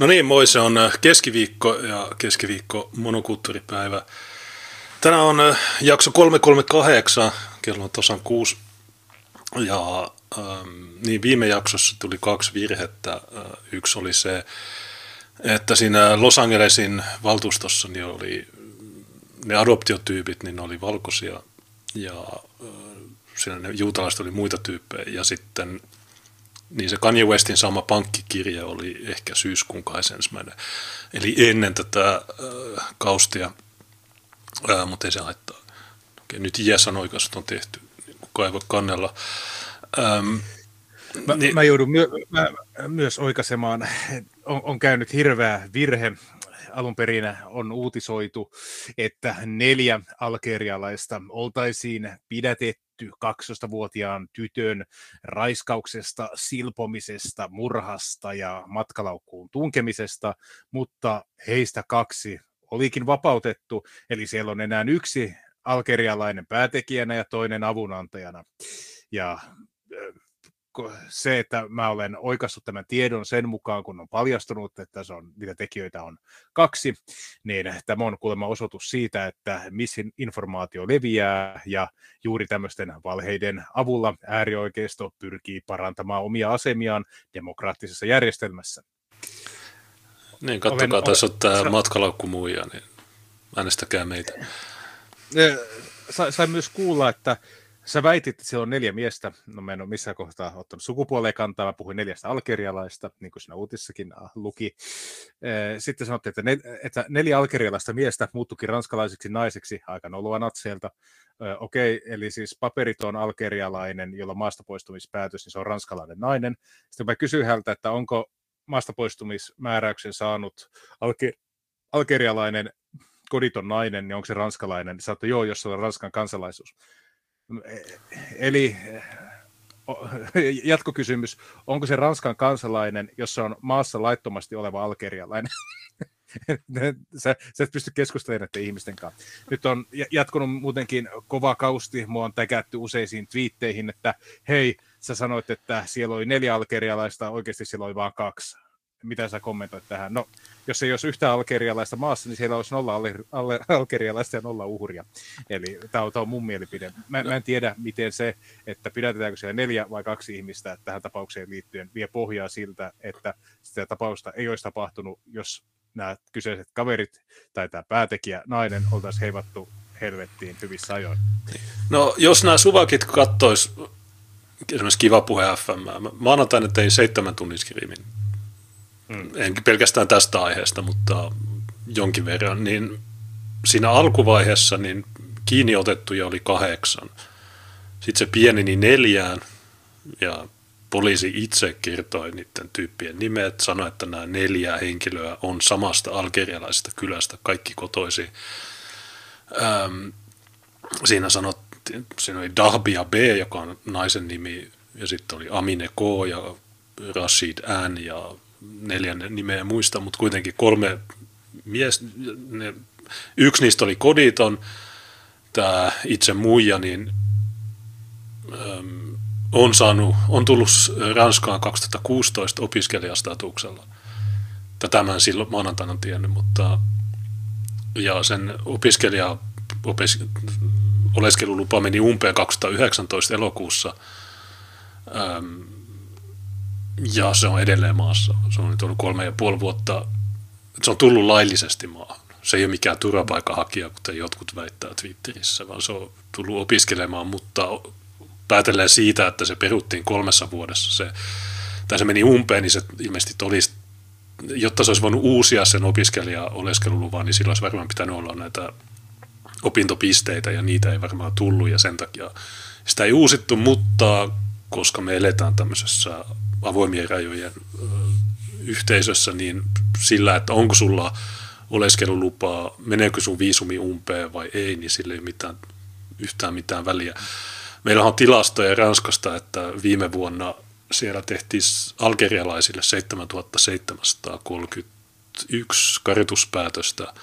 No niin, moi, se on keskiviikko ja keskiviikko monokulttuuripäivä. Tänään on jakso 338, kello on tasan 6. Ja niin viime jaksossa tuli 2 virhettä. Yksi oli se, että siinä Los Angelesin valtuustossa niin oli ne adoptiotyypit, niin ne oli valkoisia ja siinä ne juutalaiset oli muita tyyppejä. Ja sitten niin se Kanye Westin saama pankkikirja oli ehkä syyskuun 21. Eli ennen tätä kaustia, mutta ei se haittaa. Okei, nyt ISAn oikaisut on tehty, kukaan ei voi kannella. Mä joudun myös oikaisemaan. On käynyt hirveä virhe. Alun perin on uutisoitu, että 4 algerialaista oltaisiin pidätetty 12-vuotiaan tytön raiskauksesta, silpomisesta, murhasta ja matkalaukkuun tunkemisesta, mutta heistä 2 olikin vapautettu, eli siellä on enää 1 algerialainen päätekijänä ja toinen avunantajana. Ja se, että mä olen oikaissut tämän tiedon sen mukaan, kun on paljastunut, että niitä tekijöitä on 2, niin tämä on kuulemma osoitus siitä, että misinformaatio leviää ja juuri tämmöisten valheiden avulla äärioikeisto pyrkii parantamaan omia asemiaan demokraattisessa järjestelmässä. Niin, katsokaa, tässä on tämä matkalaukku-muija, niin äänestäkää meitä. Sain myös kuulla, että sä väitit, että siellä on 4 miestä. No mä en ole missään kohtaa ottanut sukupuoleen kantaa. Mä puhuin 4 algerialaista, niin kuin siinä uutissakin luki. Sitten sanottiin, että 4 algerialaista miestä muuttuikin ranskalaisiksi naiseksi aika noloa natseelta. Okei, eli siis paperiton algerialainen, jolla on maastapoistumispäätös, niin se on ranskalainen nainen. Sitten mä kysyin häneltä, että onko maastapoistumismääräyksen saanut algerialainen koditon nainen, niin onko se ranskalainen? Niin sanoi, että joo, jos se on Ranskan kansalaisuus. Eli jatkokysymys, onko se Ranskan kansalainen, jos se on maassa laittomasti oleva algerialainen? Sä et pysty keskustelemaan näiden ihmisten kanssa. Nyt on jatkunut muutenkin kova kausti, mua on täkätty useisiin twiitteihin, että hei, sä sanoit, että siellä oli 4 algerialaista, oikeasti siellä oli vain 2. Mitä sä kommentoit tähän? No, jos ei olisi yhtään algerialaista maassa, niin siellä olisi 0 algerialaista ja 0 uhria. Eli tämä on mun mielipide. Mä en tiedä, miten se, että pidätetäänkö siellä 4 vai 2 ihmistä tähän tapaukseen liittyen, vie pohjaa siltä, että sitä tapausta ei olisi tapahtunut, jos nämä kyseiset kaverit tai tämä päätekijä, nainen, oltaisiin heivattu helvettiin hyvissä ajoin. No, jos nämä suvakit kattois esimerkiksi Kiva Puhe FM, maanantaina tein 7 tunnin skriimin. En pelkästään tästä aiheesta, mutta jonkin verran, niin siinä alkuvaiheessa niin kiinni otettuja oli 8. Sitten se pieneni 4 ja poliisi itse kertoi niiden tyyppien nimet, sanoi, että nämä 4 henkilöä on samasta algerialaisesta kylästä, kaikki kotoisin. Siinä oli Dahbia B, joka on naisen nimi, ja sitten oli Amine K ja Rashid N ja 4 nimeä muista, mutta kuitenkin 3 mies, yksi niistä oli koditon, tämä itse muija, niin on tullut Ranskaan 2016 opiskelijastatuksella. Tätä mä en silloin maanantaina tiennyt, mutta ja sen oleskelulupa meni umpeen 2019 elokuussa. Ja se on edelleen maassa. Se on nyt ollut 3,5 vuotta. Se on tullut laillisesti maahan. Se ei ole mikään turvapaikanhakija, kuten jotkut väittää Twitterissä, vaan se on tullut opiskelemaan, mutta päätellen siitä, että se peruttiin 3 vuodessa. Se meni umpeen, niin se ilmeisesti olisi, jotta se olisi voinut uusia sen oleskeluluvan, niin silloin olisi varmaan pitänyt olla näitä opintopisteitä, ja niitä ei varmaan tullut, ja sen takia sitä ei uusittu, mutta koska me eletään tämmöisessä avoimien rajojen yhteisössä, niin sillä, että onko sulla oleskelulupaa, meneekö sun viisumi umpeen vai ei, niin sillä ei ole yhtään mitään väliä. Meillä on tilastoja Ranskasta, että viime vuonna siellä tehtiin algerialaisille 7731 karituspäätöstä,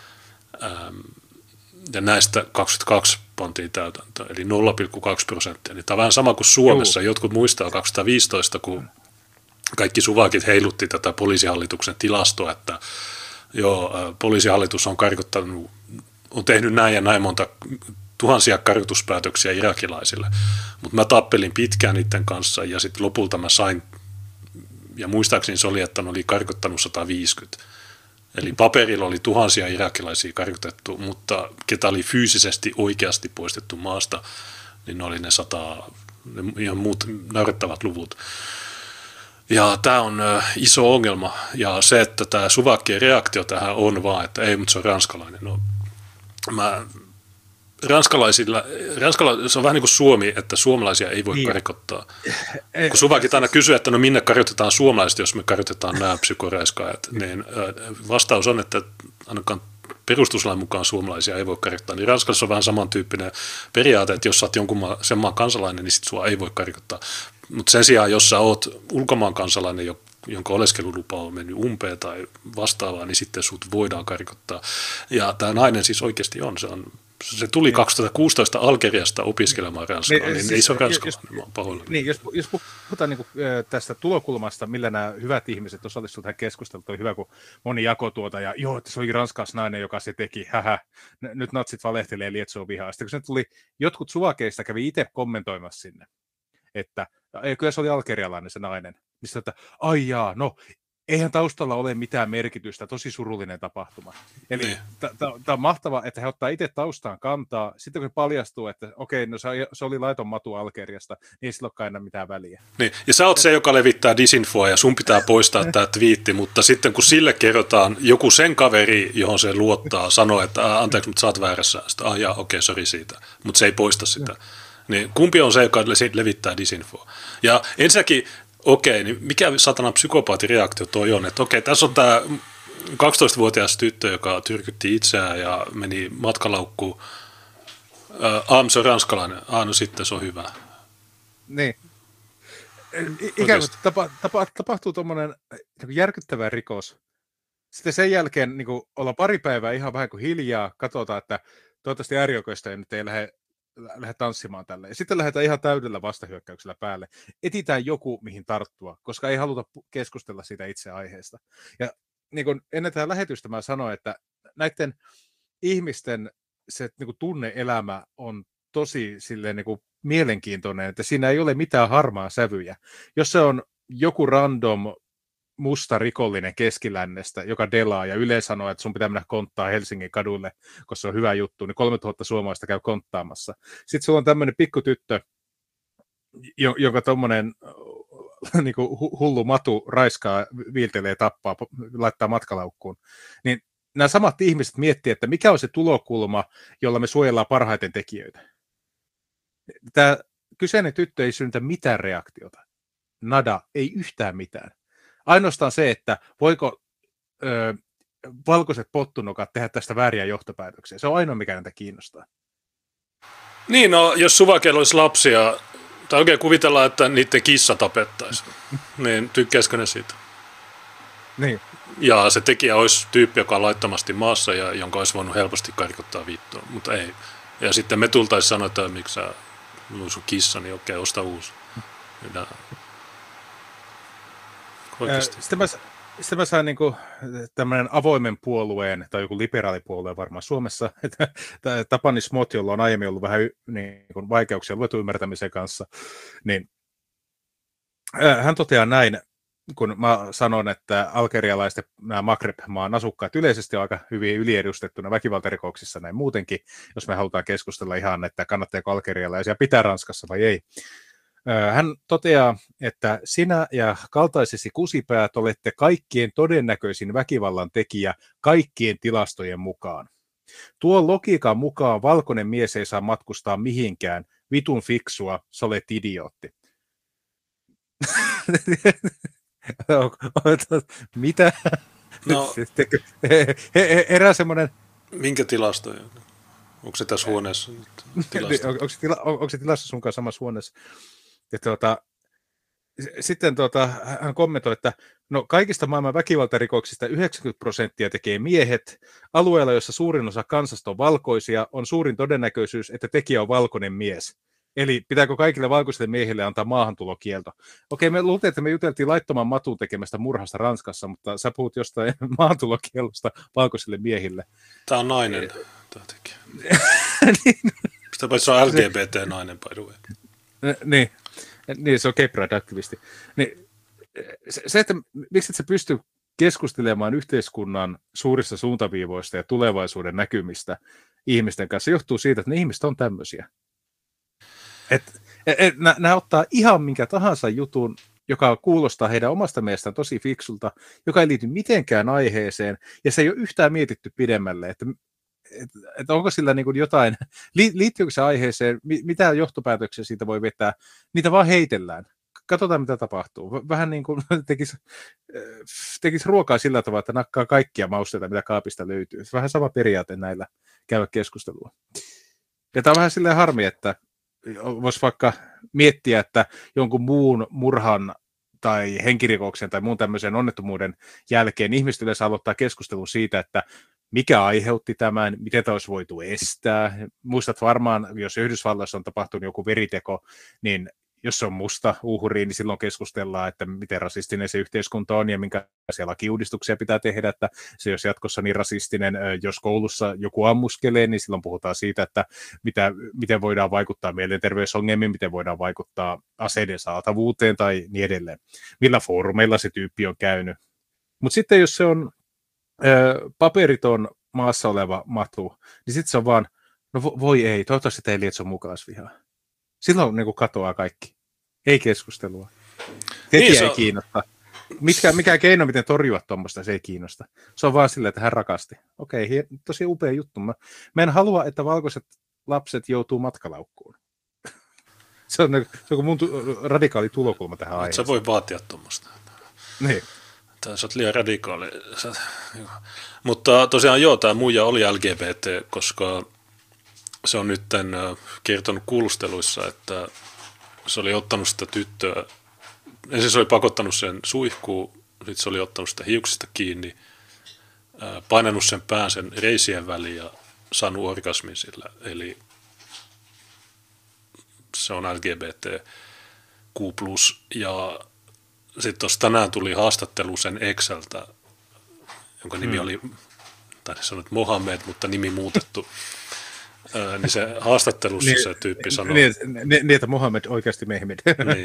ja näistä 22 pantiin täytäntöön, eli 0,2%. Niin tämä on vähän sama kuin Suomessa. Jotkut muistaa 2015, kun kaikki suvakit heilutti tätä poliisihallituksen tilastoa, että joo, poliisihallitus on tehnyt näin ja näin monta tuhansia karkotuspäätöksiä irakilaisille, mutta mä tappelin pitkään niiden kanssa ja sitten lopulta mä sain, ja muistaakseni se oli, että ne oli karkottanut 150. Eli paperilla oli tuhansia irakilaisia karkotettu, mutta ketä oli fyysisesti oikeasti poistettu maasta, niin ne oli ne ihan muut naurettavat luvut. Ja tämä on iso ongelma, ja se, että tämä suvakkien reaktio tähän on vaan, että ei, mutta se on ranskalainen. No, ranskalaisilla, se on vähän niin kuin Suomi, että suomalaisia ei voi karkottaa. Kun suvakit aina kysyy, että no minne karkotetaan suomalaiset, jos me karkotetaan nämä psykoraiskaajat, niin vastaus on, että ainakaan perustuslain mukaan suomalaisia ei voi karkottaa. Niin Ranskassa on vähän samantyyppinen periaate, että jos sä oot jonkun sen maan kansalainen, niin sit sua ei voi karkottaa. Mutta sen sijaan, jos sä oot ulkomaan kansalainen, jonka oleskelulupa on mennyt umpeen tai vastaavaa, niin sitten sut voidaan karkottaa. Ja tämä nainen siis oikeasti on. Se tuli 2016 Algeriasta opiskelemaan Ranskaa, niin ei se ole ranskalainen, mä oon pahoillani. Niin, jos puhutaan niin tästä tulokulmasta, millä nämä hyvät ihmiset osallistuivat tähän keskusteluun, oli hyvä, kun moni jakoi tuota, ja joo, että se oli ranskalaisnainen, joka se teki, nyt natsit valehtelee, lietsoo vihaa. Sitten kun se tuli, jotkut suvakeista kävi itse kommentoimassa sinne, että kyllä se oli algerialainen se nainen, mistä että ai jaa, no eihän taustalla ole mitään merkitystä, tosi surullinen tapahtuma. Eli tämä on mahtavaa, että he ottaa itse taustaan kantaa, sitten kun paljastuu, että okei, no se oli laiton matu Algeriasta, niin ei sillä olekaan enää mitään väliä. Niin. Ja sä oot se, joka levittää disinfoa ja sun pitää poistaa tämä twiitti, mutta sitten kun sille kerrotaan, joku sen kaveri, johon se luottaa, sanoo, että anteeksi, mutta sä oot väärässä, sitten okei, sori siitä, mutta se ei poista sitä. Niin kumpi on se, joka levittää disinfoa? Ja ensinnäkin, okei, niin mikä satanan psykopaatireaktio toi on? Että okei, tässä on tämä 12-vuotias tyttö, joka tyrkytti itseään ja meni matkalaukkuun. Se on ranskalainen. No sitten se on hyvä. Niin. Ikään kuin tapahtuu tuommoinen järkyttävä rikos. Sitten sen jälkeen niin olla pari päivää ihan vähän kuin hiljaa, katsotaan, että toivottavasti äärioikeista nyt ei lähde tanssimaan tälle. Ja sitten lähdetään ihan täydellä vastahyökkäyksellä päälle. Etitään joku, mihin tarttua, koska ei haluta keskustella siitä itse aiheesta. Ja niin kuin ennen tätä lähetystä mä sanoin, että näiden ihmisten se niin kuin tunne-elämä on tosi silleen, niin kuin mielenkiintoinen, että siinä ei ole mitään harmaa sävyjä. Jos se on joku random musta rikollinen keskilännestä, joka delaa ja Yle sanoo, että sun pitää mennä konttaa Helsingin kaduille, koska se on hyvä juttu, niin 3000 suomalaista käy konttaamassa. Sitten sulla on tämmöinen pikkutyttö, jonka tommonen niin kuin hullu matu raiskaa, viiltelee, tappaa, laittaa matkalaukkuun. Niin nämä samat ihmiset miettii, että mikä on se tulokulma, jolla me suojellaan parhaiten tekijöitä. Tämä kyseinen tyttö ei synnytä mitään reaktiota. Nada, ei yhtään mitään. Ainoastaan se, että voiko valkoiset pottunokat tehdä tästä vääriä johtopäätöksiä. Se on ainoa, mikä näitä kiinnostaa. Niin, no jos suvakeilla olisi lapsia, tai oikein kuvitellaan, että niiden kissa tapettaisiin, niin tykkäisikö ne siitä? Niin. Ja se tekijä olisi tyyppi, joka on laittomasti maassa ja jonka olisi voinut helposti karkottaa viittoon, mutta ei. Ja sitten me tultaisiin sanoa, että miksi sä sun kissa, niin okei, osta uusi. Sitten mä sain niinku tämmöinen avoimen puolueen, tai joku liberaalipuolue varmaan Suomessa, että Tapani Smot, jolla on aiemmin ollut vähän niin kuin vaikeuksia luetun ymmärtämisen kanssa, niin hän toteaa näin, kun mä sanon, että algerialaiset nämä Maghreb-maan asukkaat yleisesti on aika hyvin yliedustettuna väkivaltarikoksissa näin muutenkin, jos me halutaan keskustella ihan, että kannattaako algerialaisia pitää Ranskassa vai ei. Hän toteaa, että sinä ja kaltaisesi kusipäät olette kaikkien todennäköisin väkivallan tekijä kaikkien tilastojen mukaan. Tuon logiikan mukaan valkoinen mies ei saa matkustaa mihinkään. Vitun fiksua, sä olet idiootti. Mitä? No, erää semmoinen... Minkä tilastoja? Onko se tässä huoneessa? Onko se tilassa sunkaan samassa huoneessa? Ja sitten hän kommentoi, että no, kaikista maailman väkivaltarikoksista 90% tekee miehet. Alueella, jossa suurin osa kansasta on valkoisia, on suurin todennäköisyys, että tekijä on valkoinen mies. Eli pitääkö kaikille valkoisille miehille antaa maahantulokielto? Okei, me luultiin, että me juteltiin laittoman matun tekemästä murhasta Ranskassa, mutta sä puhut jostain maahantulokiellosta valkoisille miehille. Tämä on nainen. Sitä paitsi se on LGBT-nainen, by the way. Niin, se on gay pride-aktivisti. Niin, se, että miksi et sä pysty keskustelemaan yhteiskunnan suurista suuntaviivoista ja tulevaisuuden näkymistä ihmisten kanssa, johtuu siitä, että ne ihmiset on tämmöisiä. Nämä ottaa ihan minkä tahansa jutun, joka kuulostaa heidän omasta mielestään tosi fiksulta, joka ei liity mitenkään aiheeseen, ja se ei ole yhtään mietitty pidemmälle, että onko sillä niin kuin jotain, liittyykö se aiheeseen, mitä johtopäätöksiä siitä voi vetää, niitä vaan heitellään. Katsotaan, mitä tapahtuu. Vähän niin kuin tekisi ruokaa sillä tavalla, että nakkaa kaikkia mausteita, mitä kaapista löytyy. Vähän sama periaate näillä käydä keskustelua. Ja tämä on vähän silleen harmi, että voisi vaikka miettiä, että jonkun muun murhan tai henkirikoksen tai muun tämmöisen onnettomuuden jälkeen ihmiset yleensä aloittaa keskustelun siitä, että mikä aiheutti tämän, miten tämä olisi voitu estää. Muistat varmaan, jos Yhdysvalloissa on tapahtunut joku veriteko, niin jos se on musta uhri, niin silloin keskustellaan, että miten rasistinen se yhteiskunta on ja minkälaisia lakiuudistuksia pitää tehdä, että se jos jatkossa niin rasistinen, jos koulussa joku ammuskelee, niin silloin puhutaan siitä, että miten voidaan vaikuttaa mielenterveysongelmiin, miten voidaan vaikuttaa aseiden saatavuuteen tai niin edelleen. Millä foorumeilla se tyyppi on käynyt. Mutta sitten jos se on paperiton maassa oleva matu, niin sitten se on vaan, no voi ei, toivottavasti te ei lietso mukaisvihaa. Silloin niin kuin katoaa kaikki. Ei keskustelua. Tekijä ei kiinnosta. Mikä keino, miten torjua tuommoista, se ei kiinnosta. Se on vaan silleen, että hän rakasti. Okei, tosi upea juttu. Mä en halua, että valkoiset lapset joutuu matkalaukkuun. Se on mun radikaali tulokulma tähän aiheeseen. Sä voi vaatia tuommoista. Niin. Sä oot liian radikaali. Mutta tosiaan joo, tämä muija oli LGBT, koska se on nyt kertonut kuulusteluissa, että se oli ottanut sitä tyttöä, ensin se oli pakottanut sen suihkuun, sitten se oli ottanut sitä hiuksista kiinni, painanut sen pään sen reisien väliin ja saanut orgasmin sillä. Eli se on LGBTQ+. Ja sitten tuossa tänään tuli haastattelu sen Exceltä, jonka nimi oli, tai sanoa Mohammed, mutta nimi muutettu. Niin se haastattelussa se tyyppi sanoi... Niin, että Mohammed oikeasti Mehmed.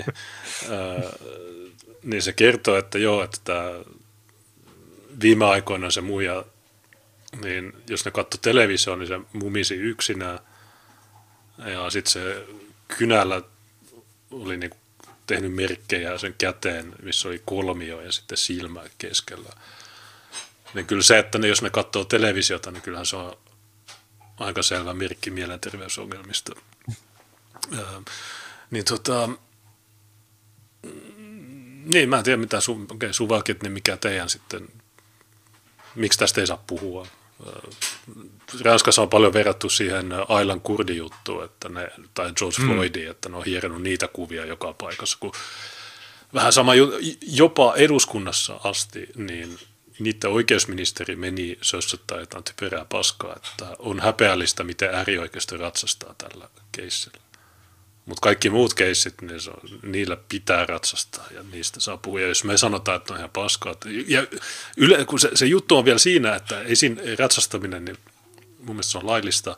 niin se kertoo, että joo, että viime aikoina se muija, niin jos ne katsoi televisioon, niin se mumisi yksinään. Ja sitten se kynällä oli niinku tehnyt merkkejä sen käteen, missä oli kolmio ja sitten silmä keskellä. Niin kyllä se, että jos ne katsoo televisiota, niin kyllähän se on aika selvä merkki mielenterveysongelmista. Niin, mä en tiedä mitä sun valkit, niin mikä teidän sitten, miksi tästä ei saa puhua. Ranskassa on paljon verrattu siihen Aylan kurdijuttuun, tai George Floydiin, että ne on hierännyt niitä kuvia joka paikassa, kun vähän sama jopa eduskunnassa asti, niin niiden oikeusministeri meni sössöttää jotain typerää paskaa, että on häpeällistä, miten äärioikeisto ratsastaa tällä keissillä. Mutta kaikki muut keissit, niillä pitää ratsastaa ja niistä saa puhua. Ja jos me sanotaan, että on ihan paskaa. Kun se juttu on vielä siinä, että ei siinä ratsastaminen, niin mun mielestä se on laillista,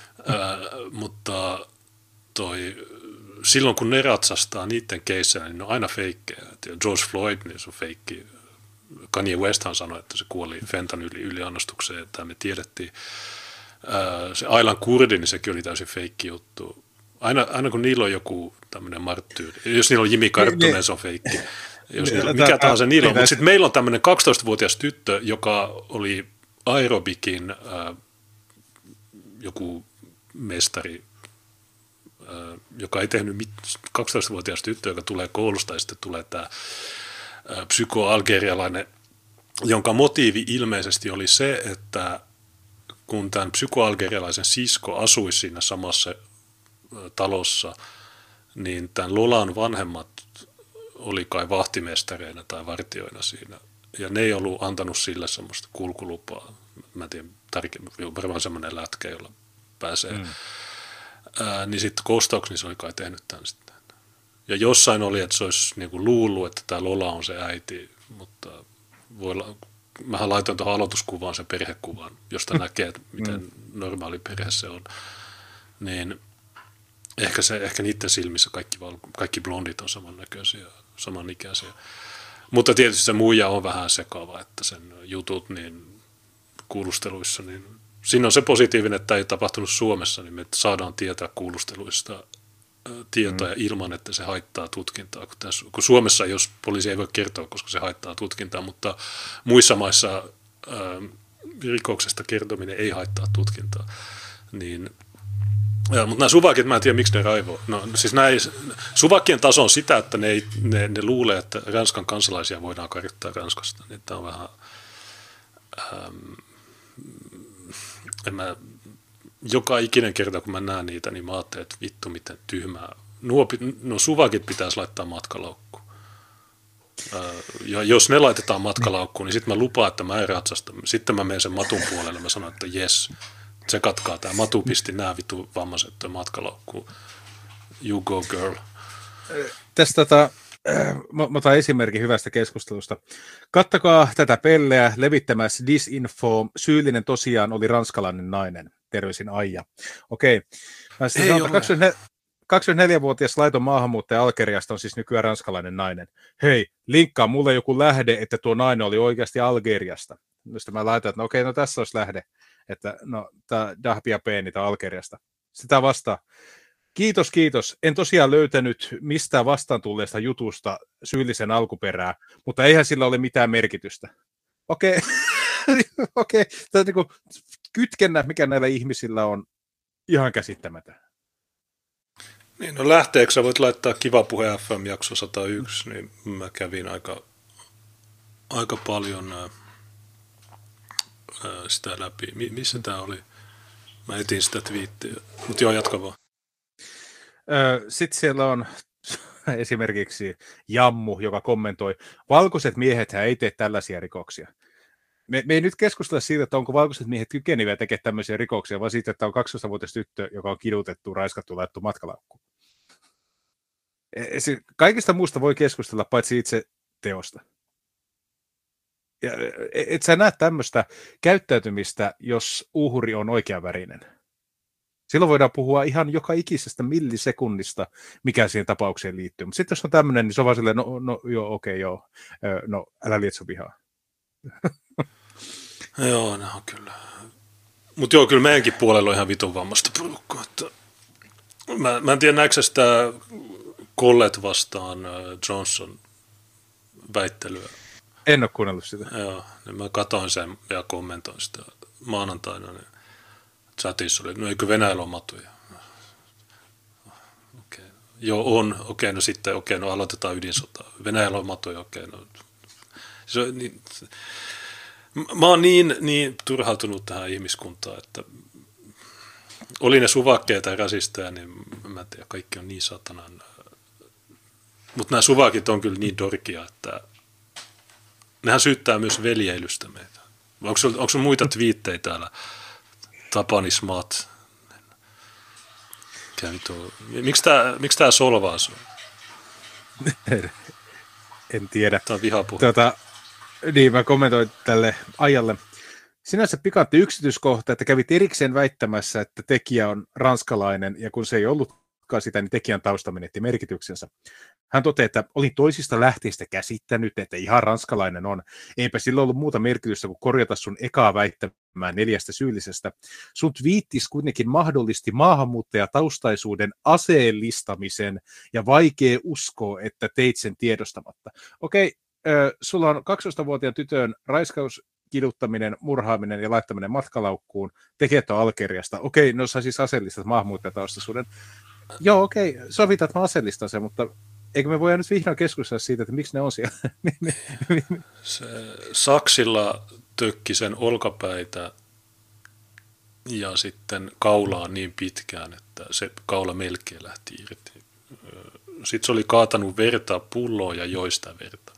mutta silloin kun ne ratsastaa niiden keissejä, niin ne on aina feikkejä. George Floyd, niin se on feikki. Kanye Westhan sanoi, että se kuoli fentanyl-yliannostukseen, että me tiedettiin. Se Aylan kurdi, niin sekin oli täysin feikki juttu. Aina kun niillä on joku tämmöinen marttyyri, jos niillä on Jimmy Karttunen, se on feikki. Mikä tahansa niillä on. Mutta sitten meillä on tämmöinen 12-vuotias tyttö, joka oli aerobikin joku mestari, joka ei tehnyt 12-vuotias tyttö, joka tulee koulusta ja sitten tulee tämä psykoalgerialainen, jonka motiivi ilmeisesti oli se, että kun tämän psykoalgerialaisen sisko asui siinä samassa talossa, niin tämän Lolan vanhemmat oli kai vahtimestareina tai vartioina siinä. Ja ne ei ollut antanut sille semmoista kulkulupaa. Mä en tiedä, varmaan semmoinen lätkä, jolla pääsee. Niin sitten Kostaukseni se oli kai tehnyt tämän sitten. Ja jossain oli, että se olisi niin kuin luullut, että tämä Lola on se äiti, mutta mähän laitoin tuohon aloituskuvaan sen perhekuvan, josta näkee, että miten normaali perhe se on. Niin ehkä niiden silmissä kaikki blondit on samannäköisiä, samanikäisiä. Mutta tietysti se muija on vähän sekava, että sen jutut niin kuulusteluissa, niin siinä on se positiivinen, että tämä ei tapahtunut Suomessa, niin me saadaan tietää kuulusteluista tietoja ilman, että se haittaa tutkintaa. Kun Suomessa, jos poliisi ei voi kertoa, koska se haittaa tutkintaa, mutta muissa maissa rikoksesta kertominen ei haittaa tutkintaa. Niin, mutta nämä suvakit, mä en tiedä, miksi ne raivoo. No, siis suvakkien taso on sitä, että ne luulee, että Ranskan kansalaisia voidaan karjottaa Ranskasta. Niin tämä on vähän... joka ikinen kerta, kun mä näen niitä, niin mä ajattelen, että vittu miten tyhmää. No suvakit pitäisi laittaa matkalaukkuun. Ja jos ne laitetaan matkalaukkuun, niin sitten mä lupaan, että mä en ratsasta. Sitten mä menen sen matun puolelle, mä sanon, että jes, se katkaa tämä matu, pisti nämä vittu vammaiset matkalaukkuun. You go girl. Tästä mä otan esimerkin hyvästä keskustelusta. Kattakaa tätä pelleä levittämässä disinfo. Syyllinen tosiaan oli ranskalainen nainen. Terveisin Aija. Okei. Mä sanon, 24-vuotias laiton maahanmuuttaja Algeriasta on siis nykyään ranskalainen nainen. Hei, linkkaa mulle joku lähde, että tuo nainen oli oikeasti Algeriasta. Sitten mä laitan, että no okei, no tässä olisi lähde. Että no, tämä Dahbia Peeni tai Algeriasta. Sitä vastaa. Kiitos. En tosiaan löytänyt mistään vastaan tulleesta jutusta syyllisen alkuperää, mutta eihän sillä ole mitään merkitystä. Okei. Okei. Tämä niin kytkennä, mikä näillä ihmisillä on, ihan käsittämätön. Niin, no lähteeksi sä voit laittaa Kiva Puhe FM jakso 101, niin mä kävin aika paljon sitä läpi. Missä tää oli? Mä etin sitä twiittiä, mutta joo, jatka vaan. Sitten siellä on esimerkiksi Jammu, joka kommentoi, valkoiset miehethän ei tee tällaisia rikoksia. Me ei nyt keskustella siitä, että onko valkoiset miehet kykeneviä tekemään tämmöisiä rikoksia, vaan siitä, että on 12-vuotias tyttö, joka on kidutettu, raiskattu, laittu matkalaukkuun. Kaikista muusta voi keskustella, paitsi itse teosta. Ja et sä näe tämmöistä käyttäytymistä, jos uhri on oikeavärinen. Silloin voidaan puhua ihan joka ikisestä millisekunnista, mikä siihen tapaukseen liittyy. Mutta sitten jos on tämmöinen, niin se on vaan silleen, no älä lietso vihaa. Joo, ne on kyllä. Mutta joo, kyllä meidänkin puolella on ihan vitun vammasta porukkaa. Mä en tiedä, näetkö sitä Collet vastaan Johnson väittelyä? En ole kuunnellut sitä. Joo, niin mä katoin sen ja kommentoin sitä maanantaina. Niin chatissa oli, no eikö Venäjällä ole matuja? Okei. Joo, on. Okei, no sitten, no aloitetaan ydinsotaa. Venäjällä on matuja, no. Mä oon niin turhautunut tähän ihmiskuntaan, että oli ne suvakkeita ja rasisteja, niin mä en tiedä, kaikki on niin satanan. Mutta nämä suvakit on kyllä niin dorkia, että nehän syyttää myös veljeilystä meitä. Onko sun muita twiittejä täällä? Tapani Smat. Miksi tää solvaa sun? En tiedä. Tämä on vihapuhe. Niin, mä kommentoin tälle Ajalle. Sinänsä pikantti yksityiskohta, että kävit erikseen väittämässä, että tekijä on ranskalainen, ja kun se ei ollutkaan sitä, niin tekijän tausta menetti merkityksensä. Hän toteaa, että olin toisista lähteistä käsittänyt, että ihan ranskalainen on. Eipä sillä ollut muuta merkitystä kuin korjata sun ekaa väittämään 4 syyllisestä. Sun twiittis kuitenkin mahdollisti maahanmuuttajataustaisuuden aseellistamisen, ja vaikea uskoa, että teit sen tiedostamatta. Okei, sulla on 12-vuotiaan tytön raiskaus, kiduttaminen, murhaaminen ja laittaminen matkalaukkuun, tekijät on Algeriasta. Okei, no sä siis aseellistat maahanmuuttajataustaisuuden. Joo, okei, sovitaan, että mä aseellistan sen, mutta eikö me voida nyt vihdoin keskustella siitä, että miksi ne on siellä? Se saksilla tökki sen olkapäitä ja sitten kaulaa niin pitkään, että se kaula melkein lähti irti. Sitten se oli kaatanut verta pulloon ja joista verta.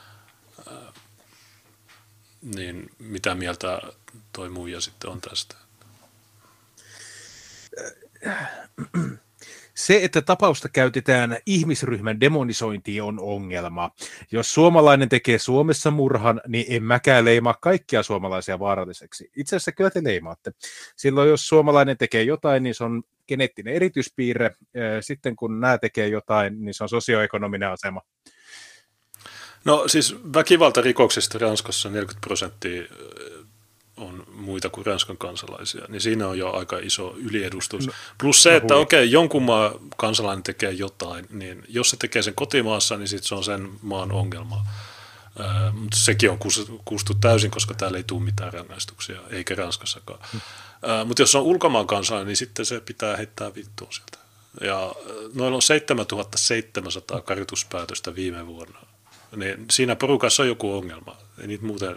Niin mitä mieltä toi muija sitten on tästä? Se, että tapausta käytetään ihmisryhmän demonisointiin, on ongelma. Jos suomalainen tekee Suomessa murhan, niin en mäkään leimaa kaikkia suomalaisia vaaralliseksi. Itse asiassa kyllä te leimaatte. Silloin jos suomalainen tekee jotain, niin se on geneettinen erityispiirre. Sitten kun nämä tekee jotain, niin se on sosioekonominen asema. No siis väkivaltarikoksista Ranskassa 40% on muita kuin Ranskan kansalaisia, niin siinä on jo aika iso yliedustus. Plus se, että okei, jonkun maan kansalainen tekee jotain, niin jos se tekee sen kotimaassa, niin sit se on sen maan ongelma. Mutta sekin on kustu täysin, koska täällä ei tule mitään rangaistuksia, eikä Ranskassakaan. Mutta jos on ulkomaan kansalainen, niin sitten se pitää heittää vittuun sieltä. Ja noilla on 7700 karituspäätöstä viime vuonna. Niin siinä porukassa on joku ongelma. Ei niitä muuten...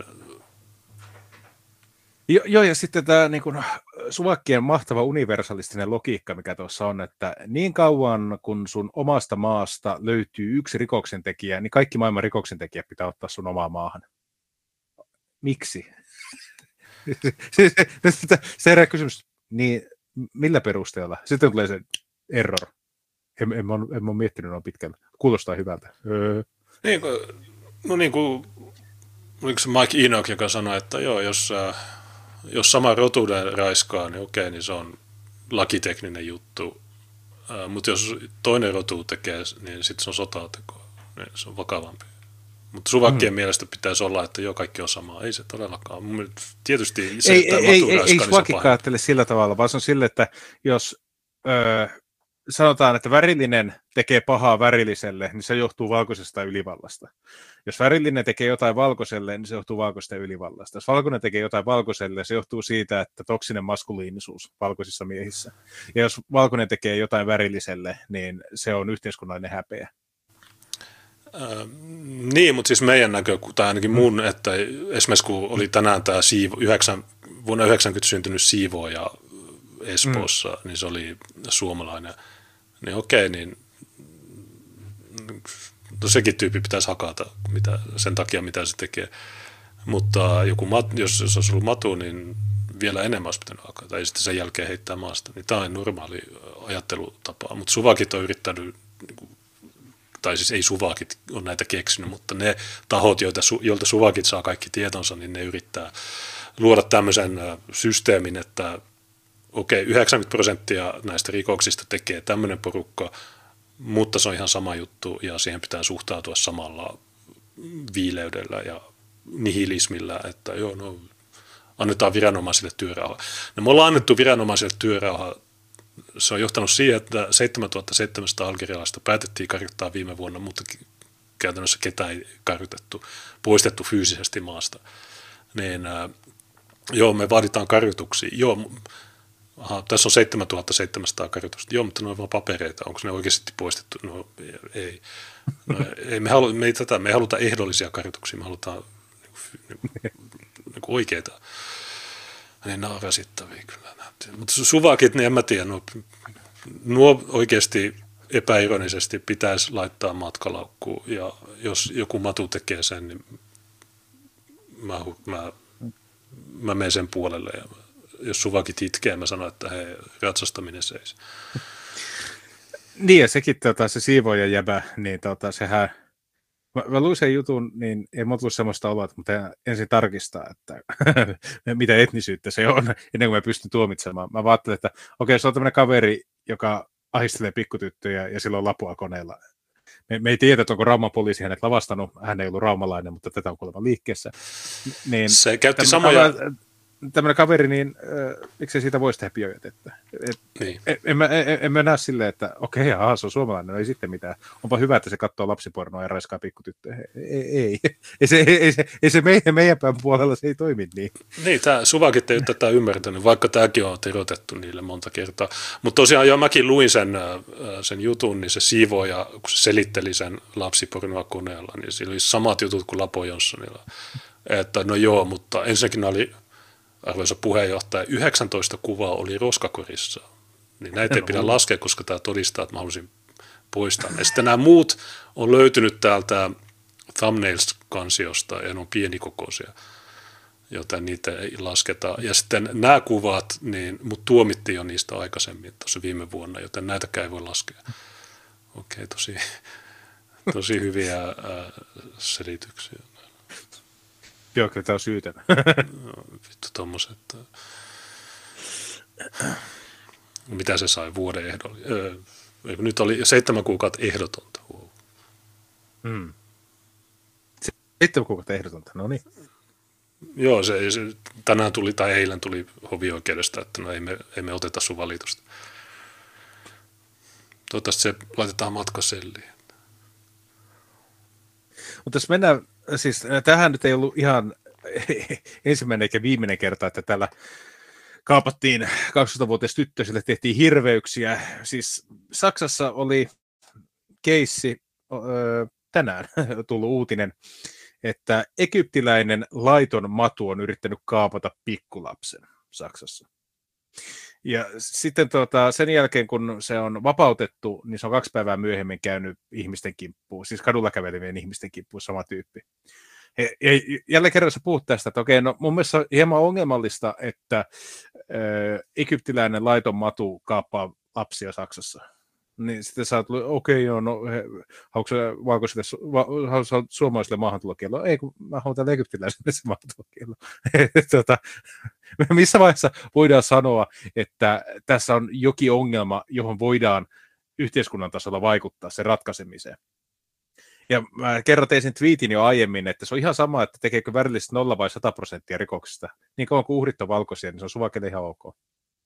Joo, ja sitten tämä niin kuin, suvakkien mahtava universalistinen logiikka, mikä tuossa on, että niin kauan kun sun omasta maasta löytyy yksi rikoksentekijä, niin kaikki maailman rikoksentekijät pitää ottaa sun omaan maahan. Miksi? Se herää kysymys, niin millä perusteella? Sitten tulee se error. En ole miettinyt noin pitkällä. Kuulostaa hyvältä. Niin kuin oliko se Mike Enoch, joka sanoi, että joo, jos sama rotuuden raiskaa, niin okei, niin se on lakitekninen juttu. Mutta jos toinen rotu tekee, niin sitten se on sotateko. Niin se on vakavampi. Mutta suvakkien mielestä pitäisi olla, että joo, kaikki on samaa. Ei se todellakaan. Tietysti se, että rotu raiskaa, ei suvakkikaan ajattele sillä tavalla, vaan se on sille, että jos... sanotaan, että värillinen tekee pahaa värilliselle, niin se johtuu valkoisesta ylivallasta. Jos värillinen tekee jotain valkoiselle, niin se johtuu valkoisesta ylivallasta. Jos valkoinen tekee jotain valkoiselle, se johtuu siitä, että toksinen maskuliinisuus valkoisissa miehissä. Ja jos valkoinen tekee jotain värilliselle, niin se on yhteiskunnallinen häpeä. Niin, mutta siis meidän näkökulma, ainakin mun, että esimerkiksi kun oli tänään tämä vuonna 90 syntynyt siivooja Espoossa, niin se oli suomalainen, niin okei, niin no sekin tyyppi pitäisi hakata sen takia, mitä se tekee. Mutta jos se olisi ollut matu, niin vielä enemmän olisi pitänyt hakata, ja sitten sen jälkeen heittää maasta. Niin tämä on normaali ajattelutapa, mutta suvakit on yrittänyt, tai siis ei suvakit ole näitä keksinyt, mutta ne tahot, joilta suvakit saa kaikki tietonsa, niin ne yrittää luoda tämmöisen systeemin, että okei, 90% näistä rikoksista tekee tämmöinen porukka, mutta se on ihan sama juttu ja siihen pitää suhtautua samalla viileydellä ja nihilismillä, että joo, no annetaan viranomaisille työrauha. No me ollaan annettu viranomaisille työrauha. Se on johtanut siihen, että 7700 algerialaista päätettiin karjuttaa viime vuonna, mutta käytännössä ketään ei karjutettu, poistettu fyysisesti maasta. Niin joo, me vaaditaan karjutuksia. Joo, tässä on 7700 karjutusta. Joo, mutta ne on vaan papereita. Onko ne oikeasti poistettu? No ei. No, ei me ei haluta ehdollisia karjutuksia, me halutaan niin oikeita. Niin nämä on rasittavia kyllä. Mutta suvakit, niin en mä tiedä. Nuo oikeasti epäironisesti pitäisi laittaa matkalaukkuun. Ja jos joku matu tekee sen, niin mä menen sen puolelle ja jos suvakit itkee, mä sanon, että hei, ratsastaminen seis. Niin, ja sekin se siivooja jäbä, niin sehän, mä luin sen jutun, niin ei mulla tullut semmoista oloa, että ensin tarkistaa, että mitä etnisyyttä se on, ennen kuin mä pystyn tuomitsemaan. Mä ajattelin, että okei, se on tämmöinen kaveri, joka ahistelee pikkutyttöjä ja sillä on lapua koneella. Me ei tiedä, että onko Rauman poliisi hänet lavastanut, hän ei ollut raumalainen, mutta tätä on kuulemma liikkeessä. Niin, se käytti samoja... Tämmöinen kaveri, niin miksei siitä voisi tehdä biojätettä? Niin. En mä näe silleen, että okei, se on suomalainen, no ei sitten mitään. Onpa hyvä, että se katsoo lapsipornoa ja raiskaa pikkutyttöjä. Ei se meidän pään puolella, se ei toimi niin. Niin, suvakit ei ole tätä ymmärtänyt, vaikka tämäkin on terotettu niille monta kertaa. Mutta tosiaan jo mäkin luin sen jutun, niin se siivooja, kun se selitteli sen lapsipornoa koneella, niin sillä oli samat jutut kuin Lapo Jonssonilla. Että no joo, mutta ensinnäkin oli... Arvoisa puheenjohtaja, 19 kuvaa oli roskakorissa. Niin näitä ei pidä laskea, koska tämä todistaa, että mä haluaisin poistaa. Ja sitten nämä muut on löytynyt täältä Thumbnails-kansiosta, ja ne on pienikokoisia. joten niitä ei lasketa. Ja sitten nämä kuvat, niin mut tuomittiin jo niistä aikaisemmin tuossa viime vuonna, joten näitäkään ei voi laskea. Okei, tosi hyviä selityksiä. Joo, kyllä tämä on syytön. Vittu tommoset. Mitä se sai vuoden ehdolla? Nyt oli 7 kuukautta ehdotonta. Wow. 7 kuukautta ehdotonta, no niin. Joo, se tänään tuli tai eilen tuli hovioikeudesta, että no ei me oteta sun valitusta. Toivottavasti se laitetaan matkaselliin. Mutta jos mennään, siis tämähän nyt ei ollut ihan ensimmäinen eikä viimeinen kerta, että täällä kaapattiin 12-vuotias tyttö, sille tehtiin hirveyksiä. Siis Saksassa oli keissi, tänään tullut uutinen, että egyptiläinen laiton matu on yrittänyt kaapata pikkulapsen Saksassa. Ja sitten sen jälkeen, kun se on vapautettu, niin se on 2 päivää myöhemmin käynyt ihmisten kimppuun, siis kadulla kävelevien ihmisten kimppuun, sama tyyppi. Ja jälleen kerran sä puhut tästä, että okei, no mun mielestä on hieman ongelmallista, että egyptiläinen laiton matu kaappaa lapsia Saksassa. Niin sitten sä oot, okei, joo, no haluatko valkoisille, suomalaisille maahantulokielloa? Ei, kun mä haluan täällä egyptiläisille se maahantulokiello. Missä vaiheessa voidaan sanoa, että tässä on jokin ongelma, johon voidaan yhteiskunnan tasolla vaikuttaa sen ratkaisemiseen? Ja mä tein sen tweetin jo aiemmin, että se on ihan sama, että tekeekö värillisesti 0 vai 100% rikoksista. Niin kauan kuin uhrit on valkoisia, niin se on suvakelle ihan ok.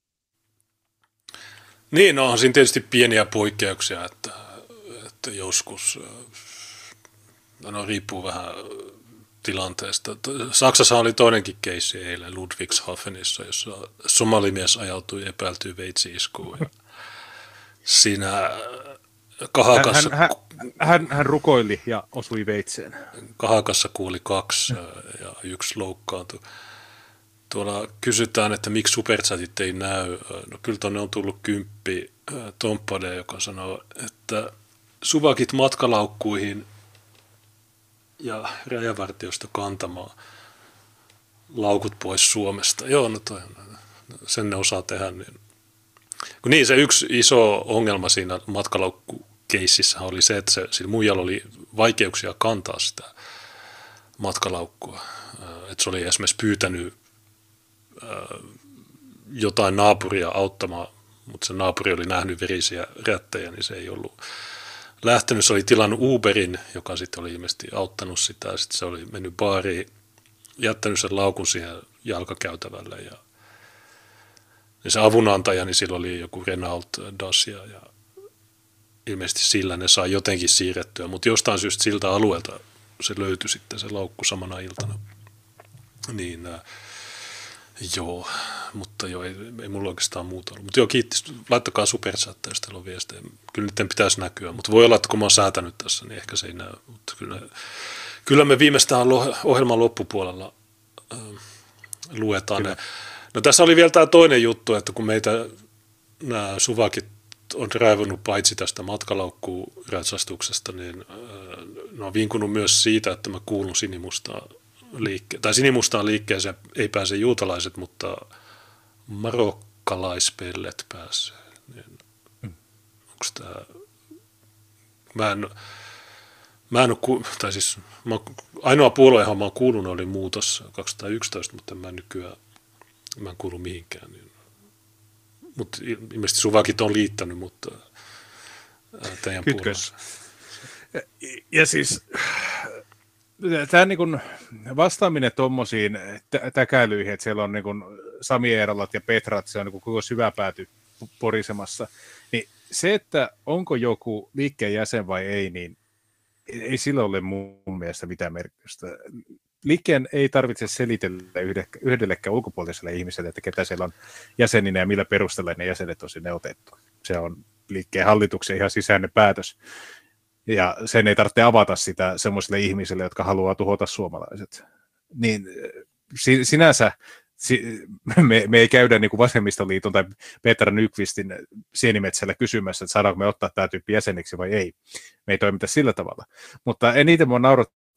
Niin, no on siinä tietysti pieniä poikkeuksia, että joskus, no riippuu vähän tilanteesta. Saksassa oli toinenkin keissi eilen Ludwigshafenissa, jossa somalimies ajautui epäiltyyn veitsi-iskuun. Ja siinä Kahakassa... Hän rukoili ja osui veitseen. Kahakassa kuoli 2 ja 1 loukkaantui. Tuolla kysytään, että miksi superchatit ei näy. No kyllä tuonne on tullut 10 Tomppade, joka sanoo, että suvakit matkalaukkuihin ja rajavartiosta kantamaan laukut pois Suomesta. Joo, no sen ne osaa tehdä. Niin se yksi iso ongelma siinä matkalaukkukeisissä oli se, että sillä muijalla oli vaikeuksia kantaa sitä matkalaukkua. Että se oli esimerkiksi pyytänyt jotain naapuria auttamaan, mutta se naapuri oli nähnyt verisiä rättejä, niin se ei ollut lähtenyt. Se oli tilannut Uberin, joka sitten oli ilmeisesti auttanut sitä, sitten se oli mennyt baariin, jättänyt sen laukun siihen jalkakäytävälle ja se avunantaja, niin sillä oli joku Renault Dacia ja ilmeisesti sillä ne sai jotenkin siirrettyä, mutta jostain syystä siltä alueelta se löytyi sitten se laukku samana iltana. Niin joo, mutta joo, ei mulla oikeastaan muuta ollut. Mutta joo, kiitos. Laittakaa superchatteja, jos teillä on viestejä. Kyllä niiden pitäisi näkyä, mutta voi olla, että kun mä oon säätänyt tässä, niin ehkä se ei näy. Mutta kyllä me viimeistään ohjelman loppupuolella luetaan ne. No tässä oli vielä tämä toinen juttu, että kun meitä nämä suvakit on raivannut paitsi tästä matkalaukkuratsastuksesta, niin ne on vinkunut myös siitä, että mä kuulun sinimustaan liikkeeseen ei pääse juutalaiset, mutta marokkalaispellet pääsee. Niin, onko tämä... ainoa puolue, johon mä oon kuulunut, oli Muutos 2011, mutta mä en kuulu mihinkään. Niin. Mutta ilmeisesti suvakit on liittänyt, mutta teidän puolessa. Ja siis tämä niin kuin vastaaminen tuommoisiin täkäilyihin, että siellä on niin kuin Sami Eerolat ja Petrat, se on niin kuin koko syväpääty porisemassa, niin se, että onko joku liikkeen jäsen vai ei, niin ei sillä ole mun mielestä mitään merkitystä. Liikkeen ei tarvitse selitellä yhdellekään ulkopuoliselle ihmiselle, että ketä siellä on jäseninä ja millä perusteella ne jäsenet on sinne otettu. Se on liikkeen hallituksen ihan sisäinen päätös. Ja sen ei tarvitse avata sitä semmoisille ihmisille, jotka haluaa tuhota suomalaiset. Niin sinänsä me ei käydä niin kuin Vasemmistoliiton tai Petra Nyqvistin Sienimetsällä kysymässä, että saadaanko me ottaa tämä tyyppi jäseniksi vai ei. Me ei toimita sillä tavalla. Mutta eniten mua naurattaa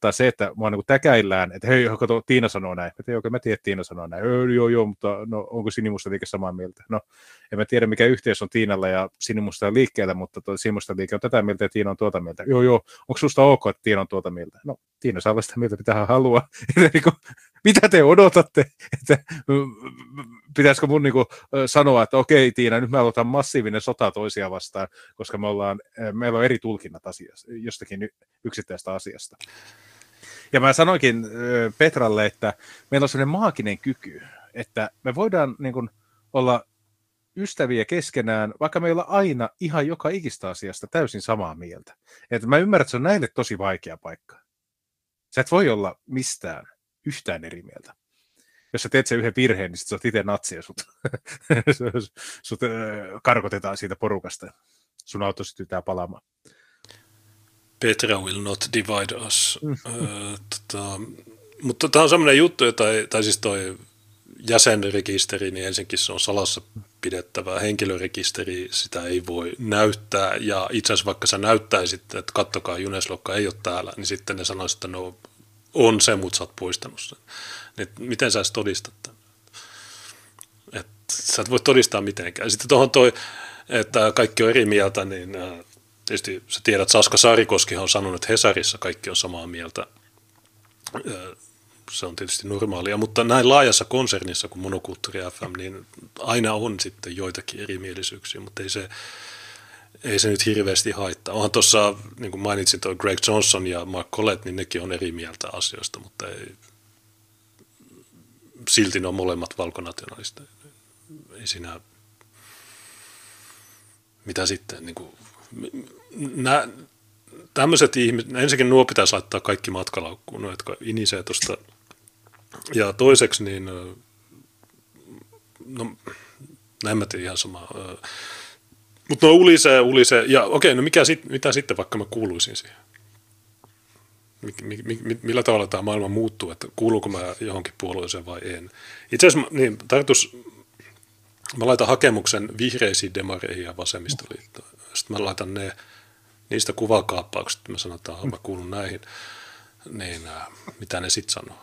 mutta se, että mua niin täkäillään, että hei, kato, Tiina sanoo näin. Mä tiedän, että Tiina sanoo näin. Joo, mutta no, onko Sinimusta liike samaa mieltä? No, en mä tiedä, mikä yhteys on Tiinalla ja Sinimusta liikkeellä, mutta Sinimusta liike on tätä mieltä ja Tiina on tuota mieltä. Joo, onko susta ok, että Tiina on tuota mieltä? No, Tiina saa olla sitä mieltä, mitä hän haluaa. Mitä te odotatte? Että, pitäisikö mun sanoa, että okei, Tiina, nyt me aloitan massiivinen sota toisia vastaan, koska meillä on eri tulkinnat asiasta, jostakin yksittäistä asiasta. Ja mä sanoinkin Petralle, että meillä on sellainen maaginen kyky, että me voidaan olla ystäviä keskenään, vaikka meillä on aina ihan joka ikistä asiasta täysin samaa mieltä. Että mä ymmärrän, että se on näille tosi vaikea paikka. Sä et voi olla mistään yhtään eri mieltä. Jos sä teet sen yhden virheen, niin sit sä oot itse natsi ja sut karkotetaan siitä porukasta. Sun auto sytytään palaamaan. Petra will not divide us. Mutta tämä on semmoinen juttu, tai siis toi jäsenrekisteri, niin ensinnäkin se on salassa pidettävä henkilörekisteri, sitä ei voi näyttää, ja itse asiassa vaikka sä näyttäisit, että kattokaa, Juneslokka ei ole täällä, niin sitten ne sanoisivat, että no on se, mutta sä oot poistanut sen. Et miten sä edes todistat tämän? Et sä et voi todistaa mitenkään. Sitten tuohon toi, että kaikki on eri mieltä, niin tietysti sä tiedät, että Saska Saarikoskihan on sanonut, että Hesarissa kaikki on samaa mieltä. Se on tietysti normaalia, mutta näin laajassa konsernissa kuin Monokulttuuri FM, niin aina on sitten joitakin erimielisyyksiä, mutta ei se nyt hirveästi haittaa. Onhan tuossa, niin kuin mainitsin, tuo Greg Johnson ja Mark Collett, niin nekin on eri mieltä asioista, mutta silti ne on molemmat valkonationalisteja. Ei siinä, mitä sitten, niin kuin, tämmöiset ihmiset, ensinnäkin nuo pitäisi laittaa kaikki matkalaukkuun, jotka inisee tuosta. Ja toiseksi, niin, no, en mä tiedä ihan samaa. Mutta no ulisee, ja okei, no mitä sitten, vaikka mä kuuluisin siihen? Millä tavalla tämä maailma muuttuu, että kuuluuko mä johonkin puolueeseen vai en? Itse asiassa, niin, mä laitan hakemuksen vihreisiin, demareihin ja vasemmistoliittoon. Sitten mä laitan niistä kuvakaappauksista, että mä sanotaan, että mä kuulun näihin, niin mitä ne sitten sanoo.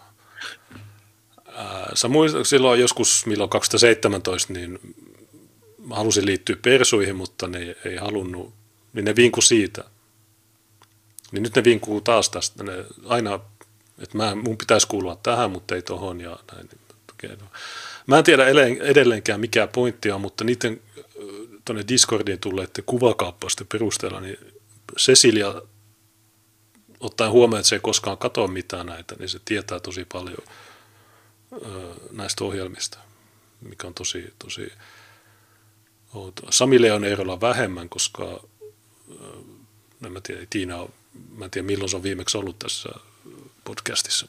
Sä muistat, silloin joskus, milloin 2017, niin mä halusin liittyä persuihin, mutta ne ei halunnut, niin ne vinku siitä. Niin nyt ne vinkuu taas tästä. Ne aina, että mun pitäisi kuulua tähän, mutta ei tohon ja näin. Mä en tiedä edelleenkään mikä pointti on, mutta niiden tuonne Discordiin tulleiden kuvakaappausten perusteella, niin Cecilia, ottaen huomioon, että se ei koskaan katoa mitään näitä, niin se tietää tosi paljon näistä ohjelmista, mikä on tosi outoa. Sami Leon Eerola vähemmän, koska en mä tiedä, Tiina, mä en tiedä milloin se on viimeksi ollut tässä podcastissa,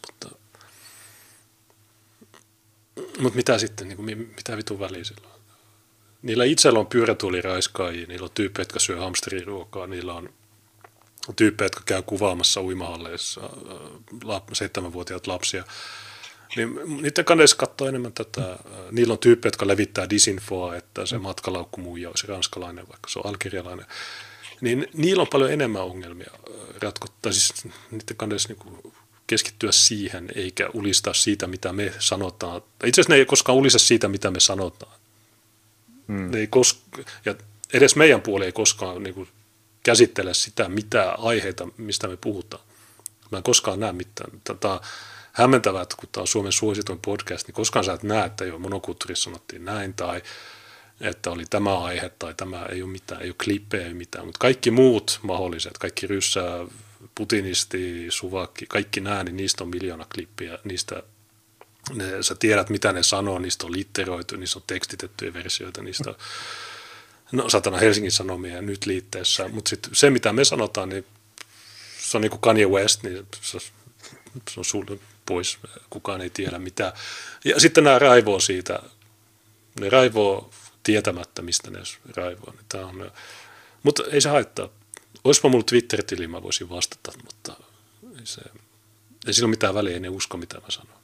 mutta mitä sitten, niin kuin, mitä vitun väliä sillä on? Niillä itsellä on pyörätuoliraiskaajia, niillä on tyyppejä, jotka syö hamsteriruokaa, niillä on tyyppejä, jotka käy kuvaamassa uimahalleissa 7-vuotiaat lapsia. Niin niiden kannattaisi katsoa enemmän tätä. Niillä on tyyppejä, jotka levittää disinfoa, että se matkalaukkumuija olisi ranskalainen, vaikka se on algerialainen. Niin niillä on paljon enemmän ongelmia ratkottaa. Siis niiden kannattaisi niinku keskittyä siihen, eikä ulistaa siitä, mitä me sanotaan. Itse asiassa ne ei koskaan ulise siitä, mitä me sanotaan. Ne ei ja edes meidän puoli ei koskaan niinku käsittele sitä, mitä aiheita, mistä me puhutaan. Mä en koskaan näe mitään. Tämä on hämmentävää, että kun tämä on Suomen suosituin podcast, niin koskaan sä et näe, että jo Monokulttuurissa sanottiin näin, tai että oli tämä aihe, tai tämä ei ole mitään, ei ole klippejä, ei mitään, mutta kaikki muut mahdolliset, kaikki ryssää, putinisti, suvakki, kaikki nämä, niin niistä on 1 miljoona klippiä, niistä sä tiedät, mitä ne sanoo, niistä on litteroitu, niistä on tekstitettyjä versioita, niistä on, no satana Helsingin Sanomia nyt liitteessä, mutta sitten se, mitä me sanotaan, niin se on niin kuin Kanye West, niin se on sulta pois, kukaan ei tiedä mitään. Ja sitten nämä raivoo siitä, ne raivoo tietämättä, mistä ne raivoo. Mutta ei se haittaa. Olisipa mulla Twitter-tili, mä voisin vastata, mutta ei sillä ole mitään väliä, ei ne usko, mitä mä sanon.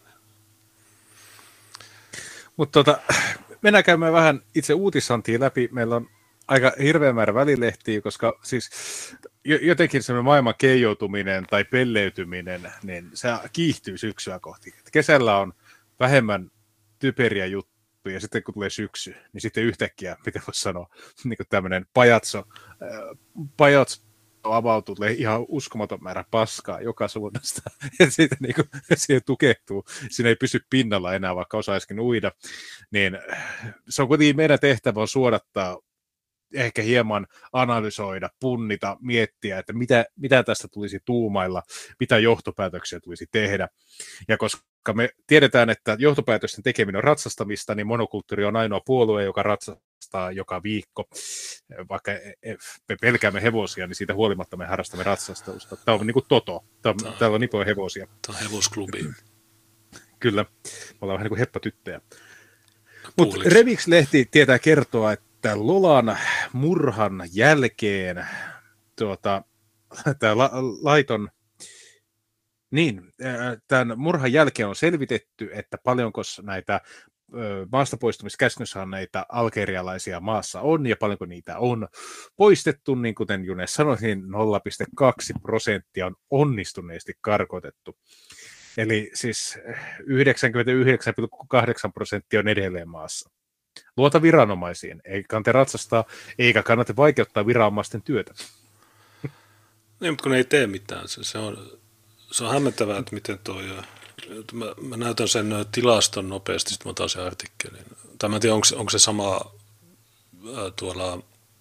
Mutta mennään käymään vähän itse uutisantia läpi. Meillä on aika hirveä määrä välilehtiä, koska siis jotenkin semmoinen maailman keijoutuminen tai pelleytyminen, niin se kiihtyy syksyä kohti. Kesällä on vähemmän typeriä juttuja, ja sitten kun tulee syksy, niin sitten yhtäkkiä, miten voisi sanoa, niin kuin tämmöinen pajatso avautuu, tulee ihan uskomaton määrä paskaa joka suunnasta, ja siitä niin kuin, siihen tukehtuu, siinä ei pysy pinnalla enää, vaikka osaisikin uida, niin se on kuitenkin meidän tehtävä on suodattaa, ehkä hieman analysoida, punnita, miettiä, että mitä tästä tulisi tuumailla, mitä johtopäätöksiä tulisi tehdä. Ja koska me tiedetään, että johtopäätösten tekeminen on ratsastamista, niin Monokulttuuri on ainoa puolue, joka ratsastaa joka viikko. Vaikka me pelkäämme hevosia, niin siitä huolimatta me harrastamme ratsastusta. Tämä on niin kuin Toto. Täällä on niin paljon hevosia. Tämä on hevosklubi. Kyllä. Me ollaan vähän niin kuin heppatyttöjä. Mutta Remix-lehti tietää kertoa, että Lolan murhan jälkeen tämä laiton, niin, tämän murhan jälkeen on selvitetty, että paljonko näitä maastapoistumiskäskyn saaneita algerialaisia maassa on, ja paljonko niitä on poistettu, niin kuten June sanoi, niin 0,2% on onnistuneesti karkotettu. Eli siis 99,8% on edelleen maassa. Luota viranomaisiin, ei kannata ratsastaa, eikä kannata vaikeuttaa viranomaisten työtä. Niin, mutta kun ei tee mitään, se on hämmentävää, että miten mä näytän sen tilaston nopeasti, sitten mä otan sen artikkelin. Tai mä en tiedä, onko se sama tuolla,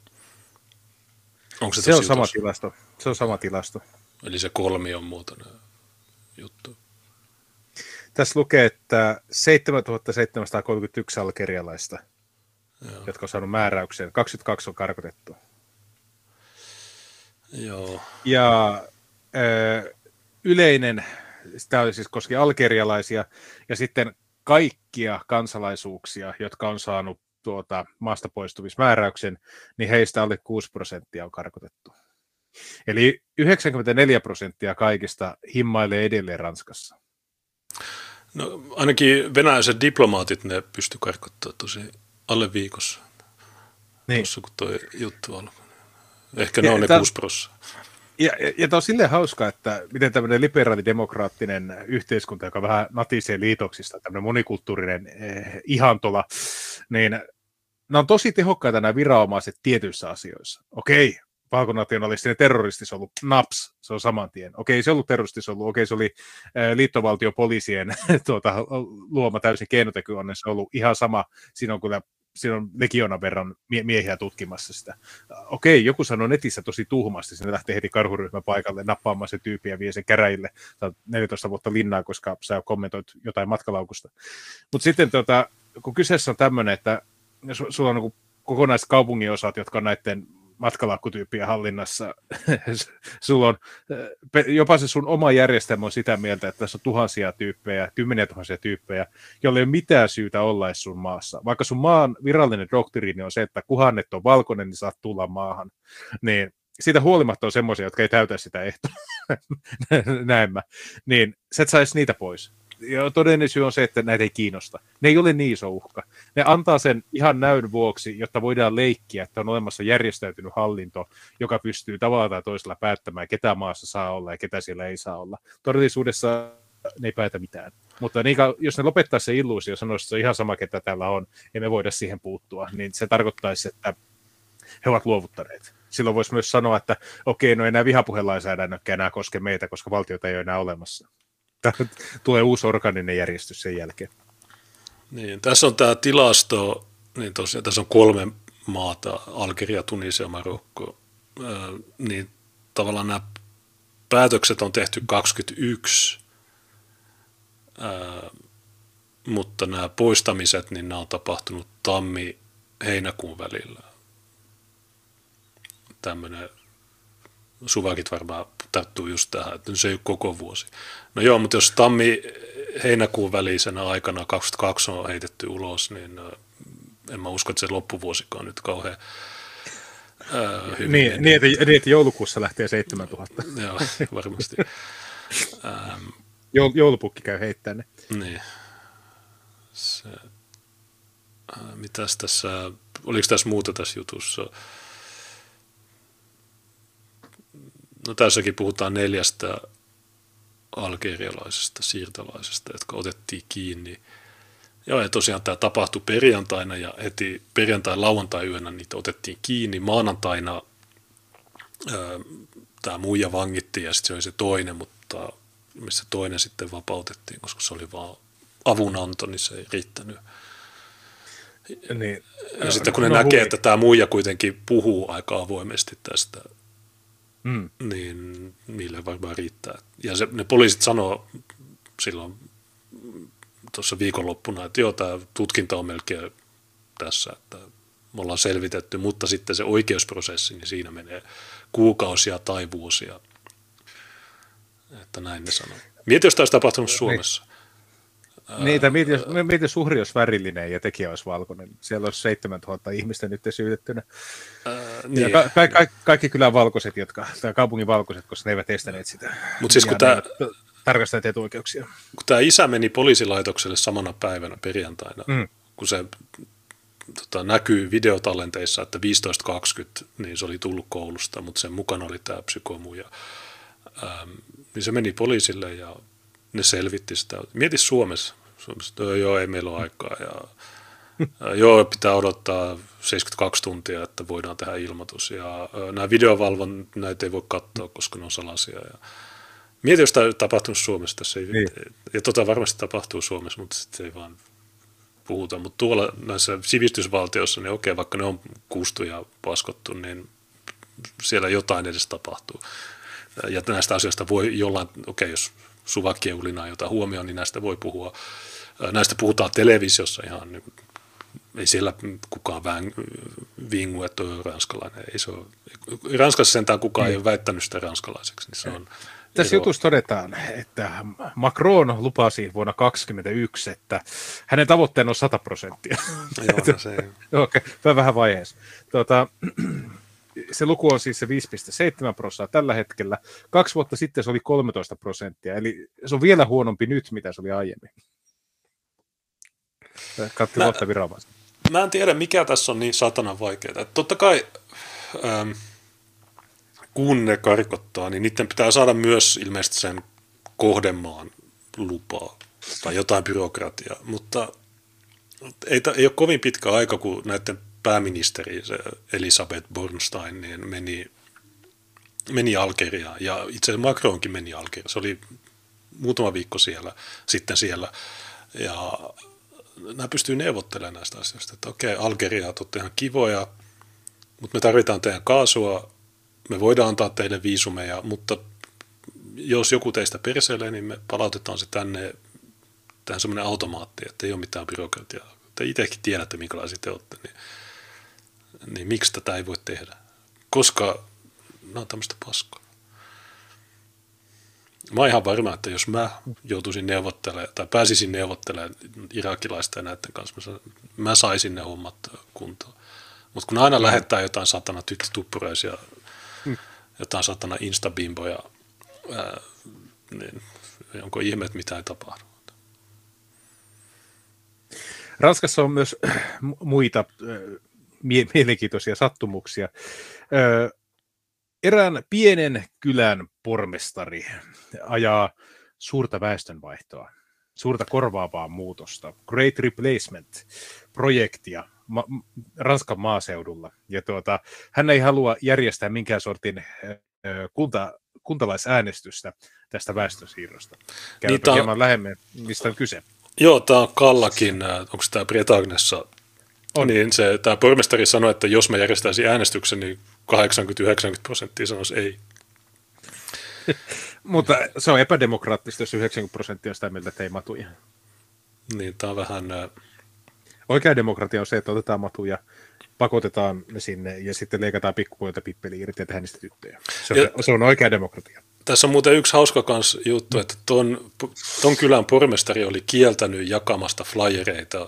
onko se on sama tilasto. Se on sama tilasto. Eli se kolmion muotoinen juttu. Tässä lukee, että 7731 algerialaista, jotka on saanut määräyksen. 22 on karkotettu. Joo. Ja yleinen, tämä siis koski algerialaisia, ja sitten kaikkia kansalaisuuksia, jotka on saanut maasta poistumismääräyksen, niin heistä alle 6% on karkotettu. Eli 94% kaikista himmailee edelleen Ranskassa. No ainakin venäläiset diplomaatit, ne pysty karkottamaan tosi alle viikossa. Niin. Tuossa kun tuo juttu alkoi. Ehkä ne on ne 6%. Ja tämä on silleen hauska, että miten tämmöinen liberaalidemokraattinen yhteiskunta, joka vähän natisee liitoksista, tämmöinen monikulttuurinen ihantola, niin nämä on tosi tehokkaita nämä viranomaiset tietyissä asioissa. Okei, valkonationalistinen terroristis on ollut naps, se on saman tien. Okei, se on ollut terroristis ollut, okei, se oli liittovaltiopoliisien luoma täysin keinotekoinen, se on ollut ihan sama, siinä on legioonan verran miehiä tutkimassa sitä. Okei, joku sanoi netissä tosi tuhmasti, sinne lähtee heti karhuryhmä paikalle nappaamaan se tyyppi ja vie sen käräjille. Sä oot 14 vuotta linnaa, koska sä kommentoit jotain matkalaukusta. Mutta sitten kun kyseessä on tämmöinen, että sulla on kokonaiset kaupunginosat, jotka on näiden matkalakkutyyppien hallinnassa. Sulla on, jopa se sun oma järjestelmä on sitä mieltä, että tässä on tuhansia tyyppejä, 10 000 tyyppejä, joilla ei ole mitään syytä olla edes sun maassa. Vaikka sun maan virallinen doktriini on se, että kunhan et on valkoinen, niin saat tulla maahan. Niin siitä huolimatta on semmoisia, jotka ei täytä sitä ehtoa. Näemmä. Niin sä et saisi niitä pois. Ja todellinen syy on se, että näitä ei kiinnosta. Ne ei ole niin iso uhka. Ne antaa sen ihan näyn vuoksi, jotta voidaan leikkiä, että on olemassa järjestäytynyt hallinto, joka pystyy tavalla tai toisella päättämään, ketä maassa saa olla ja ketä siellä ei saa olla. Todellisuudessa ne ei päätä mitään. Mutta niin, jos ne lopettaisi se illuusio ja sanoisi, että se on ihan sama, ketä täällä on, ja me voida siihen puuttua, niin se tarkoittaisi, että he ovat luovuttaneet. Silloin voisi myös sanoa, että okei, no enää vihapuhelainsäädännökään enää koske meitä, koska valtiota ei ole enää olemassa. Tulee uusi organinen järjestys sen jälkeen. Niin, tässä on tämä tilasto, niin tosiaan tässä on 3 maata, Algeria, Tunisia, Marokko, niin tavallaan nämä päätökset on tehty 21, mutta nämä poistamiset, niin nämä on tapahtunut tammi-heinäkuun välillä. Tämmöinen, suvakit varmaan tarttuu just tähän, että se ei ole koko vuosi. No joo, mutta jos tammi-heinäkuun välisenä aikana 22 on heitetty ulos, niin en mä usko, että se loppuvuosikaan nyt kauhean hyvin. Niin, että joulukuussa lähtee 7000. Joo, varmasti. Joulupukki käy heittämään ne. Niin. Mitäs tässä oliko tässä muuta tässä jutussa? No tässäkin puhutaan 4 algerialaisesta siirtolaisesta, jotka otettiin kiinni. Joo, ja tosiaan tämä tapahtui perjantaina ja heti lauantai-yönä niitä otettiin kiinni. Maanantaina tämä muija vangittiin ja sitten se oli se toinen, mutta missä toinen sitten vapautettiin, koska se oli vaan avunanto, niin se ei riittänyt. Niin, ja sitten kun ne näkee, että tämä muija kuitenkin puhuu aika avoimesti tästä, niin niille varmaan riittää. Ja ne poliisit sanoo silloin tuossa viikonloppuna, että joo, tämä tutkinta on melkein tässä, että me ollaan selvitetty, mutta sitten se oikeusprosessi, niin siinä menee kuukausia tai vuosia. Että näin ne sanoo. Mieti, jos tämä olisi tapahtunut Suomessa. Mieti, jos uhri olisi värillinen ja tekijä olisi valkoinen. Siellä olisi 7000 ihmistä nyt syytettynä. Niin. Ja kaikki kylän valkoiset, kaupungin valkoiset, koska ne eivät estäneet sitä. Mutta siis kun tarkastaneet etuoikeuksia. Kun tämä isä meni poliisilaitokselle samana päivänä perjantaina, kun se näkyy videotallenteissa, että 15.20, niin se oli tullut koulusta, mutta sen mukana oli tämä psykomu. Niin se meni poliisille ja ne selvitti sitä. Mieti Suomessa joo, ei meillä ole aikaa. Joo, pitää odottaa 72 tuntia, että voidaan tehdä ilmoitus. Ja nämä videovalvon, näitä ei voi katsoa, koska ne on salaisia. Mieti, jos tämä tapahtunut Suomessa. Tässä ei, ja varmasti tapahtuu Suomessa, mutta sitten ei vaan puhuta. Mutta tuolla näissä sivistysvaltioissa, niin okei, vaikka ne on kuustu ja paskottu, niin siellä jotain edes tapahtuu. Ja näistä asioista voi jollain, jos suvakkieulinaa jotain huomioon, niin näistä voi puhua. Näistä puhutaan televisiossa ihan, niin ei siellä kukaan vingu, että on ranskalainen. Ei se ole. Ranskassa sentään kukaan ei ole väittänyt sitä ranskalaiseksi. Niin se on tässä jutussa todetaan, että Macron lupasi vuonna 2021, että hänen tavoitteena on 100%. Joo, se ei. Okei, vähän vaiheessa. Se luku on siis se 5,7% tällä hetkellä. 2 vuotta sitten se oli 13%, eli se on vielä huonompi nyt, mitä se oli aiemmin. Katti vuotta viranomaisen. Mä en tiedä, mikä tässä on niin satanan vaikeaa. Totta kai, kun ne karkottaa, niin niiden pitää saada myös ilmeisesti sen kohdemaan lupaa tai jotain byrokratiaa, mutta ei ole kovin pitkä aika, kun näiden pääministeri, se Elisabeth Bornstein, niin meni Algeriaan, ja itse asiassa Macronkin meni Algeriaan. Se oli muutama viikko sitten siellä, ja nämä pystyy neuvottelemaan näistä asioista, että okei, Algeria on ihan kivoja, mutta me tarvitaan teidän kaasua, me voidaan antaa teille viisumeja, mutta jos joku teistä perseilee, niin me palautetaan se tänne tähän semmoinen automaatti, että ei ole mitään byrokratiaa. Te itsekin tiedätte, minkälaisia te olette, niin miksi tätä ei voi tehdä? Koska nämä on tämmöistä paskaa. Mä oon ihan varma, että jos mä joutuisin neuvottelemaan tai pääsisin neuvottelemaan irakilaista ja näiden kanssa, mä saisin ne hommat kuntoon. Mutta kun aina lähettää jotain satana tyttötuppuraisia, jotain satana instabimboja, niin onko ihme, että mitä ei tapahdu? Ranskassa on myös muita mielenkiintoisia sattumuksia. Erään pienen kylän pormestari ajaa suurta väestönvaihtoa, suurta korvaavaa muutosta, Great Replacement-projektia Ranskan maaseudulla. Ja hän ei halua järjestää minkään sortin kuntalaisäänestystä tästä väestönsiirrosta. Käydään hieman lähemmin, mistä on kyse. Joo, tämä on Kallakin, onko tämä Bretagnessa? On. Niin tämä pormestari sanoi, että jos mä järjestäisin äänestyksen, niin 80-90% sanoisi ei. Mutta se on epädemokraattista, jos 90% on sitä mieltä, että ei matuja. Niin, tämä on vähän... Oikea demokratia on se, että otetaan matuja, pakotetaan ne sinne ja sitten leikataan pikkupoilta pippeli irti ja tehdään niistä tyttöjä. Se on oikea demokratia. Tässä on muuten yksi hauska juttu, että ton kylän pormestari oli kieltänyt jakamasta flyereita.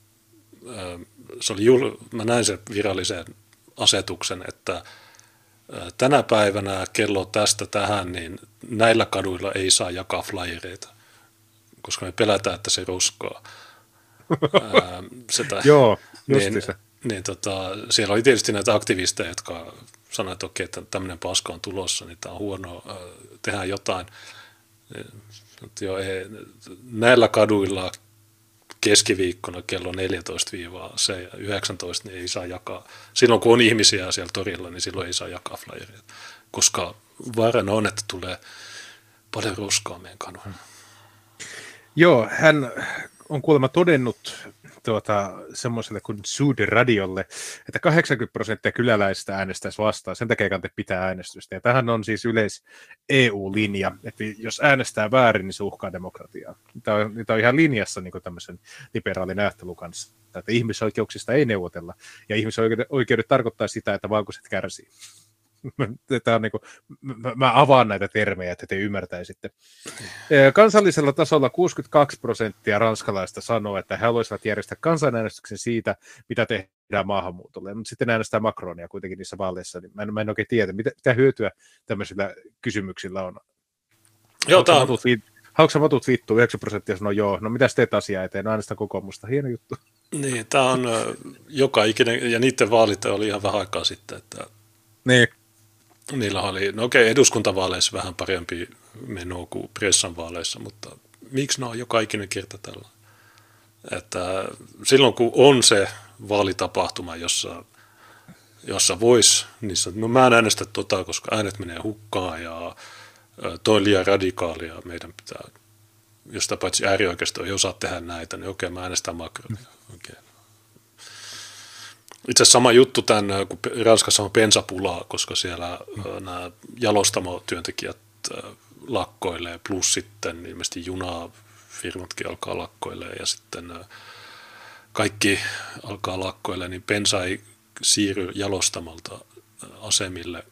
Mä näin sen virallisen asetuksen, että tänä päivänä kello tästä tähän, niin näillä kaduilla ei saa jakaa flyereita, koska me pelätään, että se roskaa. Joo, justiinsa. niin siellä oli tietysti näitä aktivisteja, jotka sanoivat, että okei, että tämmöinen paska on tulossa, niin tämä on huono, tehdään jotain. Jo, ei, näillä kaduilla keskiviikkona kello 14-19 niin ei saa jakaa. Silloin kun on ihmisiä siellä torilla, niin silloin ei saa jakaa flyeria, koska vaarana on, että tulee paljon roskaa meidän kaduilla. Joo, hän on kuulemma todennut semmoiselle kuin Sud-radiolle, että 80% kyläläisistä äänestäisi vastaan, sen takia kannattaa pitää äänestystä. Ja tämähän on siis yleis EU-linja, että jos äänestää väärin, niin se uhkaa demokratiaa. Tämä on ihan linjassa niin kuin tämmöisen liberaalin ajattelun kanssa, että ihmisoikeuksista ei neuvotella, ja ihmisoikeudet tarkoittaa sitä, että valkoiset kärsii. Tämä on niin kuin, mä avaan näitä termejä, että te ymmärtäisitte. Kansallisella tasolla 62% ranskalaista sanoo, että he haluaisivat järjestää kansanäänestyksen siitä, mitä tehdään maahanmuutolle. Mutta sitten äänestää Macronia kuitenkin niissä vaaleissa, niin mä en oikein tiedä, mitä hyötyä tämmöisillä kysymyksillä on. Haluatko sä matut vittu? 9% sanoo joo. No mitäs teet asiaa eteen? Äänestän kokoomusta. Hieno juttu. Niin, tämä on joka ikinen, ja niiden vaalit oli ihan vähän aikaa sitten, että niin. Niillä oli, no okei, eduskuntavaaleissa vähän parempi meno kuin pressan vaaleissa, mutta miksi ne on joka ikinen kerta tällä? Että silloin kun on se vaalitapahtuma, jossa voisi, niin no mä en äänestä koska äänet menee hukkaan ja toi on liian radikaalia, meidän pitää, jos sitä paitsi äärioikeisto ei osaa tehdä näitä, niin okei, mä äänestän Macronia. Okay. Itse asiassa sama juttu tämän, kun Ranskassa on bensapulaa, koska siellä nämä jalostamotyöntekijät lakkoilee, plus sitten ilmeisesti junafirmatkin alkaa lakkoilee ja sitten kaikki alkaa lakkoilee, niin bensa ei siirry jalostamolta asemille.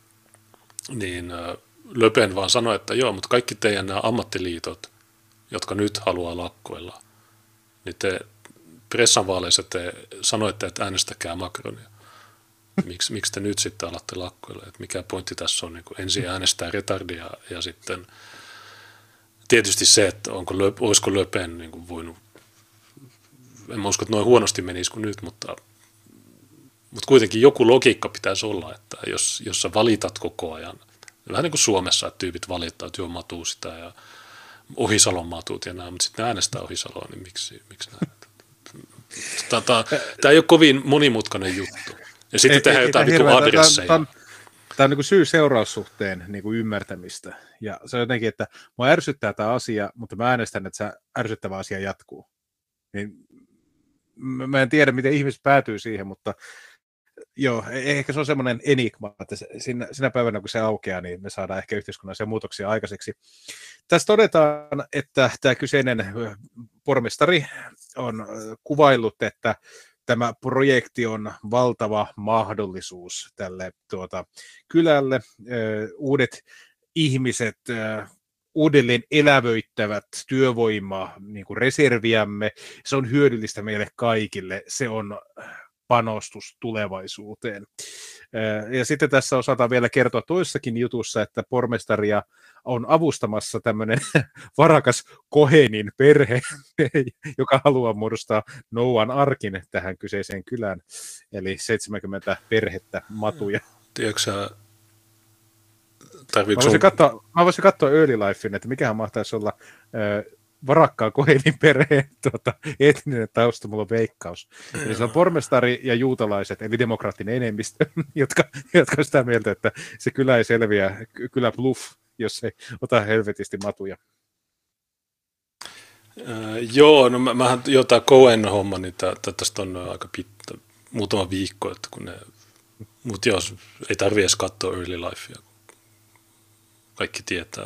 Niin Le Pen vaan sanoi, että joo, mutta kaikki teidän nämä ammattiliitot, jotka nyt haluaa lakkoilla, niin te pressanvaaleissa te sanoitte, että äänestäkää Macronia. Miksi te nyt sitten alatte lakkoilla? Että mikä pointti tässä on? Niin ensin äänestää retardia ja sitten tietysti se, että olisiko Le Pen niin voinut, en mä usko, että noin huonosti menisi kuin nyt, mutta kuitenkin joku logiikka pitäisi olla, että jos sä valitat koko ajan, vähän niin kuin Suomessa, että tyypit valittaa, että joo, matuu sitä ja Ohisalon matut ja nämä, mutta sitten äänestää Ohisaloa, niin miksi näin? Tämä ei ole kovin monimutkainen juttu. Ja sitten tehdään jotain niin adresseja. Tämä on niin syy-seuraussuhteen niin ymmärtämistä. Ja se on jotenkin, että mua ärsyttää tämä asia, mutta mä äänestän, että se ärsyttävä asia jatkuu. Niin, mä en tiedä, miten ihmiset päätyy siihen, mutta joo, ehkä se on semmoinen enigma, että sinä päivänä, kun se aukeaa, niin me saadaan ehkä yhteiskunnallisia muutoksia aikaiseksi. Tässä todetaan, että tämä kyseinen pormestari on kuvaillut, että tämä projekti on valtava mahdollisuus tälle kylälle. Uudet ihmiset uudelleen elävöittävät työvoimaa, niin kuin reserviämme. Se on hyödyllistä meille kaikille. Se on panostus tulevaisuuteen. Ja sitten tässä osataan vielä kertoa toissakin jutussa, että pormestaria on avustamassa tämmöinen varakas Cohenin perhe, joka haluaa muodostaa Noan arkin tähän kyseiseen kylään, eli 70 perhettä matuja. Tiedätkö sä, mä voisin katsoa Early Lifein, että mikähän mahtaisi olla varakkaan Cohenin perheen etninen tausta, mulla on veikkaus. Eli se on pormestari ja juutalaiset, eli demokraattinen enemmistö, jotka on sitä mieltä, että se kylä ei selviä, kylä bluff, jos ei ota helvetisti matuja. Joo, no mähän tämä Cohen-homma, niin tästä on aika pitkä, muutama viikko, että kun ne, mutta jos ei tarvitse edes katsoa Early Lifea, kaikki tietää.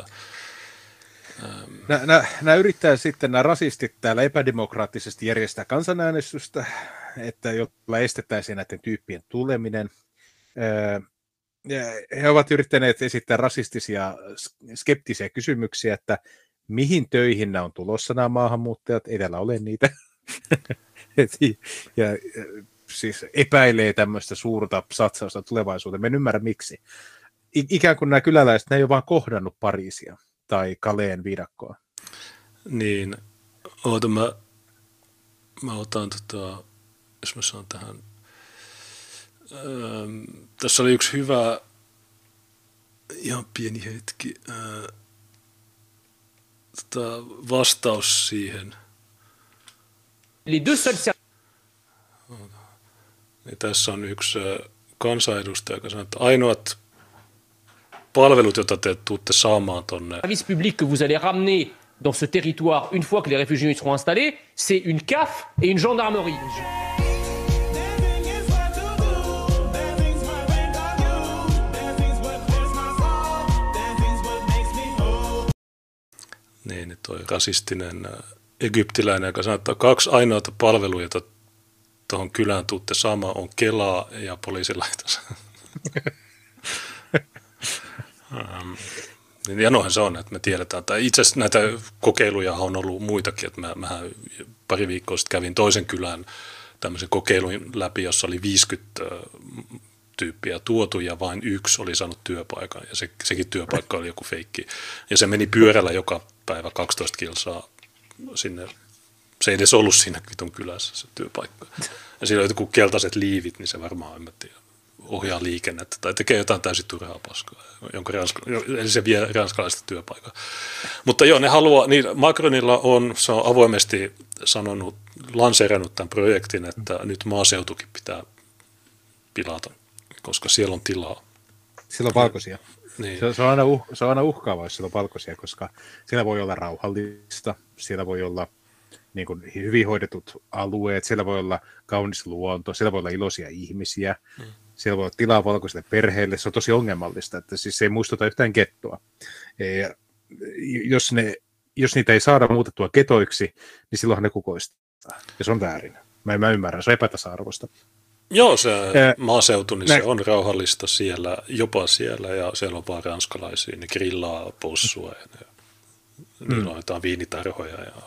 Nämä yrittää sitten, nämä rasistit täällä epädemokraattisesti järjestää kansanäänestystä, että jolla estettäisiin näiden tyyppien tuleminen. He ovat yrittäneet esittää rasistisia, skeptisiä kysymyksiä, että mihin töihin nämä on tulossa nämä maahanmuuttajat, ei täällä ole niitä. ja siis epäilee tämmöistä suurta satsausta tulevaisuuteen. Me en ymmärrä miksi. Ikään kuin nämä kyläläiset, ne ei ole vaan kohdannut Pariisia tai Caleen viidakkoa. Niin, mä otan jos mä saan tähän. Tässä oli yksi hyvä, ihan pieni hetki, vastaus siihen. Les deux seuls Ja tässä on yksi kansanedustaja, joka sanoo, että ainoat palvelut, joita te tuutte saamaan tuonne services publics que vous allez ramener dans ce territoire une fois que les réfugiés seront installés, c'est une CAF et une gendarmerie. niin toi rasistinen egyptiläinen, joka sanoo, että 2 ainoata palvelua, joita tuohon kylään tuutte saamaan, on Kelaa ja poliisilaitos. Ja noinhan se on, että me tiedetään. Tai itse asiassa näitä kokeiluja on ollut muitakin. Että mähän pari viikkoa sitten kävin toisen kylän tämmöisen kokeilun läpi, jossa oli 50 tyyppiä tuotu ja vain 1 oli saanut työpaikan. Ja sekin työpaikka oli joku feikki. Ja se meni pyörällä joka päivä 12 kilsaa sinne. Se ei edes ollut siinä vitun kylässä se työpaikka. Ja siinä oli joku keltaiset liivit, niin se varmaan, en mä tiedä, ohjaa liikennettä tai tekee jotain täysin turhaa paskaa, eli se vie ranskalaista työpaikkaa. Mutta joo, ne haluaa, niin Macronilla se on avoimesti sanonut, lanseerannut tämän projektin, että nyt maaseutukin pitää pilata, koska siellä on tilaa. Siellä on valkoisia. Niin. Se on aina uhkaavaa, jos siellä on valkoisia, koska siellä voi olla rauhallista, siellä voi olla niin kuin hyvin hoidetut alueet, siellä voi olla kaunis luonto, siellä voi olla iloisia ihmisiä, siellä voi olla tilaa valkoisille perheille, se on tosi ongelmallista, että siis se ei muistuta yhtään gettoa. Ja jos niitä ei saada muutettua ketoiksi, niin silloinhan ne kukoistaa, ja se on väärin. Mä ymmärrän, se on epätasa-arvoista. Joo, se maaseutu, niin se on rauhallista siellä, jopa siellä, ja siellä on vaan ranskalaisia, ne grillaa possua, ja niillä on jotain viinitarhoja, ja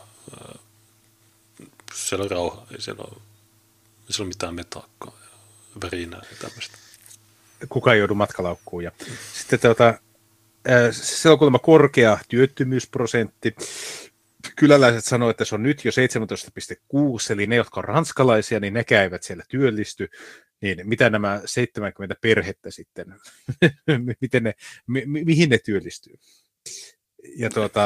siellä on rauha, ei siellä ole mitään metakkaa ja värinää ja tämmöistä. Kukaan ei joudu matkalaukkuun. Ja sitten siellä on kuulemma korkea työttömyysprosentti. Kyläläiset sanoo, että se on nyt jo 17,6, eli ne, jotka on ranskalaisia, niin nekään eivät siellä työllisty. Niin mitä nämä 70 perhettä sitten, mihin ne työllistyy? Ja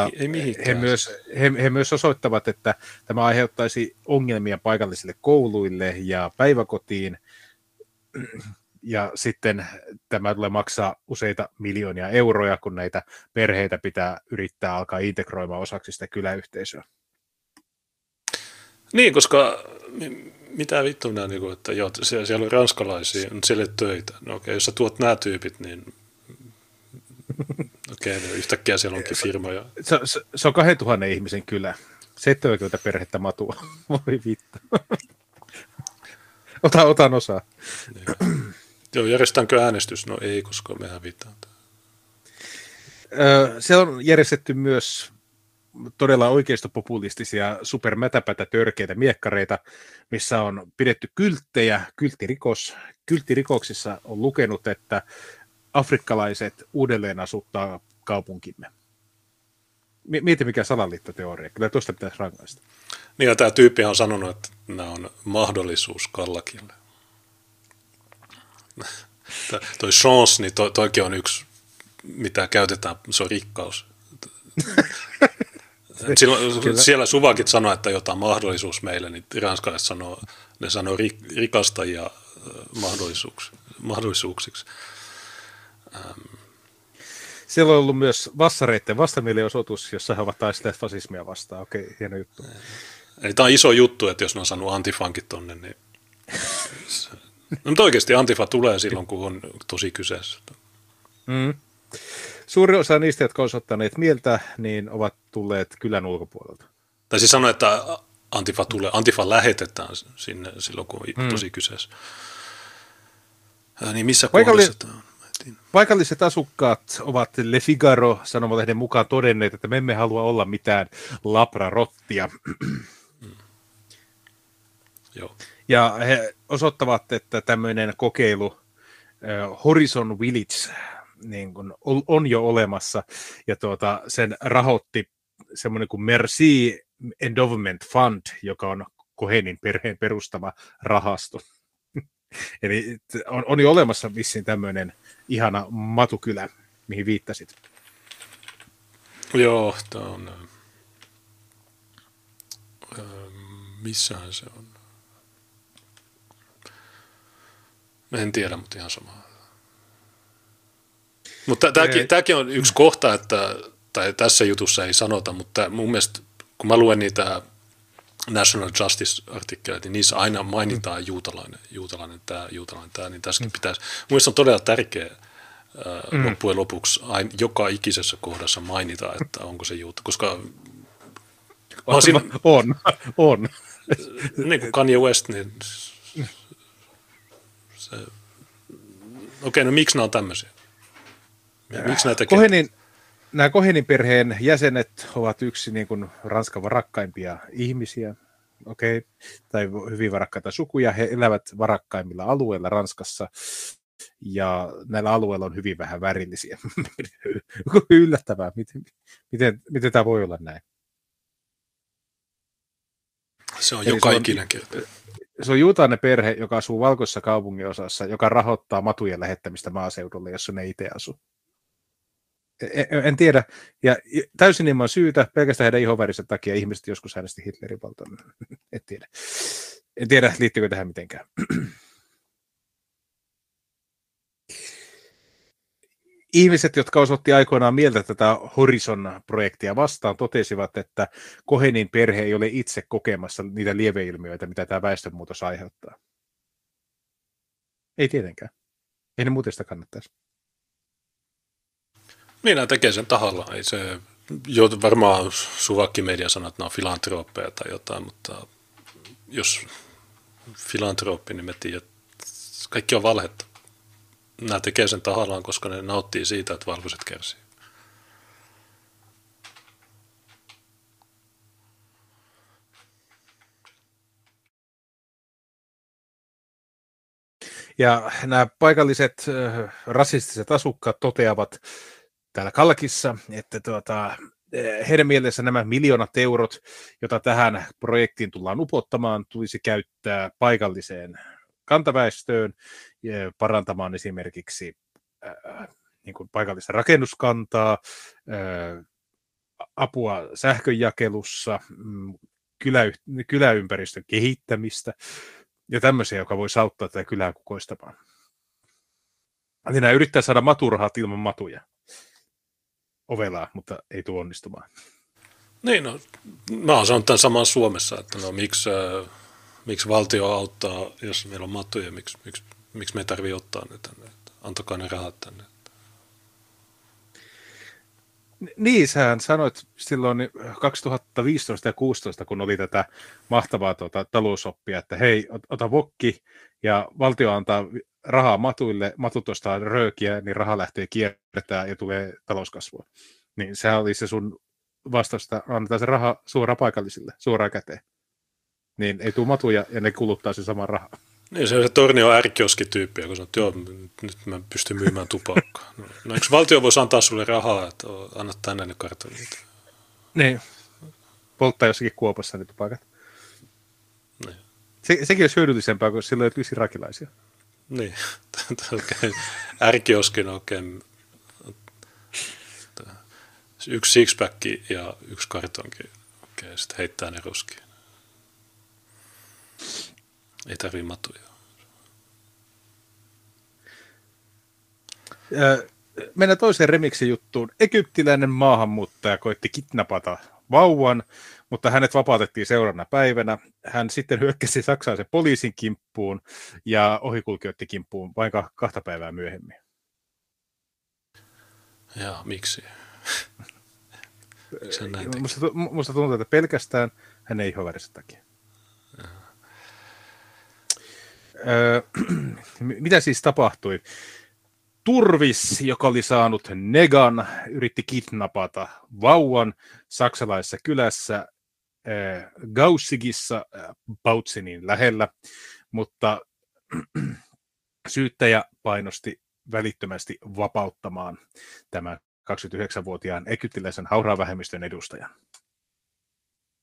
he myös osoittavat, että tämä aiheuttaisi ongelmia paikallisille kouluille ja päiväkotiin, ja sitten tämä tulee maksaa useita miljoonia euroja, kun näitä perheitä pitää yrittää alkaa integroimaan osaksi sitä kyläyhteisöä. Niin, koska mitä vittu minä, että joo, siellä on ranskalaisia, mutta siellä ei töitä. No okei, jos sä tuot nämä tyypit, niin okei, yhtäkkiä siellä onkin firmoja. Se on 2000 ihmisen kylä. 70 perhettä matua. Voi vittu. Otan osaa. Joo, järjestetäänkö äänestys? No ei, koska me hävitään. Se on järjestetty myös todella oikeistopopulistisia supermätäpätä törkeitä miekkareita, missä on pidetty kylttejä, kylttirikoksissa on lukenut, että afrikkalaiset uudelleen asuttaa kaupunkimme. Mieti mikä salaliittoteoria, kyllä tuosta pitäisi rangaista. Niin ja tämä tyyppi on sanonut, että nämä on mahdollisuus Kallakille. Toi chance, niin toikin on yksi, mitä käytetään, se on rikkaus. Siellä suvakit sanoo, että jotain mahdollisuus meille, niin ranskalaiset sanoo rikastajia mahdollisuuksiksi. Siellä on ollut myös vassareiden vastamielenosoitus, jossa he ovat taistelleet fasismia vastaan. Okei, hieno juttu. Eli tämä on iso juttu, että jos ne on saanut antifankit tonne, niin no, mutta oikeasti antifa tulee silloin, kun on tosi kyseessä. Suuri osa niistä, jotka ovat osoittaneet mieltä, niin ovat tulleet kylän ulkopuolelta. Tai siis sanoa, että antifa lähetetään sinne silloin, kun on tosi kyseessä. Niin missä kohdassa tämä on? Paikalliset asukkaat ovat Le Figaro -sanomalehden mukaan todenneet, että me emme halua olla mitään labrarottia. Joo. Ja he osoittavat, että tämmöinen kokeilu Horizon Village niin kuin on jo olemassa, ja sen rahoitti semmoinen kuin Merci Endowment Fund, joka on Cohenin perheen perustama rahasto. Eli on jo olemassa vissiin tämmöinen ihana matukylä, mihin viittasit. Joo, tämä on... missähän se on? En tiedä, mutta ihan sama. Mutta tämäkin on yksi kohta, tai tässä jutussa ei sanota, mutta mun mielestä, kun mä luen niitä National Justice-artikkeleita, niin niissä aina mainitaan juutalainen tämä, niin tässäkin pitäisi. Mun mielestä on todella tärkeää loppujen lopuksi joka ikisessä kohdassa mainita, että onko se juuta, koska on. Niin kuin Kanye West, niin se... Okei, no miksi nämä on tämmöisiä? Miksi nämä tekee? Nämä Cohenin perheen jäsenet ovat yksi niin kuin Ranskan varakkaimpia ihmisiä, tai hyvin varakkaita sukuja. He elävät varakkaimmilla alueilla Ranskassa, ja näillä alueilla on hyvin vähän värillisiä. Yllättävää, miten tämä voi olla näin. Se on joka ikinen kerta. Se on juutalainen perhe, joka asuu valkoisessa kaupunginosassa, joka rahoittaa matujen lähettämistä maaseudulle, jossa ne itse asuu. En tiedä, ja täysin ilman syytä, pelkästään heidän ihonvärisen takia ihmiset joskus äänesti Hitlerin valtaan. En tiedä, liittyykö tähän mitenkään. Ihmiset, jotka osoitti aikoinaan mieltä tätä Horizon-projektia vastaan, totesivat, että Cohenin perhe ei ole itse kokemassa niitä lieveilmiöitä, mitä tämä väestönmuutos aiheuttaa. Ei tietenkään. Ei ne muuten sitä kannattaisi. Niin, nämä tekee sen tahallaan. Ei se, varmaan suvakkimedia sanoo, että nämä on filantrooppeja tai jotain, mutta jos filantrooppi, niin me tiedät, että kaikki on valhetta. Nämä tekee sen tahallaan, koska ne nauttii siitä, että valkoiset kärsii. Ja nämä paikalliset rasistiset asukkaat toteavat täällä Kalkissa, että heidän mielessä nämä 1 000 000 eurot, jota tähän projektiin tullaan upottamaan, tulisi käyttää paikalliseen kantaväestöön, parantamaan esimerkiksi niin kuin paikallista rakennuskantaa, apua sähkönjakelussa, kyläympäristön kehittämistä ja tämmöisiä, joka voisi auttaa tätä kylää kukoistamaan. Eli nämä yrittää saada maturahat ilman matuja. Ovelaa, mutta ei tule onnistumaan. Niin, no, mä oon sanonut tämän saman Suomessa, että no miksi valtio auttaa, jos meillä on matuja, miksi me ei tarvitse ottaa ne tänne, antakaa ne rahat tänne. Niin, sähän sanoit silloin 2015 ja 2016, kun oli tätä mahtavaa talousoppia, että hei, ota vokki ja valtio antaa rahaa matuille, matut ostaa röökiä, niin raha lähtee kiertämään ja tulee talouskasvua. Niin sehän oli se sun vastausta, annetaan se raha suoraan paikallisille, suoraan käteen. Niin ei tule matuja ja ne kuluttaa sen saman rahaa. Niin, se on se Tornio ärkioski-tyyppi, joka sanoo, että joo, nyt mä pystyn myymään tupakkaa. No eikö valtio voisi antaa sulle rahaa, että anna tänne ne kartonit? Niin, polttaa jossakin kuopassa ne tupakat. Niin. Sekin olisi hyödyllisempää, kun silloin ei olisi irakilaisia. Niin, ärkioskin oikein. Yksi sixpack ja yksi kartonki. Okei, sitten heittää ne roskiin. Ei tarvitse matuja. Mennään toiseen remiksen juttuun. Egyptiläinen maahanmuuttaja koitti kidnapata vauvan, mutta hänet vapautettiin seuraavana päivänä. Hän sitten hyökkäsi saksalaisen poliisin kimppuun ja ohikulkijoiden kimppuun vain 2 päivää myöhemmin. Jaa, miksi? Musta tuntuu, että pelkästään hän ei ihonvärinsä takia. Mitä siis tapahtui? Turvis, joka oli saanut negan, yritti kidnapata vauvan saksalaisessa kylässä Gaussigissa Bautzinin lähellä, mutta syyttäjä painosti välittömästi vapauttamaan tämän 29-vuotiaan egyptiläisen hauraavähemmistön edustajan.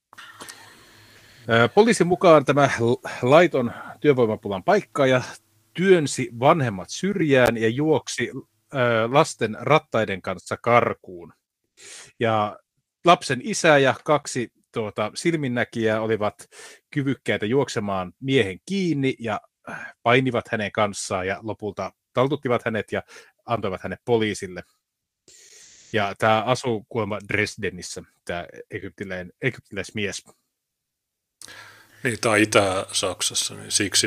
Poliisin mukaan tämä laiton työvoimapulan paikkaaja työnsi vanhemmat syrjään ja juoksi lasten rattaiden kanssa karkuun. Ja lapsen isä ja 2 silminnäkijää olivat kyvykkäitä juoksemaan miehen kiinni ja painivat hänen kanssaan ja lopulta taltuttivat hänet ja antoivat hänet poliisille. Ja tämä asuu kuulemma Dresdenissä, tämä egyptiläismies. Niin, tämä on Itä-Saksassa, niin siksi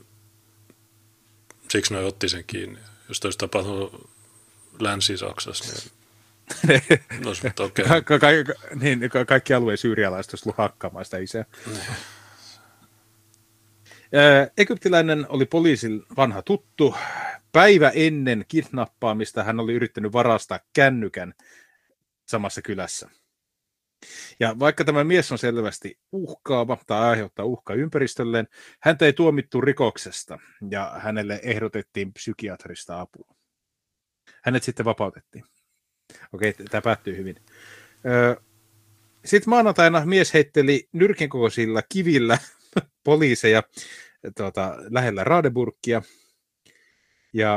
noi otti sen kiinni. Jos olisi tapahtunut Länsi-Saksassa, niin olisi okei. Niin, kaikki alueen syyrialaiset olisi ollut hakkaamaan sitä isää. Egyptiläinen oli poliisin vanha tuttu. Päivä ennen kidnappaamista hän oli yrittänyt varastaa kännykän samassa kylässä. Ja vaikka tämä mies on selvästi uhkaava tai aiheuttaa uhkaa ympäristölleen, häntä ei tuomittu rikoksesta ja hänelle ehdotettiin psykiatrista apua. Hänet sitten vapautettiin. Okei, tämä päättyy hyvin. Sitten maanantaina mies heitteli nyrkinkokoisilla kivillä poliiseja lähellä Radeburgia. Ja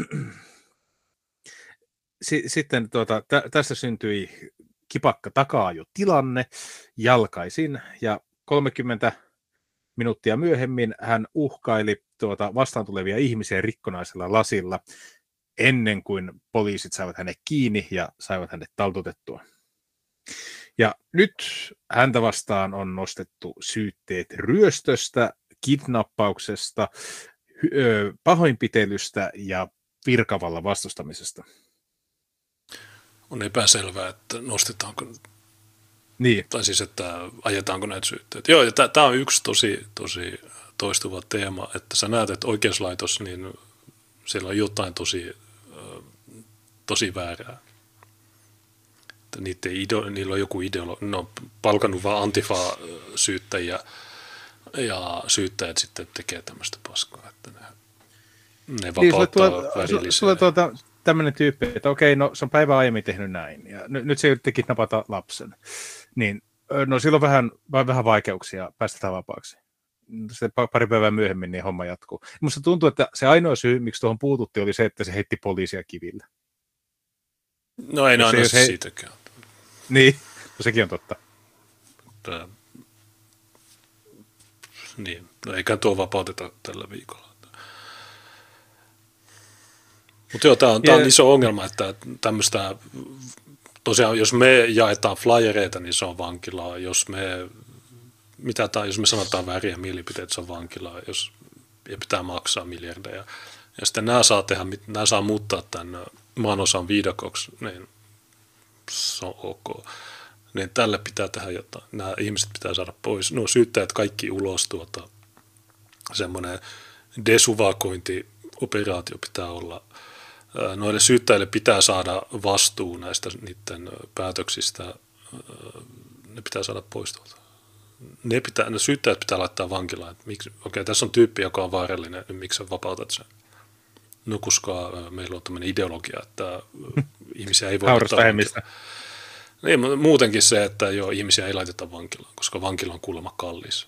sitten tästä syntyi kipakka taka-ajotilanne jalkaisin, ja 30 minuuttia myöhemmin hän uhkaili vastaan tulevia ihmisiä rikkonaisella lasilla ennen kuin poliisit saivat hänet kiinni ja saivat hänet taltutettua. Ja nyt häntä vastaan on nostettu syytteet ryöstöstä, kidnappauksesta, pahoinpitelystä ja virkavallan vastustamisesta. On epäselvää, että nostetaanko, niin. Tai siis, että ajetaanko näitä syytteitä. Joo, ja tämä on yksi tosi toistuva teema, että sä näet, että oikeuslaitos, niin siellä on jotain tosi väärää. Että niillä on joku ideologia, ne on palkannut vaan Antifa-syyttäjiä, ja syyttäjät sitten tekee tämmöistä paskaa, että ne vapauttaa välillisiä. Sulla tämmöinen tyyppi, että okei, no se on päivän aiemmin tehnyt näin, ja nyt se yritti kidnapata lapsen. Niin, no silloin vähän vaikeuksia päästä vapaaksi. Sitten pari päivää myöhemmin niin homma jatkuu. Minusta tuntuu, että se ainoa syy, miksi tuohon puututtiin, oli se, että se heitti poliisia kivillä. No ei aina siitäkään. Niin, no sekin on totta. Niin, no eikä tuo vapauteta tällä viikolla. Mutta joo, tämä on iso ongelma, että tämmöistä, tosiaan jos me jaetaan flyereita, niin se on vankilaa. Jos me sanotaan vääriä mielipiteitä, se on vankilaa, ja pitää maksaa miljardeja. Ja sitten nämä saa muuttaa tämän maanosan viidakoksi, niin se on ok. Niin tälle pitää tehdä jotain. Nämä ihmiset pitää saada pois. No syyttäjät kaikki ulos semmoinen desuvakointioperaatio pitää olla. Noille syyttäjille pitää saada vastuu näistä niiden päätöksistä. Ne pitää saada pois tuolta. Ne syyttäjät pitää laittaa vankilaan. Okei, tässä on tyyppi, joka on vaarallinen, niin miksi sä vapautat sen? No, koska meillä on tämmöinen ideologia, että ihmisiä ei voi laittaa vankilaan. Niin, muutenkin se, että ihmisiä ei laiteta vankilaan, koska vankila on kuulemma kallis.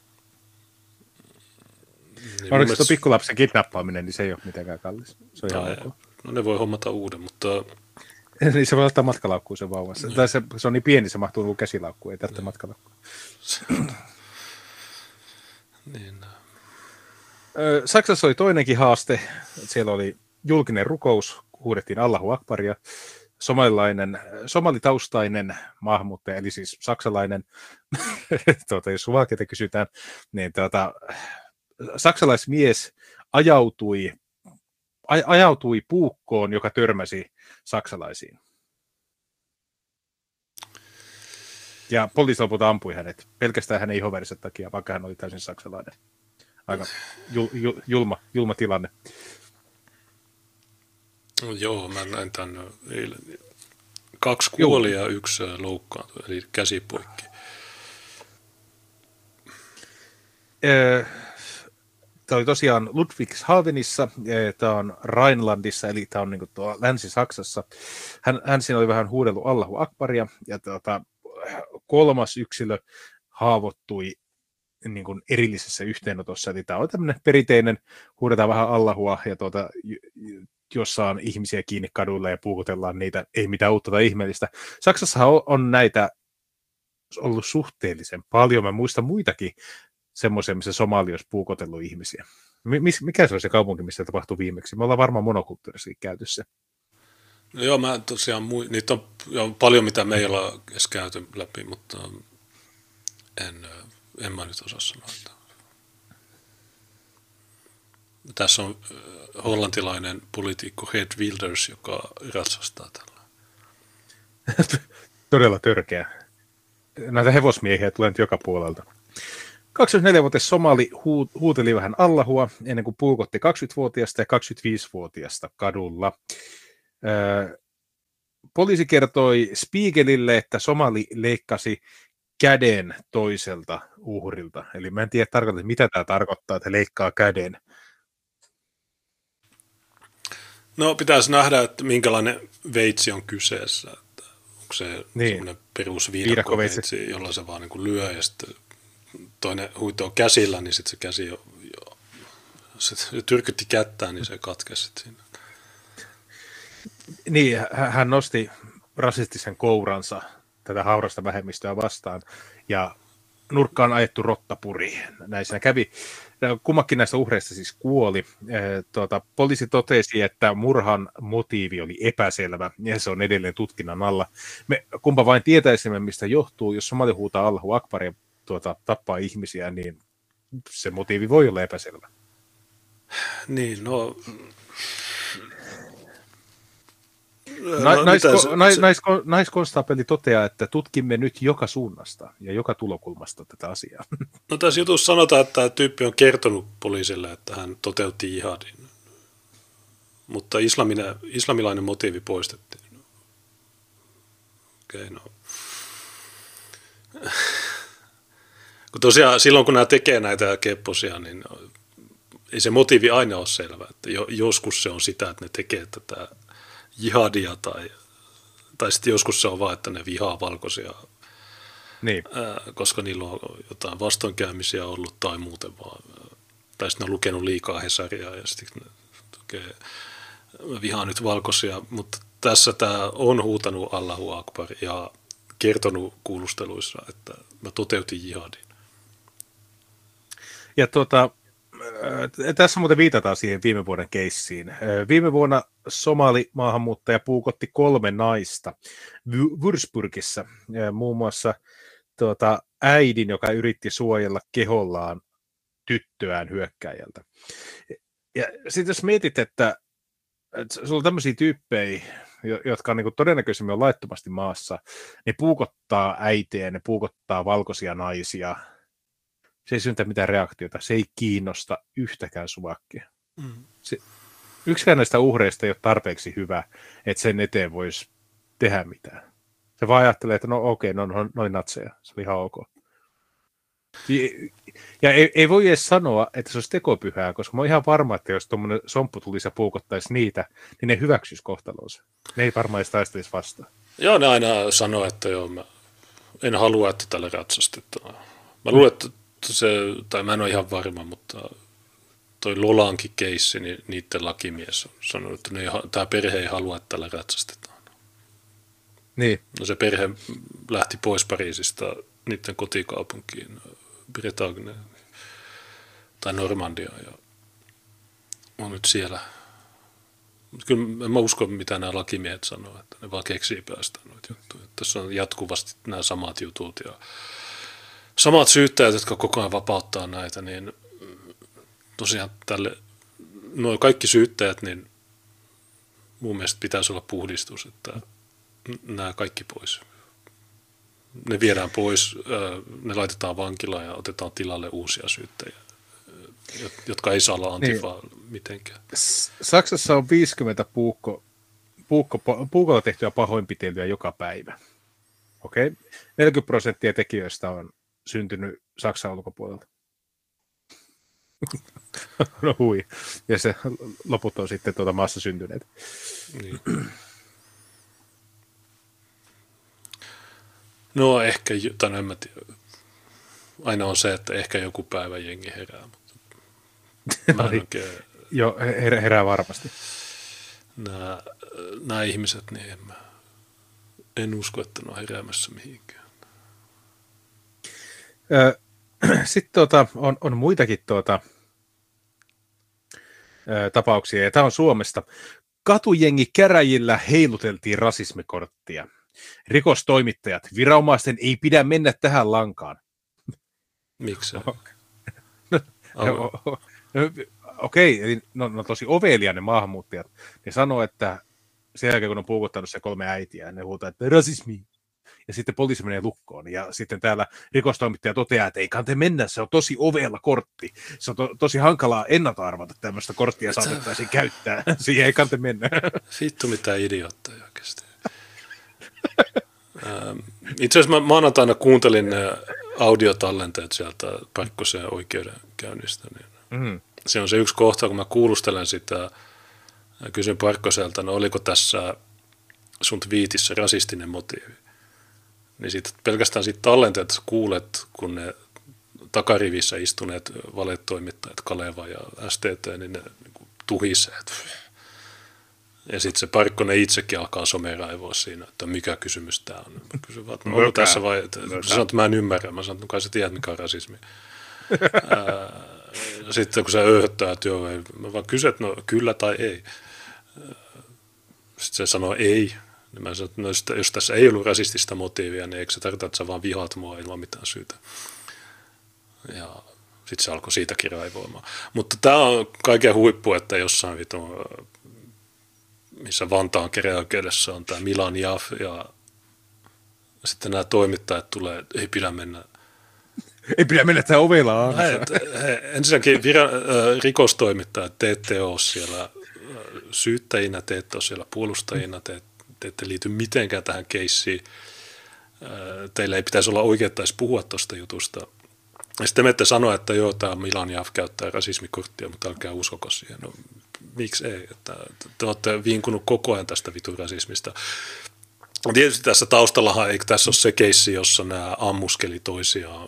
Niin oliko se pikkulapsen kidnappaaminen, niin se ei ole mitenkään kallis. Se on ihan ok. No ne voi hommata uuden, mutta... niin se voi ottaa matkalaukkuun sen vauvassa. Tai se on niin pieni, se mahtuu käsilaukkuun, ei tarvitse matkalaukkuun. niin. Saksassa oli toinenkin haaste. Siellä oli julkinen rukous, huudettiin Allahu Akbaria. Somalitaustainen maahanmuuttaja, eli siis saksalainen, jos suvakeita kysytään, niin saksalaismies ajautui puukkoon, joka törmäsi saksalaisiin. Ja poliisi lopulta ampui hänet, pelkästään hänen ihovärinsä takia, vaikka hän oli täysin saksalainen. Aika julma tilanne. Joo, mä näin tämän eilen. 2 kuoli ja 1 loukkaantui, eli käsipoikki. Tämä oli tosiaan Ludwigshavenissa, tämä on Rhinelandissa, eli tämä on niin tuolla Länsi-Saksassa. Hän siinä oli vähän huudellut Allahu Akbaria, ja 3. yksilö haavoittui niin kuin erillisessä yhteenotossa. Eli tämä on tämmöinen perinteinen, huudetaan vähän Allahua ja jossa on ihmisiä kiinni kaduilla ja puukotellaan niitä, ei mitään uutta tai ihmeellistä. Saksassahan on näitä ollut suhteellisen paljon. Mä muistan muitakin semmoisia, missä Somali olisi puukotellut ihmisiä. Mikä se on se kaupunki, missä tapahtui viimeksi? Me ollaan varmaan monokulttuurisesti käytössä. No joo, mä tosiaan, niitä on paljon, mitä me ei olla edes käyty läpi, mutta en mä nyt osaa sanoa. Tässä on hollantilainen poliitikko Geert Wilders, joka ratsastaa tällä. Todella törkeä. Näitä hevosmiehiä tulee nyt joka puolelta. 24-vuotias somali huuteli vähän Allahua ennen kuin puukotti 20-vuotiaasta ja 25-vuotiaasta kadulla. Poliisi kertoi Spiegelille, että somali leikkasi käden toiselta uhrilta. Eli mä en tiedä tarkalleen, mitä tämä tarkoittaa, että leikkaa käden. No pitäisi nähdä, että minkälainen veitsi on kyseessä. Että onko se semmoinen perusviidakkoveitsi, jolla se vaan niin kuin lyö ja sitten toinen huitoo käsillä, niin sitten se käsi se tyrkytti kättään, niin se katkesi siinä. Niin, hän nosti rasistisen kouransa tätä haurasta vähemmistöä vastaan, ja nurkkaan ajettu rottapuri. Näin siinä kävi. Kummakin näistä uhreista siis kuoli. Poliisi totesi, että murhan motiivi oli epäselvä, ja se on edelleen tutkinnan alla. Me kumpa vain tietäisimme, mistä johtuu. Jos somali huutaa Allahu Akbar ja tappaa ihmisiä, niin se motiivi voi olla epäselvä. Niin, no... Naiskonstaapeli toteaa, että tutkimme nyt joka suunnasta ja joka tulokulmasta tätä asiaa. No tässä jutussa sanotaan, että tämä tyyppi on kertonut poliisille, että hän toteutti jihadin, mutta islamilainen motiivi poistettiin. Okei, no. Kun tosiaan silloin, kun nämä tekee näitä kepposia, niin ei se motiivi aina ole selvä. Että joskus se on sitä, että ne tekee tätä jihadia tai sitten joskus se on vaan, että ne vihaa valkoisia, niin. Koska niillä on jotain vastoinkäymisiä ollut tai muuten vaan. Tai sitten ne on lukenut liikaa Hesaria ja sitten ne vihaa nyt valkoisia, mutta tässä tämä on huutanut Allahu Akbar ja kertonut kuulusteluissa, että mä toteutin jihadin. Ja tässä muuten viitataan siihen viime vuoden keissiin. Viime vuonna somali maahanmuuttaja puukotti 3 naista Würzburgissa, muun muassa äidin, joka yritti suojella kehollaan tyttöään hyökkääjältä. Ja sitten jos mietit, että sulla on tämmöisiä tyyppejä, jotka on niin kuin todennäköisemmin on laittomasti maassa, ne puukottaa äitejä, ne puukottaa valkoisia naisia. Se ei synnytä mitään reaktiota, se ei kiinnosta yhtäkään suvakkia. Yksikään näistä uhreista ei ole tarpeeksi hyvä, että sen eteen voisi tehdä mitään. Se vaan ajattelee, että no okei, no noin natseja, se oli ihan ok. Ja ei voi edes sanoa, että se olisi tekopyhää, koska mä oon ihan varma, että jos tuommoinen somppu tulisi ja puukottaisi niitä, niin ne hyväksyisi kohtalonsa. Ne ei varmaan edes taistelisi vastaan. Joo, ne aina sanoo, että joo, mä en halua, että tällä ratsastetaan. Mä luulen, että tai mä en ole ihan varma, mutta toi Lolankin keissi, niin niiden lakimies on sanonut, että tämä perhe ei halua, että tällä ratsastetaan. Niin. No se perhe lähti pois Pariisista niiden kotikaupunkiin Bretagne tai Normandiaan ja on nyt siellä. Mutta kyllä en mä usko, mitä nämä lakimiehet sanoo, että ne vaan keksii päästä noita juttuja. Tässä on jatkuvasti nämä samat jutut ja samat syyttäjät, jotka koko ajan vapauttaa näitä, niin tosiaan nuo kaikki syyttäjät, niin mun mielestä pitäisi olla puhdistus, että nämä kaikki pois. Ne viedään pois, ne laitetaan vankilaan ja otetaan tilalle uusia syyttäjiä, jotka ei saa olla antifaa mitenkään. Saksassa on 50 puukolla tehtyä pahoinpitelyä joka päivä. Okei. 40% tekijöistä on syntynyt Saksan ulkopuolelta. No hui. Ja se loput on sitten maassa syntyneet. Niin. No ehkä, tai en mä tiedä. Aina on se, että ehkä joku päivä jengi herää, mutta mä en oikein... Joo, herää varmasti. Nämä ihmiset, niin en usko, että ne on heräämässä mihinkään. Sitten on muitakin tapauksia, ja tämä on Suomesta. Katujengi käräjillä heiluteltiin rasismikorttia. Rikostoimittajat, viranomaisten ei pidä mennä tähän lankaan. Miksi? Okei, eli no tosi ovelia ne maahanmuuttajat. Ne sanoo, että sen jälkeen kun on puukottanut se 3 äitiä, ne huutaa, että rasismi. Ja sitten poliisi menee lukkoon. Ja sitten täällä rikostoimittaja toteaa, että ei kante mennä, se on tosi ovella kortti. Se on tosi hankalaa ennalta arvata tämmöistä korttia saatettaisiin käyttää. Siihen ei kante mennä. Vittu mitä idiootteja oikeasti. Itse asiassa mä maanantaina kuuntelin ne audiotallenteet sieltä Parkkosen oikeudenkäynnistä. Niin se on se yksi kohta, kun mä kuulustelen sitä, kysyn Parkkoselta, no oliko tässä sun twiitissä rasistinen motiivi. Niin pelkästään siitä tallenteet kuulet, kun ne takarivissä istuneet valetoimittajat Kaleva ja STT, niin ne niin tuhisee. Ja sitten se Parkkonen itsekin alkaa someraivoa siinä, että mikä kysymys tämä on. Mä kysyn vaan, että onko tässä vai... Se sanoo, että mä en ymmärrä. Mä sanon, että kai sä tiedät, mikä on rasismi. Sitten kun se öyhöttää, että joo, mä vaan kysyn, että no kyllä tai ei. Sitten se sanoo ei. Niin mä sanon, että no, jos tässä ei ollut rasistista motiivia, niin eikö se tarkoita, että sä vaan vihaat mua ilman mitään syytä. Ja sitten se alkoi siitäkin raivoamaan. Mutta tämä on kaiken huippu, että jossain missä Vantaan käräjäoikeudessa on tämä Milan Jaf ja sitten nämä toimittajat tulee, ei pidä mennä. Ei pidä mennä tähän ovelaan. Ensinnäkin rikostoimittajat, te ette ole siellä syyttäjinä, te ette ole siellä puolustajina, te ette liity mitenkään tähän keissiin. Teillä ei pitäisi olla oikeutta edes puhua tuosta jutusta. Ja sitten me ette sanoa, että joo, tämä Milan Jaf käyttää rasismikorttia, mutta älkää uskoko siihen. No, miksi ei? Että te olette vinkunut koko ajan tästä vitun rasismista. Tietysti tässä taustallahan, eikö tässä ole se keissi, jossa nämä ammuskeli toisiaan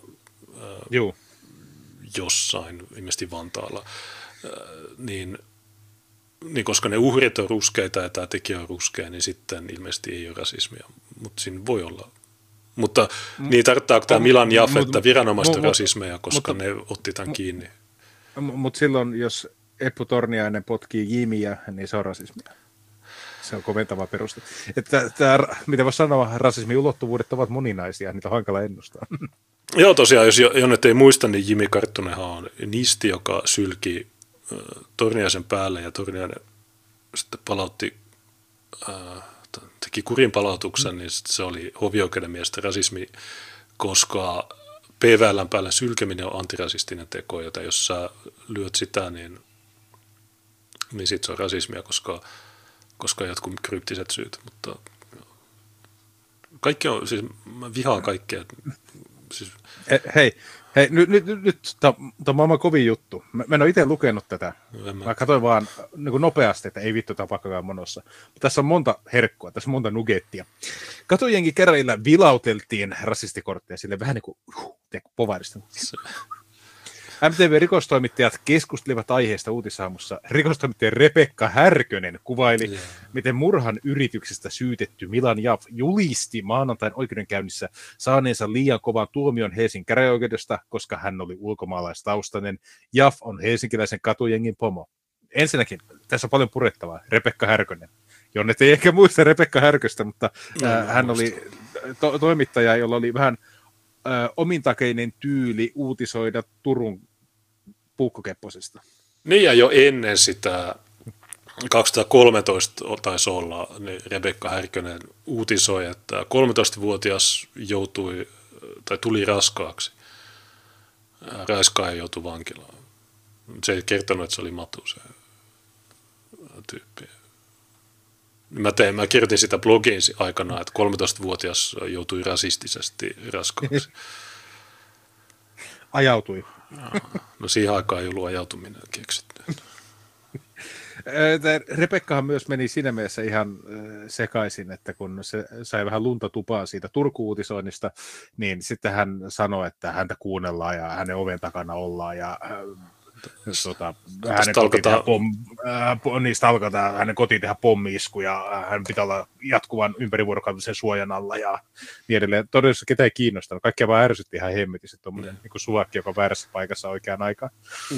jossain, ilmeisesti Vantaalla, niin koska ne uhrit on ruskeita ja tämä tekijä on ruskea, niin sitten ilmeisesti ei ole rasismia, mutta siinä voi olla. Mutta niin tarkoittaako tämä Milan Jaf, että viranomaisten rasismeja, koska ne otti tämän kiinni? Mutta silloin, jos Eppu Torniainen potkii Jimiä, niin se on rasismia. Se on koventava peruste. Mitä voisi sanoa, rasismin ulottuvuudet ovat moninaisia, niitä on hankala ennustaa. Joo, tosiaan, jos Jonnet ei muista, niin Jimi Karttunenhan on nisti, joka sylki Torniaisen päälle ja Torniainen sitten teki kurin palautuksen, niin se oli hovioikeuden mielestä rasismi, koska PVL:n päällä sylkeminen on antirasistinen teko, jota jos sä lyöt sitä, niin sitten se on rasismia, koska jotkut kryptiset syyt, mutta kaikki on, siis mä vihaan kaikkea. Siis... Hei, nyt tämä on maailman kovin juttu. Mä en ole itse lukenut tätä. Mä katsoin vaan niin nopeasti, että ei vittu tapahkakaan monossa. Tässä on monta herkkua, tässä on monta nugettia. Katujengi käräjillä vilauteltiin rasistikortteja sille vähän niin kuin povaarista. MTV-rikostoimittajat keskustelivat aiheesta Uutisaamussa. Rikostoimittaja Rebekka Härkönen kuvaili, miten murhan yrityksestä syytetty Milan Jaf julisti maanantain oikeudenkäynnissä saaneensa liian kovan tuomion Helsingin käräjäoikeudesta, koska hän oli ulkomaalaistaustainen. Jaf on helsinkiläisen katujengin pomo. Ensinnäkin, tässä on paljon purettavaa. Rebekka Härkönen. Jonnet ei ehkä muista Rebekka Härköstä, mutta hän oli toimittaja, jolla oli vähän omintakeinen tyyli uutisoida Turun puukkokepposesta. Niin ja jo ennen sitä 2013 taisi olla, niin Rebekka Härkönen uutisoi, että 13-vuotias tuli raskaaksi. Raiskaaja joutui vankilaan. Se ei kertonut, että se oli Matu se tyyppi. Mä kirjoitin sitä blogiin aikana, että 13-vuotias joutui rasistisesti raskaaksi. Ajautui. No siihen aikaan ei ollut ajautuminen keksitty. Rebekkahan myös meni siinä mielessä ihan sekaisin, että kun se sai vähän lunta tupaan siitä Turku-uutisoinnista, niin sitten hän sanoi, että häntä kuunnellaan ja hänen oven takana ollaan ja niistä alkaa hänen kotiin tehdä pommi-isku ja hän pitää olla jatkuvan ympärivuorokautisen suojan alla ja niin edelleen. Todellisuudessa ketään ei kiinnostanut. Kaikkea vaan ärsytti ihan hemmetissä tuommoinen niin suvakki, joka on väärässä paikassa oikeaan aikaan.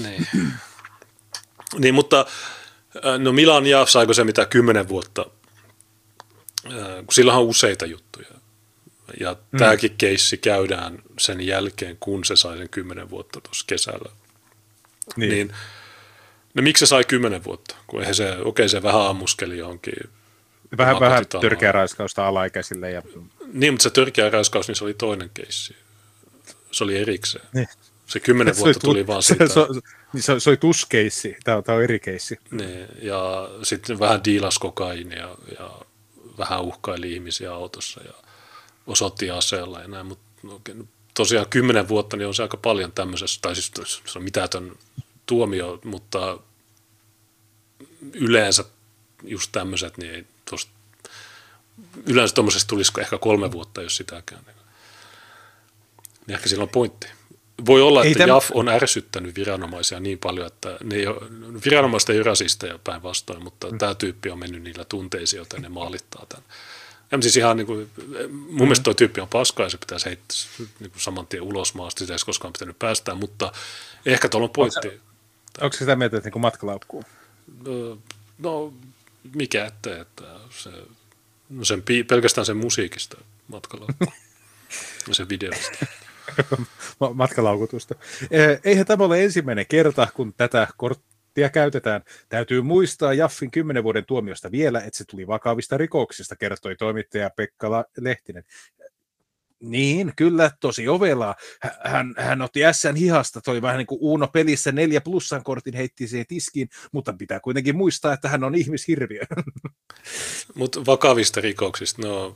Niin, mutta no Milan ja saiko se mitä 10 vuotta, kun silloin on useita juttuja. Ja tämäkin keissi käydään sen jälkeen, kun se sai sen 10 vuotta tuossa kesällä. Niin no miksi se sai 10 vuotta? Kun eihän se, se vähän ammuskeli johonkin. Vähän törkeä raiskausta alaikäisille. Ja... Niin, mutta se törkeä raiskaus, niin se oli toinen keissi. Se oli erikseen. Niin. Se 10 vuotta tuli vaan siitä. Se oli tuskeissi, tämä on eri keissi. Niin, ja sitten vähän diilas kokainia ja vähän uhkaili ihmisiä autossa ja osoitti aseella ja näin, mutta tosiaan 10 vuotta niin on se aika paljon tämmöisessä, tai siis se on mitätön tuomio, mutta yleensä just tämmöiset, niin ei tosta, yleensä tuommoisesta tulisiko ehkä 3 vuotta, jos sitäkään. Niin ehkä sillä on pointti. Voi olla, että JAF on ärsyttänyt viranomaisia niin paljon, että viranomaiset ei ole rasisteja päinvastoin, mutta tämä tyyppi on mennyt niillä tunteisiin, joten ne maalittaa tämän. Ja siis ihan niin kuin, mun mielestä tuo tyyppi on paska ja se pitäisi heittää niin kuin saman tien ulos maasta, sitä ei koskaan pitänyt päästää, mutta ehkä tuolla on pointti. Onko se sitä mieltä, että niin matkalaukkuu? No mikä ettei, että pelkästään sen musiikista matkalaukkuu ja sen videosta. Matkalaukutusta. Eihän tämä ole ensimmäinen kerta, kun tätä korttia käytetään. Täytyy muistaa Jaffin 10 vuoden tuomiosta vielä, että se tuli vakavista rikoksista, kertoi toimittaja Pekka Lehtinen. Niin, kyllä, tosi ovelaa. Hän otti ässän hihasta, toi vähän niin kuin Uno pelissä 4 plussan kortin heitti siihen tiskiin, mutta pitää kuitenkin muistaa, että hän on ihmishirviö. Mutta vakavista rikoksista, no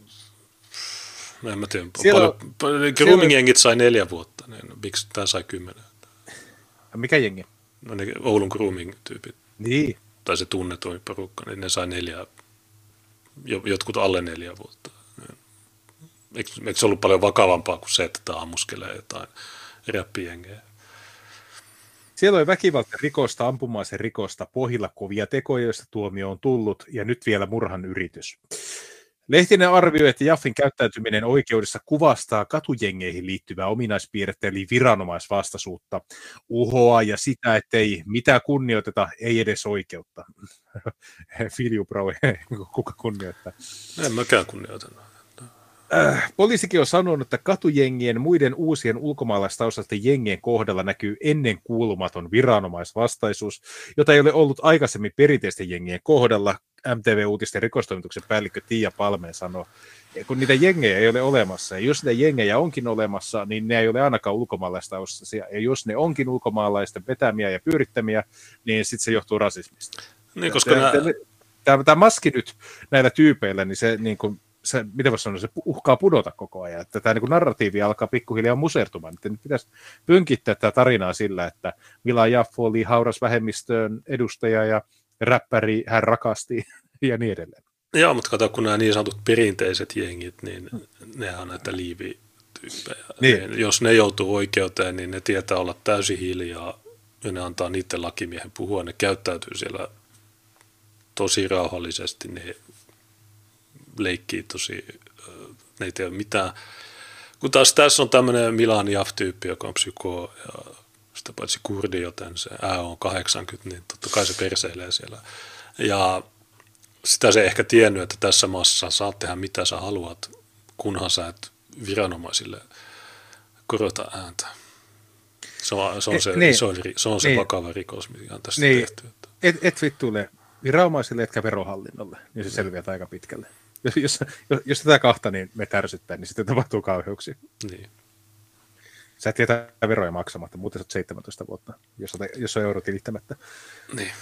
en mä tiedä. Grooming-jengit sai 4 vuotta, niin miksi tämä sai 10? Mikä jengi? No ne Oulun grooming-tyypit. Niin. Tai se tunnetuin porukka, niin ne sai 4, jotkut alle 4 vuotta. Eikö se ollut paljon vakavampaa kuin se, että tämä ammuskelee jotain räppijengejä? Siellä oli väkivaltarikosta, ampuma-aseen rikosta, pohjilla kovia tekoja, joista tuomio on tullut, ja nyt vielä murhan yritys. Lehtinen arvioi, että Jaffin käyttäytyminen oikeudessa kuvastaa katujengeihin liittyvää ominaispiirrettä, eli viranomaisvastaisuutta, uhoa ja sitä, ettei mitään kunnioiteta, ei edes oikeutta. Filju bro, kuka kunnioittaa? En mäkään kunnioita. Poliisikin on sanonut, että katujengien muiden uusien ulkomaalaistaustaisten jengien kohdalla näkyy ennenkuulumaton viranomaisvastaisuus, jota ei ole ollut aikaisemmin perinteisten jengien kohdalla. MTV-uutisten rikostoimituksen päällikkö Tiia Palmeen sanoi, kun niitä jengejä ei ole olemassa, ja jos niitä jengejä onkin olemassa, niin ne ei ole ainakaan ulkomaalaistaustaisia, ja jos ne onkin ulkomaalaisten vetämiä ja pyörittämiä, niin sitten se johtuu rasismista. Niin, koska tämä maski nyt näillä tyypeillä, niin se niin kuin se, miten voisi sanoa, se uhkaa pudota koko ajan, että tämä niin kuin narratiivi alkaa pikkuhiljaa musertumaan. Nyt pitäisi pönkittää tätä tarinaa sillä, että Mila Jaff oli hauras vähemmistöön edustaja ja räppäri hän rakasti ja niin edelleen. Joo, mutta kato, kun nämä niin sanotut perinteiset jengit, niin nehän on näitä liivityyppejä. Niin. Jos ne joutuu oikeuteen, niin ne tietää olla täysin hiljaa ja ne antaa niiden lakimiehen puhua. Ne käyttäytyy siellä tosi rauhallisesti, ne leikkii tosi, ne ei tiedä mitään. Kun taas tässä on tämmöinen Milan Jaff-tyyppi, joka on psyko ja sitä paitsi kurdi, joten se on 80, niin totta kai se perseilee siellä. Ja sitä se ehkä tiennyt, että tässä maassa saat tehdä mitä sä haluat, kunhan sä et viranomaisille korota ääntä. Se on se vakava rikos, mikä on tässä tehty. Et vittuille viranomaisille etkä verohallinnolle, niin se selviää aika pitkälle. Jos tätä kahta niin me tärsyttää, niin sitten tapahtuu kauheuksia. Niin. Sä et jätä veroja maksamatta, muuten sä oot 17 vuotta, jos on euro tilittämättä. Niin.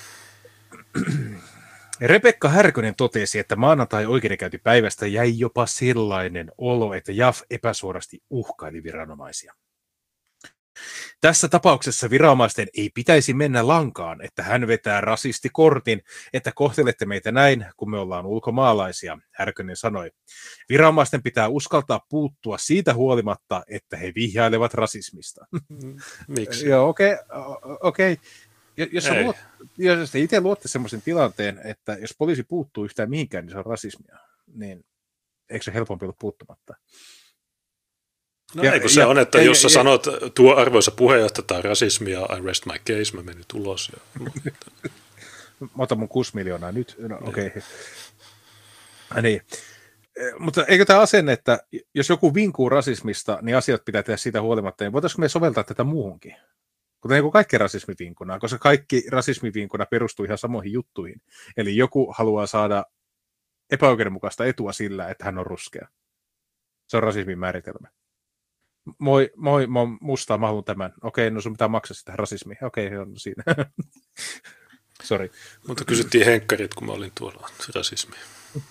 Rebekka Härkönen totesi, että maanantai-oikeudenkäyntipäivästä jäi jopa sellainen olo, että Jaff epäsuorasti uhkaili viranomaisia. Tässä tapauksessa viranomaisten ei pitäisi mennä lankaan, että hän vetää rasistikortin, että kohtelette meitä näin, kun me ollaan ulkomaalaisia, Härkönen sanoi. Viranomaisten pitää uskaltaa puuttua siitä huolimatta, että he vihjailevat rasismista. Miksi? Joo, okei. Jos te itse luotte semmoisen tilanteen, että jos poliisi puuttuu yhtään mihinkään, niin se on rasismia, niin eikö se helpompi olla puuttumatta? No eikö se on, että jos sä sanot, tuo arvoisa puheenjohtaja, tämä rasismia, I rest my case, mä menin ulos. Mä otan mun 6 miljoonaa nyt, no okei. Okay. Niin. Mutta eikö tämä asenne, että jos joku vinkuu rasismista, niin asiat pitää tehdä siitä huolimatta, niin voitaisiinko me soveltaa tätä muuhunkin? Kuten niin kuin kaikki rasismivinkuna, koska kaikki rasismivinkuna perustuu ihan samoihin juttuihin. Eli joku haluaa saada epäoikeudenmukaista etua sillä, että hän on ruskea. Se on rasismin määritelmä. Moi, mä oon musta, mä haluan tämän. Okei, no sun pitää maksaa sitä rasismia. Okei, on siinä. Sori. Mutta kysyttiin henkkarit, kun mä olin tuolla rasismia.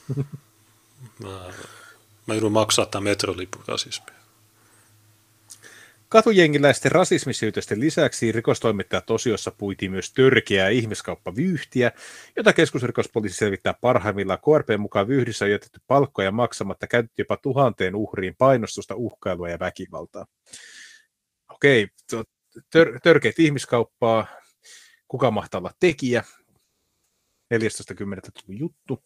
Mä joudun maksaa tämän metrolipun rasismia. Katujengiläisten rasismisyytösten lisäksi rikostoimittajat osiossa puitiin myös törkeää ihmiskauppavyyhtiä, jota keskusrikospoliisi selvittää parhaimmillaan. KRP:n mukaan vyyhdissä on jätetty palkkoja maksamatta, käytetty jopa 1000 uhriin painostusta, uhkailua ja väkivaltaa. Okei, törkeät ihmiskauppaa. Kuka mahtaa olla tekijä? 14.10. tuli juttu.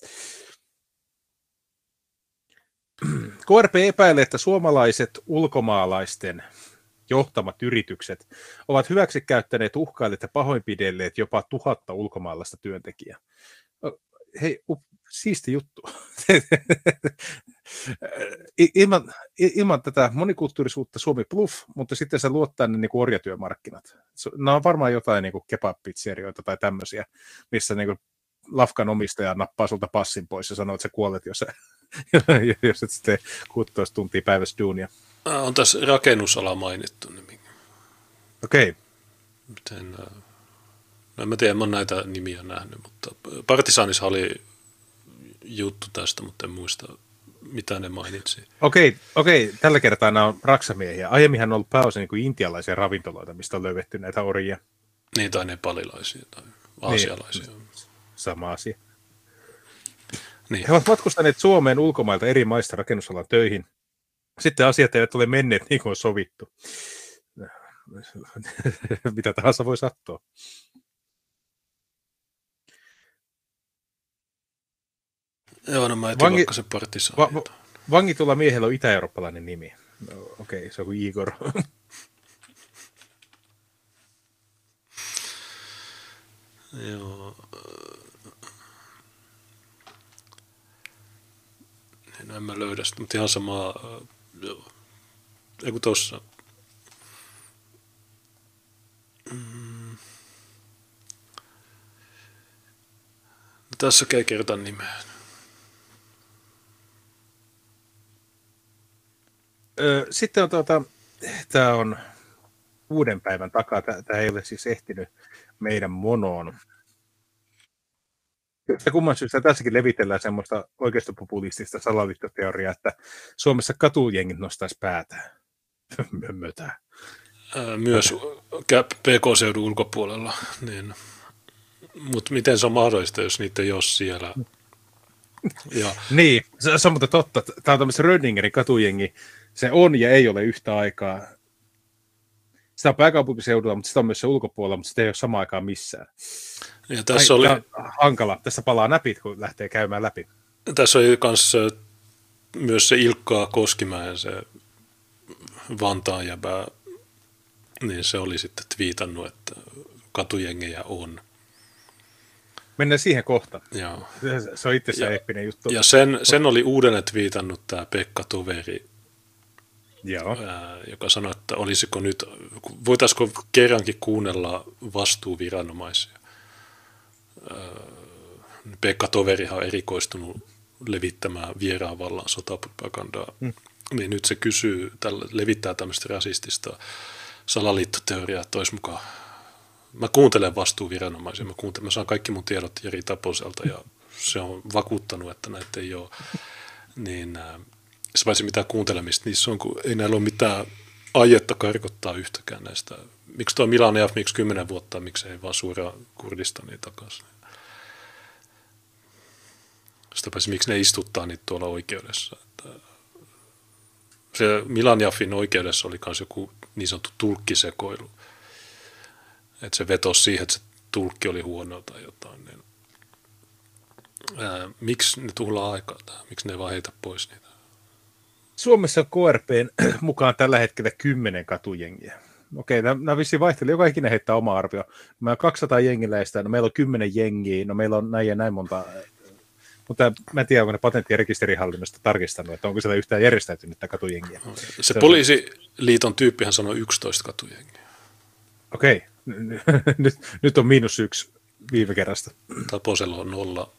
KRP epäilee, että suomalaiset ulkomaalaisten johtamat yritykset ovat hyväksikäyttäneet, uhkailleet ja pahoinpidelleet jopa 1000 ulkomaalaista työntekijää. Hei, siisti juttu. Ilman tätä monikulttuurisuutta Suomi bluff, mutta sitten se luot tänne niin kuin orjatyömarkkinat. Nämä on varmaan jotain niin kuin kebab-pizzerioita tai tämmöisiä, missä niin kuin lafkan omistaja nappaa sulta passin pois ja sanoo, että sä kuolet, jos et sitten 16 tuntia päivässä duunia. On tässä rakennusala mainittu. Okei. No en mä tiedä, en mä näitä nimiä nähnyt, mutta Partisaanissa oli juttu tästä, mutta en muista, mitä ne mainitsi. Okei. Tällä kertaa nämä on raksamiehiä. Aiemminhan on ollut pääosin niin kuin intialaisia ravintoloita, mistä on löydetty näitä orjia. Niin, tai nepalilaisia tai aasialaisia. Niin, sama asia. Niin. He ovat matkustaneet Suomeen ulkomailta eri maista rakennusalan töihin. Sitten asiat eivät ole menneet niin kuin on sovittu. Mitä tahansa voi sattua. Joo, no mä etin vaikka se Partisaani. Vangitulla miehellä on itä-eurooppalainen nimi. No, okei, se on kuin Igor. Joo. No en mä löydä sitä, mutta ihan samaa. Eiku tossa. No tässä ei kerta nimeä. Sitten on tämä on uuden päivän takaa. Tämä ei ole siis ehtinyt meidän monoon. Ja kumman syystä tässäkin levitellään semmoista oikeistopopulistista salaliittoteoriaa, että Suomessa katujengit nostaisi päätään. Mötää. Myös PK-seudun ulkopuolella. Niin. Mutta miten se on mahdollista, jos niitä ei ole siellä? Ja. Niin, se on mutta totta. Tämä on tämmöisen Rödingerin katujengi. Se on ja ei ole yhtä aikaa. Sitä on pääkaupunkiseudulla, mutta sitä on myös se ulkopuolella, mutta sitä ei ole samaan aikaan missään. Ja tässä oli hankala. Tässä palaa näpit, kun lähtee käymään läpi. Tässä oli myös se Ilkka Koskimäen, se Vantaan jäbä, niin se oli sitten twiitannut, että katujengejä on. Mennään siihen kohta. Joo. Se on itse eeppinen juttu. Ja sen oli uudelleen twiitannut tämä Pekka Toveri, joo. Joka sanoi, että voitaisiko kerrankin kuunnella vastuuviranomaisia. Pekka Toverihan on erikoistunut levittämään vieraan vallan sotapropagandaa. Niin nyt se levittää tämmöistä rasistista salaliittoteoriaa, että olisi mukaan. Mä kuuntelen vastuuviranomaisia, mä saan kaikki mun tiedot Jari Taposelta ja se on vakuuttanut, että näitä ei ole. Niin se paitsi mitään kuuntelemista, niissä on, kun ei näillä ole mitään aietta karkottaa yhtäkään näistä. Miksi tuo Milanev, miksi 10 vuotta, miksi ei vaan suoraan Kurdistaniin takaisin. Sitä paitsi, miksi ne istuttaa niitä tuolla oikeudessa. Se Milanjafin oikeudessa oli myös joku niin sanottu tulkkisekoilu. Että se vetosi siihen, että se tulkki oli huono tai jotain. Niin, miksi ne tuhlaa aikaa tähän? Miksi ne ei vaan heitä pois niitä? Suomessa on KRPn mukaan tällä hetkellä 10 katujengiä. Okei, nämä vissiin vaihtelee. Joka ikinen heittää oma arvio. Meillä on 200 jengiläistä, no meillä on 10 jengiä, no meillä on näin ja näin monta. Mutta mä en tiedä, onko ne patentti- ja rekisterihallinnosta tarkistanut, että onko siellä yhtään järjestäytynyttä katujengiä. Se poliisiliiton tyyppihän sanoi 11 katujengiä. Okei, nyt on -1 viime kerrasta. Taposella on 0.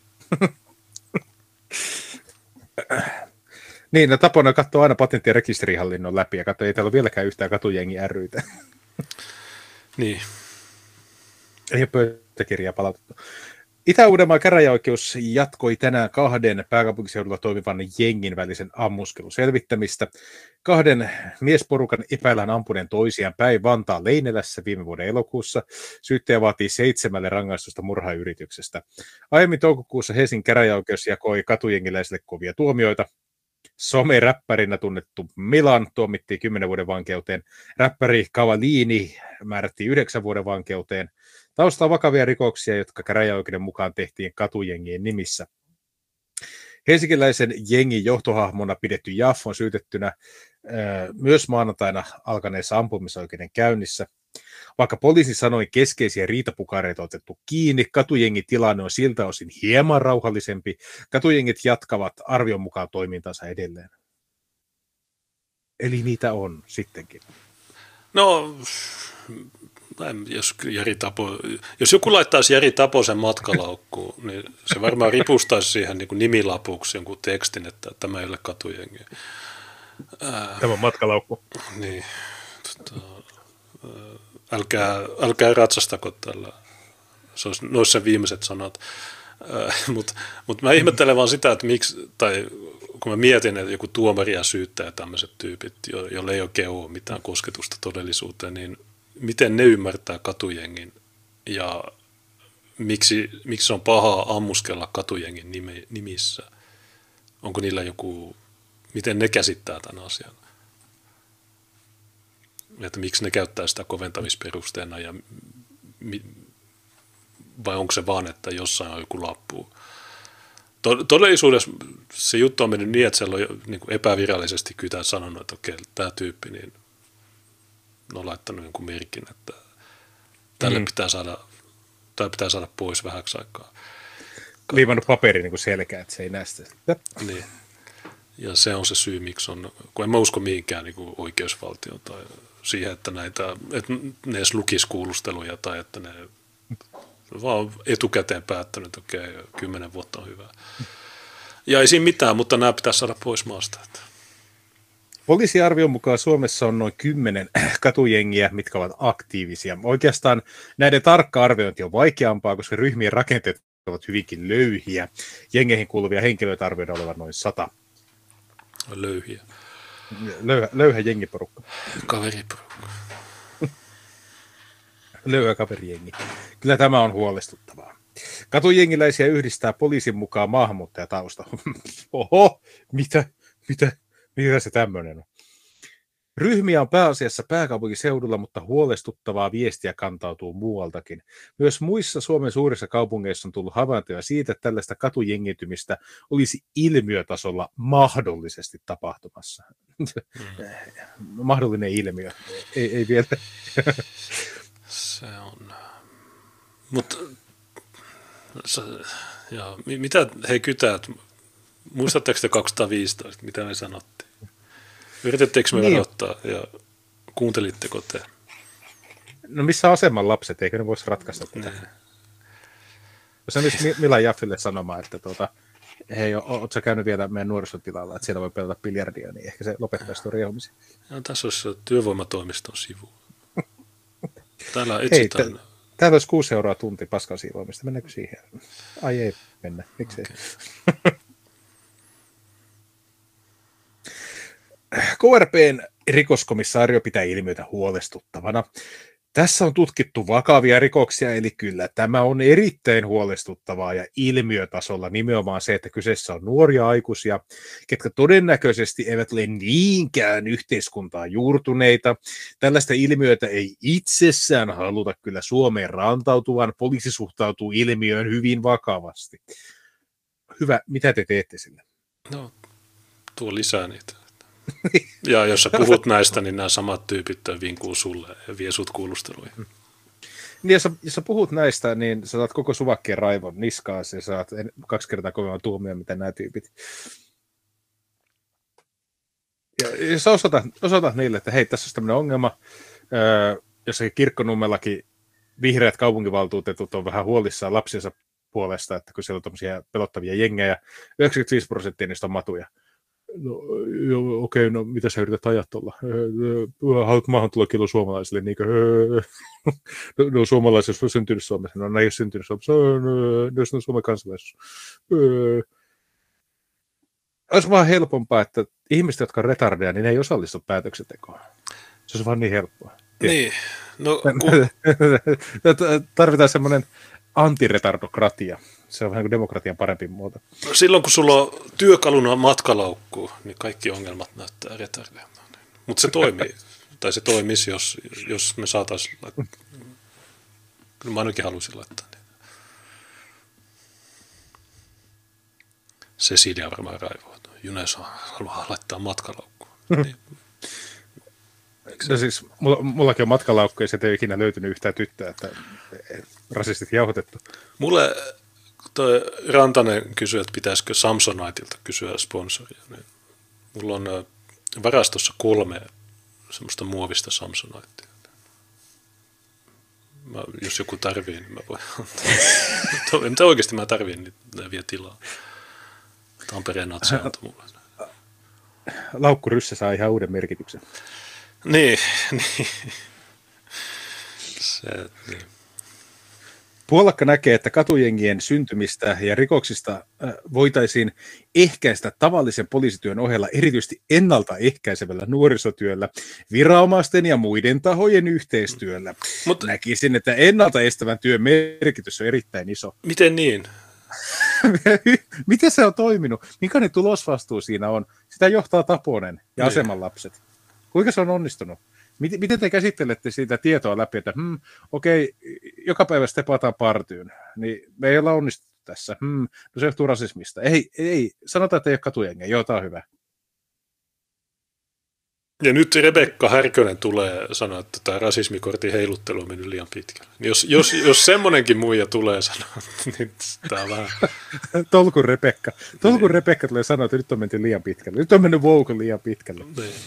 Niin, no Tapona katsoo aina patentti- ja rekisterihallinnon läpi ja katsoo, ei täällä ole vieläkään yhtään katujengi ryitä. Niin. Ei ole pöytäkirjaa palautettu. Itä-Uudenmaan käräjäoikeus jatkoi tänään 2 pääkaupunkiseudulla toimivan jengin välisen ammuskelun selvittämistä. 2 miesporukan epäillään ampuneen toisiaan päin Vantaan Leinelässä viime vuoden elokuussa. Syyttäjä vaatii 7 rangaistusta murhayrityksestä. Aiemmin toukokuussa Helsingin käräjäoikeus jakoi katujengiläisille kovia tuomioita. Some-räppärinä tunnettu Milan tuomittiin 10 vuoden vankeuteen. Räppäri Cavallini määrättiin 9 vuoden vankeuteen. Taustalla vakavia rikoksia, jotka käräjäoikeuden mukaan tehtiin katujengien nimissä. Helsinkiläisen jengin johtohahmona pidetty Jaff on syytettynä myös maanantaina alkaneessa ampumisoikeuden käynnissä. Vaikka poliisi sanoi keskeisiä riitapukareita otettu kiinni, katujengin tilanne on siltä osin hieman rauhallisempi. Katujengit jatkavat arvion mukaan toimintansa edelleen. Eli niitä on sittenkin. No, jos joku laittaisi Jari Taposen matkalaukkuun, niin se varmaan ripustaisi siihen niin kuin nimilapuksi jonkun tekstin, että tämä ei ole katujengi. Tämä on matkalaukku. Niin. Älkää ratsastako tällä. Se olisi noissa viimeiset sanat. Mutta mä ihmettelen vaan sitä, että miksi, tai kun mä mietin, että joku tuomari ja syyttäjä tämmöiset tyypit, joille ei oikein ole mitään kosketusta todellisuuteen, niin miten ne ymmärtää katujengin ja miksi on pahaa ammuskella katujengin nimissä? Onko niillä joku, miten ne käsittää tämän asian? Että miksi ne käyttää sitä koventamisperusteena vai onko se vaan, että jossain on joku lappu? Todellisuudessa se juttu on mennyt niin, että siellä on niin kuin epävirallisesti kytää sanonut, että okei, tämä tyyppi, niin ne on laittanut jonkun merkin, että tälle pitää saada pois vähäksi aikaa. Liivannut paperi niin kuin selkää, että se ei näistä. Niin. Ja se on se syy, miksi on, kun en mä usko mihinkään niin kuin oikeusvaltioon tai siihen, että ne edes lukisi kuulusteluja tai että ne vaan etukäteen päättänyt, että okei, 10 vuotta on hyvä. Ja ei siinä mitään, mutta nämä pitää saada pois maasta. Poliisiarvion mukaan Suomessa on noin 10 katujengiä, mitkä ovat aktiivisia. Oikeastaan näiden tarkka arviointi on vaikeampaa, koska ryhmien rakenteet ovat hyvinkin löyhiä. Jengeihin kuuluvia henkilöitä arvioidaan olevan noin 100. Löyhiä. Löyhä jengiporukka. Kaveriporukka. Löyhä kaverijengi. Kyllä tämä on huolestuttavaa. Katujengiläisiä yhdistää poliisin mukaan maahanmuuttajatausta. Oho, mitä se tämmöinen on? Ryhmiä on pääasiassa pääkaupunkiseudulla, mutta huolestuttavaa viestiä kantautuu muualtakin. Myös muissa Suomen suurissa kaupungeissa on tullut havaintoja siitä, että tällaista katujengiytymistä olisi ilmiötasolla mahdollisesti tapahtumassa. Mahdollinen ilmiö. Ei vielä. Se on. Mutta mitä hei kytäät, muistatteko te 2015, mitä me sanottiin? Yritettekö me varoittaa ja kuuntelitteko te? No missä aseman lapset, eikö ne voisi ratkaista tätä? Jos olisi Milan Jaffille sanomaan, että hei, ootko sä käynyt vielä meidän nuorisotilalla, että siellä voi pelata biljardia, niin ehkä se lopettaisi tuon riehumisen. No, tässä olisi työvoimatoimiston sivu. Täällä etsitään. Hei, täällä olisi 6 euroa tunti paskan siivoamista. Mennäänkö siihen? Ai ei mennä. Miksei? Okay. KRPn rikoskomissaario pitää ilmiötä huolestuttavana. Tässä on tutkittu vakavia rikoksia, eli kyllä tämä on erittäin huolestuttavaa ja ilmiötasolla nimenomaan se, että kyseessä on nuoria aikuisia, ketkä todennäköisesti eivät ole niinkään yhteiskuntaan juurtuneita. Tällaista ilmiötä ei itsessään haluta kyllä Suomeen rantautuvan, poliisi suhtautuu ilmiöön hyvin vakavasti. Hyvä, mitä te teette sille? No, tuo lisää niitä. Ja jos sä puhut näistä, niin nämä samat tyypit vinkuu sulle ja vie sut kuulusteluihin. Niin, jos sä puhut näistä, niin sä saat koko suvakkeen raivon niskaasi ja saat 2 kertaa kovemman tuomion, mitä nämä tyypit. Ja jos osoitat niille, että hei, tässä on tämmöinen ongelma, jossakin Kirkkonummellakin vihreät kaupunkivaltuutetut on vähän huolissaan lapsiensa puolesta, että kun siellä on tämmöisiä pelottavia jengejä, 95% niistä on matuja. No, okei, no mitä sä yrität ajatella? Haluat maahantulokielon suomalaisille, niinkö? No suomalaisia, jos on syntynyt Suomessa. No ne ei ole syntynyt Suomessa. No jos on Suomen kansalaisuus. Olisi vaan helpompaa, että ihmiset, jotka on retardeja, niin ne ei osallistu päätöksentekoon. Se on vaan niin helppoa. Niin, no tarvitaan semmoinen antiretardokratia. Se on vähän kuin demokratian parempi muoto. Silloin kun sulla on työkaluna matkalaukku, niin kaikki ongelmat näyttää retardeilta. Mutta se toimii. Tai se toimisi, jos me saataisiin. Kyllä mä ainakin haluaisin laittaa niin. Cecilia varmaan raivoo. Junes haluaa laittaa matkalaukkuun. Niin. No siis, mullakin on matkalaukku ja sieltä ei ikinä löytynyt yhtään tyttöä, että rasistit jauhotettu. Mulle toi Rantanen kysyi, että pitäisikö Samsoniteilta kysyä sponsoria. Niin mulla on varastossa 3 semmoista muovista Samsonitea. Jos joku tarvii, niin mä voin antaa. Mitä oikeasti mä tarviin, niin ne vie tilaa. Tampereen natsi antoi mulle. Laukkuryssä saa ihan uuden merkityksen. Niin. Niin. Puolakka näkee, että katujengien syntymistä ja rikoksista voitaisiin ehkäistä tavallisen poliisityön ohella erityisesti ennaltaehkäisevällä nuorisotyöllä, viranomaisten ja muiden tahojen yhteistyöllä. Näkisin, että ennaltaestävän työn merkitys on erittäin iso. Miten niin? Miten se on toiminut? Minkälainen tulosvastuu siinä on? Sitä johtaa Taponen ja asemanlapset. Kuinka se on onnistunut? Miten te käsittelette siitä tietoa läpi, että okei, joka päivä stepataan partyyn, niin me ei olla onnistuttu tässä. No se johtuu rasismista. Ei, sanotaan, että ei ole katujengejä. Joo, tämä on hyvä. Ja nyt Rebekka Härkönen tulee sanoa, että tämä rasismikortin heiluttelu on mennyt liian pitkälle. Jos semmoinenkin muija tulee sanoa, niin tämä on vähän. Tolkun Rebekka tulee sanoa, että nyt on menty liian pitkälle. Nyt on mennyt woke liian pitkälle.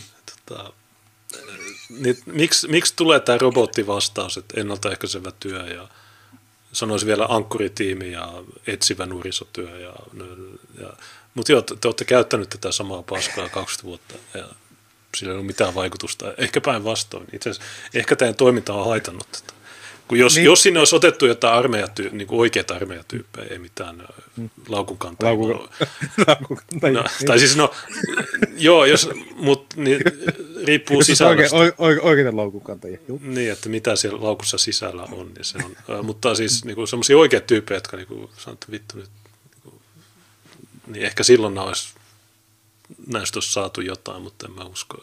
Niin, miksi tulee tämä robottivastaus, että ennaltaehkäisevä työ ja sanoisi vielä ankkuritiimi ja etsivä nuorisotyö. Mutta joo, te olette käyttänyt tätä samaa paskaa 20 vuotta ja sillä ei ole mitään vaikutusta. Ehkä päinvastoin. Itse asiassa ehkä teidän toiminta on haitannut tätä. Jos sinne olisi otettu jotain niin oikeita armeijatyyppejä, ei mitään laukunkantajia. Tai siis joo, mutta niin, riippuu sisällöstä. Oikeita laukunkantajia. Niin, että mitä siellä laukussa sisällä on. Niin se on mutta siis niin semmoisia oikeita tyyppejä, jotka niin sanoo, että vittu nyt, niin ehkä silloin näistä olisi saatu jotain, mutta en mä usko.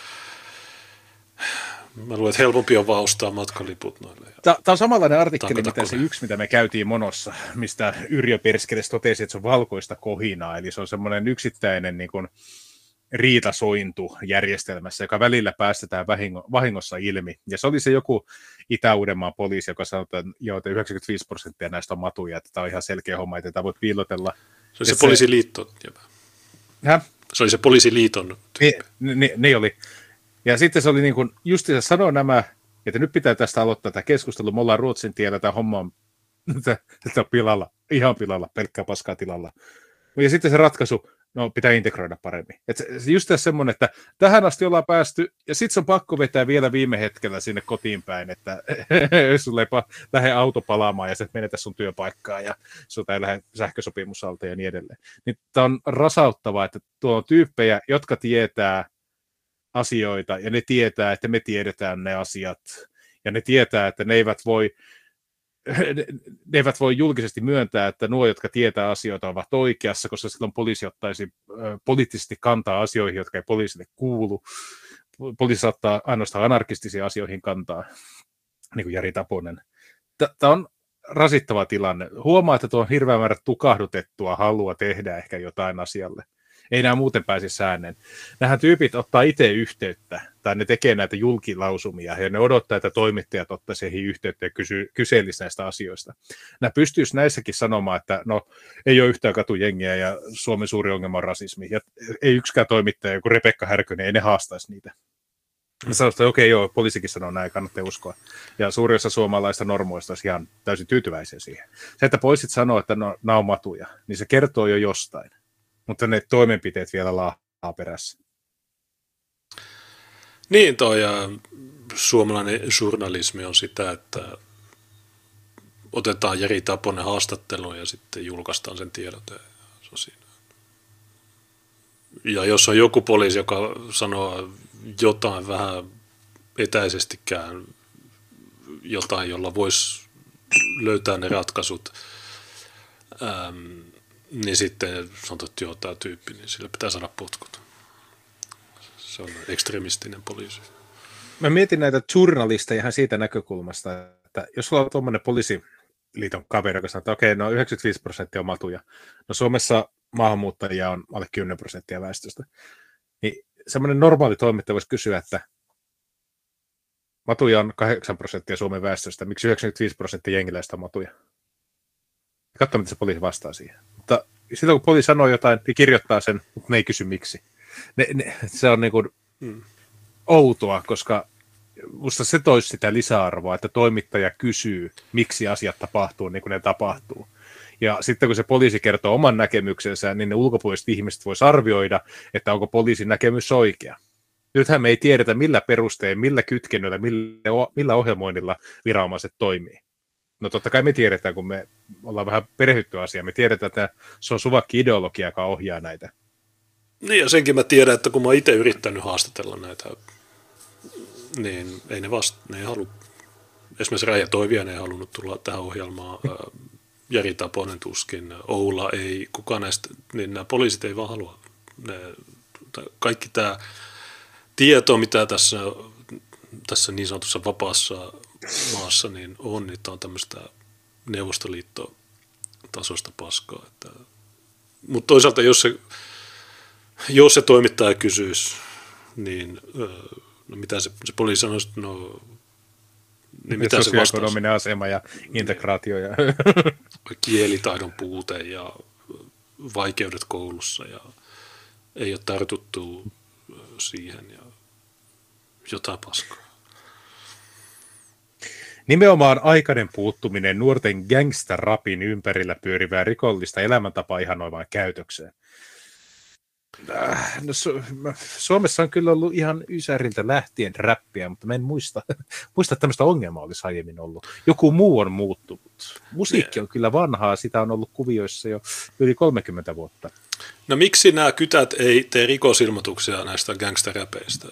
Mä luulen, että helpompi on vaan ostaa matkaliput noille. Tämä on samanlainen artikkeli, mitä se yksi, mitä me käytiin Monossa, mistä Yrjö Perskeles totesi, että se on valkoista kohinaa, eli se on semmoinen yksittäinen niin kuin riitasointu järjestelmässä, joka välillä päästetään vahingossa ilmi. Ja se oli se joku Itä-Uudenmaan poliisi, joka sanoi, että joo, 95% näistä on matuja, että tämä on ihan selkeä homma, että tätä voit piilotella. Se oli se poliisiliitto. Se oli se poliisiliiton tyyppi. Ne oli. Ja sitten se oli niin kuin, justiinsa sanoi nämä, että nyt pitää tästä aloittaa tämä keskustelu, me ollaan Ruotsin tiellä, tämä homma on pilalla, ihan pilalla, pelkkää paskaa tilalla. Ja sitten se ratkaisu, no pitää integroida paremmin. Että just tässä semmoinen, että tähän asti ollaan päästy, ja sitten se on pakko vetää vielä viime hetkellä sinne kotiin päin, että sulle ei lähde auto palaamaan, ja sä et menetä sun työpaikkaa, ja sulta ei lähde sähkösopimus alta ja niin edelleen. Niin tämä on rasauttavaa, että tuo on tyyppejä, jotka tietää, asioita, ja ne tietää, että me tiedetään ne asiat, ja ne tietää, että ne eivät voi julkisesti myöntää, että nuo, jotka tietää asioita, ovat oikeassa, koska silloin poliisi ottaisi poliittisesti kantaa asioihin, jotka ei poliisille kuulu. Poliisi saattaa ainoastaan anarkistisiin asioihin kantaa, niin kuin Jari Taponen. Tämä on rasittava tilanne. Huomaa, että tuo on hirveän määrä tukahdutettua halua tehdä ehkä jotain asialle. Ei nämä muuten pääsisi ääneen. Nämähän tyypit ottaa itse yhteyttä, tai ne tekee näitä julkilausumia, ja ne odottaa, että toimittajat ottaisi heihin yhteyttä ja kyselisi näistä asioista. Nämä pystyisi näissäkin sanomaan, että no, ei ole yhtään katujengiä, ja Suomen suuri ongelma on rasismi. Ja ei yksikään toimittaja, joku Rebekka Härkönen, ei ne haastaisi niitä. Mä sanoin, että okei, joo, poliisikin sanoo näin, kannattaa uskoa. Ja suurin osa suomalaista normoista olisi ihan täysin tyytyväisiä siihen. Se, että poliisit sanoo, että no, nämä on matuja, niin se kertoo jo jostain. Mutta ne toimenpiteet vielä laahaa perässä. Niin, toi suomalainen journalismi on sitä, että otetaan Jari Taponen haastatteluun ja sitten julkaistaan sen tiedot. Ja jos on joku poliisi, joka sanoo jotain vähän etäisestikään, jotain, jolla voisi löytää ne ratkaisut, niin sitten sanotaan, että joo, tämä tyyppi, niin sille pitää saada potkut. Se on ekstremistinen poliisi. Mä mietin näitä journalisteja ihan siitä näkökulmasta, että jos sulla on tuommoinen poliisiliiton kaveri, joka sanoo, että okei, no 95% on matuja. No Suomessa maahanmuuttajia on alle 10% väestöstä. Niin semmoinen normaali toimittaja voisi kysyä, että matuja on 8% Suomen väestöstä, miksi 95% jengiläistä on matuja? Katso, mitä se poliisi vastaa siihen. Mutta silloin, kun poliisi sanoo jotain, niin kirjoittaa sen, mutta ne ei kysy miksi. Se on niin kuin outoa, koska musta se toisi sitä lisäarvoa, että toimittaja kysyy, miksi asiat tapahtuu niin kuin ne tapahtuu. Ja sitten kun se poliisi kertoo oman näkemyksensä, niin ne ulkopuoliset ihmiset voisi arvioida, että onko poliisin näkemys oikea. Nythän me ei tiedetä, millä perustein, millä kytkennöillä, millä ohjelmoinnilla viranomaiset toimii. No totta kai me tiedetään, kun me ollaan vähän perehdytty asiaan, me tiedetään, että se on suvakki-ideologia, joka ohjaa näitä. Niin ja senkin mä tiedän, että kun mä oon itse yrittänyt haastatella näitä, niin ei ne ei halua, esimerkiksi Raija Toiviainen ei halunnut tulla tähän ohjelmaan, Jari Taponen tuskin, Oula ei, kukaan näistä, niin nämä poliisit ei vaan halua. Kaikki tämä tieto, mitä tässä niin sanotussa vapaassa maassa niin on, niin tämä on tämmöistä Neuvostoliitto-tasoista paskaa. Mutta toisaalta, jos se toimittaja kysyisi, niin no mitä se poliisi sanoisi, no niin mitä se vastaisi? Sosioekonominen asema ja integraatio. Ja kielitaidon puute ja vaikeudet koulussa ja ei ole tartuttu siihen ja jotain paskaa. Nimenomaan aikainen puuttuminen nuorten gangsterrapin ympärillä pyörivää rikollista elämäntapaa ihanoivaan käytökseen. No, Suomessa on kyllä ollut ihan ysäriltä lähtien räppiä, mutta mä en muista, että tämmöistä ongelmaa olisi aiemmin ollut. Joku muu on muuttunut. Musiikki on kyllä vanhaa, sitä on ollut kuvioissa jo yli 30 vuotta. No miksi nämä kytät ei tee rikosilmoituksia näistä gangsterräpeistä?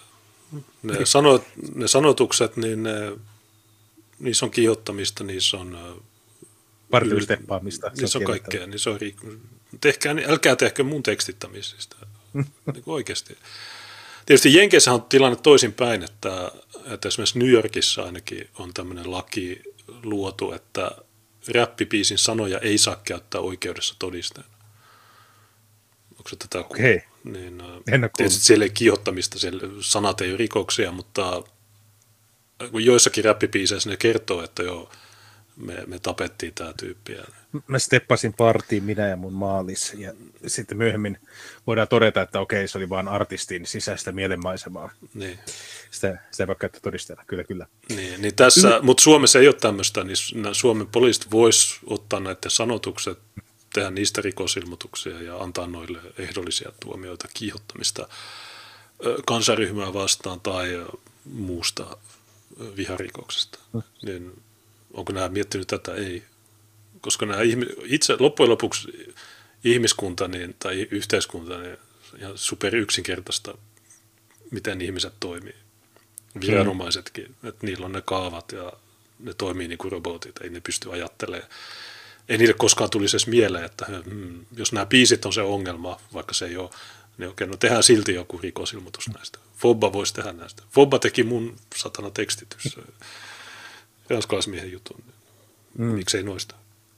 Ne sanotukset, niin niissä on kiihottamista, niissä on partylisteppaamista. Niissä on kaikkea. Niissä on älkää tehkö mun tekstittämisistä. Niin oikeasti. Tietysti Jenkeissä on tilanne toisinpäin, että esimerkiksi New Yorkissa ainakin on tämmöinen laki luotu, että räppibiisin sanoja ei saa käyttää oikeudessa todisteena. Onko se tätä? Okei. Niin, tietysti siellä ei kiihottamista, siellä sanat ei ole rikoksia, mutta joissakin räppibiiseissä ne kertoo, että joo, me tapettiin tämä tyyppi. Mä steppasin partiin, minä ja mun maalis, ja sitten myöhemmin voidaan todeta, että okei, se oli vaan artistin sisäistä mielenmaisemaa. Niin. Sitä ei voi käyttää todisteena, kyllä. Niin tässä, mutta Suomessa ei ole tämmöistä, niin Suomen poliisit vois ottaa näiden sanotukset, tehdä niistä rikosilmoituksia ja antaa noille ehdollisia tuomioita kiihottamista kansanryhmää vastaan tai muusta viharikoksesta. Niin onko nämä miettinyt tätä? Ei. Koska nämä itse loppujen lopuksi ihmiskunta tai yhteiskunta niin ihan super yksinkertaista miten ihmiset toimii. Viranomaisetkin, että niillä on ne kaavat ja ne toimii niin kuin robotit, ei ne pysty ajattelemaan. Ei niille koskaan tulisi edes mieleen, että jos nämä biisit on se ongelma, vaikka se ei ole, niin okei, no tehdään silti joku rikosilmoitus näistä. Fobba voisi tehdä näistä. Fobba teki mun satana tekstitys, ranskalaismiehen jutun. Miksei noista?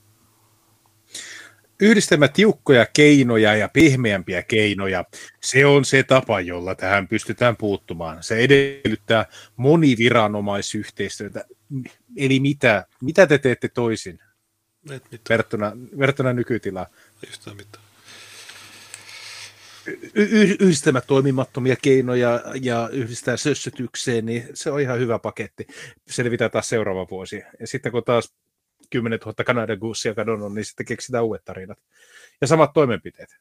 Yhdistelmä tiukkoja keinoja ja pehmeämpiä keinoja, se on se tapa, jolla tähän pystytään puuttumaan. Se edellyttää moniviranomaisyhteistyötä. Eli mitä te teette toisin verrattuna nykytilaan? Ei yhtään mitään. Yhdistelmä toimimattomia keinoja ja yhdistää sössötykseen, niin se on ihan hyvä paketti. Selvitään taas seuraava vuosi. Ja sitten kun taas 10 000 Kanadan goosea kadonnut, niin sitten keksitään uudet tarinat. Ja samat toimenpiteet.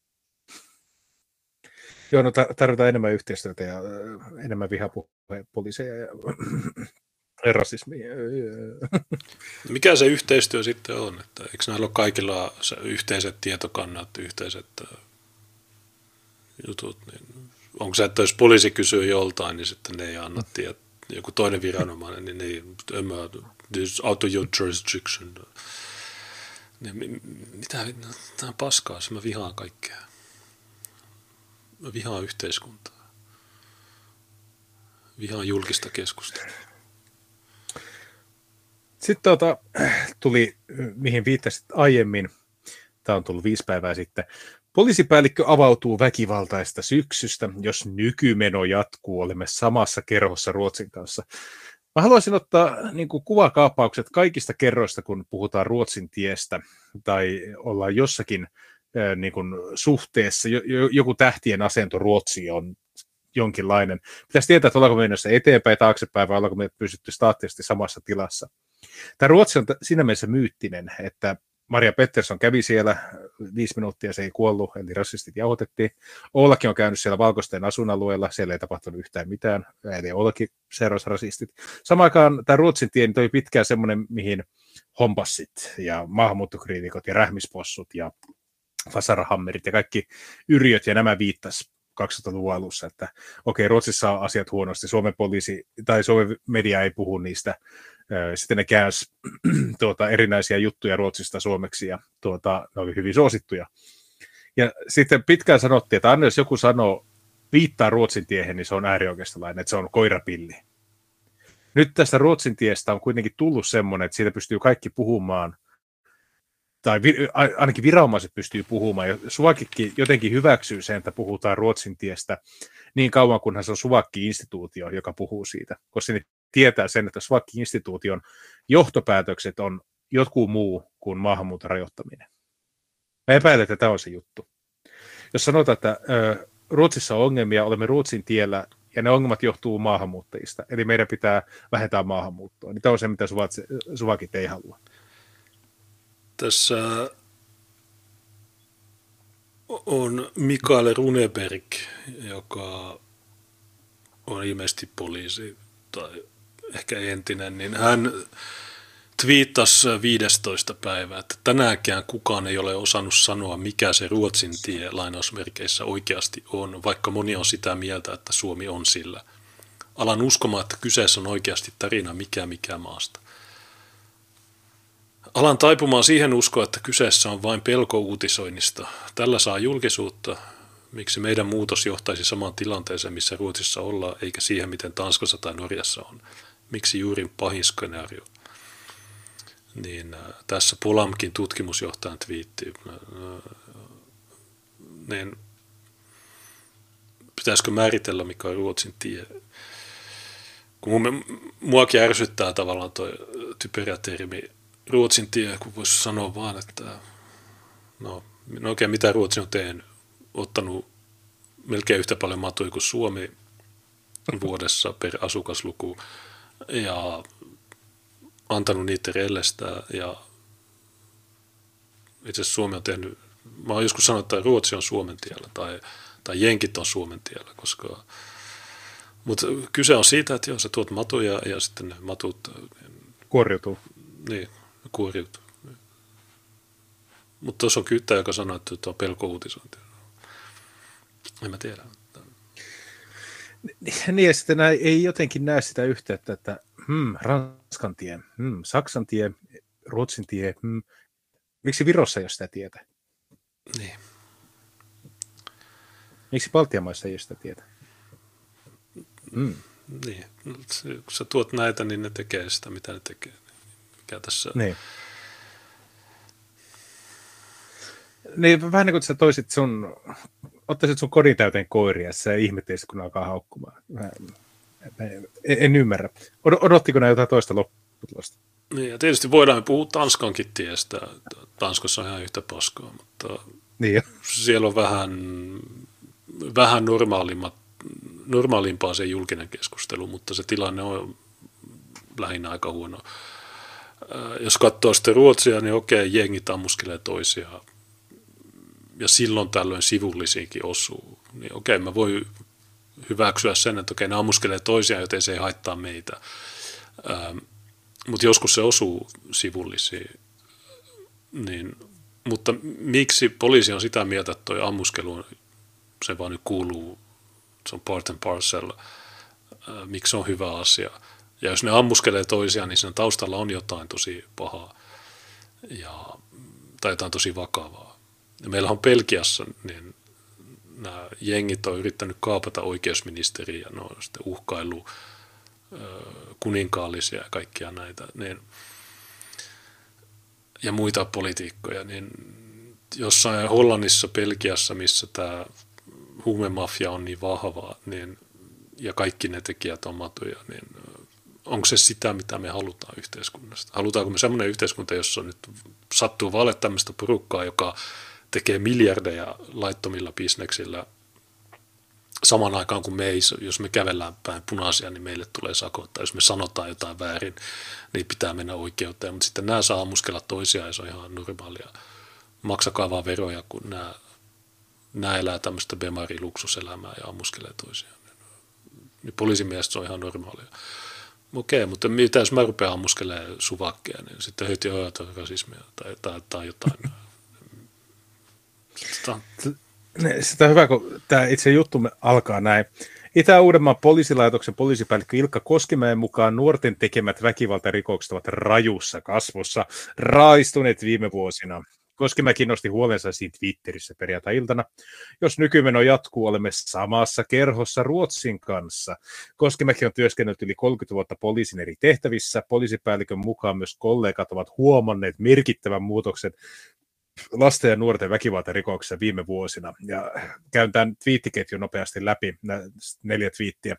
Joo, no tarvitaan enemmän yhteistyötä ja enemmän vihapuhepoliiseja ja rasismia. Mikä se yhteistyö sitten on? Että eikö näillä ole kaikilla yhteiset tietokannat, yhteiset jutut? Niin onko se, että jos poliisi kysyy joltain, niin sitten ne ei anna tietoa. Joku toinen viranomainen, niin ei, this out of your jurisdiction. Mitä, tämä on paskaa, mä vihaan kaikkea. Mä vihaan yhteiskuntaa. Vihaan julkista keskustelua. Sitten tuli, mihin viittasit aiemmin, tämä on tullut 5 päivää sitten, poliisipäällikkö avautuu väkivaltaista syksystä, jos nykymeno jatkuu, olemme samassa kerhossa Ruotsin kanssa. Mä haluaisin ottaa niin kuin kuvakaappaukset kaikista kerroista, kun puhutaan Ruotsin tiestä, tai ollaan jossakin niin kuin suhteessa, joku tähtien asento Ruotsiin on jonkinlainen. Pitäisi tietää, että ollaanko menossa eteenpäin, taaksepäin, vai ollaanko me pysytty staattisesti samassa tilassa. Tämä Ruotsi on siinä mielessä myyttinen, että Maria Pettersson kävi siellä 5 minuuttia, se ei kuollut, eli rasistit jauhotettiin. Oulakin on käynyt siellä Valkoisten asuinalueella, siellä ei tapahtunut yhtään mitään, eli Oulakin seurasi rasistit. Samaan aikaan tämä Ruotsin tie oli pitkään semmoinen, mihin hompassit ja maahanmuuttokriitikot ja rähmispossut ja fasarahammerit ja kaikki yrjöt ja nämä viittasi 2000-luvun alussa, että okei, Ruotsissa on asiat huonosti, Suomen poliisi tai Suomen media ei puhu niistä. Sitten ne käänsi erinäisiä juttuja Ruotsista suomeksi ja ne oli hyvin suosittuja. Ja sitten pitkään sanottiin, että aina jos joku viittaa Ruotsin tiehen, niin se on äärioikeistolainen, että se on koirapilli. Nyt tästä Ruotsin tiestä on kuitenkin tullut semmoinen, että siitä pystyy kaikki puhumaan, tai ainakin viranomaiset pystyy puhumaan, ja Suvakkikin jotenkin hyväksyy sen, että puhutaan Ruotsin tiestä niin kauan, kunhan se on Suvakki-instituutio, joka puhuu siitä, koska ne tietää sen, että Suvakki-instituution johtopäätökset on jotkut muu kuin maahanmuuton rajoittaminen. Mä epäilen, että tämä on se juttu. Jos sanotaan, että Ruotsissa on ongelmia, olemme Ruotsin tiellä, ja ne ongelmat johtuu maahanmuuttajista, eli meidän pitää vähentää maahanmuuttoa, niin tämä on se, mitä Suvakit ei halua. Tässä on Mikael Runeberg, joka on ilmeisesti poliisi tai ehkä entinen, niin hän twiittasi 15. päivää, että tänäänkään kukaan ei ole osannut sanoa, mikä se Ruotsin tie lainausmerkeissä oikeasti on, vaikka moni on sitä mieltä, että Suomi on sillä. Alan uskomaan, että kyseessä on oikeasti tarina mikä maasta. Alan taipumaan siihen uskoa, että kyseessä on vain pelko uutisoinnista. Tällä saa julkisuutta, miksi meidän muutos johtaisi samaan tilanteeseen, missä Ruotsissa ollaan, eikä siihen, miten Tanskassa tai Norjassa on. Miksi juuri pahin skenaario? Niin, tässä Polamkin tutkimusjohtajan twiitti. Niin, pitäisikö määritellä, mikä on Ruotsin tie? Kun muakin ärsyttää tavallaan tuo typerä termi Ruotsin tie, kun voisi sanoa vaan, että no oikein mitä Ruotsi on tehnyt, ottanut melkein yhtä paljon matuja kuin Suomi vuodessa per asukasluku ja antanut niitä rellestää ja itse asiassa Suomi on tehnyt, mä oon joskus sanonut, että Ruotsi on Suomen tiellä tai Jenkit on Suomen tiellä, koska mutta kyse on siitä, että joo, sä tuot matuja ja sitten ne matut kuoriutuu. Niin, kuoriutuu. Mutta tuossa on Kyttä, joka sanoo, että tuo on pelko uutisointi. En mä tiedä. Niin, ja sitten ei jotenkin näe sitä yhteyttä, että Ranskan tie, Saksan tie, Ruotsin tie, miksi Virossa ei ole sitä tietä? Niin. Miksi Baltian maissa ei ole sitä tietä? Niin. Kun sä tuot näitä, niin ne tekee sitä, mitä ne tekee. Mikä tässä... Niin, vähän niin kuin sä ottaisit sun kodin täyteen koiria, sä ihmettelisit, kun alkaa haukkumaan. En ymmärrä. Odottiko nämä jotain toista lopputulosta? Niin, ja tietysti voidaan puhua Tanskankin tiestä. Tanskassa on ihan yhtä paskaa, mutta niin siellä on vähän normaalimpaa se julkinen keskustelu, mutta se tilanne on lähinnä aika huono. Jos katsoo sitten Ruotsia, niin okei, jengit ammuskelee toisiaan. Ja silloin tällöin sivullisiinkin osuu. Niin okei, mä voin hyväksyä sen, että okei, ne ammuskelee toisiaan, joten se ei haittaa meitä. Mutta joskus se osuu sivullisiin. Niin, mutta miksi poliisi on sitä mieltä, että toi ammuskelu, se vaan nyt kuuluu, se on part and parcel, miksi se on hyvä asia. Ja jos ne ammuskelee toisiaan, niin sen taustalla on jotain tosi pahaa tai jotain tosi vakavaa. Ja meillä on Belgiassa, niin nämä jengit on yrittänyt kaapata oikeusministeriä ja ne on sitten uhkailu kuninkaallisia ja kaikkia näitä ja muita politiikkoja. Niin jossain Hollannissa, Belgiassa, missä tämä huumemafia on niin vahvaa niin, ja kaikki ne tekijät on matuja, niin onko se sitä, mitä me halutaan yhteiskunnasta? Halutaanko me semmoinen yhteiskunta, jossa nyt sattuu vaan tämmöistä porukkaa, joka tekee miljardeja laittomilla bisneksillä samaan aikaan kuin jos me kävellään päin punaisia, niin meille tulee sakot. Tai jos me sanotaan jotain väärin, niin pitää mennä oikeuteen. Mutta sitten nämä saa ammuskella toisiaan ja se on ihan normaalia. Maksakaa vaan veroja, kun nämä elää tämmöistä bemari-luksuselämää ja ammuskelee toisiaan. Niin poliisin mielestä se on ihan normaalia. Okei, mutta mitä jos mä rupean ammuskelemaan suvakkeja, niin sitten heti on rasismia tai jotain. Sitä on hyvä, kun tämä itse juttu alkaa näin. Itä-Uudenmaan poliisilaitoksen poliisipäällikkö Ilkka Koskimäen mukaan nuorten tekemät väkivaltarikokset ovat rajussa kasvussa, raistuneet viime vuosina. Koskimäki nosti huolensa siitä Twitterissä perjantai-iltana. Jos nykymeno jatkuu, olemme samassa kerhossa Ruotsin kanssa. Koskimäki on työskennellyt yli 30 vuotta poliisin eri tehtävissä. Poliisipäällikön mukaan myös kollegat ovat huomanneet merkittävän muutoksen lasten ja nuorten väkivaltarikoksissa viime vuosina. Ja käyn tämän twiittiketjun nopeasti läpi, nämä 4 twiittiä.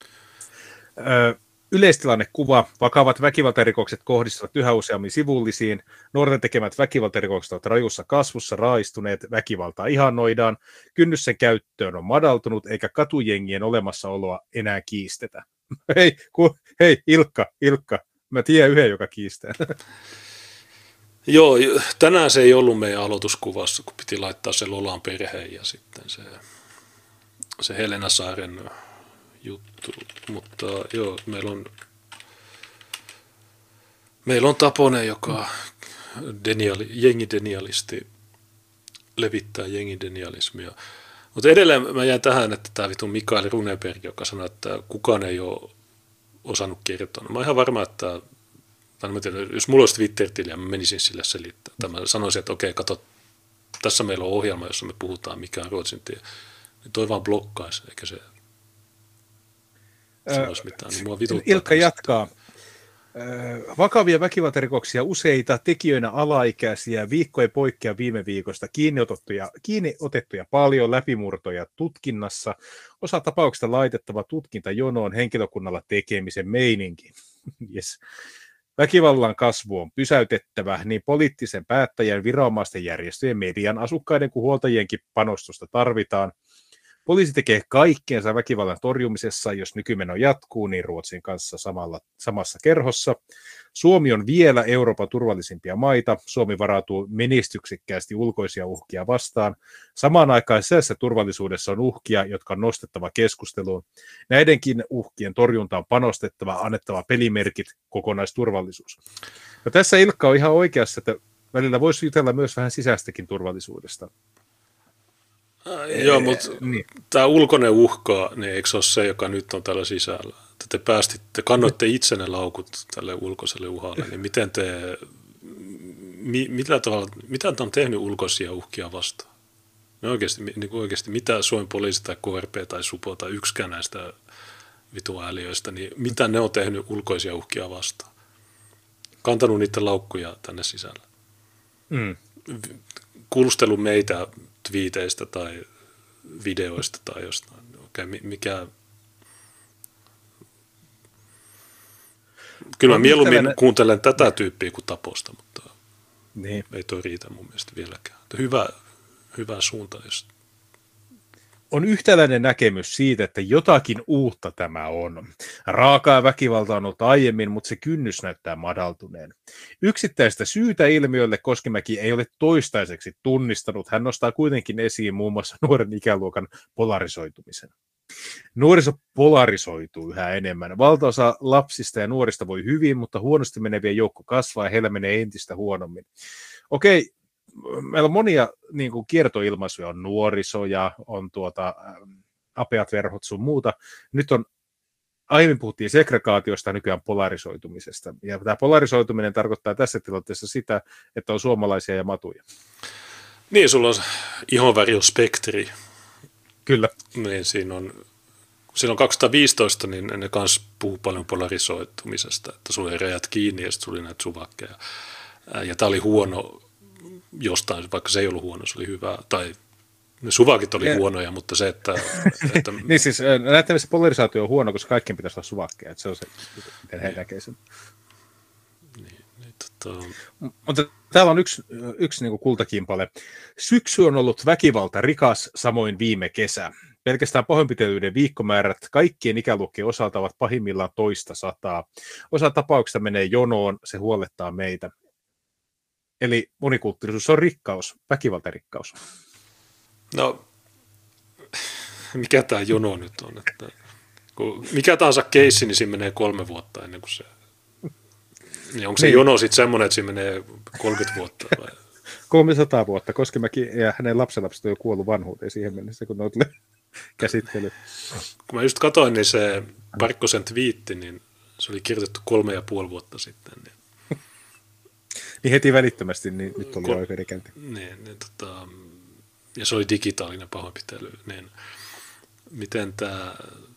Yleistilannekuva. Vakavat väkivaltarikokset kohdistuvat yhä useammin sivullisiin. Nuorten tekemät väkivaltarikokset ovat rajussa kasvussa, raistuneet, väkivaltaa ihannoidaan. Kynnys sen käyttöön on madaltunut, eikä katujengien olemassaoloa enää kiistetä. Hei, Ilkka, mä tiedän yhden, joka kiistää. Joo, tänään se ei ollut meidän aloituskuvassa, kun piti laittaa se Lolan perheen ja sitten se Helena Saaren juttu, mutta joo, meillä on Taponen, joka jengidenialisti levittää jengidenialismia. Mutta edelleen mä jään tähän, että tämä vitun Mikael Runeberg, joka sanoi, että kukaan ei ole osannut kertoa. Mä oon ihan varma, että jos mulla olisi Twitter-tili ja mä menisin sille selittämään. Mä sanoisin, että okei, kato, tässä meillä on ohjelma, jossa me puhutaan, mikä on Ruotsin tie. Niin toi vaan blokkaisi, eikä se sanoisi mitään. Niin mua vituttaa. Ilkka jatkaa. Vakavia väkivaltarikoksia useita, tekijöinä alaikäisiä, viikko ei poikkea viime viikosta, kiinni otettuja paljon, läpimurtoja tutkinnassa, osa tapauksista laitettava tutkintajonoon, henkilökunnalla tekemisen meininki. Yes. Väkivallan kasvu on pysäytettävä, niin poliittisen päättäjän, viranomaisten, järjestöjen, median, asukkaiden kuin huoltajienkin panostusta tarvitaan. Poliisi tekee kaikkeensa väkivallan torjumisessa, jos nykymeno jatkuu, niin Ruotsin kanssa samassa kerhossa. Suomi on vielä Euroopan turvallisimpia maita. Suomi varautuu menestyksekkäästi ulkoisia uhkia vastaan. Samaan aikaan sisäisessä turvallisuudessa on uhkia, jotka on nostettava keskusteluun. Näidenkin uhkien torjunta on panostettava, annettava pelimerkit, kokonaisturvallisuus. No tässä Ilkka on ihan oikeassa, että välillä voisi jutella myös vähän sisäistäkin turvallisuudesta. Joo, mutta Niin. tämä ulkoinen uhka, niin eikö se ole se, joka nyt on täällä sisällä? Te kannoitte itsenne laukut tälle ulkoiselle uhalle, niin miten mitä te on tehnyt ulkoisia uhkia vastaan? No oikeasti, mitä Suomen poliisi tai KRP tai Supo tai yksikään näistä vituääliöistä, niin mitä ne on tehnyt ulkoisia uhkia vastaan? Kantanut niiden laukkuja tänne sisällä. Kuulustellut meitä twiiteistä tai videoista tai jostain. Mikä... Kyllä mä mieluummin kuuntelen tätä tyyppiä kuin Taposta, mutta niin. Ei toi riitä mun mielestä vieläkään. Hyvä suunta. Jos... On yhtäläinen näkemys siitä, että jotakin uutta tämä on. Raakaa väkivalta on ollut aiemmin, mutta se kynnys näyttää madaltuneen. Yksittäistä syytä ilmiölle Koskimäki ei ole toistaiseksi tunnistanut. Hän nostaa kuitenkin esiin muun muassa nuoren ikäluokan polarisoitumisen. Nuoriso polarisoituu yhä enemmän. Valtaosa lapsista ja nuorista voi hyvin, mutta huonosti menevien joukko kasvaa ja heillä menee entistä huonommin. Okei, meillä on monia niin kuin kiertoilmaisuja, on nuoriso ja on apeat verhot sun muuta. Nyt on, aiemmin puhuttiin segregaatiosta, nykyään polarisoitumisesta. Ja tämä polarisoituminen tarkoittaa tässä tilanteessa sitä, että on suomalaisia ja matuja. Niin, sulla on ihonväri on spektri. Kyllä. Niin, silloin 2015 niin ne kanssa puhuu paljon polarisoitumisesta, että sulla ei rajat kiinni ja sitten sulla oli näitä suvakkeja. Ja tämä oli huono jostain, vaikka se ei ollut huono, se oli hyvä. Tai ne suvakit oli huonoja, mutta se, että niin siis näette, missä polarisaatio on huono, koska kaikkien pitäisi olla suvakkeja. Että se on se, miten he näkee sen. Mutta täällä on yksi niin kuin kultakimpale. Syksy on ollut väkivalta rikas, samoin viime kesä. Pelkästään pahoinpitelyiden viikkomäärät kaikkien ikäluokkien osalta ovat pahimmillaan 200. Osa tapauksista menee jonoon, se huolettaa meitä. Eli monikulttuurisuus on rikkaus, väkivaltarikkaus. No, mikä tämä jono nyt on? Että, mikä tahansa keissi, niin siinä menee 3 vuotta ennen kuin se... Niin onko se jono sitten semmoinen, että siinä menee 30 vuotta? Vai? 300 vuotta. Koskimäki ja hänen lapsenlapset on jo kuollut vanhuuteen siihen mennessä, kun ne on käsittely. Kun mä just katsoin, niin se Parkkosen twiitti, niin se oli kirjoitettu 3,5 vuotta sitten. Niin heti välittömästi, niin nyt oli oikeudenkäynti. Ja se oli digitaalinen pahoinpitely. Niin miten tämä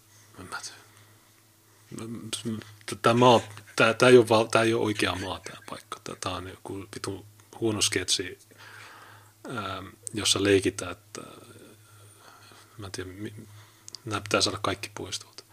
ei ole oikea maa tämä paikka. Tämä on joku vitun huono sketsi, jossa leikitään, että mä en tiedä, nämä pitää saada kaikki pois tuolta.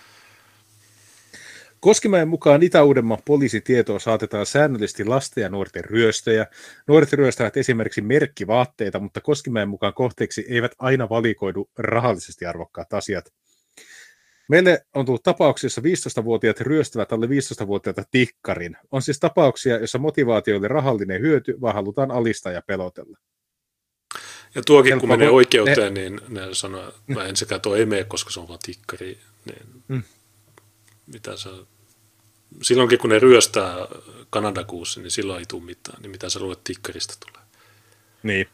Koskimäen mukaan Itä-Uudenmaan poliisitietoon saatetaan säännöllisesti lasten ja nuorten ryöstöjä. Nuoret ryöstävät esimerkiksi merkkivaatteita, mutta Koskimäen mukaan kohteeksi eivät aina valikoidu rahallisesti arvokkaat asiat. Meille on tullut tapauksia, joissa 15-vuotiaat ryöstävät alle 15-vuotiaita tikkarin. On siis tapauksia, joissa motivaatio oli rahallinen hyöty, vaan halutaan alistaa ja pelotella. Ja tuokin, kun menee oikeuteen, niin ne sanoo, että ensinnäkään tuo ei mene, koska se on vaan tikkari. Niin, mitä sä... Silloinkin, kun ne ryöstää Kanadakuussa, niin silloin ei tule mitään. Niin mitä sä luulet, tikkarista tulee? Niin.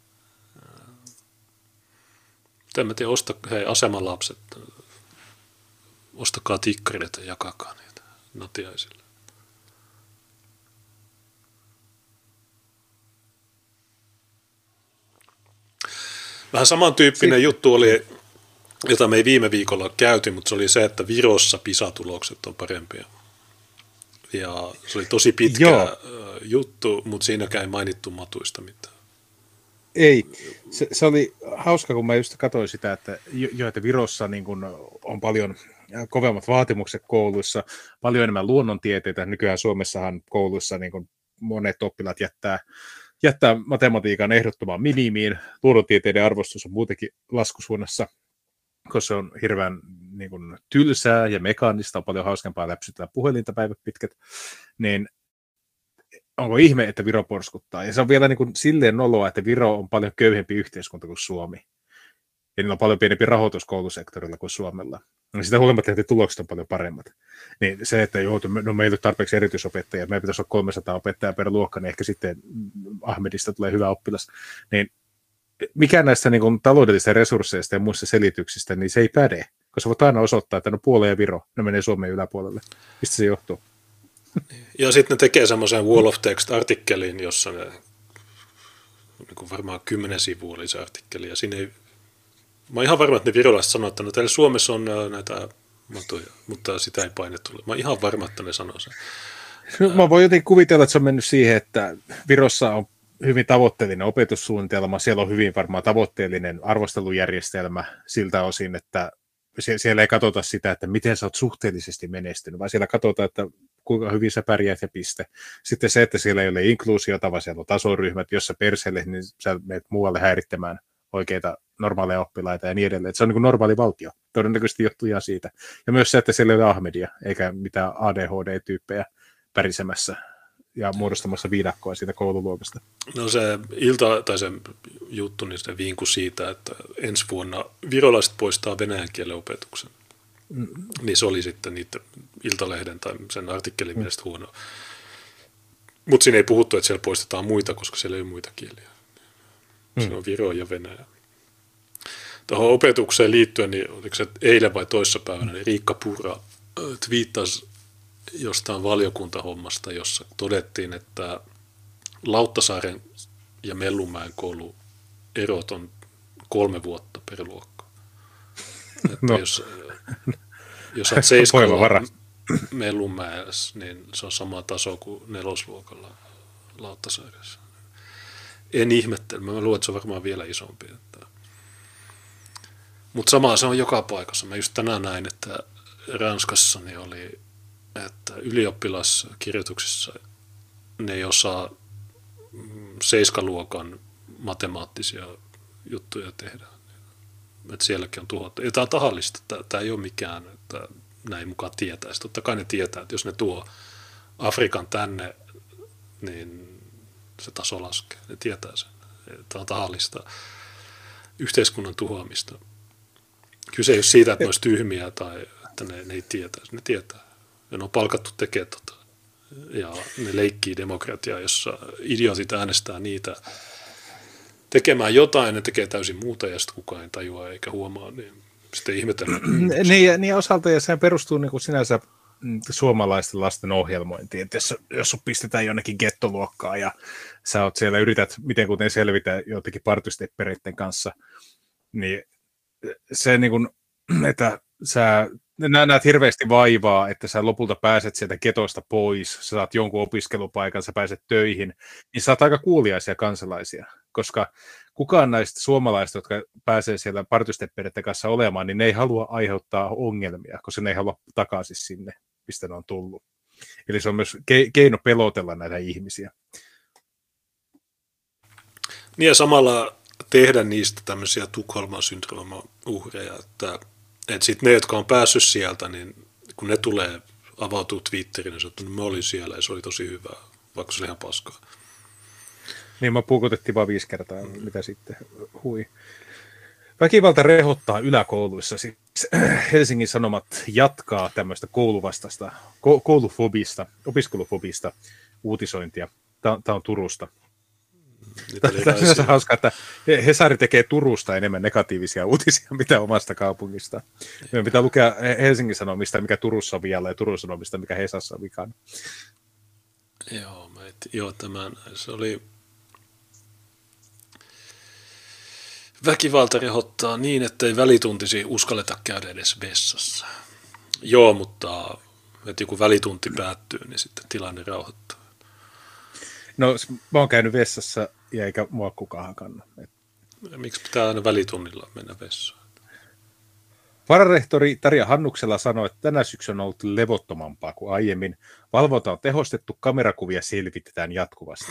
En mä tiedä, hei, asemanlapset, ostakaa tikkarit ja jakakaa niitä natiaisille. Vähän samantyyppinen juttu oli, jota me ei viime viikolla käyty, mutta se oli se, että Virossa PISA-tulokset on parempia. Ja se oli tosi pitkä juttu, mutta siinäkään ei mainittu matuista mitään. Ei. Se oli hauska, kun mä just katsoin sitä, että Virossa niin kun on paljon kovemmat vaatimukset kouluissa, paljon enemmän luonnontieteitä. Nykyään Suomessahan kouluissa niin kun monet oppilaat jättää matematiikan ehdottomaan minimiin. Luonnontieteiden arvostus on muutenkin laskusuunnassa, koska se on hirveän niin kun tylsää ja mekaanista, on paljon hauskempaa läpsytellä puhelinta päivät pitkät, niin onko ihme, että Viro porskuttaa? Ja se on vielä niin kuin silleen noloa, että Viro on paljon köyhempi yhteiskunta kuin Suomi. Ja niillä on paljon pienempi rahoitus koulusektorilla kuin Suomella. Ja sitä huolimatta, että tulokset on paljon paremmat. Niin se, että meillä ei ole tarpeeksi erityisopettajia, meillä pitäisi olla 300 opettajaa per luokka, niin ehkä sitten Ahmedista tulee hyvä oppilas. Niin mikään näistä niin kuin taloudellisista resursseista ja muista selityksistä, niin se ei päde. Koska voit aina osoittaa, että no Puola ja Viro, ne menee Suomen yläpuolelle. Mistä se johtuu? Ja sitten ne tekee semmoisen wall of text-artikkelin, jossa ne, niin kuin varmaan 10 sivua oli se artikkeli, ja siinä ei, mä oon ihan varma, että ne virolaiset sanoo, että no täällä Suomessa on näitä matoja, mutta sitä ei painettu. Mä oon ihan varma, että ne sanoo sen. No, mä voin jotenkin kuvitella, että se on mennyt siihen, että Virossa on hyvin tavoitteellinen opetussuunnitelma, siellä on hyvin varmaan tavoitteellinen arvostelujärjestelmä siltä osin, että siellä ei katsota sitä, että miten sä oot suhteellisesti menestynyt, vaan siellä katsotaan, että kuinka hyvin sä pärjäät ja piste. Sitten se, että siellä ei ole inkluusiota, vaan siellä on tasoryhmät, jos sä perseelle, niin sä menet muualle häirittämään oikeita normaaleja oppilaita ja niin edelleen. Että se on niin kuin normaali valtio. Todennäköisesti johtuu ihan siitä. Ja myös se, että siellä ei ole Ahmedia, eikä mitään ADHD-tyyppejä pärisemässä ja muodostamassa viidakkoa siitä koululuokasta. No se ilta tai se juttu, niin se vinku siitä, että ensi vuonna virolaiset poistaa venäjän kielen opetuksen. Niin se oli sitten niitä Iltalehden tai sen artikkelin mielestä huono. Mutta siinä ei puhuttu, että siellä poistetaan muita, koska siellä ei ole muita kieliä. Se on Viro ja Venäjä. Tuohon opetukseen liittyen, niin oliko se eilen vai toissapäivänä, niin Riikka Purra twiittasi jostain valiokuntahommasta, jossa todettiin, että Lauttasaaren ja Mellunmäen kouluerot on 3 vuotta per luokka. No. Jos olet 7 Mellunmäessä, niin se on sama taso kuin 4. Lauttasaaressa. En ihmettele, mä luulen, että se on varmaan vielä isompi. Mutta samaa se on joka paikassa. Mä just tänään näin, että Ranskassa niin oli, että ylioppilaskirjoituksissa ne ei osaa 7. matemaattisia juttuja tehdä. Että sielläkin on tuhottu. Ja tämä on tahallista. Tämä ei ole mikään, että näin mukaan tietäisi. Totta kai ne tietää, että jos ne tuo Afrikan tänne, niin se taso laskee. Ne tietää sen. Tämä on tahallista yhteiskunnan tuhoamista. Kyse ei ole siitä, että ne olisi tyhmiä tai että ne ei tietäisi. Ne tietää. Ja ne on palkattu tekemään tota. Ja ne leikkii demokratiaa, jossa idiotit äänestää niitä tekemään jotain, ne tekee täysin muuta ja sitten kukaan ei tajua eikä huomaa, niin sitten ihmetellään. Niin osalta, ja se perustuu niin kuin sinänsä suomalaisten lasten ohjelmointiin, että jos sut pistetään jonnekin gettoluokkaan ja sä oot siellä, yrität miten kuten selvitä jotenkin partysteppereiden kanssa, niin se niin kuin, että sä näet hirveästi vaivaa, että sä lopulta pääset sieltä getosta pois, sä saat jonkun opiskelupaikan, sä pääset töihin, niin sä oot aika kuuliaisia kansalaisia, koska kukaan näistä suomalaisista, jotka pääsee siellä partysteppereiden kanssa olemaan, niin ne ei halua aiheuttaa ongelmia, koska ne ei halua takaisin sinne, mistä ne on tullut. Eli se on myös keino pelotella näitä ihmisiä. Niin ja samalla tehdä niistä tämmöisiä Tukholman syndrooma-uhreja, että sitten ne, jotka on päässyt sieltä, niin kun ne tulee avautuu Twitteriin, niin että mä olin siellä ja se oli tosi hyvä, vaikka se oli ihan paskaa. Niin mä puukotettiin vaan 5 kertaa, mitä sitten hui. Väkivalta rehottaa yläkouluissa. Siis Helsingin Sanomat jatkaa tämmöistä kouluvastasta, koulufobista, opiskelufobista uutisointia. Tämä on Turusta. Tämä on hauskaa, että Hesari tekee Turusta enemmän negatiivisia uutisia, mitä omasta kaupungista. Meidän pitää lukea Helsingin Sanomista, mikä Turussa on vialla, ja Turun Sanomista, mikä Hesassa on vikana. Joo, se oli... Väkivalta rehottaa niin, ettei välituntisi uskalleta käydä edes vessassa. Joo, mutta että joku välitunti päättyy, niin sitten tilanne rauhoittuu. No, mä oon käynyt vessassa ja eikä mua kukaan hakannut. Miksi pitää aina välitunnilla mennä vessaan? Vararehtori Tarja Hannuksella sanoi, että tänä syksynä on ollut levottomampaa kuin aiemmin. Valvonta on tehostettu, kamerakuvia selvitetään jatkuvasti.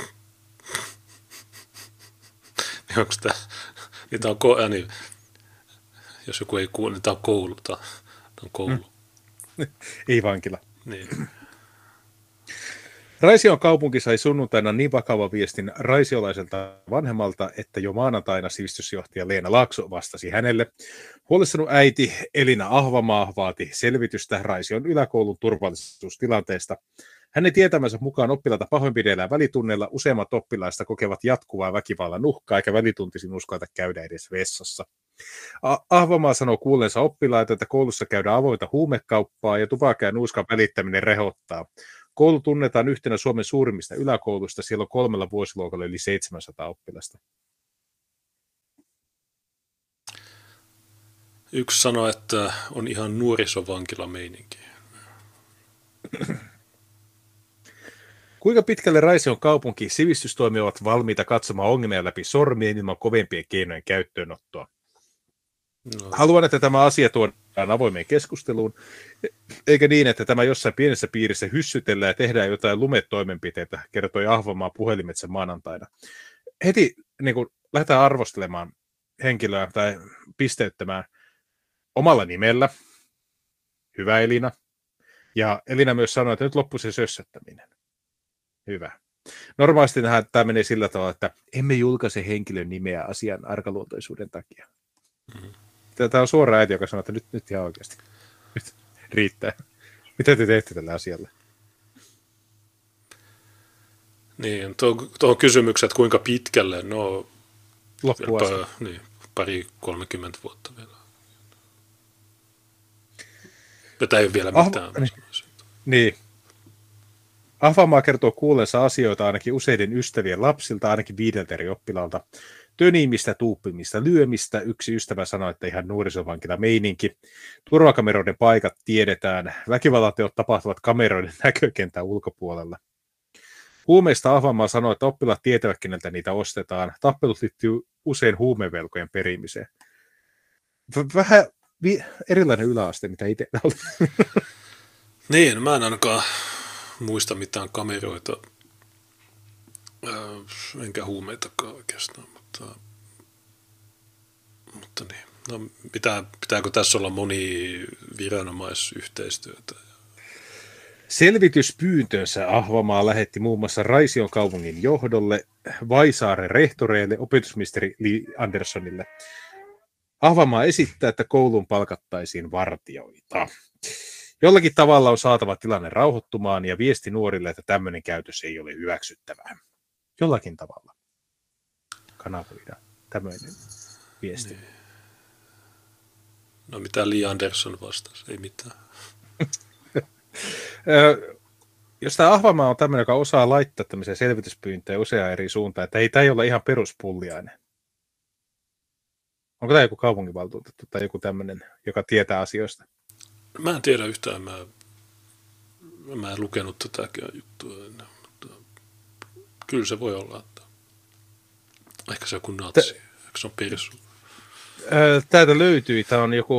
Onko tämä... Niitä on niin, jos joku ei kuule, niin tämä on koulu. Tämä on koulu. Ei vankila. Niin. Raision kaupunki sai sunnuntaina niin vakava viestin raisiolaiselta vanhemmalta, että jo maanantaina sivistysjohtaja Leena Laakso vastasi hänelle. Huolestunut äiti Elina Ahvamaa vaati selvitystä Raision yläkoulun turvallisuustilanteesta. Hänen tietämänsä mukaan oppilaita pahoinpidellään välitunneilla, useimmat oppilaista kokevat jatkuvaa väkivallan uhkaa, eikä välituntisin uskalleta käydä edes vessassa. Ahvamaa sanoo kuulleensa oppilaita, että koulussa käydään avointa huumekauppaa ja tupakan ja nuuskan välittäminen rehottaa. Koulu tunnetaan yhtenä Suomen suurimmista yläkouluista, siellä on 3 vuosiluokalla yli 700 oppilasta. Yksi sanoi, että on ihan nuorisovankila-meininki. Kuinka pitkälle Raision kaupunki sivistystoimi ovat valmiita katsomaan ongelmia läpi sormien ilman kovempien keinojen käyttöönottoa? No. Haluan, että tämä asia tuodaan avoimeen keskusteluun, eikä niin, että tämä jossain pienessä piirissä hyssytellään ja tehdään jotain lumetoimenpiteitä, kertoi Ahvamaa puhelimessa maanantaina. Heti niin kun lähdetään arvostelemaan henkilöä tai pisteyttämään omalla nimellä, hyvä Elina, ja Elina myös sanoi, että nyt loppui se sössöttäminen. Hyvä. Normaalisti tämä menee sillä tavalla, että emme julkaise henkilön nimeä asian arkaluontoisuuden takia. Mm-hmm. Tämä on suora äiti, joka sanoo, että nyt ihan oikeasti. Nyt riittää. Mitä te teette tällä asialla? Niin, tuohon kysymykseen, että kuinka pitkälle, no loppuasti. 30 vuotta vielä. Tätä ei ole vielä mitään. Niin. Ahvamaa kertoo kuullensa asioita ainakin useiden ystävien lapsilta, ainakin 5 eri oppilaalta. Tönimistä, tuuppimista, lyömistä. Yksi ystävä sanoi, että ihan nuorisovankila meininki. Turvakameroiden paikat tiedetään. Väkivallanteot tapahtuvat kameroiden näkökentän ulkopuolella. Huumeista Ahvamaa sanoi, että oppilaat tietävät, keneltä niitä ostetaan. Tappelut liittyy usein huumevelkojen perimiseen. Vähän erilainen yläaste, mitä itse oli. Niin, mä en ainakaan muista mitään kameroita, enkä huumeitakaan oikeastaan, mutta niin. No, pitääkö tässä olla moniviranomaisyhteistyötä? Selvityspyyntönsä Ahvamaa lähetti muun muassa Raision kaupungin johdolle, Vaisaaren rehtoreille, opetusministeri Li Anderssonille. Ahvamaa esittää, että kouluun palkattaisiin vartijoita. Jollakin tavalla on saatava tilanne rauhoittumaan ja viesti nuorille, että tämmöinen käytös ei ole hyväksyttävää. Jollakin tavalla kanavoidaan tämmöinen viesti. Niin. No mitä Li Andersson vastasi? Ei mitään. Jos tämä Ahvamaa on tämmöinen, joka osaa laittaa tämmöisiä selvityspyyntöjä useaan eri suuntaan, että ei tämä ei ole ihan peruspulliainen. Onko tämä joku kaupunginvaltuutettu tai joku tämmöinen, joka tietää asioista? Mä en tiedä yhtään. Mä en lukenut tätäkin juttua ennen, mutta kyllä se voi olla, että ehkä se on joku natsi, ehkä se on persu. Täältä löytyi, tämä on joku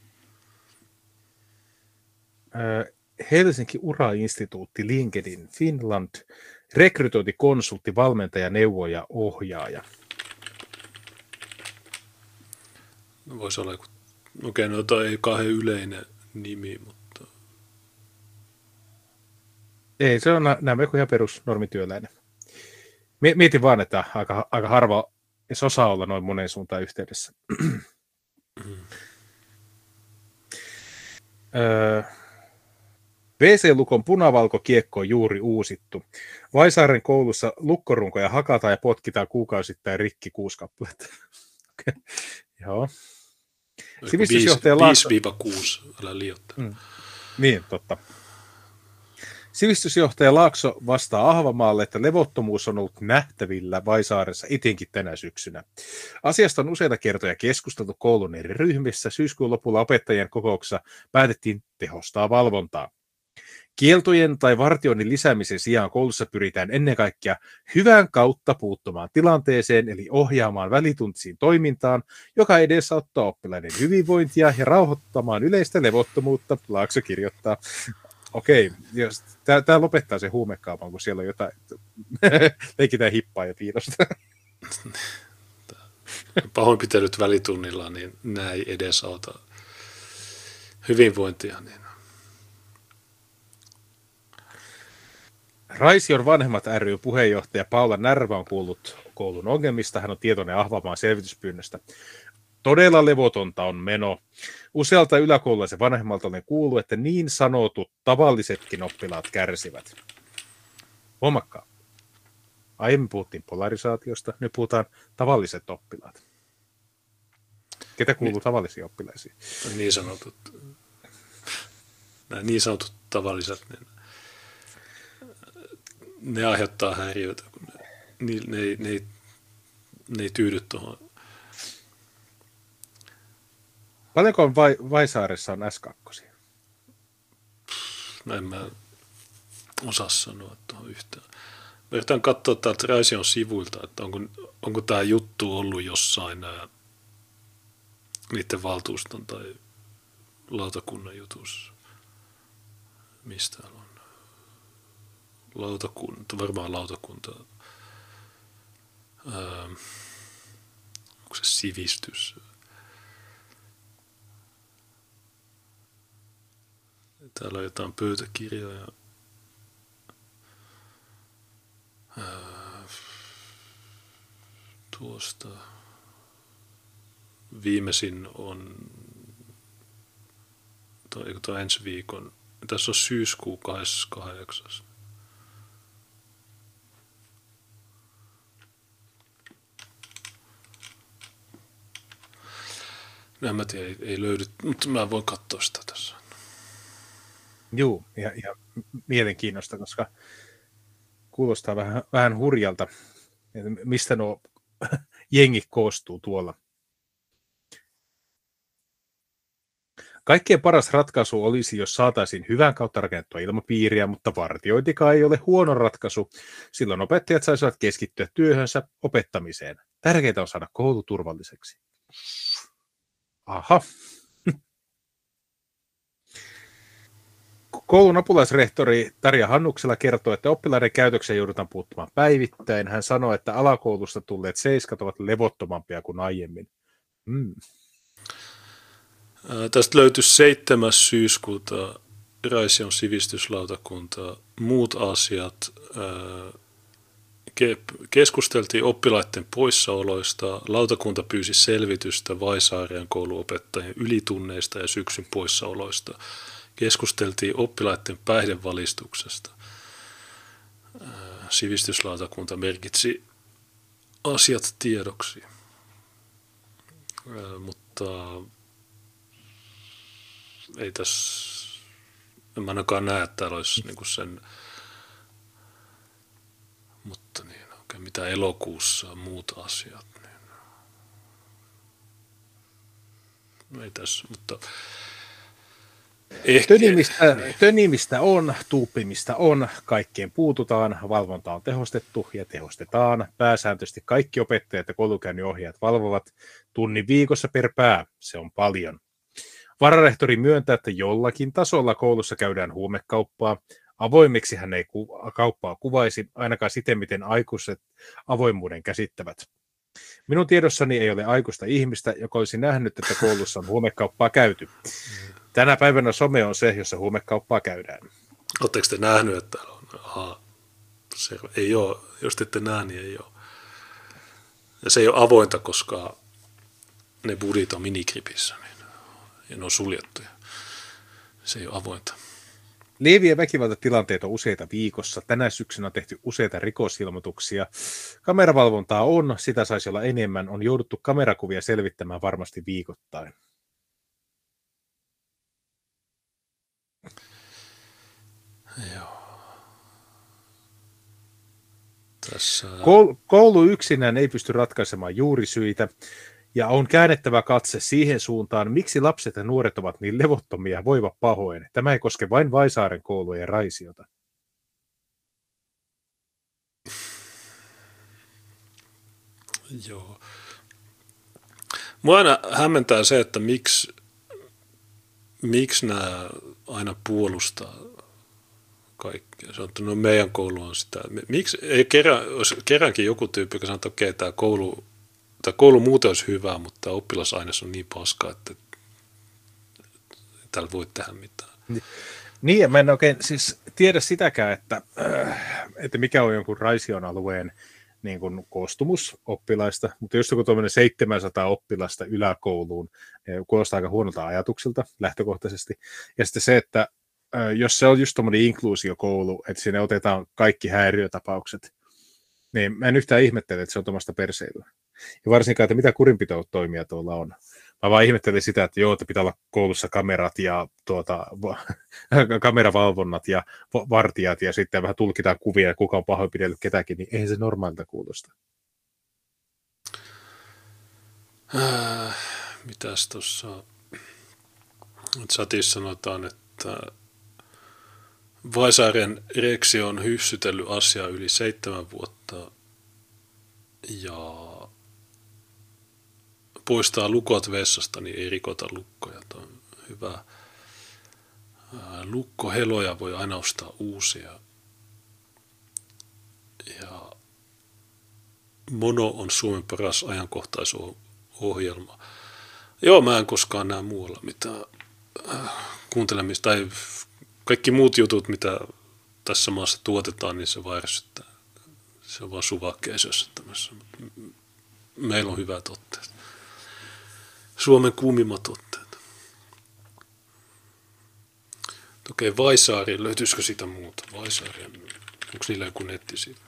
Helsinki Ura-instituutti, LinkedIn, Finland, rekrytointikonsultti, valmentaja, neuvoja, ohjaaja. No voisi olla joku, okei, no toi ei kauhean yleinen nimi, mutta ei, se on nämä joku ihan perusnormityöläinen. Mietin vaan, että aika harva edes osaa olla noin moneen suuntaan yhteydessä. WC-lukon punavalkokiekko on juuri uusittu. Vaisaaren koulussa lukkorunkoja hakataan ja potkitaan kuukausittain rikki 6 kappaletta. Okay. Joo. Sivistysjohtaja 5-6, älä liioittaa. Niin, totta. Sivistysjohtaja Laakso vastaa Ahvamaalle, että levottomuus on ollut nähtävillä Vaisaaressa etenkin tänä syksynä. Asiasta on useita kertoja keskusteltu koulun eri ryhmissä. Syyskuun lopulla opettajien kokouksessa päätettiin tehostaa valvontaa. Kieltojen tai vartioinnin lisäämisen sijaan koulussa pyritään ennen kaikkea hyvän kautta puuttumaan tilanteeseen, eli ohjaamaan välituntisiin toimintaan, joka edesauttaa oppilaiden hyvinvointia ja rauhoittamaan yleistä levottomuutta, Laakso kirjoittaa. Okei, tämä lopettaa sen huumekaupan, kun siellä on jotain, leikitään hippaa ja piilosta. Pahoinpitelyt välitunnilla, niin nämä ei edesauta hyvinvointia, niin Raision vanhemmat ry puheenjohtaja Paula Närvä on kuullut koulun ongelmista. Hän on tietoinen Ahvamaan selvityspyynnöstä. Todella levotonta on meno. Usealta yläkoululaisen vanhemmalta olen kuullut, että niin sanotut tavallisetkin oppilaat kärsivät. Huomakkaa. Aiemmin puhuttiin polarisaatiosta, nyt puhutaan tavalliset oppilaat. Ketä kuuluu tavallisiin oppilaisiin? Niin sanotut tavalliset, ne aiheuttaa häiriöitä, kun ne ei tyydy tuohon. Paljonko on Vaisaaressa on S2? En mä osaa sanoa tuohon yhtään. Mä yritän katsoa täältä Raision sivuilta, että onko tämä juttu ollut jossain niiden valtuuston tai lautakunnan jutussa. Mistä on? Varmaan lautakunta. Onko se sivistys? Täällä on jotain pöytäkirjoja. Tuosta viimeisin on tuo ensi viikon. Tässä on syyskuu 28. En mä tiedä, ei löydy, mutta mä voin katsoa sitä tässä. Joo, ja mielenkiinnosta, koska kuulostaa vähän hurjalta, että mistä nuo jengi koostuu tuolla. Kaikkein paras ratkaisu olisi, jos saataisiin hyvän kautta rakennettua ilmapiiriä, mutta vartiointikaan ei ole huono ratkaisu. Silloin opettajat saisivat keskittyä työhönsä opettamiseen. Tärkeintä on saada koulu turvalliseksi. Aha. Koulun apulaisrehtori Tarja Hannuksela kertoo, että oppilaiden käytökseen joudutaan puuttumaan päivittäin. Hän sanoi, että alakoulusta tulleet seiskat ovat levottomampia kuin aiemmin. Tästä löytyy 7. syyskuuta Raision sivistyslautakunta. Muut asiat. Keskusteltiin oppilaiden poissaoloista. Lautakunta pyysi selvitystä Vaisaareen kouluopettajien ylitunneista ja syksyn poissaoloista. Keskusteltiin oppilaiden päihdevalistuksesta. Sivistyslautakunta merkitsi asiat tiedoksi. Mutta ei tässä, en mä ainakaan näe, että täällä olisi niinku sen, mutta niin, oikein mitä elokuussa muut asiat. Niin. Ei tässä, mutta ehkä, Tönimistä on, tuuppimista on, kaikkeen puututaan, valvonta on tehostettu ja tehostetaan. Pääsääntöisesti kaikki opettajat ja koulukäynninohjaajat valvovat tunnin viikossa per pää, se on paljon. Vararehtori myöntää, että jollakin tasolla koulussa käydään huumekauppaa. Avoimeksi hän ei kauppaa kuvaisi, ainakaan siten, miten aikuiset avoimuuden käsittävät. Minun tiedossani ei ole aikuista ihmistä, joka olisi nähnyt, että koulussa on huumekauppaa käyty. Tänä päivänä some on se, jossa huumekauppaa käydään. Oletteko te nähnyt, että täällä on? Aha, se ei ole, jos te ette näe, niin ei ole. Ja se ei ole avointa, koska ne budit on minikripissä, niin, ja ne on suljettuja. Se ei ole avointa. Lieviä väkivaltatilanteita on useita viikossa. Tänä syksynä on tehty useita rikosilmoituksia. Kameravalvontaa on, sitä saisi olla enemmän. On jouduttu kamerakuvia selvittämään varmasti viikoittain. Joo. Tässä Koulu yksinään ei pysty ratkaisemaan juurisyitä, ja on käännettävä katse siihen suuntaan, miksi lapset ja nuoret ovat niin levottomia ja voivat pahoin. Tämä ei koske vain Vaisaaren koulua ja Raisiota. Joo. Mua aina hämmentää se, että miksi nämä aina puolustaa kaikkea. Se on, että no meidän koulu on sitä. Miksi ei olisi kerrankin joku tyyppi, joka sanoo, että okei, tämä koulu muuten olisi hyvä, mutta oppilasaines on niin paska, että täällä voi tehdä mitään. Niin, ja mä en oikein siis tiedä sitäkään, että mikä on jonkun Raision alueen niin kuin koostumus oppilaista, mutta just joku tuommoinen 700 oppilasta yläkouluun kuulostaa aika huonolta ajatukselta lähtökohtaisesti. Ja sitten se, että jos se on just tommoinen inkluusiokoulu, että siinä otetaan kaikki häiriötapaukset, niin mä en yhtään ihmettele, että se on tuommoista perseilyä. Ja varsinkaan, että mitä kurinpitotoimia tuolla on. Mä vaan ihmettelin sitä, että joo, että pitää olla koulussa kamerat ja kameravalvonnat ja vartijat ja sitten vähän tulkitaan kuvia ja kuka on pahoinpidellyt ketäkin, niin eihän se normaalilta kuulosta. Mitäs tuossa chatissa sanotaan, että Vaisaaren Reksi on hyssytellyt asiaa yli 7 vuotta ja poistaa lukot vessasta, niin ei rikota lukkoja. Tuo on hyvä. Lukkoheloja voi aina ostaa uusia. Ja Mono on Suomen paras ajankohtaisohjelma. Joo, mä en koskaan näe muualla mitään kuuntelemista. Tai kaikki muut jutut, mitä tässä maassa tuotetaan, niin se vaan ärsyttää. Se on vaan suvakkeen sössyttämässä. Meillä on hyvät otteet. Suomen kuumimmat otteet. Okei, Vaisaari, löytyisikö sitä muuta? Vaisaari, onko niillä joku nettisivu?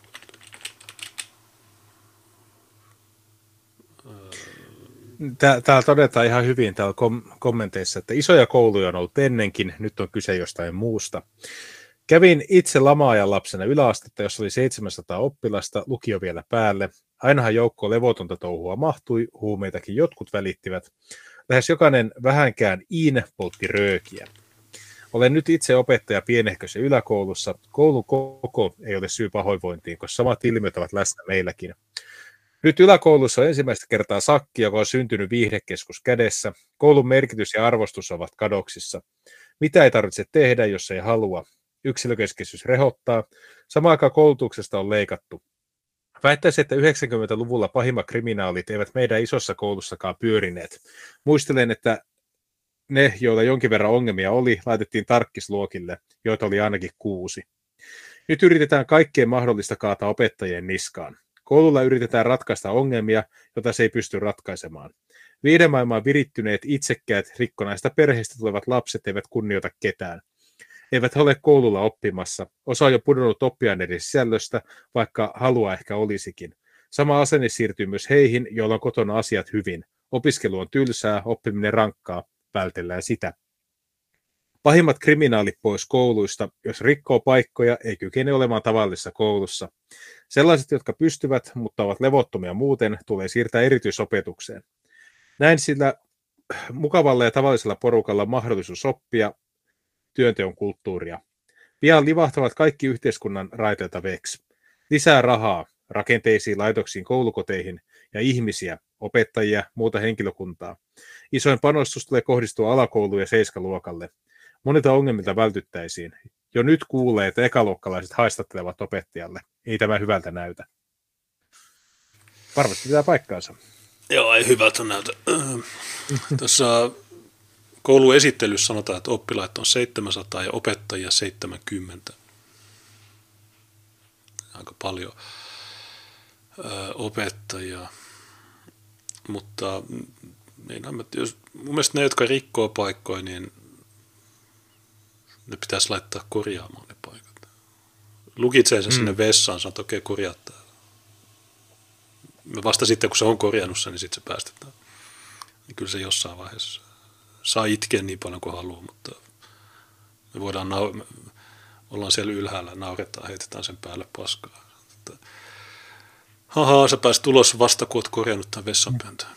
Täällä todetaan ihan hyvin täällä kommenteissa, että isoja kouluja on ollut ennenkin, nyt on kyse jostain muusta. Kävin itse lamaajan lapsena yläastetta, jossa oli 700 oppilasta, lukio vielä päälle. Ainahan joukkoon levotonta touhua mahtui, huumeitakin jotkut välittivät. Lähes jokainen vähänkään poltti röökiä. Olen nyt itse opettaja pienehkössä yläkoulussa. Koulun koko ei ole syy pahoinvointiin, koska samat ilmiöt ovat läsnä meilläkin. Nyt yläkoulussa on ensimmäistä kertaa sakki, joka on syntynyt viihdekeskus kädessä. Koulun merkitys ja arvostus ovat kadoksissa. Mitä ei tarvitse tehdä, jos ei halua? Yksilökeskeisyys rehottaa. Samaan aikaan koulutuksesta on leikattu. Väittäisin, että 90-luvulla pahimmat kriminaalit eivät meidän isossa koulussakaan pyörineet. Muistelen, että ne, joilla jonkin verran ongelmia oli, laitettiin tarkkisluokille, joita oli ainakin 6. Nyt yritetään kaikkeen mahdollista kaataa opettajien niskaan. Koululla yritetään ratkaista ongelmia, joita se ei pysty ratkaisemaan. Viidemaailmaan virittyneet, itsekkäät, rikkonaista perheistä tulevat lapset eivät kunnioita ketään. Eivät ole koululla oppimassa. Osa on jo pudonnut oppiaineiden sisällöstä, vaikka halua ehkä olisikin. Sama asenne siirtyy myös heihin, joilla on kotona asiat hyvin. Opiskelu on tylsää, oppiminen rankkaa, vältellään sitä. Pahimmat kriminaalit pois kouluista, jos rikkoo paikkoja, ei kykene olemaan tavallisessa koulussa. Sellaiset, jotka pystyvät, mutta ovat levottomia muuten, tulee siirtää erityisopetukseen. Näin sillä mukavalla ja tavallisella porukalla on mahdollisuus oppia työnteon kulttuuria. Pian livahtavat kaikki yhteiskunnan raiteilta veksi. Lisää rahaa rakenteisiin, laitoksiin, koulukoteihin ja ihmisiä, opettajia, muuta henkilökuntaa. Isoin panostus tulee kohdistua alakouluun ja 7-luokalle. Monilta ongelmilta vältyttäisiin. Jo nyt kuulee, että ekaluokkalaiset haistattelevat opettajalle. Ei tämä hyvältä näytä. Varmasti pitää paikkaansa. Joo, ei hyvältä näytä. Tuossa koulun esittelyssä sanotaan, että oppilaita on 700 ja opettajia 70. Aika paljon opettajia. Mutta mun mielestä ne, jotka rikkoo paikkoja, niin ne pitäisi laittaa korjaamaan ne paikat. Lukitsee se sinne vessaan, sanoo, että okei, korjaa. Vasta sitten, kun se on korjannut sen, niin sitten se päästetään. Niin kyllä se jossain vaiheessa saa itkeä niin paljon kuin haluaa, mutta me voidaan ollaan siellä ylhäällä, nauretaan, heitetään sen päälle paskaa. Haha, sä pääsit tulos vasta, kun oot korjannut tämän vessanpöntön.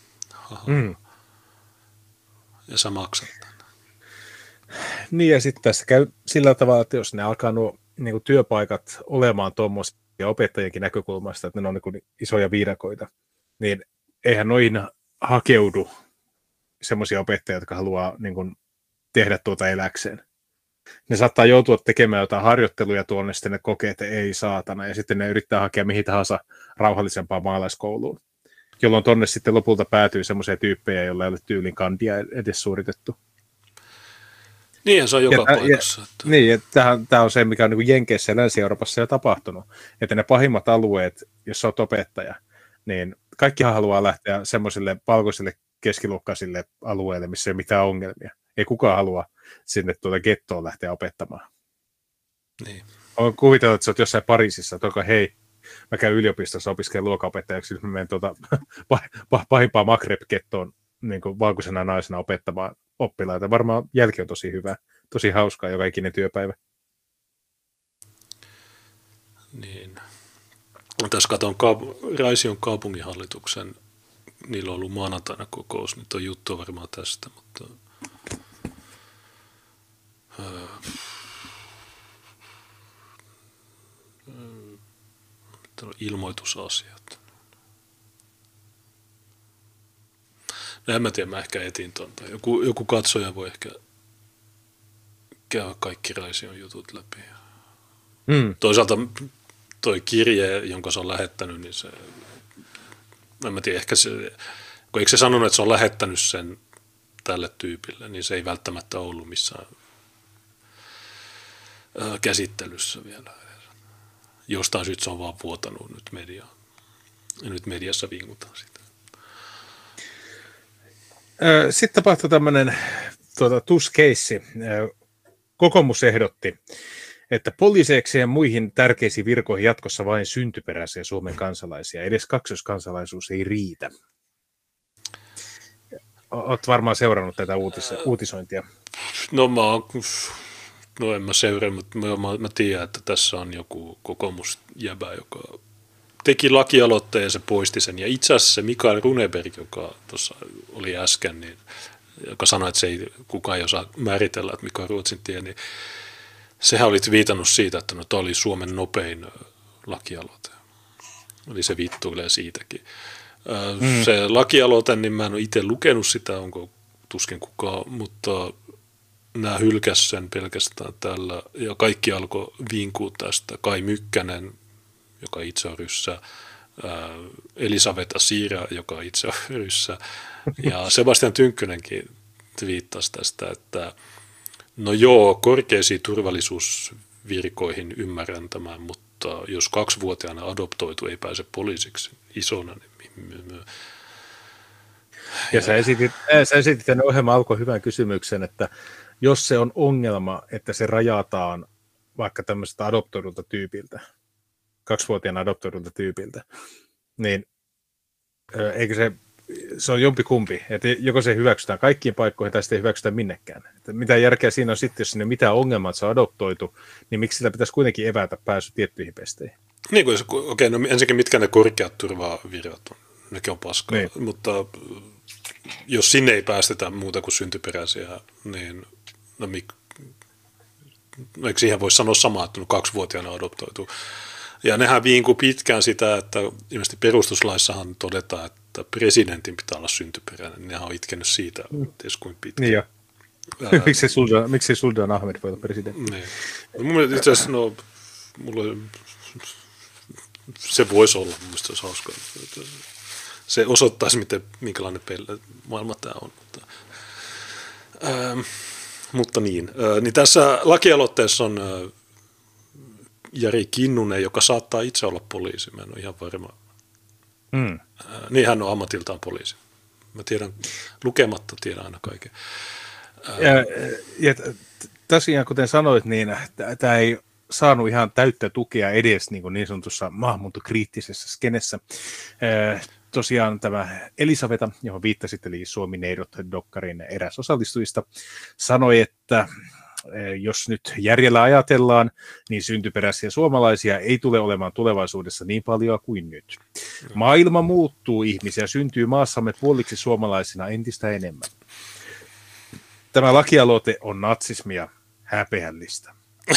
Ja sä maksat tämän. Niin ja sitten tässä käy sillä tavalla, että jos ne alkaa nuo niin kuin työpaikat olemaan tuommoisia opettajienkin näkökulmasta, että ne on niin kuin isoja viidakoita, niin eihän noihin hakeudu semmoisia opettajia, jotka haluaa niin kuin tehdä tuota eläkseen. Ne saattaa joutua tekemään jotain harjoitteluja tuonne, sitten ne kokee, että ei saatana, ja sitten ne yrittää hakea mihin tahansa rauhallisempaan maalaiskouluun, jolloin tonne sitten lopulta päätyy semmoisia tyyppejä, joilla ei ole tyylin kandia edes suoritettu. Niinhän se on joka paikassa. Niin, että tämä on se, mikä on niin kuin Jenkeissä ja Länsi-Euroopassa jo tapahtunut, että ne pahimmat alueet, jos olet opettaja, niin kaikkihan haluaa lähteä semmoisille valkoisille keskiluokkaisille alueille, missä ei ole mitään ongelmia. Ei kukaan halua sinne gettoon lähteä opettamaan. Niin. Olen kuvitellut, että sä oot jossain Pariisissa, että hei, mä käyn yliopistossa opiskelen luokanopettajaksi, nyt mä menen pahimpaan Maghreb-gettoon niin kuin valkoisena naisena opettamaan oppilaita. Varmaan jälki on tosi hyvä, tosi hauskaa joka ikinen työpäivä. Niin. Tässä katson Raision kaupunginhallituksen, niillä on ollut maanantaina kokous, nyt on juttu varmaan tästä, mutta ilmoitusasiat. No en mä tiedä, mä ehkä etin tuonta. Joku katsoja voi ehkä käydä kaikki Raision jutut läpi. Toisaalta toi kirje, jonka se on lähettänyt, niin se, en mä tiedä, ehkä se, kun eikö se sanonut, että se on lähettänyt sen tälle tyypille, niin se ei välttämättä ollut missään käsittelyssä vielä. Jostain syystä se on vaan vuotanut nyt mediaan. Ja nyt mediassa vingutaan sitä. Sitten tapahtui tämmöinen TUS-keissi. Kokoomus ehdotti, että poliiseiksi ja muihin tärkeisiin virkoihin jatkossa vain syntyperäisiä Suomen kansalaisia. Edes kaksoiskansalaisuus ei riitä. Olet varmaan seurannut tätä uutisointia. No en mä seuraa, mutta mä tiedän, että tässä on joku kokoomusjäbä, joka teki lakialoitteen ja se poisti sen. Ja itse asiassa se Mikael Runeberg, joka tuossa oli äsken, niin, joka sanoi, että kukaan ei osaa määritellä, että mikä on Ruotsin tie, niin sehän oli viitannut siitä, että no, tämä oli Suomen nopein lakialoite. Eli se vittuilee siitäkin. Se lakialoite, niin mä en ole itse lukenut sitä, onko tuskin kukaan, mutta nämä hylkäs sen pelkästään tällä, ja kaikki alkoi vinkua tästä. Kai Mykkänen, joka itse on ryssä, Elisaveta Siira, joka itse on ryssä, ja Sebastian Tynkkynenkin viittasi tästä, että no joo, korkeisiin turvallisuusvirkoihin ymmärrän tämän, mutta jos 2-vuotiaana adoptoitu ei pääse poliisiksi isona, niin ja sä esitit tänne ohjelman alkuun hyvän kysymyksen, että jos se on ongelma, että se rajataan vaikka tämmöiseltä adoptoidulta tyypiltä, 2-vuotiaana adoptoidulta tyypiltä, niin eikö se on jompikumpi, että joko se hyväksytään kaikkiin paikkoihin tai sitten ei hyväksytä minnekään. Että mitä järkeä siinä on sitten, jos sinne mitään ongelmaa, että se on adoptoitu, niin miksi sillä pitäisi kuitenkin evätä pääsy tiettyihin pesteihin? Niin kuin, okei, no ensinnäkin mitkä ne korkeat turvavirrat on, nekin on paskaa, niin. Mutta jos sinne ei päästetä muuta kuin syntyperäisiä, niin no eikö siihen voi sanoa samaa, että 2-vuotiaana adoptoitu. Ja nehän viinkuu pitkään sitä, että ilmeisesti perustuslaissahan todetaan, että presidentin pitää olla syntyperäinen. Nehän on itkenyt siitä, ties kuin pitkään. Niin jo. Miksi Sultan Ahmed voi olla presidentti? Niin. No, mun mielestä itse asiassa, se voisi olla, mun mielestä se olisi hauskaa. Se osoittaisi, minkälainen maailma tämä on. Mutta niin. Niin tässä lakialoitteessa on Jari Kinnunen, joka saattaa itse olla poliisi. Mä en ole ihan varma. Niin hän on ammatiltaan poliisi. Mä tiedän, lukematta tiedän aina kaiken. Ja tosiaan, kuten sanoit, niin tämä ei saanut ihan täyttä tukea edes niin sanotussa maahanmuuttokriittisessä skenessä. Tosiaan tämä Elisaveta, johon viittasit, eli Suomi-neidot-dokkarin eräs osallistujista, sanoi, että jos nyt järjellä ajatellaan, niin syntyperäisiä suomalaisia ei tule olemaan tulevaisuudessa niin paljon kuin nyt. Maailma muuttuu, ihmisiä syntyy maassamme puoliksi suomalaisina entistä enemmän. Tämä lakialoite on natsismia, häpeällistä.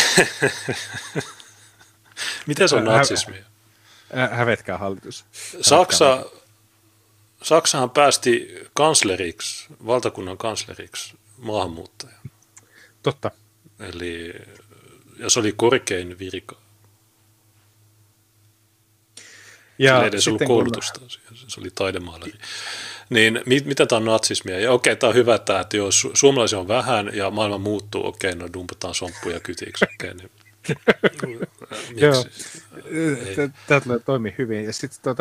Miten se on natsismia? Hävetkää hallitus. Saksahan päästi kansleriksi, valtakunnan kansleriksi maahanmuuttaja. Totta. Ja se oli korkein virka. Ja sillä ei edes ollut koulutusta, se oli taidemaalari. Niin mitä tämä on natsismia? Ja okei, tämä on hyvä, että jos suomalaisia on vähän ja maailma muuttuu, okei, no dumpataan somppuja kytiksi. Okei, niin. Joo, tämä toimii hyvin. Ja sitten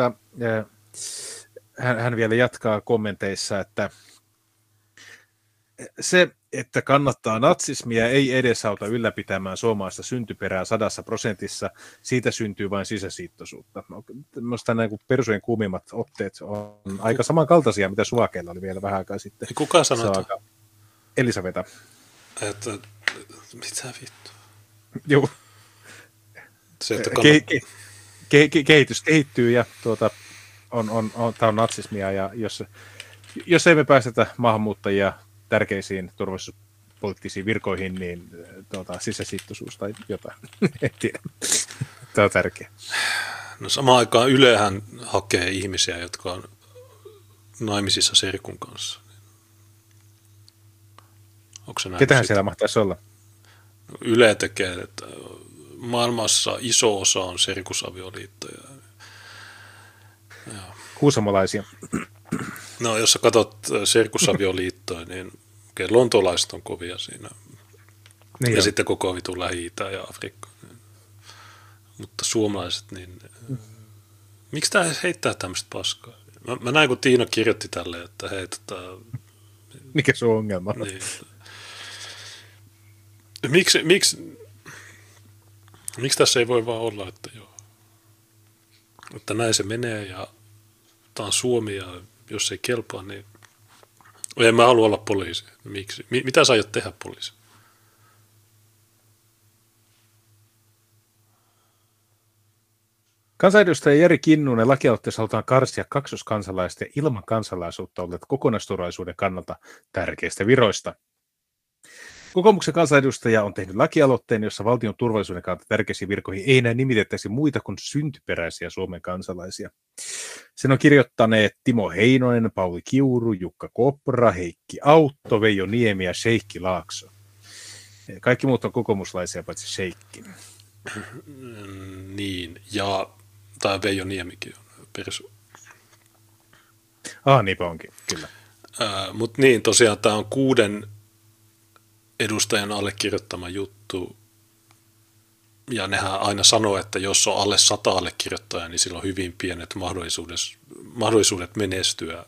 hän vielä jatkaa kommenteissa, että se että kannattaa natsismia, ei edesauta ylläpitämään suomalaista syntyperää 100%, siitä syntyy vain sisäsiittoisuutta. Minusta nämä persujen kuumimmat otteet on aika samankaltaisia, mitä Suvakeilla oli vielä vähän aikaa sitten. Kuka sanoi? Elisaveta. Että, mitä vittu? Joo. Se, että kehitys kehittyy ja tämä on natsismia, ja jos emme päästetä maahanmuuttajia tärkeisiin turvallisuuspoliittisiin virkoihin, niin sisäsiittoisuus tai jotain. En tiedä. Tämä on tärkeä. No samaan aikaan Ylehän hakee ihmisiä, jotka on naimisissa serkun kanssa. Onko se näin? Ketähän siellä mahtaisi olla? No, Yle tekee, että maailmassa iso osa on serkusavioliittoja. Kuusamolaisia. No jos sä katsot serkusavioliittoja, niin lontoolaiset on kovia siinä. Niin ja jo. Sitten koko vitun Lähi-Itä ja Afrikka. Mutta suomalaiset, niin miksi tää heittää tämmöistä paskaa? Mä näin, kun Tiina kirjoitti tälle, että hei, mikä sun ongelma on? Niin, miksi tässä ei voi vaan olla, että joo, että näin se menee ja tämä on Suomi ja jos ei kelpaa, niin en mä halua olla poliisi. Miksi? Mitä sä aiot tehdä poliisi? Kansanedustaja Jari Kinnunen lakialoitteessa halutaan karsia kaksoskansalaisten ja ilman kansalaisuutta olleet kokonaisturvallisuuden kannalta tärkeistä viroista. Kokoomuksen kansanedustaja on tehnyt lakialoitteen, jossa valtion turvallisuuden kannalta tärkeisiin virkoihin ei enää nimitettäisi muita kuin syntyperäisiä Suomen kansalaisia. Sen on kirjoittaneet Timo Heinonen, Pauli Kiuru, Jukka Kopra, Heikki Autto, Veijo Niemi ja Sheikki Laakso. Kaikki muut on kokoomuslaisia, paitsi Sheikki. Niin, ja tai Veijo Niemikin on persu. Niinpä onkin, kyllä. Mutta niin, tosiaan tämä on 6 edustajan allekirjoittama juttu, ja nehän aina sanoo, että jos on alle 100 allekirjoittajaa, niin sillä on hyvin pienet mahdollisuudet menestyä,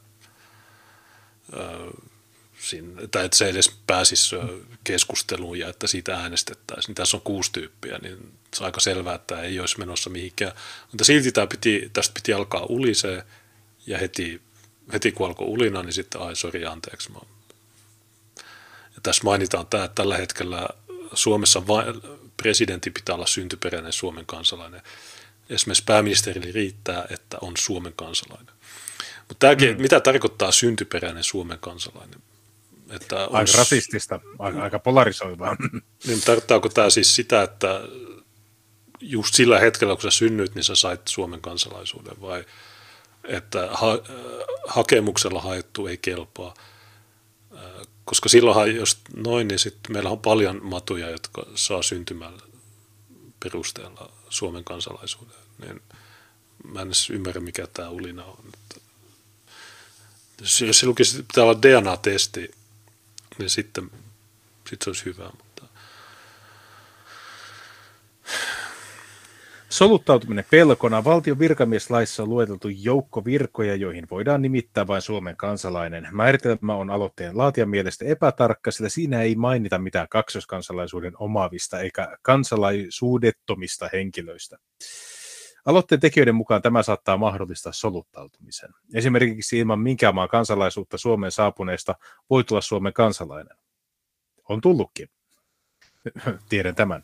tai että se edes pääsisi keskusteluun ja että siitä äänestettäisiin. Niin tässä on 6 tyyppiä, niin se on aika selvää, että ei olisi menossa mihinkään. Mutta silti tästä piti alkaa ulisee, ja heti kun alkoi ulina, niin sitten anteeksi. Ja tässä mainitaan tämä, että tällä hetkellä Suomessa presidentti pitää olla syntyperäinen Suomen kansalainen. Esimerkiksi pääministerille riittää, että on Suomen kansalainen. Mutta mitä tarkoittaa syntyperäinen Suomen kansalainen? Että aika rasistista, aika polarisoivaa. Niin tarkoittaako tämä siis sitä, että just sillä hetkellä, kun sä synnyit, niin sä sait Suomen kansalaisuuden, vai että hakemuksella haettu ei kelpaa? Koska silloinhan, jos noin, niin sitten meillä on paljon matuja, jotka saa syntymällä perusteella Suomen kansalaisuuden. Niin mä en edes ymmärrä, mikä tämä ulina on. Jos se lukisi, pitää olla DNA-testi, niin sitten se olisi hyvä. Mutta soluttautuminen pelkona. Valtion virkamieslaissa on lueteltu joukko virkoja, joihin voidaan nimittää vain Suomen kansalainen. Määritelmä on aloitteen laatijan mielestä epätarkka, sillä siinä ei mainita mitään kaksoiskansalaisuuden omaavista eikä kansalaisuudettomista henkilöistä. Aloitteen tekijöiden mukaan tämä saattaa mahdollistaa soluttautumisen. Esimerkiksi ilman minkään maan kansalaisuutta Suomeen saapuneesta voi tulla Suomen kansalainen. On tullutkin. Tiedän tämän.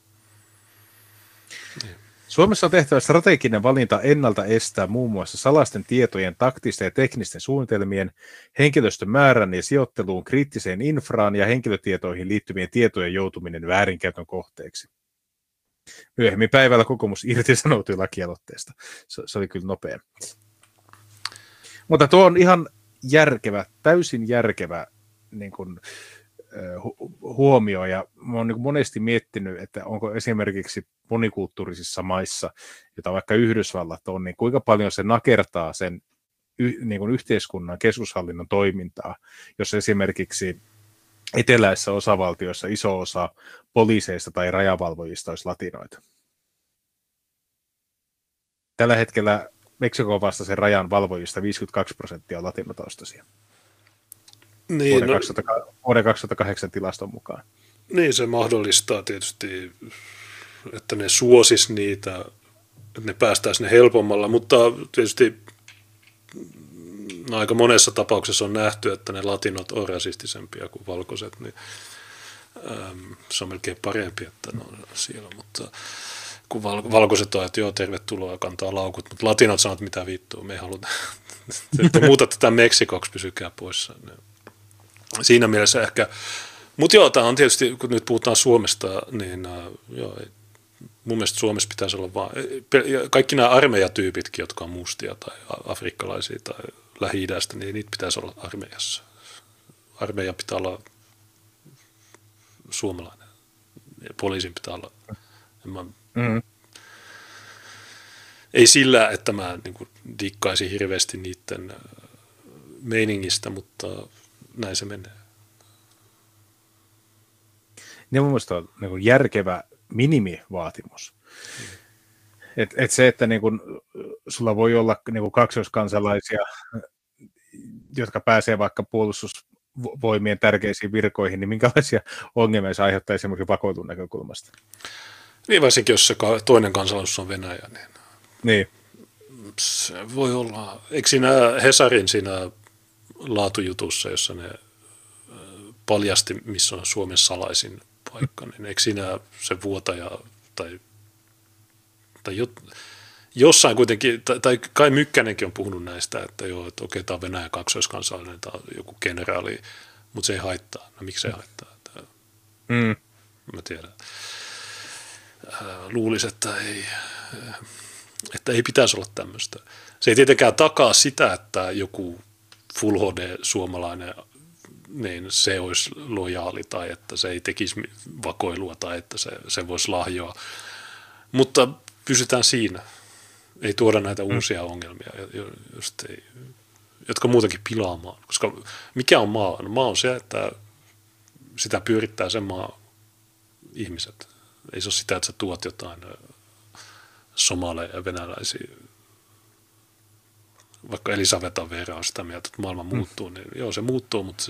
Suomessa on tehtävä strateginen valinta ennalta estää muun muassa salaisten tietojen, taktisten ja teknisten suunnitelmien, henkilöstön määrän ja sijoitteluun kriittiseen infraan ja henkilötietoihin liittyvien tietojen joutuminen väärinkäytön kohteeksi. Myöhemmin päivällä kokoomus irtisanoutui lakialoitteesta. Se oli kyllä nopea. Mutta tuo on ihan järkevä, täysin järkevä niin kuin, huomio, ja mä oon niin kuin monesti miettinyt, että onko esimerkiksi monikulttuurisissa maissa, jota vaikka Yhdysvallat on, niin kuinka paljon se nakertaa sen niin kuin yhteiskunnan keskushallinnon toimintaa, jos esimerkiksi eteläisissä osavaltioissa iso osa poliiseista tai rajavalvojista olisi latinoita. Tällä hetkellä Meksikon vastaisen rajan valvojista 52% on latinotaustaisia. Niin, vuoden 2008 tilaston mukaan. Niin, se mahdollistaa tietysti, että ne suosis niitä, että ne päästäisiin ne helpommalla, mutta tietysti aika monessa tapauksessa on nähty, että ne latinot on rasistisempia kuin valkoiset, niin se on melkein parempi, että ne on siellä, mutta kun valkoiset on, että joo, tervetuloa kantaa laukut, mutta latinot sanoo, että mitä vittua, me ei haluta, että muutatte tämän Meksikoksi, pysykää poissa. Siinä mielessä ehkä, mutta joo, tämä on tietysti, kun nyt puhutaan Suomesta, niin joo, mun mielestä Suomessa pitäisi olla vaan, kaikki nämä armeijatyypitkin, jotka on mustia tai afrikkalaisia tai Lähi-idästä, niin niitä pitäisi olla armeijassa. Armeija pitää olla suomalainen ja poliisin pitää olla. Ei sillä, että mä niin kuin dikkaisin hirveästi niiden meiningistä, mutta näin se menee. Ne mun mielestä on niin kuin järkevä minimivaatimus. Et se, että niin kuin, sulla voi olla niin kuin kaksoiskansalaisia, jotka pääsee vaikka puolustusvoimien tärkeisiin virkoihin, niin minkälaisia ongelmia se aiheuttaa esimerkiksi vakoilun näkökulmasta? Niin varsinkin, jos se toinen kansalaisuus on Venäjä, niin se voi olla. Eikö siinä Hesarin siinä laatujutussa, jossa ne paljasti, missä on Suomen salaisin paikka, niin eikö siinä se vuotaja tai jossain kuitenkin, tai Kai Mykkänenkin on puhunut näistä, että joo, että okei, tämä on Venäjän kaksoiskansalainen, tämä on joku kenraali, mutta se ei haittaa. No miksi se ei haittaa? Mä tiedän. Luulisin, että ei pitäisi olla tämmöistä. Se ei tietenkään takaa sitä, että joku Full HD-suomalainen, niin se olisi lojaali tai että se ei tekisi vakoilua tai että se voisi lahjoa. Mutta pysytään siinä. Ei tuoda näitä uusia ongelmia, jotka muutenkin pilaa maan. Koska mikä on maa? No, maa on se, että sitä pyörittää sen maa ihmiset. Ei se ole sitä, että sä tuot jotain somaleja ja venäläisiä. Vaikka Elisaveta Veera on sitä mieltä, että maailma muuttuu, niin joo, se muuttuu, mutta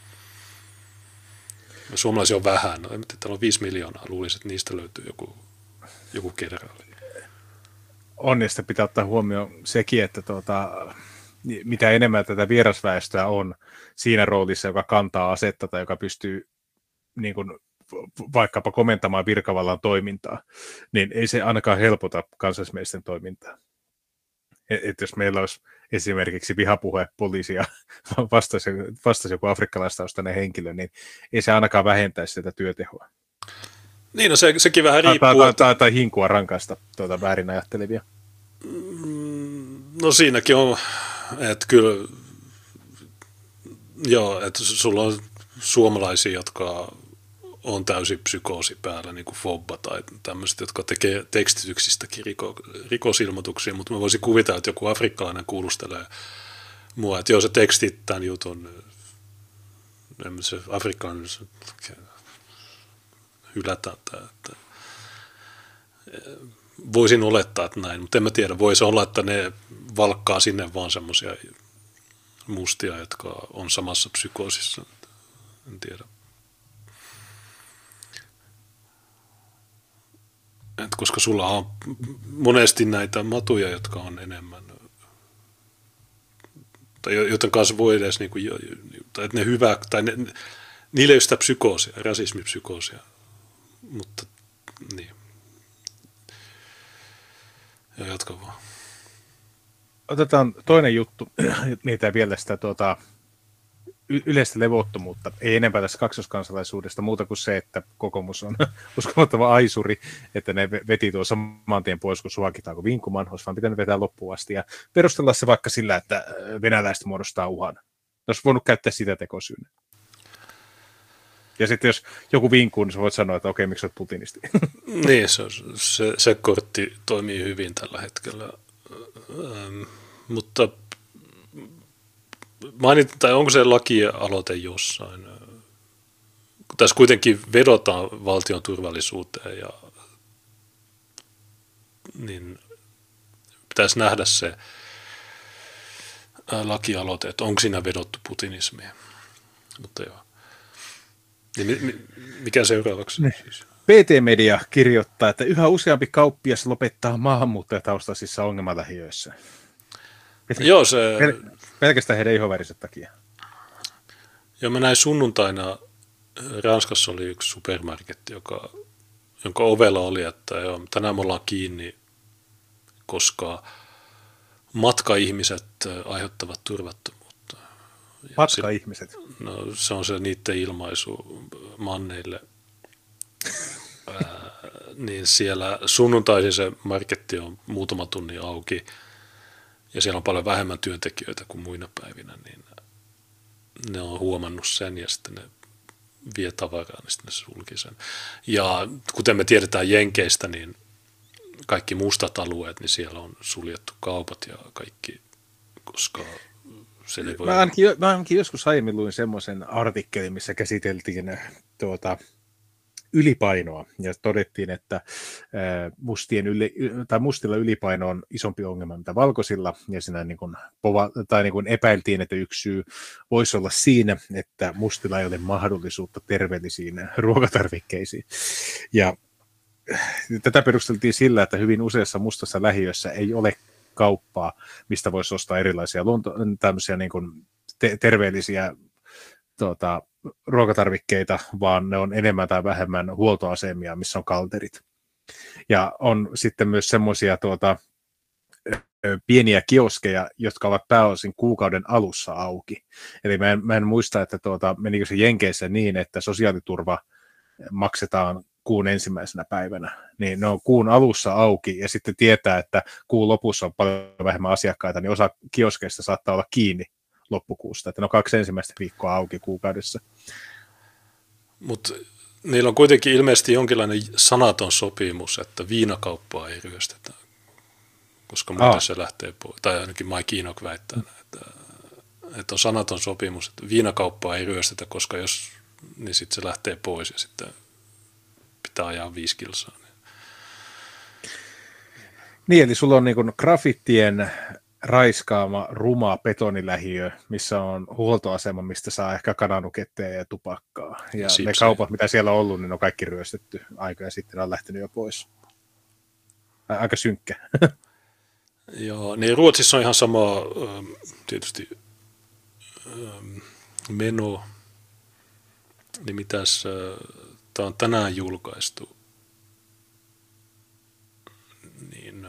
suomalaisia on vähän. No, en tiedä, täällä on 5 miljoonaa. Luulisin, että niistä löytyy joku kenraali. Onnesta pitää ottaa huomioon sekin, että mitä enemmän tätä vierasväestöä on siinä roolissa, joka kantaa asetta tai joka pystyy niin kuin, vaikkapa komentamaan virkavallan toimintaa, niin ei se ainakaan helpota kansallismiesten toimintaa. Että jos meillä olisi esimerkiksi vihapuhe poliisia vastasi joku afrikkalaistaustainen henkilö, niin ei se ainakaan vähentäisi sitä työtehoa. Niin, no sekin vähän riippuu. Tai hinkua rankaista väärin ajattelevia. No siinäkin on, että kyllä, joo, että sulla on suomalaisia, jotka on täysin psykoosi päällä, niin kuin Fobba tai tämmöiset, jotka tekee tekstityksistäkin rikosilmoituksia, mutta mä voisin kuvitella, että joku afrikkalainen kuulustelee mua, että joo, se tekstit tämän jutun, se afrikkalainen hylätään tämä, että voisin olettaa, että näin, mutta en mä tiedä, voisi olla, että ne valkkaa sinne vaan semmoisia mustia, jotka on samassa psykoosissa, en tiedä. Et koska sulla on monesti näitä matuja, jotka on enemmän, tai joten kanssa voi edes, niin kuin, tai että ne hyvä, tai niillä ei ole sitä psykoosia, rasismipsykoosia, mutta niin. Ja jatka vaan. Otetaan toinen juttu, mietitään vielä sitä yleistä levottomuutta. Ei enempää tässä kaksoskansalaisuudesta muuta kuin se, että kokoomus on uskomattava aisuri, että ne veti tuon saman tien pois, kun suakitaanko vinkumaan. Olisi vaan pitänyt vetää loppuun asti ja perustella se vaikka sillä, että venäläiset muodostaa uhan. Olisi voinut käyttää sitä tekosyynä. Ja sitten jos joku vinkuu, niin sä voit sanoa, että okei, miksi olet putinisti. Niin, se kortti toimii hyvin tällä hetkellä. Mutta tai onko se lakialoite jossain? Tässä kuitenkin vedotaan valtion turvallisuuteen ja niin pitäisi nähdä se lakialoite, että onko siinä vedottu putinismiin. Mutta joo. Mikä seuraavaksi? Siis? PT-media kirjoittaa, että yhä useampi kauppias lopettaa maahanmuuttajataustaisissa ongelmalähiöissä. Joo, se... Pelkästään heidän ihovärinsä takia. Joo, mä näin sunnuntaina, Ranskassa oli yksi supermarketti, jonka ovella oli, että joo, tänään me ollaan kiinni, koska matkaihmiset aiheuttavat turvattomuutta. Matkaihmiset? No, se on se niiden ilmaisu manneille. Niin siellä sunnuntaisin se marketti on muutama tunnin auki ja siellä on paljon vähemmän työntekijöitä kuin muina päivinä, niin ne on huomannut sen ja sitten ne vie tavaraa, niin sitten ne sulki sen. Ja kuten me tiedetään Jenkeistä, niin kaikki mustat alueet, niin siellä on suljettu kaupat ja kaikki, koska se ei voi... Mä ainakin joskus aiemmin luin semmoisen artikkelin, missä käsiteltiin ylipainoa ja todettiin, että mustilla ylipaino on isompi ongelma mitä valkoisilla ja siinä niin kuin epäiltiin, että yksi syy voisi olla siinä, että mustilla ei ole mahdollisuutta terveellisiin ruokatarvikkeisiin. Ja tätä perusteltiin sillä, että hyvin useassa mustassa lähiössä ei ole kauppaa, mistä voisi ostaa erilaisia tämmöisiä niin kuin terveellisiä ruokatarvikkeita, vaan ne on enemmän tai vähemmän huoltoasemia, missä on kalterit. Ja on sitten myös semmoisia pieniä kioskeja, jotka ovat pääosin kuukauden alussa auki. Eli mä en muista, että menikö se Jenkeissä niin, että sosiaaliturva maksetaan kuun ensimmäisenä päivänä. Niin ne on kuun alussa auki ja sitten tietää, että kuun lopussa on paljon vähemmän asiakkaita, niin osa kioskeista saattaa olla kiinni loppukuusta, että ne on 2 ensimmäistä viikkoa auki kuukaudessa. Mutta niillä on kuitenkin ilmeisesti jonkinlainen sanaton sopimus, että viinakauppaa ei ryöstetä, koska muuten se lähtee pois. Tai ainakin Mike Enoch väittää, että on sanaton sopimus, että viinakauppaa ei ryöstetä, koska jos, niin sitten se lähtee pois ja sitten pitää ajaa 5 kilsaa. Niin, eli sulla on niin kuin grafittien raiskaama, ruma betonilähiö, missä on huoltoasema, mistä saa ehkä kananuketteja ja tupakkaa. Ja ne kaupat, mitä siellä on ollut, niin on kaikki ryöstetty aika ja sitten on lähtenyt jo pois. Aika synkkä. Joo, niin Ruotsissa on ihan sama tietysti meno. Niin mitäs, tämä on tänään julkaistu. Niin...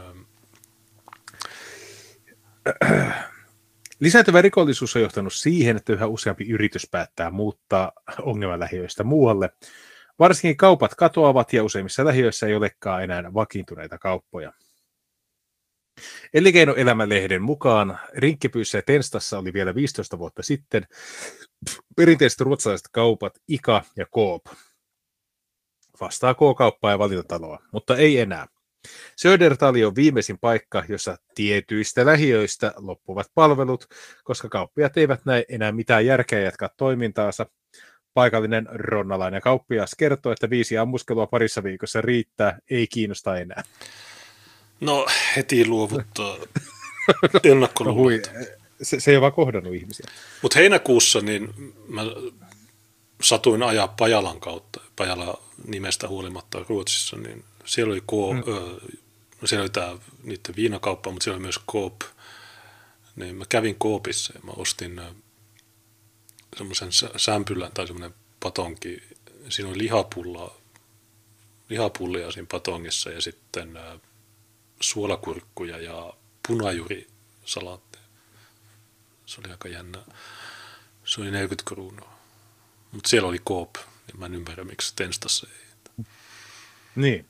Lisääntyvä rikollisuus on johtanut siihen, että yhä useampi yritys päättää muuttaa ongelmalähiöistä muualle. Varsinkin kaupat katoavat ja useimmissa lähiöissä ei olekaan enää vakiintuneita kauppoja. Elinkeinoelämä-lehden mukaan Rinkkipyyssä ja Tenstassa oli vielä 15 vuotta sitten perinteiset ruotsalaiset kaupat ICA ja Coop. Vastaa K-kauppaa ja valintataloa, mutta ei enää. Södertali on viimeisin paikka, jossa tietyistä lähiöistä loppuvat palvelut, koska kauppiaat eivät näe enää mitään järkeä jatkaa toimintaansa. Paikallinen ronnalainen kauppias kertoo, että 5 ammuskelua parissa viikossa riittää, ei kiinnosta enää. No heti luovuttaa ennakkoluulot. Se ei ole vaan kohdannut ihmisiä. Mutta heinäkuussa niin mä satuin ajaa Pajalan kautta, Pajala nimestä huolimatta Ruotsissa, niin siellä oli siellä oli tämä niiden viinakauppa, mutta siellä oli myös Coop. Niin mä kävin Coopissa ja mä ostin semmoisen sämpylän tai semmoinen patonki. Siinä oli lihapullia siinä patongissa ja sitten suolakurkkuja ja punajuurisalaatteja. Se oli aika jännä. Se oli 40 kruunua. Mutta siellä oli Coop, niin mä en ymmärrä, miksi Tenstassa ei. Niin.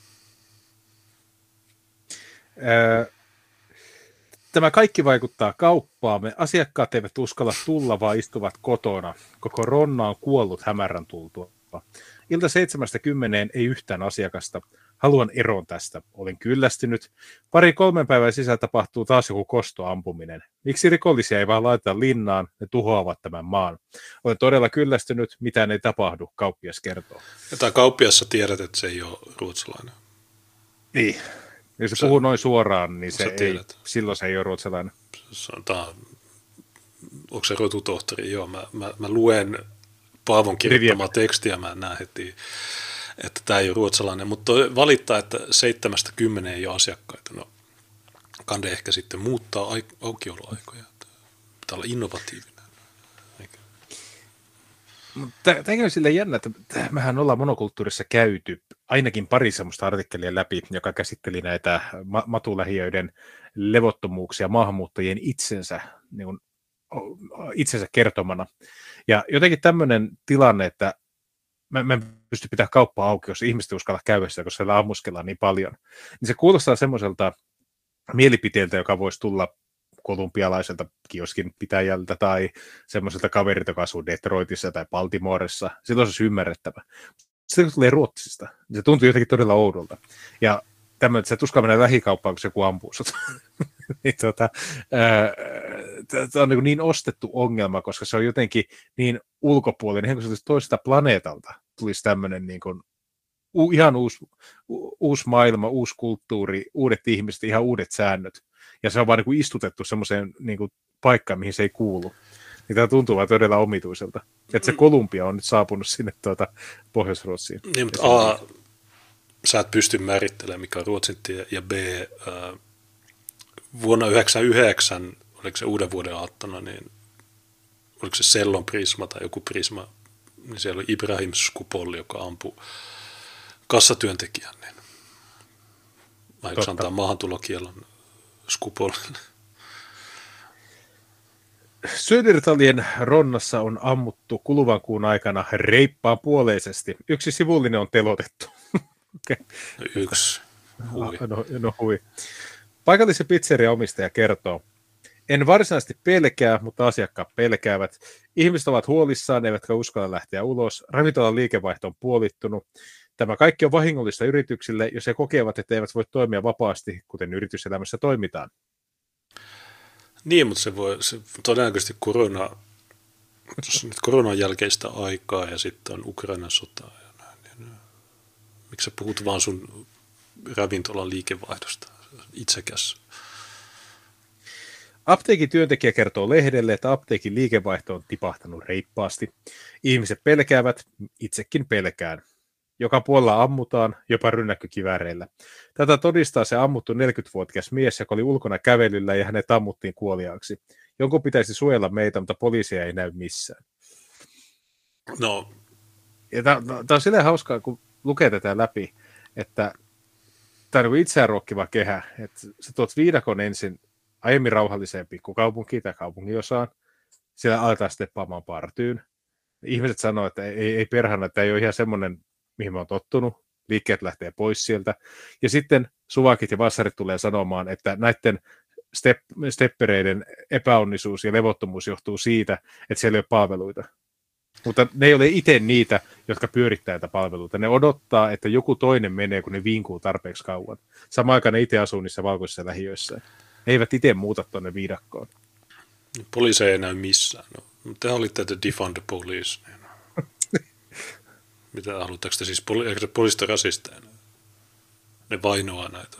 Tämä kaikki vaikuttaa kauppaamme. Asiakkaat eivät uskalla tulla, vaan istuvat kotona. Koko Ronna on kuollut hämärän tultua. Ilta 7-10 ei yhtään asiakasta. Haluan eroon tästä. Olen kyllästynyt. 2-3 päivän sisällä tapahtuu taas joku kostoampuminen. Miksi rikollisia ei vaan laiteta linnaan? Ne tuhoavat tämän maan. Olen todella kyllästynyt. Mitään ei tapahdu, kauppias kertoo. Ja tämä kauppiassa tiedät, että se ei ole ruotsalainen. Niin. Jos se puhuu noin suoraan, niin silloin se ei ole ruotsalainen. Onko se rotutohtori? Joo, mä luen Paavon kirjoittamaa tekstiä mä näen heti, että tämä ei ole ruotsalainen, mutta valittaa, että 7-10 ei ole asiakkaita. No, kande ehkä sitten muuttaa aukioloaikoja. Pitää olla innovatiivinen. Tämä on silleen jännä, että mehän ollaan monokulttuurissa käyty ainakin pari semmoista artikkelia läpi, joka käsitteli näitä matulähiöiden levottomuuksia maahanmuuttajien itsensä kertomana. Ja jotenkin tämmöinen tilanne, että mä en pysty pitämään kauppaa auki, jos ihmiset uskalla käydä sitä, koska siellä ammuskellaan niin paljon. Niin se kuulostaa semmoiselta mielipiteeltä, joka voisi tulla kolumbialaiselta kioskin pitäjältä tai semmoiselta kaverilta, joka asuu Detroitissa tai Baltimoressa. Silloin se olisi ymmärrettävä. Sitten kun tulee Ruotsista, niin se tuntuu jotenkin todella oudolta. Ja tämmöinen, että sä tuskaa mennä lähikauppaan, kun se joku ampuu sut. Tämä on niin ostettu ongelma, koska se on jotenkin niin ulkopuolinen, ihan kuin se olisi toiselta planeetalta tulisi tämmöinen niin kuin ihan uusi maailma, uusi kulttuuri, uudet ihmiset, ihan uudet säännöt. Ja se on vaan niin kuin istutettu semmoiseen niin kuin paikkaan, mihin se ei kuulu. Niin tämä tuntuu vaan todella omituiselta. Että se Kolumbia on nyt saapunut sinne Pohjois-Ruotsiin. Niin, mutta A, sä et pysty määrittelemään, mikä on Ruotsin tie, ja B, vuonna 1999, oliko se uuden vuoden aattona, niin oliko se Sellon Prisma tai joku Prisma, niin siellä oli Ibrahim Skupol, joka ampui kassatyöntekijän. Niin aikoinaan antaa maahantulokielon Skupolille. Södertalien ronnassa on ammuttu kuluvan kuun aikana reippaan puoleisesti. Yksi sivullinen on telotettu. Okay. Yksi. Hui. No hui. Paikallisen pizzerian omistaja kertoo, en varsinaisesti pelkää, mutta asiakkaat pelkäävät. Ihmiset ovat huolissaan, eivätkä uskalla lähteä ulos. Ravintolan liikevaihto on puolittunut. Tämä kaikki on vahingollista yrityksille, jos he kokevat, että eivät voi toimia vapaasti, kuten yrityselämässä toimitaan. Niin, mutta se todennäköisesti koronan jälkeistä aikaa ja sitten on Ukrainan sota ja näin. Miksi sä puhut vaan sun ravintolan liikevaihdosta? Itsekäs. Apteekin työntekijä kertoo lehdelle, että apteekin liikevaihto on tipahtanut reippaasti. Ihmiset pelkäävät, itsekin pelkään. Joka puolella ammutaan, jopa rynnäkkökivääreillä. Tätä todistaa se ammuttu 40-vuotias mies, joka oli ulkona kävelyllä ja hänet ammuttiin kuoliaaksi. Jonkun pitäisi suojella meitä, mutta poliisia ei näy missään. No. Tämä on silleen hauskaa, kun lukee tätä läpi, että tämä on itseään ruokkiva kehä. Että sä tuot viidakon ensin aiemmin rauhalliseen pikkukaupunkiin tai kaupunginosaan. Siellä aletaan steppaamaan partyyn. Ihmiset sanoo, että ei perhana, että ei ole ihan semmoinen, mihin mä oon tottunut. Liikkeet lähtee pois sieltä. Ja sitten suvakit ja vassarit tulee sanomaan, että näiden steppereiden epäonnisuus ja levottomuus johtuu siitä, että siellä ei ole palveluita. Mutta ne ei ole itse niitä, jotka pyörittää näitä palveluita. Ne odottaa, että joku toinen menee, kun ne vinkuu tarpeeksi kauan. Samaan aikaan ne itse asuu niissä valkoisissa lähiöissä. Ne eivät itse muuta tuonne viidakkoon. Poliiseja ei näy missään. No, te olitte defund the police. Niin. Mitä haluatteko te siis? Eikö se poliisit rasisteja? Ne vainoaa näitä.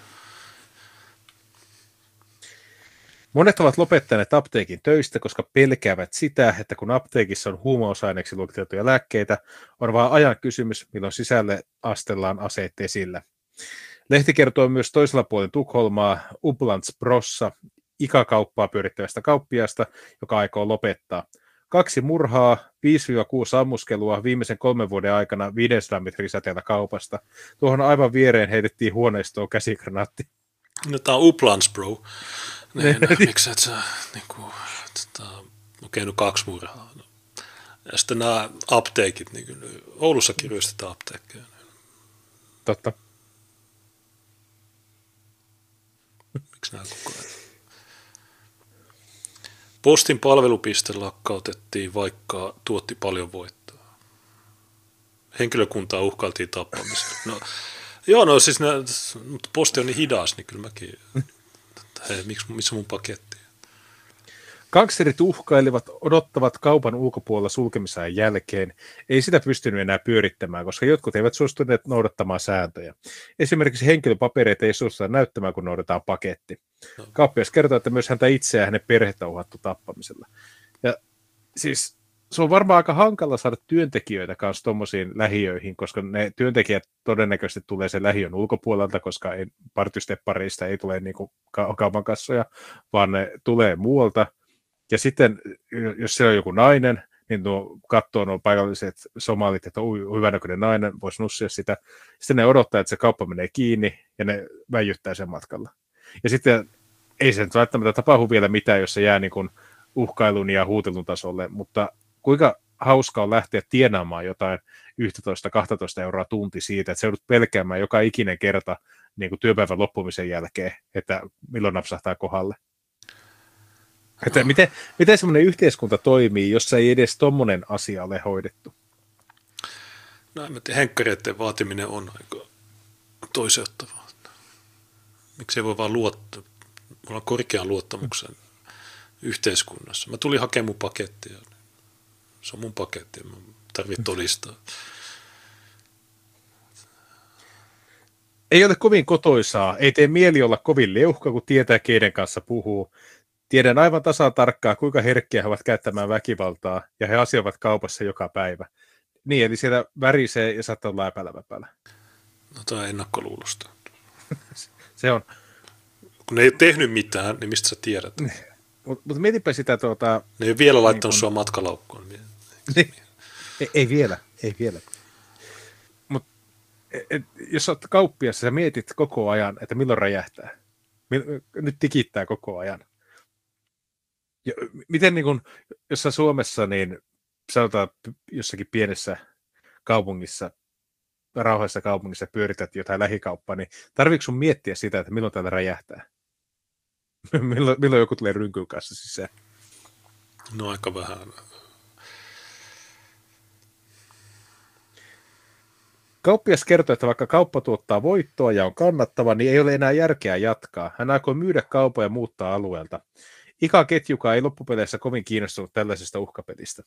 Monet ovat lopettaneet apteekin töistä, koska pelkäävät sitä, että kun apteekissa on huumausaineeksi luokiteltuja lääkkeitä, on vain ajan kysymys, milloin sisälle astellaan aseet esillä. Lehti kertoo myös toisella puolen Tukholmaa Upplands-Brossa ikäkauppaa pyörittävästä kauppiaasta, joka aikoo lopettaa. 2 murhaa, 5-6 ammuskelua viimeisen 3 vuoden aikana 500 metrin säteellä kaupasta. Tuohon aivan viereen heitettiin huoneistoon käsikranaatti. No tää on Upplands, bro. Miksi et sä no 2 murhaa. No. Ja sitten nämä apteekit, niin kyllä, Oulussakin ryöstetään apteekkeja. Totta. Miksi nämä koko ajan? Postin palvelupiste lakkautettiin, vaikka tuotti paljon voittoa. Henkilökuntaa uhkailtiin tappamisella. No, joo, no siis mutta posti on niin hidas, niin kyllä mäkin, hei, missä mun paketti? Gangsterit uhkailivat, odottavat kaupan ulkopuolella sulkemisajan jälkeen. Ei sitä pystynyt enää pyörittämään, koska jotkut eivät suostuneet noudattamaan sääntöjä. Esimerkiksi henkilöpapereita ei suostuta näyttämään, kun noudataan paketti. No. Kauppias kertoo, että myös häntä itseään ja hänen perhettä on uhattu tappamisella. Ja siis se on varmaan aika hankala saada työntekijöitä kanssa tuommoisiin lähiöihin, koska ne työntekijät todennäköisesti tulee sen lähiön ulkopuolelta, koska partysteppareista ei tule niin kuin kaupan kassoja, vaan ne tulee muualta. Ja sitten, jos siellä on joku nainen, niin katsoo nuo paikalliset somalit, että on hyvänäköinen nainen, voisi nussia sitä. Sitten ne odottaa, että se kauppa menee kiinni, ja ne väijyttää sen matkalla. Ja sitten ei se nyt välttämättä tapahdu vielä mitään, jos se jää niin kuin uhkailun ja huutelun tasolle, mutta kuinka hauska on lähteä tienaamaan jotain 11-12 euroa tunti siitä, että se joudut pelkäämään joka ikinen kerta niin kuin työpäivän loppumisen jälkeen, että milloin napsahtaa kohdalle. Että miten semmoinen yhteiskunta toimii, jossa ei edes tommonen asia ole hoidettu? No en mä tiedä, henkkareiden vaatiminen on aika toiseuttavaa. Miksi ei voi vaan luottaa? Mulla on korkean luottamuksen yhteiskunnassa. Mä tulin hakemaan mun pakettia. Se on mun paketti, mä tarvitsen todistaa. Ei ole kovin kotoisaa, ei tee mieli olla kovin leuhka, kun tietää, keiden kanssa puhuu. Tiedän aivan tasan tarkkaan, kuinka herkkiä he ovat käyttämään väkivaltaa, ja he asioivat kaupassa joka päivä. Niin, eli siellä värisee ja saattaa olla epäileväpäällä. No tämä on ennakkoluulosta. Se on. Kun ne ei ole tehnyt mitään, niin mistä sä tiedät? Mutta mietipä sitä Ne ei ole vielä laittanut sua matkalaukkuun. Ei vielä. Mutta jos olet kauppiassa, sä mietit koko ajan, että milloin räjähtää. Nyt tikittää koko ajan. Ja miten niin kun, jos sä Suomessa, niin sanotaan jossakin pienessä kaupungissa, rauhallisessa kaupungissa pyörität jotain lähikauppaa, niin tarviiko sun miettiä sitä, että milloin täällä räjähtää? milloin joku tulee rynkyn kanssa sisään? No aika vähän. Kauppias kertoo, että vaikka kauppa tuottaa voittoa ja on kannattava, niin ei ole enää järkeä jatkaa. Hän aikoo myydä kaupan ja muuttaa alueelta. ICA-ketjukaan ei loppupeleissä kovin kiinnostunut tällaisesta uhkapelistä.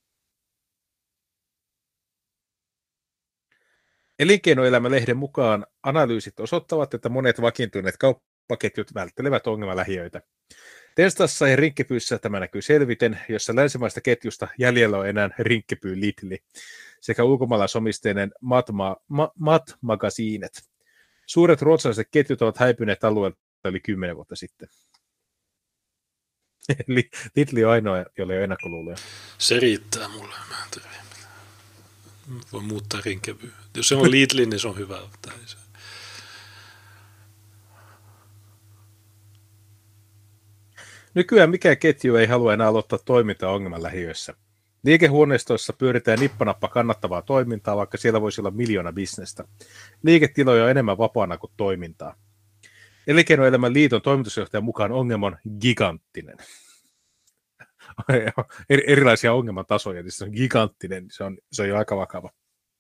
Elinkeinoelämä-lehden mukaan analyysit osoittavat, että monet vakiintuneet kauppaketjut välttelevät ongelmalähiöitä. Testassa ja Rinkkipyyssä tämä näkyy selviten, jossa länsimaista ketjusta jäljellä on enää Rinkkipyy Lidli sekä ulkomaalaisomisteinen Mat-magasiinet. Suuret ruotsalaiset ketjut ovat häipyneet alueelta yli 10 vuotta sitten. Eli Lidli on ainoa, jolla ei ole ennakkoluuloja. Se riittää mulle. Voi muuttaa Rinkkipyy. Jos se on Lidli, niin se on hyvä. Nykyään mikään ketju ei halua enää aloittaa toimintaa ongelmalähiöissä. Liikehuoneistoissa pyöritään nippanappa kannattavaa toimintaa, vaikka siellä voisi olla miljoona bisnestä. Liiketiloja on enemmän vapaana kuin toimintaa. Elinkeinoelämän liiton toimitusjohtajan mukaan ongelma on giganttinen. Erilaisia ongelmatasoja, niin se on giganttinen, se on jo aika vakava.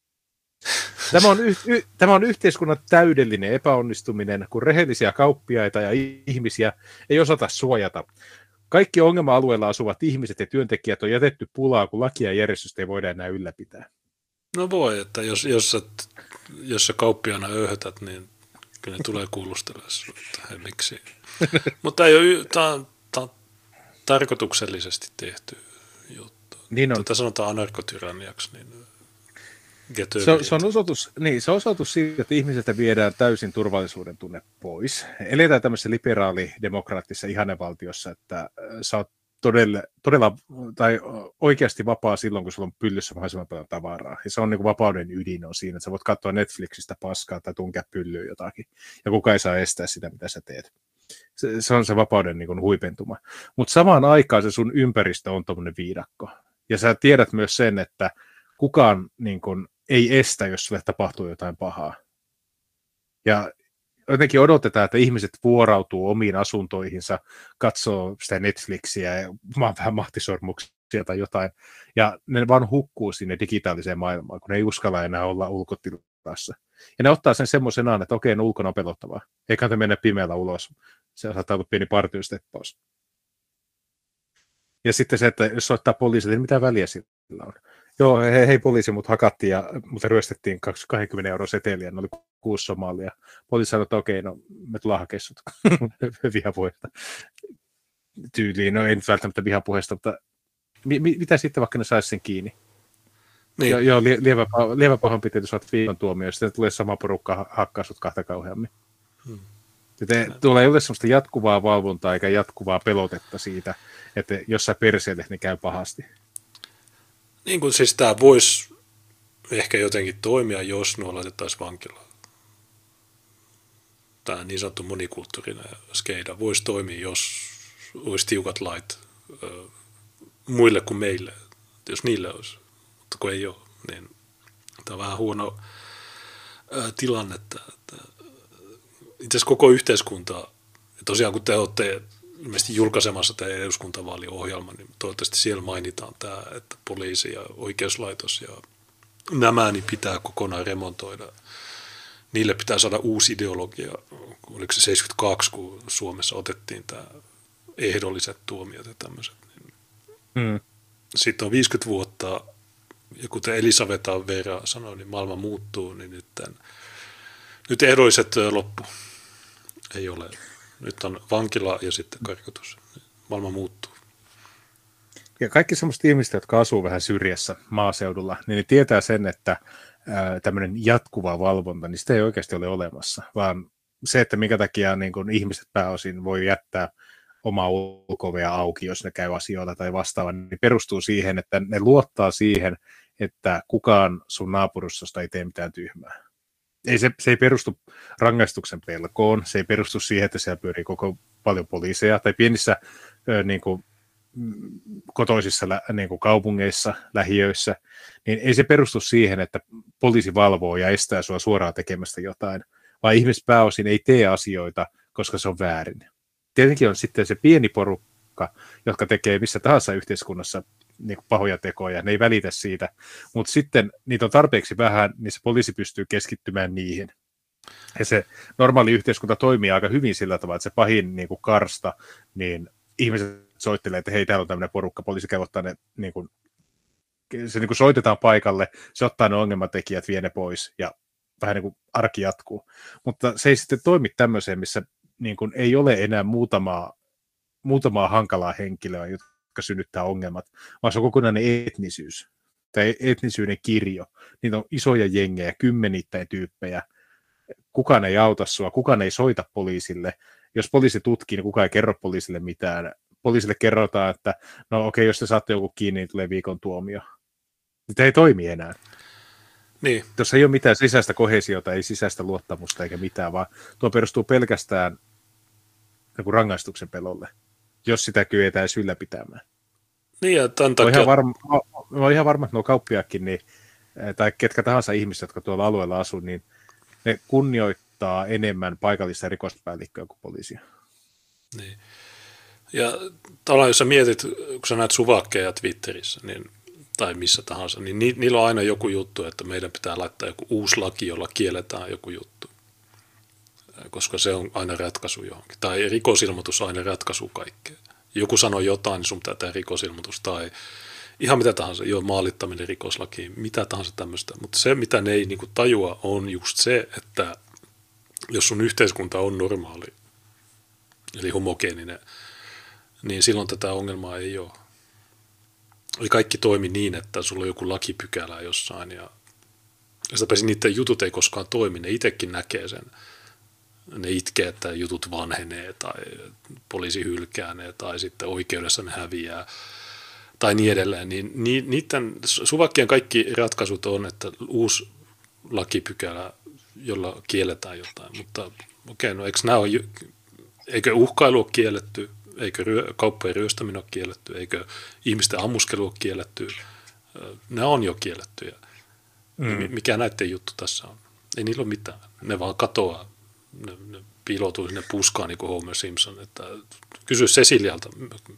Tämä on yhteiskunnan täydellinen epäonnistuminen, kun rehellisiä kauppiaita ja ihmisiä ei osata suojata. Kaikki ongelma-alueella asuvat ihmiset ja työntekijät on jätetty pulaa, kun lakia ja järjestystä ei voida enää ylläpitää. No voi, että jos sä kauppiaana öyhötät, niin kyllä ne tulee kuulustelemaan sinulta. Miksi? Mutta tämä on tarkoituksellisesti tehty juttu. Niin on. Tätä sanotaan anarkotyranniaksi, niin se on osoitus siitä, että ihmisiltä viedään täysin turvallisuuden tunne pois. Eletään tämmöisessä liberaalidemokraattisessa ihannevaltiossa, että sä oot todella tai oikeasti vapaa silloin, kun sulla on pyllyssä mahdollisimman paljon tavaraa. Ja se on niin kuin vapauden ydin on siinä, että sä voit katsoa Netflixistä paskaa tai tunkea pyllyyn jotakin. Ja kukaan ei saa estää sitä, mitä sä teet. Se on se vapauden niin kuin huipentuma. Mutta samaan aikaan se sun ympäristö on tommoinen viidakko. Ja sä tiedät myös sen, että kukaan niin kuin ei estä, jos sulle tapahtuu jotain pahaa. Ja jotenkin odotetaan, että ihmiset vuorautuu omiin asuntoihinsa, katsoo sitä Netflixiä ja vähän mahtisormuksia tai jotain, ja ne vaan hukkuu sinne digitaaliseen maailmaan, kun ne ei uskalla enää olla ulkotilassa. Ja ne ottaa sen semmoisenaan, että okei, no ulkona on pelottavaa. Eikä te mennä pimeällä ulos. Se saattaa olla pieni partysteppaus. Ja sitten se, että jos soittaa poliisille, niin mitä väliä sillä on? Joo, hei poliisi, mut hakattiin ja mutta ryöstettiin 20 € seteliä, ne oli 6 somalia. Poliisi sanoi, että okei, no me tullaan hakemaan sut vihapuheesta tyyliin. No ei nyt välttämättä vihapuheesta, mutta Mitä sitten, vaikka ne saisi sen kiinni? Niin. Joo, lievä pahoinpitely, saat viikon tuomio, ja sitten tulee sama porukka hakkaa sut kahta kauheammin. Tuolla ei ole semmoista jatkuvaa valvontaa eikä jatkuvaa pelotetta siitä, että jos sä perseilet, niin käy pahasti. Niin kuin siis tämä voisi ehkä jotenkin toimia, jos nuo laitettaisiin vankilaan. Tämä niin sanottu monikulttuurinen skeida voisi toimia, jos olisi tiukat lait muille kuin meille, jos niille olisi. Mutta kun ei ole, niin tämä on vähän huono tilanne. Itse asiassa koko yhteiskunta, ja tosiaan kun te olette ilmeisesti julkaisemassa tämä eduskuntavaaliohjelma, niin toivottavasti siellä mainitaan tämä, että poliisi ja oikeuslaitos ja nämä niin pitää kokonaan remontoida. Niille pitää saada uusi ideologia. Oliko se 72, kun Suomessa otettiin tämä ehdolliset tuomiot ja tämmöiset. Sitten on 50 vuotta, ja kuten Elisaveta Vera sanoi, niin maailma muuttuu, niin nyt ehdolliset loppu. Ei ole. Nyt on vankila ja sitten karkotus. Maailma muuttuu. Ja kaikki sellaiset ihmiset, jotka asuu vähän syrjässä maaseudulla, niin ne tietää sen, että tämmöinen jatkuva valvonta, niin sitä ei oikeasti ole olemassa, vaan se, että minkä takia niin kun ihmiset pääosin voi jättää omaa ulko-ovea auki, jos ne käy asioita tai vastaavaa, niin perustuu siihen, että ne luottaa siihen, että kukaan sun naapurustosta ei tee mitään tyhmää. Se ei perustu rangaistuksen pelkoon, se ei perustu siihen, että siellä pyörii koko paljon poliiseja, tai pienissä niin kuin, kotoisissa niin kuin kaupungeissa, lähiöissä, niin ei se perustu siihen, että poliisi valvoo ja estää sua suoraan tekemästä jotain, vaan ihmiset pääosin ei tee asioita, koska se on väärin. Tietenkin on sitten se pieni porukka, jotka tekee missä tahansa yhteiskunnassa niin kuin pahoja tekoja, ne ei välitä siitä, mutta sitten niitä on tarpeeksi vähän, niin se poliisi pystyy keskittymään niihin. Ja se normaali yhteiskunta toimii aika hyvin sillä tavalla, että se pahin niin kuin karsta, niin ihmiset soittelee, että hei, täällä on tämmöinen porukka, poliisi käy ottaa ne, niin kuin, se niin kuin soitetaan paikalle, se ottaa ne ongelmatekijät, vie ne pois, ja vähän niin kuin arki jatkuu. Mutta se ei sitten toimi tämmöiseen, missä niin kuin ei ole enää muutamaa hankalaa henkilöä, jotka synnyttää ongelmat, vaan se on kokonainen etnisyys, tai etnisyyden kirjo. Niitä on isoja jengejä, kymmenittäin tyyppejä. Kukaan ei auta sua, kukaan ei soita poliisille. Jos poliisi tutkii, niin kukaan ei kerro poliisille mitään. Poliisille kerrotaan, että no okei, jos te saatte joku kiinni, niin tulee viikon tuomio. Tämä ei toimi enää. Niin. Tuossa ei ole mitään sisäistä koheesiota, ei sisäistä luottamusta eikä mitään, vaan tuo perustuu pelkästään rangaistuksen pelolle, jos sitä kyetään edes ylläpitämään. Niin, ja tämän takia... Mä oon ihan varma, että nuo kauppiaatkin, niin, tai ketkä tahansa ihmiset, jotka tuolla alueella asuu, niin ne kunnioittaa enemmän paikallista rikospäällikköä kuin poliisia. Niin. Ja tavallaan jos sä mietit, kun sä näet suvakkeja Twitterissä, niin, tai missä tahansa, niin niillä on aina joku juttu, että meidän pitää laittaa joku uusi laki, jolla kielletään joku juttu. Koska se on aina ratkaisu johonkin. Tai rikosilmoitus on aina ratkaisu kaikkeen. Joku sanoo jotain, niin sun pitää tehdä rikosilmoitus. Tai ihan mitä tahansa, maalittaminen rikoslakiin, mitä tahansa tämmöistä. Mutta se, mitä ne ei niinku tajua, on just se, että jos sun yhteiskunta on normaali, eli homogeeninen, niin silloin tätä ongelmaa ei ole. Eli kaikki toimi niin, että sulla on joku lakipykälä jossain, ja sitä niiden jutut ei koskaan toimi. Ne itsekin näkee sen. Ne itkee, että jutut vanhenee tai poliisi hylkää ne tai sitten oikeudessa ne häviää tai niin edelleen. Niin niiden suvakkien kaikki ratkaisut on, että uusi lakipykälä, jolla kielletään jotain. Mutta okei, no eikö uhkailu ole kielletty, eikö kauppojen ryöstäminen ole kielletty, eikö ihmisten ammuskelu ole kielletty. Ne on jo kiellettyjä. Mikä näiden juttu tässä on? Ei niillä ole mitään. Ne vaan katoaa. Ne piiloutuu sinne puskaan niin kuin Homer Simpson. Että kysy Cecilialta.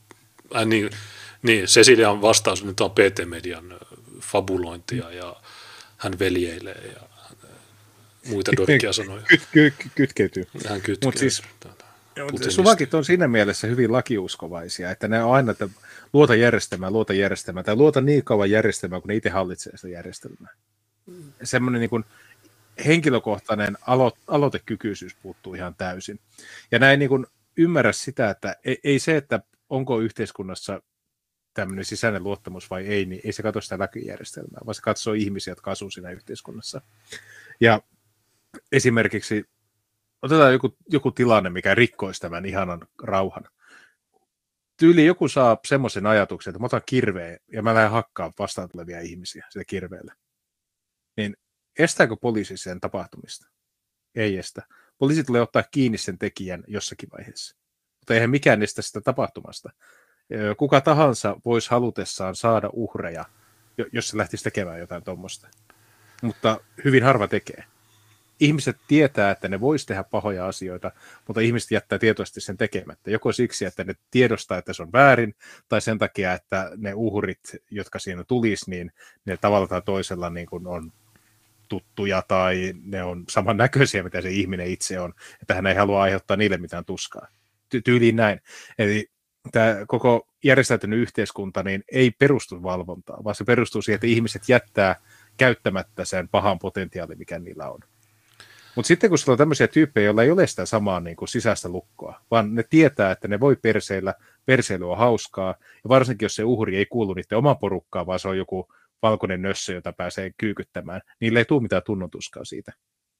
Niin, Cecilian vastaus nyt on PT-median fabulointia ja hän veljeilee ja muita dorkkia sanoja. Kytkeytyy. Hän kytkeytyy. Mutta siis suvakit on siinä mielessä hyvin lakiuskovaisia, että ne on aina, että luota järjestelmää tai luota niin kauan järjestelmää, kun ne itse hallitsee sitä järjestelmää. Semmoinen niin kuin henkilökohtainen aloitekykyisyys puuttuu ihan täysin. Ja näin niin kuin ymmärrä sitä, että ei se, että onko yhteiskunnassa tämmöinen sisäinen luottamus vai ei, niin ei se katso sitä lakijärjestelmää, vaan se katsoo ihmisiä, jotka asuu siinä yhteiskunnassa. Ja esimerkiksi otetaan joku tilanne, mikä rikkoisi tämän ihanan rauhan. Tyyli joku saa semmoisen ajatuksen, että mä otan kirveen ja mä lähden hakkaa vastaan tulevia ihmisiä sitä kirveellä. Niin estääkö poliisi sen tapahtumista? Ei estä. Poliisi tulee ottaa kiinni sen tekijän jossakin vaiheessa. Mutta eihän mikään estä sitä tapahtumasta. Kuka tahansa voisi halutessaan saada uhreja, jos se lähtisi tekemään jotain tuommoista. Mutta hyvin harva tekee. Ihmiset tietää, että ne vois tehdä pahoja asioita, mutta ihmiset jättää tietoisesti sen tekemättä. Joko siksi, että ne tiedostaa, että se on väärin, tai sen takia, että ne uhrit, jotka siinä tulisi, niin ne tavalla tai toisella niin kuin on tuttuja tai ne on samannäköisiä, mitä se ihminen itse on, että hän ei halua aiheuttaa niille mitään tuskaa. Tyyliin näin. Eli tämä koko järjestäytynyt yhteiskunta niin ei perustu valvontaan, vaan se perustuu siihen, että ihmiset jättää käyttämättä sen pahan potentiaalin, mikä niillä on. Mutta sitten kun sulla on tämmöisiä tyyppejä, joilla ei ole sitä samaa niin kuin sisäistä lukkoa, vaan ne tietää, että ne voi perseillä, perseily on hauskaa, ja varsinkin jos se uhri ei kuulu niiden omaan porukkaan, vaan se on joku valkoinen nössö, jota pääsee kyykyttämään, niille ei tule mitään tunnontuskaa siitä.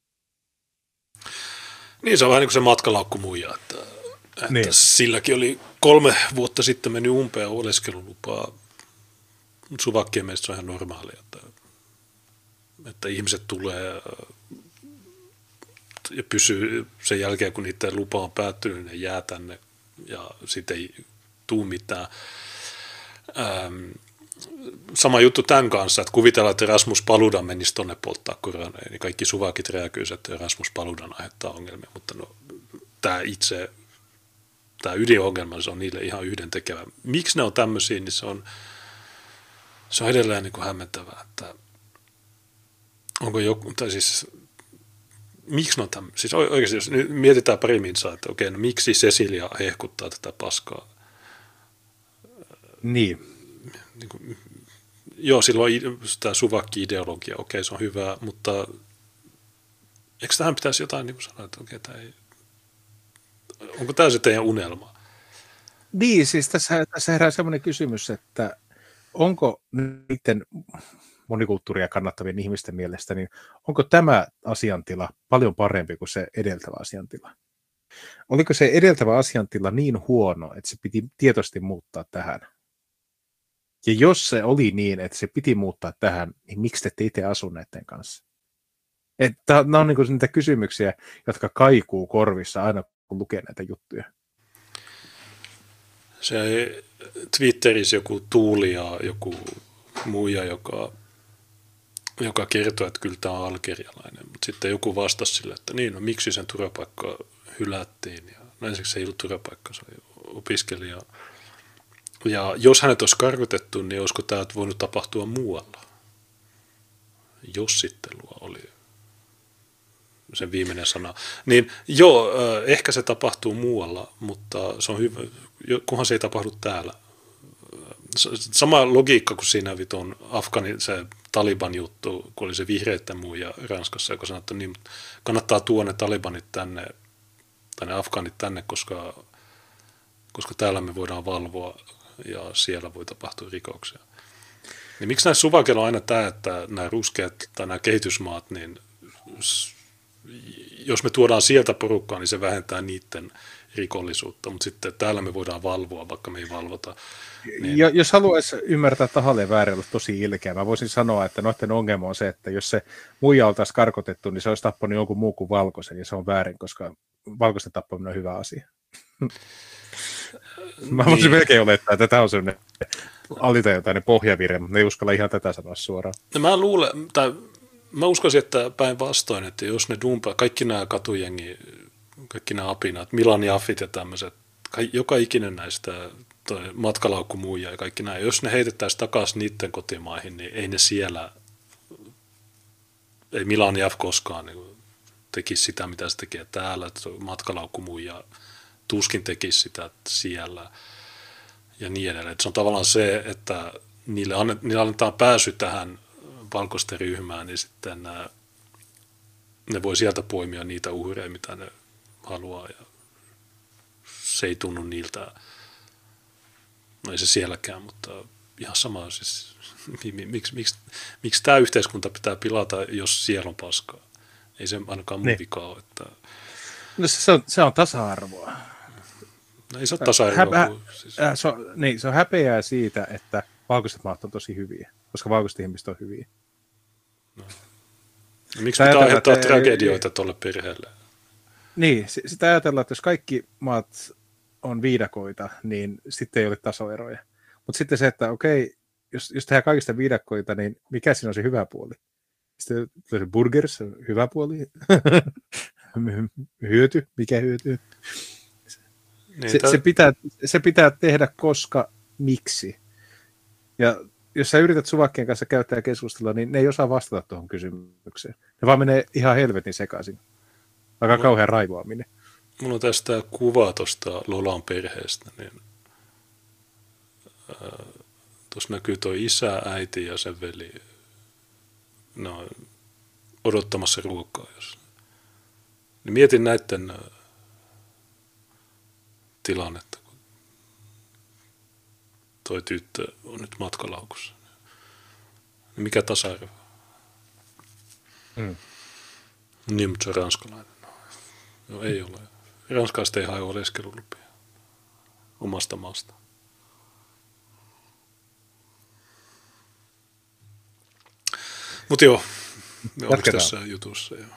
Niin, se on vähän niin kuin se matkalaukkumuija, että niin. Silläkin oli 3 vuotta sitten mennyt umpea oleskelulupaa. Suvakkien mielestä se on ihan normaalia, että ihmiset tulee ja pysyy sen jälkeen, kun niiden lupa on päättynyt, ne jää tänne ja sitten ei tule mitään. Sama juttu tämän kanssa, että kuvitellaan, että Rasmus Paludan menisi tuonne polttaa koronaa, niin kaikki suvakit rääkyisivät, että Rasmus Paludan aiheuttaa ongelmia, mutta no, tämä ydinongelma, se on niille ihan yhdentekevä. Miksi ne on tämmöisiä, niin se on edelleen niin kuin hämmentävää, että onko joku, tai siis miksi ne on tämmöisiä, siis oikeasti jos nyt mietitään pari minsaa, että okei, no miksi Cecilia hehkuttaa tätä paskaa? Niin kuin, joo, silloin tämä suvakki-ideologia, okei, se on hyvä, mutta eikö tähän pitäisi jotain niin kuin sanoa, että okei, tämä ei, onko tämä se teidän unelma? Niin, siis tässä herää sellainen kysymys, että onko niiden monikulttuuria kannattavien ihmisten mielestä, niin onko tämä asiantila paljon parempi kuin se edeltävä asiantila? Oliko se edeltävä asiantila niin huono, että se piti tietoisesti muuttaa tähän? Ja jos se oli niin, että se piti muuttaa tähän, niin miksi te ette itse asu näiden kanssa? Nämä on niin niitä kysymyksiä, jotka kaikuu korvissa aina, kun lukee näitä juttuja. Se Twitterissä joku Tuuli ja joku muija, joka kertoo, että kyllä tämä on algerialainen, mutta sitten joku vastasi sille, että niin, no miksi sen turvapaikka hylättiin. Ja no ensiksi se ei ollut turvapaikka, se oli opiskelija. Ja jos hänet olisi karkotettu, niin olisiko tämä voinut tapahtua muualla? Jossittelua oli sen viimeinen sana. Niin joo, ehkä se tapahtuu muualla, mutta se on hyvä, kunhan se ei tapahdu täällä. Sama logiikka kuin siinä vitun se Taliban juttu, kun oli se vihreitten muija Ranskassa, joka sanoi, että niin, kannattaa tuoda ne talibanit tänne, tai ne afgaanit tänne, koska täällä me voidaan valvoa ja siellä voi tapahtua rikoksia. Niin miksi näissä suvakilla on aina tämä, että nämä ruskeat tai nämä kehitysmaat, niin jos me tuodaan sieltä porukkaa, niin se vähentää niiden rikollisuutta, mutta sitten täällä me voidaan valvoa, vaikka me ei valvota. Niin. Jos haluaisi ymmärtää tahalleen väärin olla tosi ilkeä, mä voisin sanoa, että noiden ongelma on se, että jos se muija oltaisiin karkotettu, niin se olisi tappanut jonkun muun kuin valkoisen, ja se on väärin, koska valkoisten tappaminen on hyvä asia. Mä voisin melkein olettaa, että tämä on sellainen alitajotainen pohjavire, mutta ei uskalla ihan tätä sanoa suoraan. No mä uskoisin, että päinvastoin, että jos ne dumpaa, kaikki nämä katujengi, kaikki nämä apinat, Milan Jaffit ja tämmöiset, joka ikinen näistä matkalaukkumuija ja kaikki nämä, jos ne heitettäisiin takaisin niiden kotimaihin, niin ei ne siellä, ei Milan Jaff koskaan niin tekisi sitä, mitä se tekee täällä, että matkalaukkumuija tuskin tekisi sitä siellä ja niin edelleen. Että se on tavallaan se, että niille annetaan pääsy tähän valkoisten ryhmään, niin sitten ne voi sieltä poimia niitä uhreja, mitä ne haluaa, ja se ei tunnu niiltä No ei se sielläkään, mutta ihan sama. Siis, miksi tämä yhteiskunta pitää pilata, jos siellä on paskaa? Ei se ainakaan mun vika ole. Että... No se on tasa-arvoa. No ei se ole tasa-arvoa. Se on häpeää siitä, että valkoiset maat on tosi hyviä, koska valkoiset ihmiset on hyviä. No. Miksi pitää aiheuttaa tragedioita tuolle perheelle? Niin, sitä ajatellaan, että jos kaikki maat on viidakoita, niin sitten ei ole tasoeroja. Mutta sitten se, että okei, jos tehdään kaikista viidakkoita, niin mikä siinä on se hyvä puoli? Sitten se burgers, hyvä puoli. Hyöty, mikä hyöty? Niin, se pitää tehdä, koska miksi? Ja jos sä yrität suvakkien kanssa käyttää keskustelua, niin ne ei osaa vastata tuohon kysymykseen. Ne vaan menee ihan helvetin sekaisin. Aika kauhean raivoaminen. Mulla on tästä kuva tuosta Lolan perheestä, niin tuossa näkyy tuo isä, äiti ja sen veli odottamassa ruokaa. Niin mietin näiden tilannetta, kun toi tyttö on nyt matkalaukussa. Niin mikä tasa-arvo? Niin, mutta se on ranskalainen. No ei ole. Ranskasta ei hae oleskelulupia omasta maasta. Mutta joo, me ollaan tässä jutussa. Joo.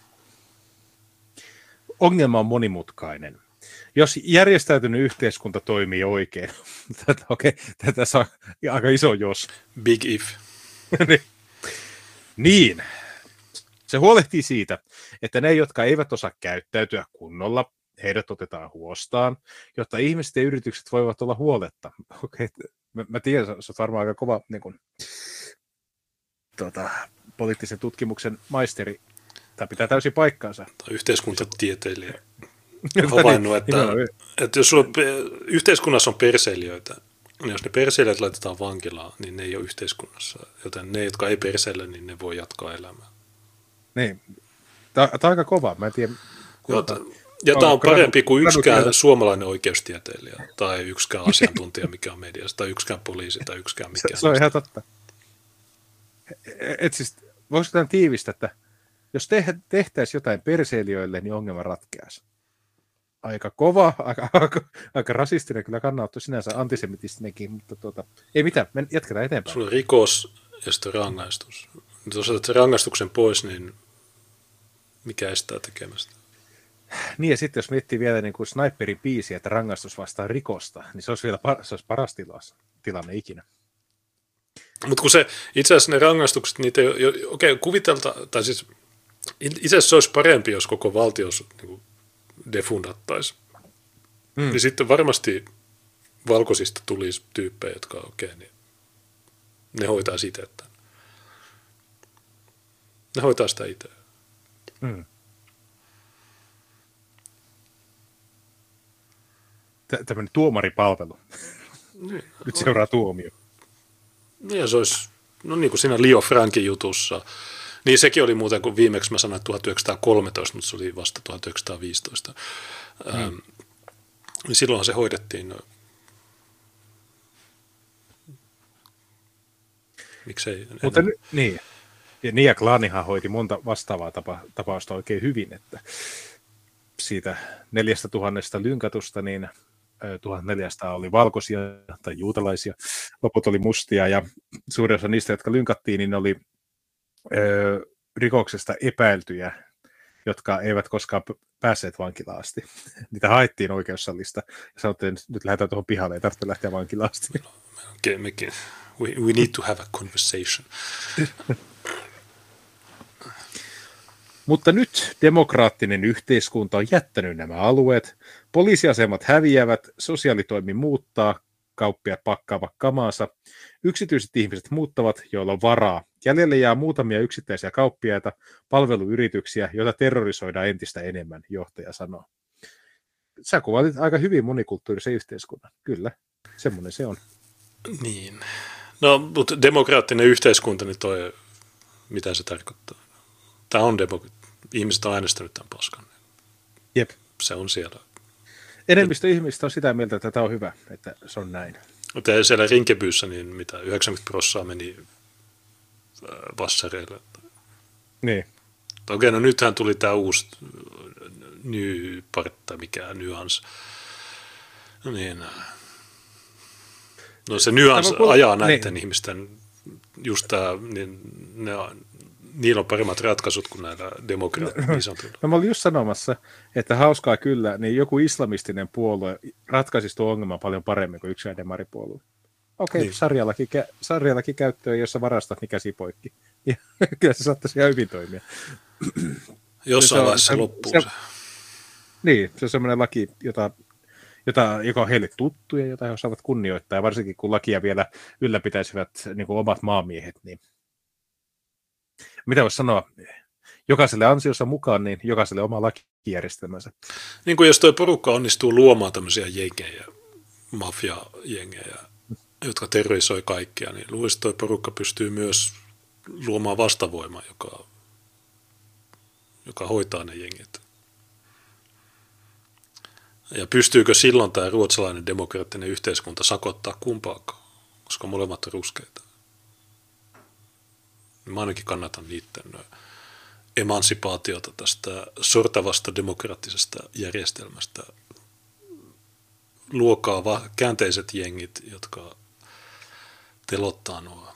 Ongelma on monimutkainen. Jos järjestäytynyt yhteiskunta toimii oikein, tässä on aika iso jos. Big if. Niin. Se huolehtii siitä, että ne, jotka eivät osaa käyttäytyä kunnolla, heidät otetaan huostaan, jotta ihmiset ja yritykset voivat olla huoletta. Okei, mä tiedän, sä oot varmaan aika kova niin kun, poliittisen tutkimuksen maisteri. Tämä pitää täysin paikkaansa. Yhteiskuntatieteilijä havainnut, että jos sulla yhteiskunnassa on perseilijöitä, niin jos ne perseilijät laitetaan vankilaan, niin ne ei ole yhteiskunnassa. Joten ne, jotka ei perseile, niin ne voi jatkaa elämää. Niin. Tämä on aika kova. Mä en tiedä. Ja tämä on parempi kuin yksikään suomalainen oikeustieteilijä tai yksikään asiantuntija, mikä on mediassa, tai yksikään poliisi tai yksikään mikään. Se on ihan totta. Siis, voisiko tämän tiivistä, että jos tehtäisiin jotain perseilijöille, niin ongelma ratkeaisi. Aika kova, aika rasistinen, kyllä kannattu sinänsä antisemitistinenkin, mutta ei mitään, jatketaan eteenpäin. Sulla on rikos ja sitten rangaistus. Jos otat sen rangaistuksen pois, niin mikä estää tekemästä? Niin ja sitten jos miettii vielä niin kuin Sniperin biisiä, että rangaistus vastaa rikosta, niin se olisi vielä paras tilanne ikinä. Mutta kun se, itse asiassa ne rangaistukset, niitä ei kuvitelta, tai siis itse asiassa se olisi parempi, jos koko valtio niin defundattaisi. Niin sitten varmasti valkoisista tulisi tyyppejä, jotka niin ne hoitaa sitä, että ne hoitaa sitä itse. Tämmöinen tuomaripalvelu. Nyt seuraa tuomio. Ja se olisi, no niin kuin siinä Leo Frankin jutussa, niin sekin oli muuten, kun viimeksi mä sanoin 1913, mutta se oli vasta 1915. Niin silloinhan se hoidettiin. Miksei? Mutta niin. Ja Nia Klanihan hoiti monta vastaavaa tapausta oikein hyvin, että siitä 4000 lynkatusta, niin 1400 oli valkoisia tai juutalaisia, loput oli mustia, ja suurin osa niistä, jotka lynkattiin, niin oli rikoksesta epäiltyjä, jotka eivät koskaan päässeet vankilaan asti. Niitä haettiin oikeussalista, ja sanottiin, että nyt lähdetään tuohon pihalle, ei tarvitse lähteä vankilaan asti. We need to have a conversation. Mutta nyt demokraattinen yhteiskunta on jättänyt nämä alueet, poliisiasemat häviävät, sosiaalitoimi muuttaa, kauppiaat pakkaavat kamaansa, yksityiset ihmiset muuttavat, joilla on varaa. Jäljelle jää muutamia yksittäisiä kauppiaita, palveluyrityksiä, joita terrorisoidaan entistä enemmän, johtaja sanoo. Sä kuvailit aika hyvin monikulttuurisen yhteiskunnan. Kyllä, semmoinen se on. Niin. No, mutta demokraattinen yhteiskunta, niin toi, mitä se tarkoittaa? Tämä on ihmiset on äänestänyt tämän paskan. Jep. Se on siellä. Enemmistö ihmistä on sitä mieltä, että tämä on hyvä, että se on näin. Mutta siellä Rinkebyyssä niin mitä 90% meni vassareille. Niin. Okei, no nythän tuli tämä uusi New Part, mikä Nuance. Niin. No se Nuance ajaa näiden ihmisten just tämä, niin niillä on paremmat ratkaisut kuin näillä demokraattisilla. No mä olin just sanomassa, että hauskaa kyllä, niin joku islamistinen puolue ratkaisisi tuon ongelman paljon paremmin kuin yksikään demaripuolue. Okei, niin. sarjallakin käyttöön, jossa varastat, niin käsi poikki. Ja kyllä se saattaisi ihan hyvin toimia. Jossain vaiheessa loppuu se. Niin, se on semmoinen laki, joka on heille tuttu ja jota he osaavat kunnioittaa. Ja varsinkin kun lakia vielä ylläpitäisivät niin kuin omat maamiehet, niin mitä voisi sanoa, jokaiselle ansiossa mukaan, niin jokaiselle oma lakijärjestelmänsä. Niin kuin jos tuo porukka onnistuu luomaan tämmöisiä jengejä, mafia-jengejä, jotka terrorisoi kaikkia, niin luulisin, että tuo porukka pystyy myös luomaan vastavoimaa, joka hoitaa ne jengit. Ja pystyykö silloin tämä ruotsalainen demokraattinen yhteiskunta sakottaa kumpaakaan, koska molemmat on ruskeita? Mä ainakin kannatan niiden emansipaatiota tästä sortavasta demokraattisesta järjestelmästä. Luokaa käänteiset jengit, jotka telottaa nuo.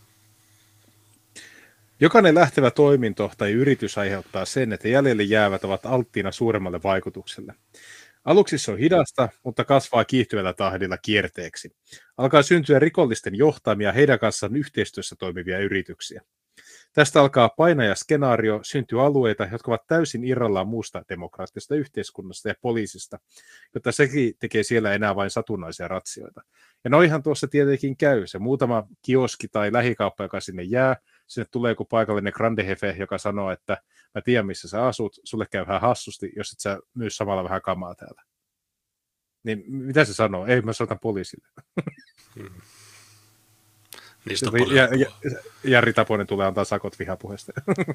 Jokainen lähtevä toiminto tai yritys aiheuttaa sen, että jäljelle jäävät ovat alttiina suuremmalle vaikutukselle. Aluksi se on hidasta, mutta kasvaa kiihtyvällä tahdilla kierteeksi. Alkaa syntyä rikollisten johtamia heidän kanssaan yhteistyössä toimivia yrityksiä. Tästä alkaa painajaskenaario, syntyy alueita, jotka ovat täysin irrallaan muusta demokraattisesta yhteiskunnasta ja poliisista, jotta sekin tekee siellä enää vain satunnaisia ratsioita. Ja noihan tuossa tietenkin käy. Se muutama kioski tai lähikauppa, joka sinne jää, sinne tulee joku paikallinen grandehefe, joka sanoo, että mä tiedän, missä sä asut, sulle käy vähän hassusti, jos et sä myy samalla vähän kamaa täällä. Niin mitä se sanoo? Ei, mä soitan poliisille. Niistä on paljon Jari Taponen tulee antaa sakot vihapuheesta.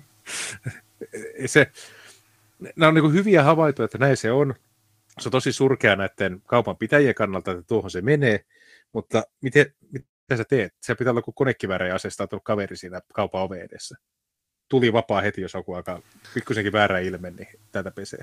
Nämä on niin hyviä havaintoja, että näin se on. Se on tosi surkea näiden kaupan pitäjien kannalta, että tuohon se menee, mutta miten sä teet? Se pitää olla kuin konekiväärejä asestautunut kaveri siinä kaupan oven edessä. Tuli vapaa heti, jos joku alkaa pikkusenkin väärä ilme, niin tätä pesee.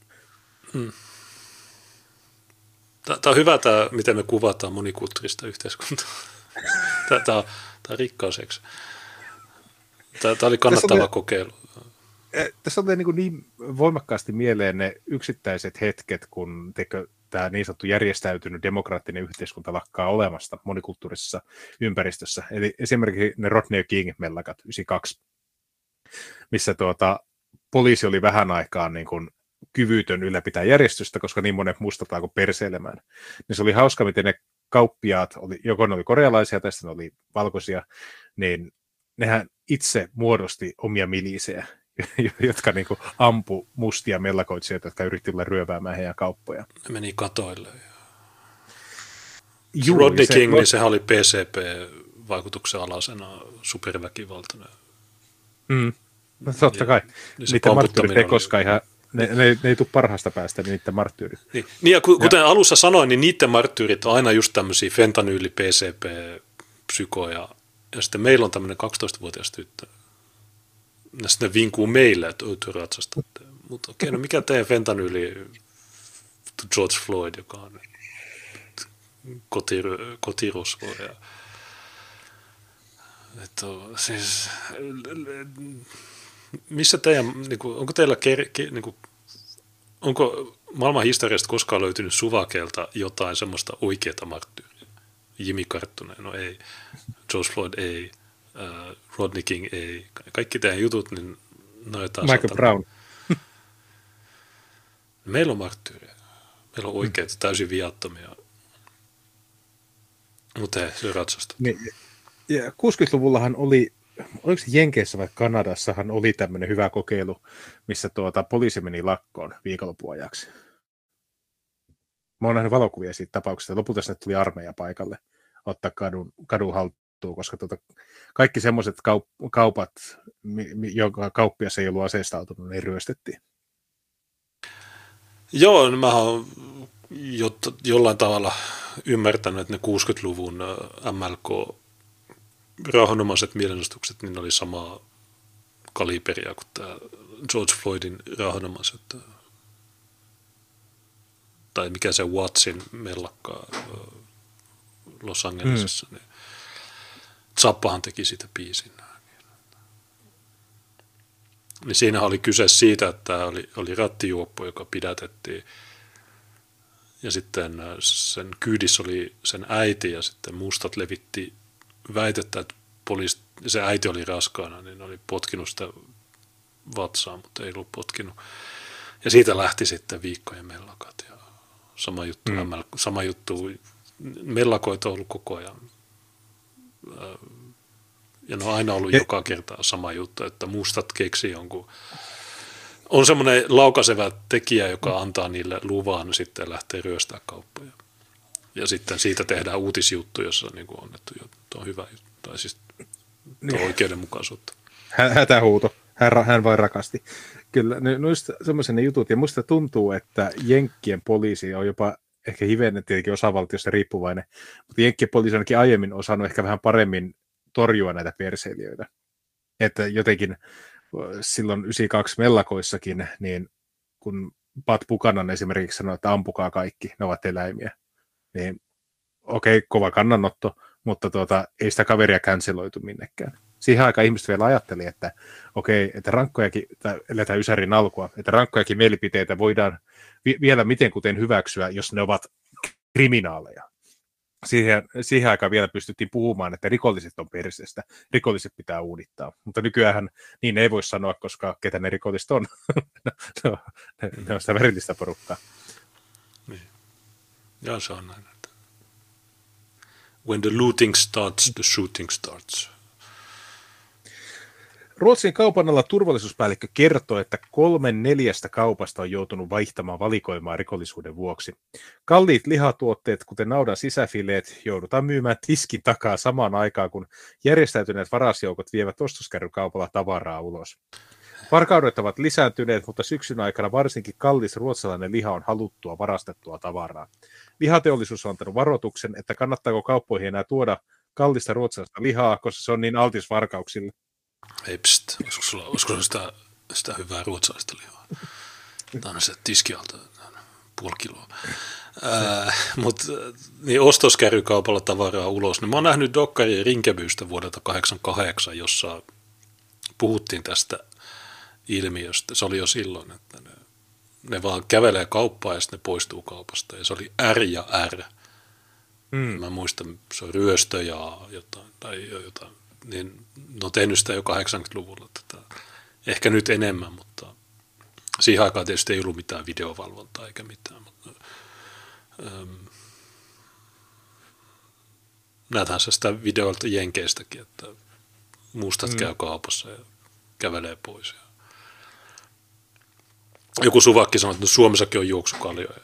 Tämä on hyvä, miten me kuvataan monikulttuurista yhteiskuntaa. Tämä on rikkauseksi. Tämä oli kannattava kokeilu. Tässä on niin voimakkaasti mieleen ne yksittäiset hetket, kun tämä niin sanottu järjestäytynyt demokraattinen yhteiskunta lakkaa olemasta monikulttuurisessa ympäristössä. Eli esimerkiksi ne Rodney King-mellakat 92, missä poliisi oli vähän aikaa niin kuin kyvytön ylläpitää järjestystä, koska niin monet mustat alkoi perseilemään. Niin se oli hauska, miten ne kauppiaat, joko ne oli korealaisia tai ne oli valkoisia, niin nehän itse muodosti omia milisejä, jotka niin kuin ampu mustia mellakoitsijoita, jotka yritti tulla ryöväämään heidän kauppoja. Ne meni katoille. Rodney King, niin sehän oli PCP-vaikutuksen alasena superväkivaltainen. No, totta kai. Niiden marttyyrit ei koskaan ihan... Ne ei tule parhaasta päästä, niin niiden marttyyrit. Niin ja kuten alussa sanoin, niin niiden marttyyrit on aina just tämmöisiä fentanyyli, PCP, psykoja. Ja sitten meillä on tämmöinen 12-vuotias tyttö. Ja sitten ne vinkuu meille, että ratsastatte. Mutta okei, no mikä teidän fentanyyli George Floyd, joka on kotirosvo. Siis, missä teidän, onko teillä, onko maailman historiasta koskaan löytynyt Suvakeelta jotain semmoista oikeaa marttyyriä? Jimmy Carttunen, no ei. George Floyd ei. Rodney King ei. Kaikki teidän jutut, niin noitaan. Michael Brown. Meillä on marttyyriä. Meillä on oikeita, täysin viattomia. Mutta ei, se on ratsasta. Niin, ja 60-luvullahan oli, oliko se Jenkeissä vai Kanadassahan oli tämmöinen hyvä kokeilu, missä poliisi meni lakkoon viikonloppuajaksi. Mä oon nähnyt valokuvia siitä tapauksesta. Lopulta sinne tuli armeija paikalle ottaa kadun haltuun, koska kaikki semmoiset kaupat, jonka kauppias ei ollut aseistautunut, ne ryöstettiin. Joo, mä oon jollain tavalla ymmärtänyt, että ne 60-luvun MLK-rauhanomaiset mielenosoitukset, niin ne oli samaa kaliberia kuin tämä George Floydin rauhanomaiset, tai mikä se Wattsin mellakka Los Angelesissa, niin Zappahan teki siitä biisin. Niin siinä oli kyse siitä, että oli rattijuoppo, joka pidätettiin, ja sitten sen kyydissä oli sen äiti, ja sitten mustat levitti väitettä, että se äiti oli raskaana, niin oli potkinut sitä vatsaa, mutta ei ollut potkinut. Ja siitä lähti sitten viikkojen mellakat, ja sama juttu, mellakoita on ollut koko ajan. Ja ne on aina ollut joka kerta sama juttu, että mustat keksii jonkun. On semmoinen laukaiseva tekijä, joka antaa niille luvan sitten lähteä ryöstää kauppoja. Ja sitten siitä tehdään uutisjuttu, jossa on niin kuin annettu, että on hyvä juttu, tai siis oikeudenmukaisuutta. Hätähuuto. Hän vain rakasti. Kyllä, noista semmoisen jutut, ja musta tuntuu, että Jenkkien poliisi on jopa ehkä hivenen tietenkin osavaltiosta riippuvainen, mutta Jenkkien poliisi on ainakin aiemmin osannut ehkä vähän paremmin torjua näitä perseilijöitä. Että jotenkin silloin 92 mellakoissakin, niin kun Pat Buchanan esimerkiksi sanoi, että ampukaa kaikki, ne ovat eläimiä, niin okei, kova kannanotto, mutta ei sitä kaveria canceloitu minnekään. Siihen aikaan ihmiset vielä ajatteli, että okei, että rankkojakin, tai eletään Ysärin alkua, että rankkojakin mielipiteitä voidaan vielä miten kuten hyväksyä, jos ne ovat kriminaaleja. Siihen aikaan vielä pystyttiin puhumaan, että rikolliset on perseestä, rikolliset pitää uudittaa. Mutta nykyään niin ei voi sanoa, koska ketä ne rikolliset on. Ne on sitä värillistä porukkaa. Niin. Ja se on näin. When the looting starts, the shooting starts. Ruotsin kaupan alalla turvallisuuspäällikkö kertoo, että 3/4 kaupasta on joutunut vaihtamaan valikoimaa rikollisuuden vuoksi. Kalliit lihatuotteet, kuten naudan sisäfileet, joudutaan myymään tiskin takaa samaan aikaan, kun järjestäytyneet varasjoukot vievät ostoskärrykaupalla tavaraa ulos. Varkaudet ovat lisääntyneet, mutta syksyn aikana varsinkin kallis ruotsalainen liha on haluttua varastettua tavaraa. Lihateollisuus on antanut varoituksen, että kannattaako kauppoihin enää tuoda kallista ruotsalaista lihaa, koska se on niin altis varkauksille. Ei pst, olisiko sulla sitä hyvää ruotsalaista lihaa? Tämä on se tiskialta, puoli kiloa. Mutta niin ostoskärrykaupalla tavaraa ulos. Niin mä oon nähnyt dokkaria Rinkebystä vuodelta 1988, jossa puhuttiin tästä ilmiöstä. Se oli jo silloin, että ne vaan kävelee kauppaan ja sitten ne poistuu kaupasta. Ja se oli R ja R. Mä muistan, se on ryöstö ja jotain, tai jotain. Niin ne on tehnyt sitä jo 80-luvulla. Ehkä nyt enemmän, mutta siihen aikaan tietysti ei ollut mitään videovalvontaa eikä mitään. Mutta, näethän se sitä videolta Jenkeistäkin, että mustat käy kaupassa ja kävelee pois. Joku suvakki sanoi, että Suomessakin on juoksukaljoja.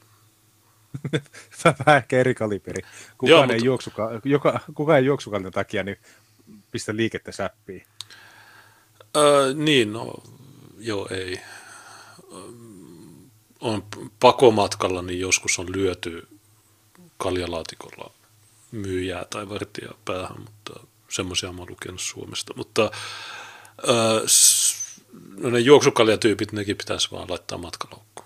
Vähän ehkä eri kaliberi. Kukaan ei juoksukaljon takia, niin pistä liikettä säppiin. Niin, no joo ei. On pakomatkalla, niin joskus on lyöty kaljalaatikolla myyjää tai vartijaa päähän, mutta semmoisia mä oon lukenut Suomesta. Mutta no ne juoksukaljatyypit, nekin pitäisi vaan laittaa matkalaukkuun.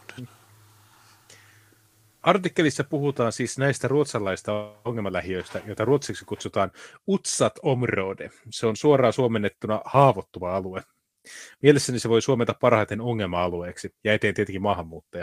Artikkelissa puhutaan siis näistä ruotsalaista ongelmalähiöistä, joita ruotsiksi kutsutaan utsat område. Se on suoraan suomennettuna haavoittuva alue. Mielessäni se voi suometa parhaiten ongelma-alueeksi ja eteen tietenkin maahanmuuttaja.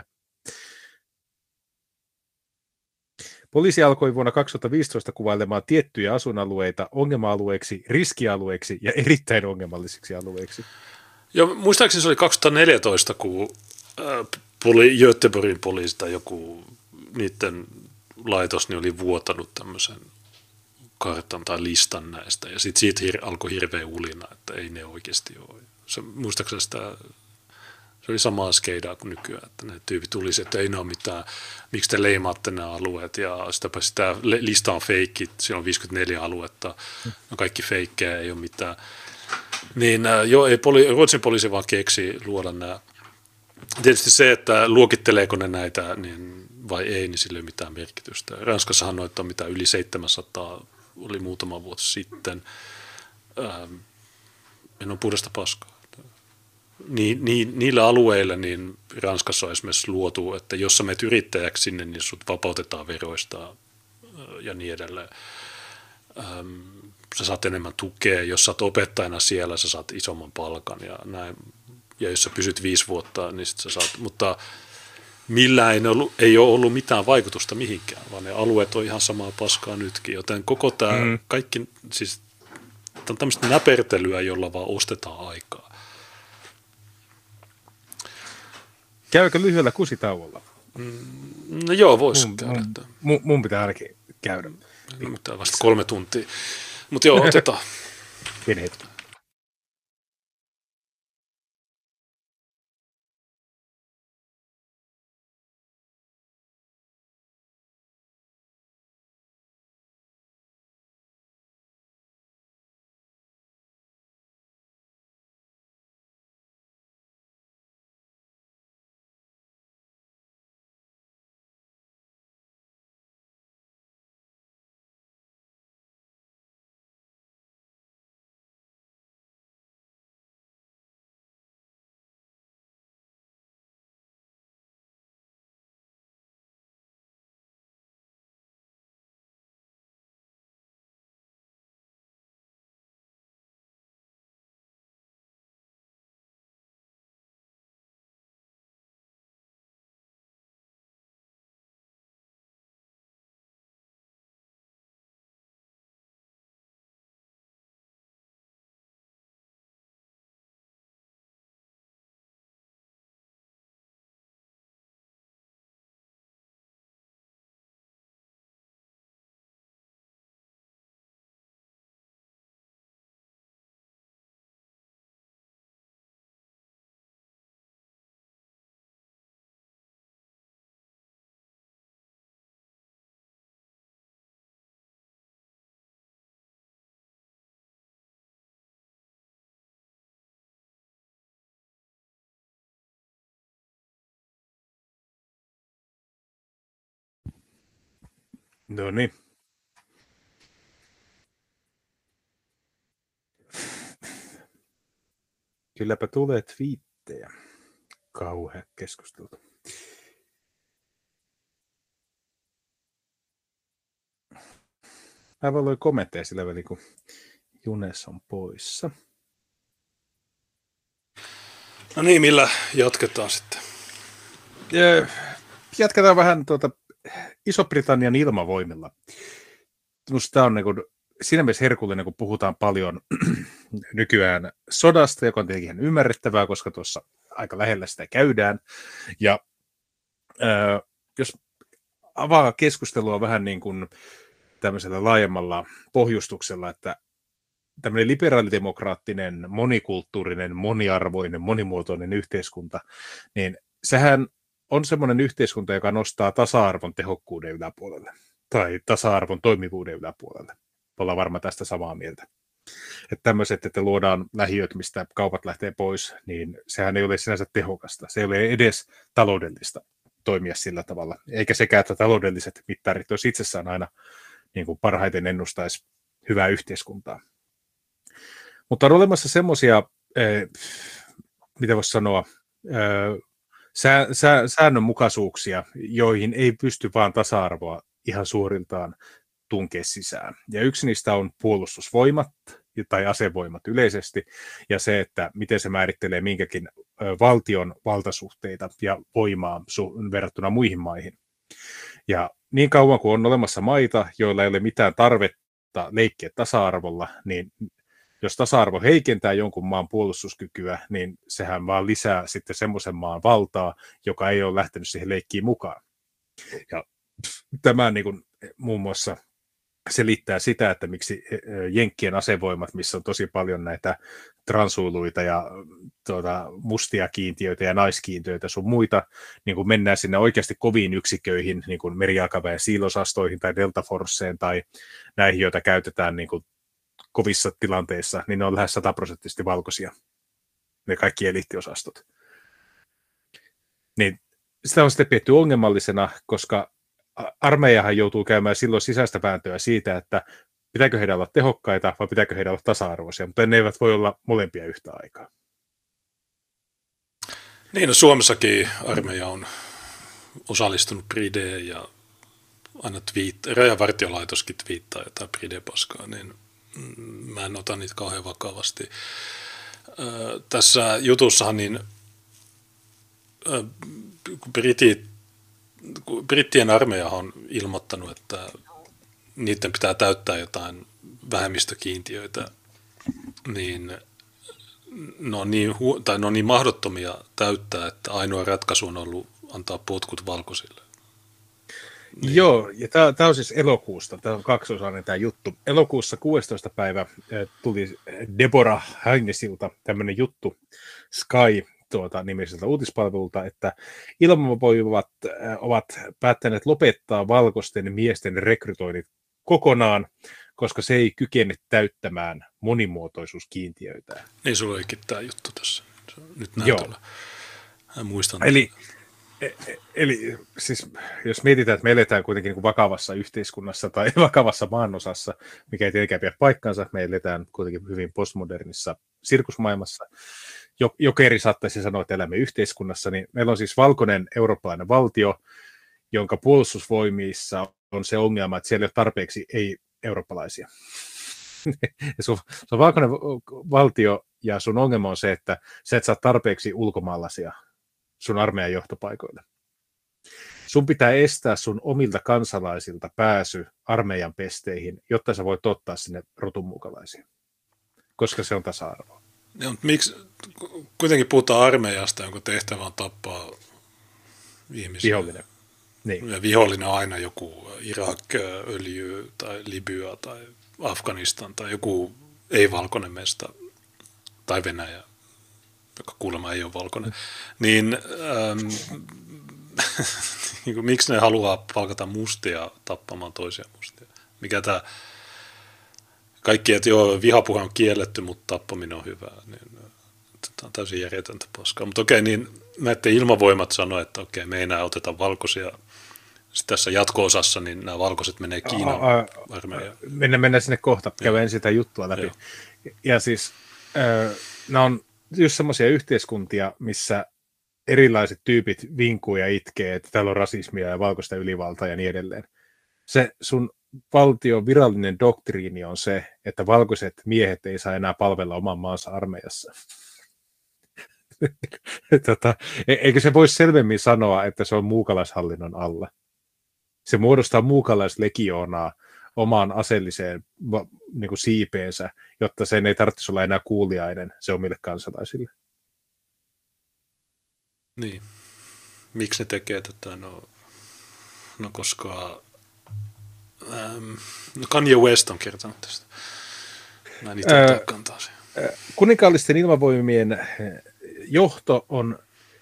Poliisi alkoi vuonna 2015 kuvailemaan tiettyjä asuinalueita ongelma-alueeksi, riskialueeksi ja erittäin ongelmallisiksi alueiksi. Joo, muistaakseni se oli 2014, kun Göteborgin poliisi tai joku niiden laitos niin oli vuotanut tämmöisen kartan tai listan näistä, ja sitten siitä alkoi hirveä ulina, että ei ne oikeasti ole. Muistaakseni se oli samaa skeidaa kuin nykyään, että ne tyypit tulisi, että ei ne ole mitään, miksi te leimaatte nämä alueet, ja sitä lista on feikki, siinä on 54 aluetta, no kaikki feikkejä, ei ole mitään. Niin joo, ei Ruotsin poliisi vaan keksi luoda nämä Tietysti se, että luokitteleeko ne näitä niin vai ei, niin sillä ei ole mitään merkitystä. Ranskassahan noita on mitä yli 700 oli muutama vuosi sitten. En ole puhdasta paskaa. Niillä alueilla niin Ranskassa on esimerkiksi luotu, että jos sä menet yrittäjäksi sinne, niin sut vapautetaan veroista ja niin edelleen. Sä saat enemmän tukea. Jos sä oot opettajana siellä, sä saat isomman palkan ja näin. Ja jos sä pysyt 5 vuotta, niin sit sä saat. Mutta millään ei ole ollut mitään vaikutusta mihinkään, vaan ne alueet on ihan samaa paskaa nytkin. Joten koko tämä kaikki, siis tämä on tämmöistä näpertelyä, jolla vaan ostetaan aikaa. Käykö lyhyellä kusitauolla? No joo, voisi käydä. Mun pitää ainakin käydä. Tämä vasta 3 tuntia. Mutta joo, otetaan. Pieni hetki. No niin. Kylläpä tulee twiittejä. Kauhea keskustelu. Mä voi kommentteja sillä välin, kun Junes on poissa. No niin, millä jatketaan sitten? Jatketaan vähän Iso-Britannian ilmavoimilla. Tämä on siinä mielessä herkullinen, kun puhutaan paljon nykyään sodasta, joka on tietenkin ihan ymmärrettävää, koska tuossa aika lähellä sitä käydään. Ja jos avaa keskustelua vähän niin kuin tämmöisellä laajemmalla pohjustuksella, että tämmöinen liberaalidemokraattinen, monikulttuurinen, moniarvoinen, monimuotoinen yhteiskunta, niin sehän on semmoinen yhteiskunta, joka nostaa tasa-arvon tehokkuuden yläpuolelle tai tasa-arvon toimivuuden yläpuolelle. Ollaan varmaan tästä samaa mieltä. Että tämmöiset, että luodaan lähiöt, mistä kaupat lähtee pois, niin sehän ei ole sinänsä tehokasta. Se ei ole edes taloudellista toimia sillä tavalla. Eikä sekään, että taloudelliset mittarit olisi itsessään aina niin kuin parhaiten ennustaisi hyvää yhteiskuntaa. Mutta on olemassa semmoisia, mitä voisi sanoa, säännönmukaisuuksia, joihin ei pysty vaan tasa-arvoa ihan suoriltaan tunkea sisään. Ja yksi niistä on puolustusvoimat tai asevoimat yleisesti, ja se, että miten se määrittelee minkäkin valtion valtasuhteita ja voimaa verrattuna muihin maihin. Ja niin kauan kuin on olemassa maita, joilla ei ole mitään tarvetta leikkiä tasa-arvolla, niin jos tasa-arvo heikentää jonkun maan puolustuskykyä, niin sehän vaan lisää sitten semmoisen maan valtaa, joka ei ole lähtenyt siihen leikkiin mukaan. Ja tämä niin kuin muun muassa selittää sitä, että miksi Jenkkien asevoimat, missä on tosi paljon näitä transuiluita ja mustia kiintiöitä ja naiskiintiöitä sun muita, niin kun mennään sinne oikeasti koviin yksiköihin, niin kuin merijalkaväen siilosastoihin tai Delta Forceen tai näihin, joita käytetään niin kuin kovissa tilanteissa, niin ne on lähes 100% valkoisia, ne kaikki eliittiosastot. Niin sitä on sitten pidetty ongelmallisena, koska armeijahan joutuu käymään silloin sisäistä vääntöä siitä, että pitääkö heidän olla tehokkaita vai pitääkö heidän olla tasa-arvoisia, mutta ne eivät voi olla molempia yhtä aikaa. Niin, no Suomessakin armeija on osallistunut Brideen ja aina Rajavartiolaitoskin twiittaa jotain Bride-paskaa, niin mä en ota niitä kauhean vakavasti. Tässä jutussahan niin brittien armeija on ilmoittanut, että niiden pitää täyttää jotain vähemmistökiintiöitä, niin ne on niin mahdottomia täyttää, että ainoa ratkaisu on ollut antaa potkut valkoisille. Niin. Joo, ja tämä on siis elokuusta, tämä on kaksiosainen tämä juttu. Elokuussa 16. päivä tuli Deborah Hainesilta tämmöinen juttu Sky nimiseltä uutispalvelulta, että ilmavoimat ovat päättäneet lopettaa valkoisten miesten rekrytoinnit kokonaan, koska se ei kykene täyttämään monimuotoisuuskiintiöitä. Niin, sulla olikin tämä juttu tässä. Nyt näytöllä. Muistan. Eli siis, jos mietitään, että me eletään kuitenkin niin kuin vakavassa yhteiskunnassa tai vakavassa maanosassa, mikä ei tietenkään pidä paikkaansa, me eletään kuitenkin hyvin postmodernissa sirkusmaailmassa. Jokeri saattaisi sanoa, että elämme yhteiskunnassa, niin meillä on siis valkoinen eurooppalainen valtio, jonka puolustusvoimissa on se ongelma, että siellä ei ole tarpeeksi ei-eurooppalaisia. Se on valkoinen valtio, ja sun ongelma on se, että sä et saa tarpeeksi ulkomaalaisia sun armeijan johtopaikoille. Sun pitää estää sun omilta kansalaisilta pääsy armeijan pesteihin, jotta sä voit ottaa sinne rotunmuukalaisia, koska se on tasa-arvoa. Ja, mutta miksi kuitenkin puhutaan armeijasta, jonka tehtävä on tappaa ihmisiä? Vihollinen. Niin. Ja vihollinen on aina joku Irak, öljy tai Libya tai Afganistan tai joku ei-valkoinen mesta tai Venäjä, joka kuulemma ei ole valkoinen. Niin, miksi ne haluaa palkata mustia tappamaan toisia mustia? Mikä tämä kaikki, että joo, vihapuhe on kielletty, mutta tappaminen on hyvää. Niin, tämä on täysin järjetöntä paskaa. Mutta okei, niin näiden ilmavoimat sanoo, että okei, me ei enää oteta valkoisia. Sitten tässä jatko-osassa, niin nämä valkoiset menee Kiinan armeijaan. Mennään sinne kohta, käydään sitä juttua läpi. Joo. Ja siis nämä on just semmoisia yhteiskuntia, missä erilaiset tyypit vinkuu ja itkee, että täällä on rasismia ja valkoista ylivaltaa ja niin edelleen. Se sun valtion virallinen doktriini on se, että valkoiset miehet ei saa enää palvella oman maansa armeijassa. Eikö se voisi selvemmin sanoa, että se on muukalaishallinnon alla? Se muodostaa muukalaislegioonaa omaan aseelliseen niin kuin siipeensä, jotta sen ei tarvitsisi olla enää kuuliainen se omille kansalaisille. Niin. Miksi ne tekee tätä? No koska Kanye West on kertonut tästä. Mä en itse ottaa kantaa siihen. Kuninkaallisten ilmavoimien johto on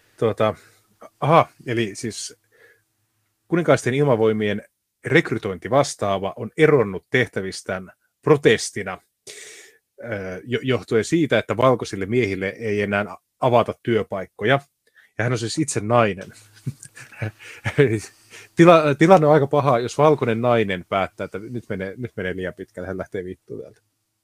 eli siis kuninkaallisten ilmavoimien rekrytointivastaava on eronnut tehtävistään protestina johtuen siitä, että valkoisille miehille ei enää avata työpaikkoja. Ja hän on siis itse nainen. Tilanne on aika paha, jos valkoinen nainen päättää, että nyt menee liian pitkälle, hän lähtee vittuun täältä.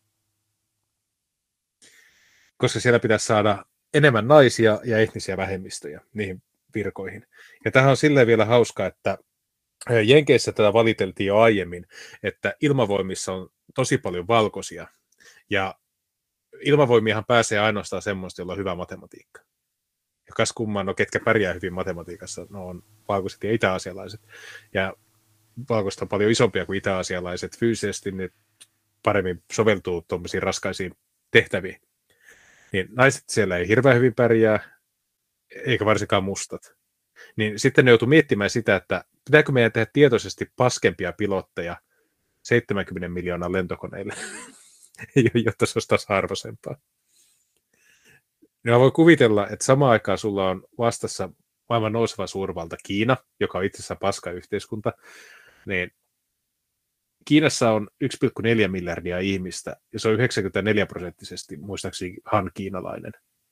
Koska siellä pitäisi saada enemmän naisia ja etnisiä vähemmistöjä niihin virkoihin. Ja tämähän on silleen vielä hauska, että Jenkeissä tätä valiteltiin jo aiemmin, että ilmavoimissa on tosi paljon valkoisia, ja ilmavoimiahan pääsee ainoastaan semmoista, jolla on hyvä matematiikka. Ja kas kumman, ketkä pärjää hyvin matematiikassa, on valkoiset ja itä-asialaiset. Ja valkoiset on paljon isompia kuin itä-asialaiset. Fyysisesti ne paremmin soveltuu tuommoisiin raskaisiin tehtäviin. Niin naiset siellä ei hirveän hyvin pärjää, eikä varsinkaan mustat. Niin sitten ne joutuu miettimään sitä, että pitääkö meidän tehdä tietoisesti paskempia pilotteja 70 miljoonan lentokoneille, jotta se olisi tasa-arvoisempaa. Mä voin kuvitella, että samaan aikaan sulla on vastassa maailman nouseva suurvalta Kiina, joka on itsessään paska yhteiskunta, niin Kiinassa on 1,4 miljardia ihmistä, ja se on 94% muistaakseni han kiinalainen.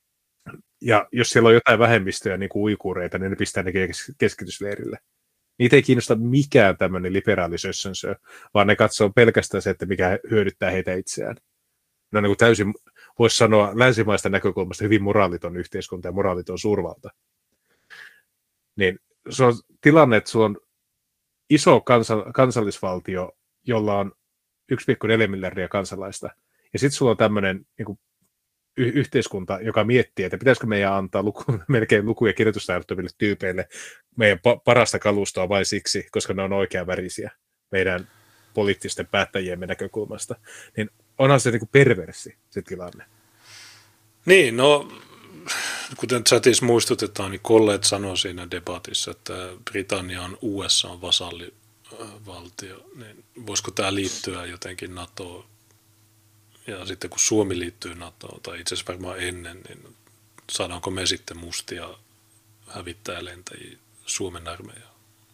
Ja jos siellä on jotain vähemmistöjä, niin kuin uikuureita, niin ne pistää ne keskitysleirille. Niitä ei kiinnosta mikään tämmöinen liberaali sössönsö, vaan ne katsoo pelkästään se, että mikä hyödyttää heitä itseään. Ne on niin kuin täysin, voisi sanoa, länsimaista näkökulmasta hyvin moraaliton yhteiskunta ja moraaliton suurvalta. Niin se on tilanne, että sulla on iso kansallisvaltio, jolla on 1,4 miljardia kansalaista, ja sitten sulla on tämmöinen niin kuin yhteiskunta, joka miettii, että pitäisikö meidän antaa melkein luku- ja kirjoitustaidottomille tyypeille meidän parasta kalustoa vain siksi, koska ne on oikeanvärisiä meidän poliittisten päättäjiemme näkökulmasta. Niin onhan se niin kuin perversi, se tilanne. Niin, no kuten chatissa muistutetaan, niin Collet sanoi siinä debatissa, että Britannia on USA:n vasallivaltio. Niin voisiko tämä liittyä jotenkin NATOon? Ja sitten kun Suomi liittyy NATOon, tai itse asiassa varmaan ennen, niin saadaanko me sitten mustia hävittäjälentäjiä Suomen armeijaan?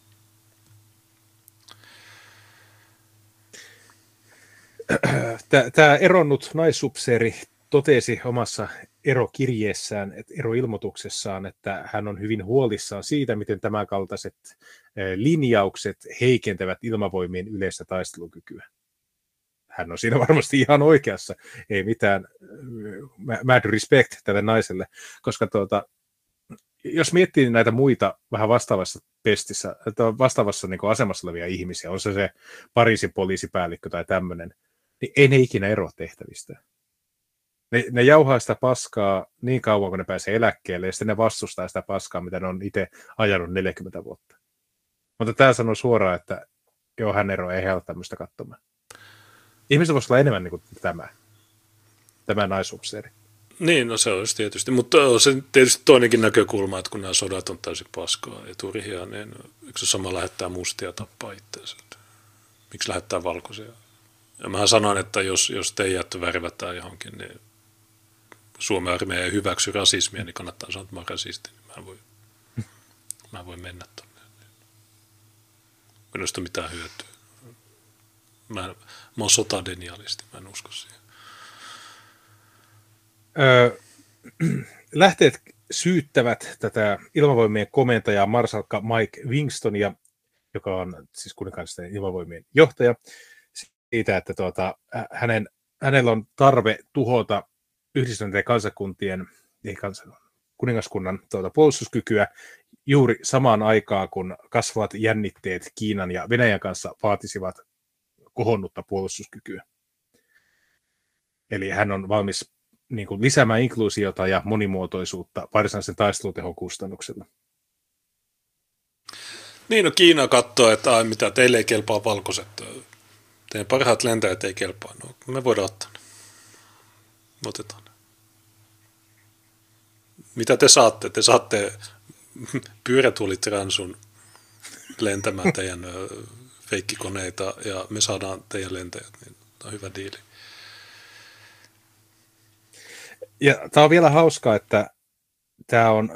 Tämä eronnut naisupseeri totesi omassa erokirjeessään, eroilmoituksessaan, että hän on hyvin huolissaan siitä, miten tämänkaltaiset linjaukset heikentävät ilmavoimien yleistä taistelukykyä. Hän on siinä varmasti ihan oikeassa, ei mitään mad respect tälle naiselle, koska jos miettii näitä muita vähän vastaavassa pestissä, vastaavassa niin kuin asemassa olevia ihmisiä, on se Pariisin poliisipäällikkö tai tämmöinen, niin ei ne ikinä eroa tehtävistä. Ne jauhaa sitä paskaa niin kauan, kun ne pääsee eläkkeelle, ja sitten ne vastustaa sitä paskaa, mitä ne on itse ajanut 40 vuotta. Mutta tämä sanoo suoraan, että joo, hän eroaa, ei he ole tämmöistä katsomaan. Ihmiset voisi olla enemmän niin kuin tämä naisupseeri. Niin, no se olisi tietysti, mutta on se tietysti toinenkin näkökulma, että kun nämä sodat on täysin paskaa eturihia, niin eikö se sama lähettää mustia tappaa itseänsä? Miksi lähettää valkoisia? Ja mähän sanon, että jos teijät värvätään johonkin, niin Suomen armeija ei hyväksy rasismia, niin kannattaa sanoa, että mä oon rasisti, niin mä en voi mennä tuonne. Minusta ole mitään hyötyä. Mä oon sotadenialisti, mä en usko siihen. Lähteet syyttävät tätä ilmavoimien komentajaa marsalkka Mike Wingstonia, joka on siis kuninkaallisten ilmavoimien johtaja, siitä, että hänellä on tarve tuhota Yhdistyneiden kansakuntien, kuningaskunnan puolustuskykyä juuri samaan aikaan, kun kasvavat jännitteet Kiinan ja Venäjän kanssa vaatisivat kohonnutta puolustuskykyä. Eli hän on valmis niin kuin lisäämään inkluusiota ja monimuotoisuutta varsinaisen taistelutehon kustannuksella. Niin, no Kiina katsoo, että mitä teille ei kelpaa valkoiset. Teidän parhaat lentäjät ei kelpaa. No, me voidaan ottaa ne. Otetaan ne. Mitä te saatte? Te saatte pyörätuolitransun lentämään teidän feikkikoneita ja me saadaan teidän lentäjät. Niin tämä on hyvä diili. Ja tämä on vielä hauskaa, että tämä on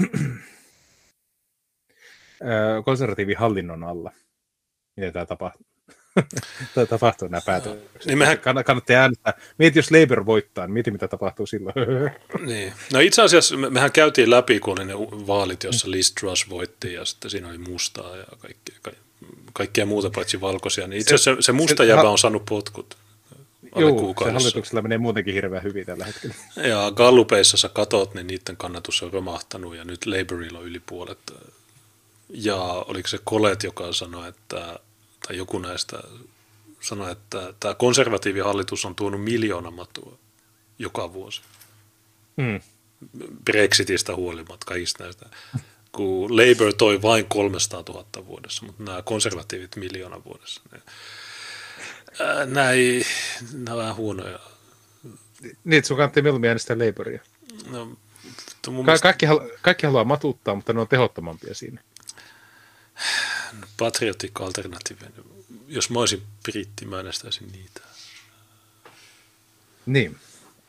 konservatiivihallinnon alla, miten tämä tapahtuu nämä päätökset. Niin kannattaa äänestää. Mieti, jos Labour voittaa, niin mieti, mitä tapahtuu silloin. Niin. No itse asiassa mehän käytiin läpi, kun oli ne vaalit, jossa Liz Truss voitti ja sitten siinä oli mustaa ja kaikkea muuta paitsi valkoisia. Niin itse asiassa se musta jäbä on saanut potkut. Joo, se hallituksella menee muutenkin hirveän hyvin tällä hetkellä. Ja gallupeissa sä katot, niin niiden kannatus on romahtanut ja nyt Labourilla on yli puolet. Ja oliko se Collet, joka sanoi, että, tai joku näistä sanoi, että tämä konservatiivihallitus on tuonut 1 miljoona matua joka vuosi. Brexitistä huolimatta kaikista näistä. Kun Labour toi vain 300 000 vuodessa, mutta nämä konservatiivit 1 miljoona vuodessa. Nämä on vähän huonoja. Niin, sun kannattaa mieluummin äänestää Labouria. No, kaikki haluaa matuttaa, mutta ne on tehottomampia siinä. Patriotic Alternative. Jos mä olisin britti, mä äänestäisin niitä. Niin.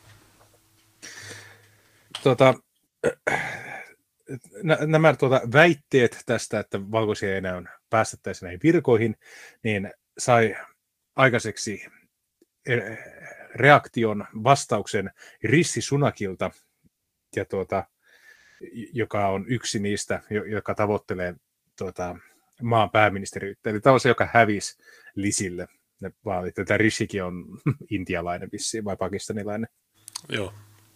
Nämä väitteet tästä, että valkoisia ei enää päästettäisiin näihin virkoihin, niin sai aikaiseksi reaktion, vastauksen Rishi Sunakilta, joka on yksi niistä, joka tavoittelee maan pääministeriyttä. Eli tämä on se, joka hävisi Lisille ne vaalit. Tämä Rishikin on intialainen vissiin vai pakistanilainen. Joo.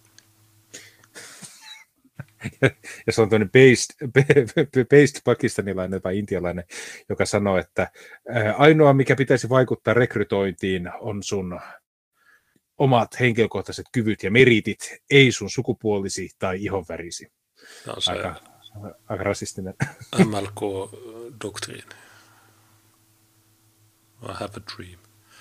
Ja se on tämmöinen based pakistanilainen vai intialainen, joka sanoo, että ainoa, mikä pitäisi vaikuttaa rekrytointiin, on sun omat henkilökohtaiset kyvyt ja meritit, ei sun sukupuolisi tai ihonvärisi. Tämä on se aika rasistinen. MLK-doktriini. I have a dream.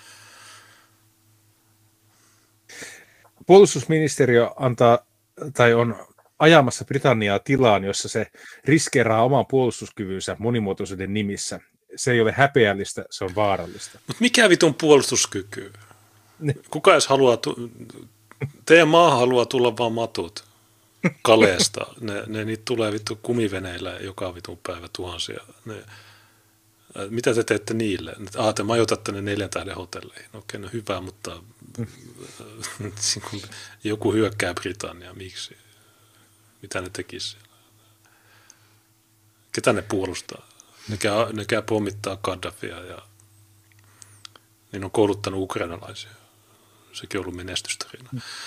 Puolustusministeriö on ajamassa Britanniaa tilaan, jossa se riskeeraa oman puolustuskyvynsä monimuotoisuuden nimissä. Se ei ole häpeällistä, se on vaarallista. Mutta mikä vitun puolustuskyky? Kuka edes haluaa, teidän maahan haluaa tulla vaan matut Kaleesta. Niitä tulee vittu kumiveneillä joka vitun päivä tuhansia. Mitä te teette niille? Te majoitatte ne 4 tähden hotelleihin. Okei, no hyvä, mutta joku hyökkää Britanniaa. Miksi? Mitä ne tekisi siellä? Ketä ne puolustaa? Ne käy pommittaa Gaddafia ja niin on kouluttanut ukrainalaisia. Sekin on ollut menestystarina.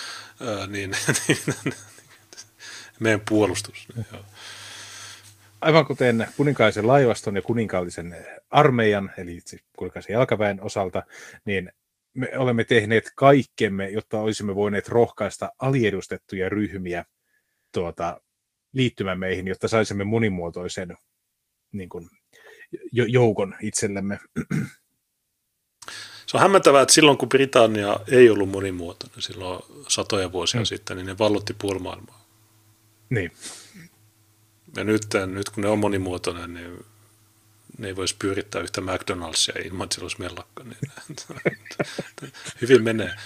Meidän puolustus. Aivan kuten kuninkaallisen laivaston ja kuninkaallisen armeijan, eli itse kuninkaallisen jalkaväen osalta, niin me olemme tehneet kaikkemme, jotta olisimme voineet rohkaista aliedustettuja ryhmiä liittymään meihin, jotta saisimme monimuotoisen niin kuin, joukon itsellemme. Se on hämmentävää, että silloin kun Britannia ei ollut monimuotoinen, silloin satoja vuosia sitten, niin ne vallotti puoli maailmaa. Niin. Ja nyt kun ne on monimuotoinen, niin ne ei voisi pyörittää yhtä McDonald'sia ilman, että sillä olisi mellakka. Niin hyvin menee.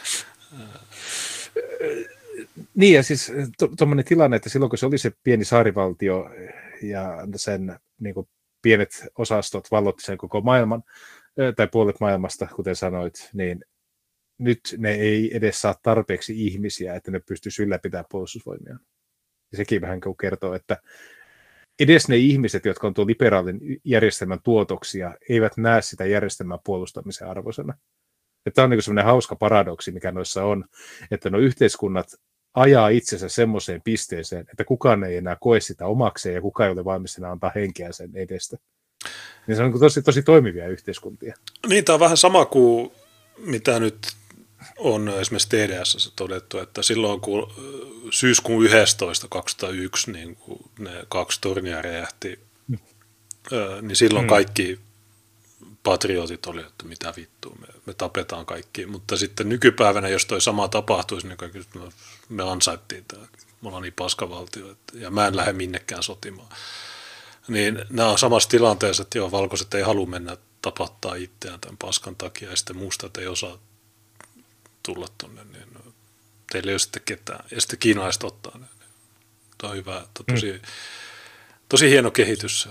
Niin, ja siis tuommoinen tilanne, että silloin kun se oli se pieni saarivaltio ja sen niin kuin pienet osastot vallotti sen koko maailman, tai puolet maailmasta, kuten sanoit, niin nyt ne ei edes saa tarpeeksi ihmisiä, että ne pystyisi ylläpitämään puolustusvoimia. Ja sekin vähän kertoo, että edes ne ihmiset, jotka on tuon liberaalin järjestelmän tuotoksia, eivät näe sitä järjestelmän puolustamisen arvoisena. Tämä on niin semmoinen hauska paradoksi, mikä noissa on, että nuo yhteiskunnat ajaa itsensä semmoiseen pisteeseen, että kukaan ei enää koe sitä omakseen ja kukaan ei ole valmis enää antaa henkeä sen edestä. Niin se on tosi toimivia yhteiskuntia. Niin, tämä on vähän sama kuin mitä nyt on esimerkiksi TDS:ssä todettu, että silloin kun syyskuun 11.2001 niin kun ne 2 tornia räjähti, niin silloin kaikki patriotit oli, että mitä vittua, me tapetaan kaikki. Mutta sitten nykypäivänä, jos toi sama tapahtuisi, niin me ansaittiin tämä. Me ollaan niin paskavaltio, ja mä en lähde minnekään sotimaan. Niin nämä on samassa tilanteessa, että valkoiset ei halua mennä tapattaa itseään tämän paskan takia, ja sitten mustat ei osaa tulla tuonne, niin teillä ei ole sitten ketään. Ja sitten kiinalaiset ottaa ne. Tämä on hyvä, tosi hieno kehitys.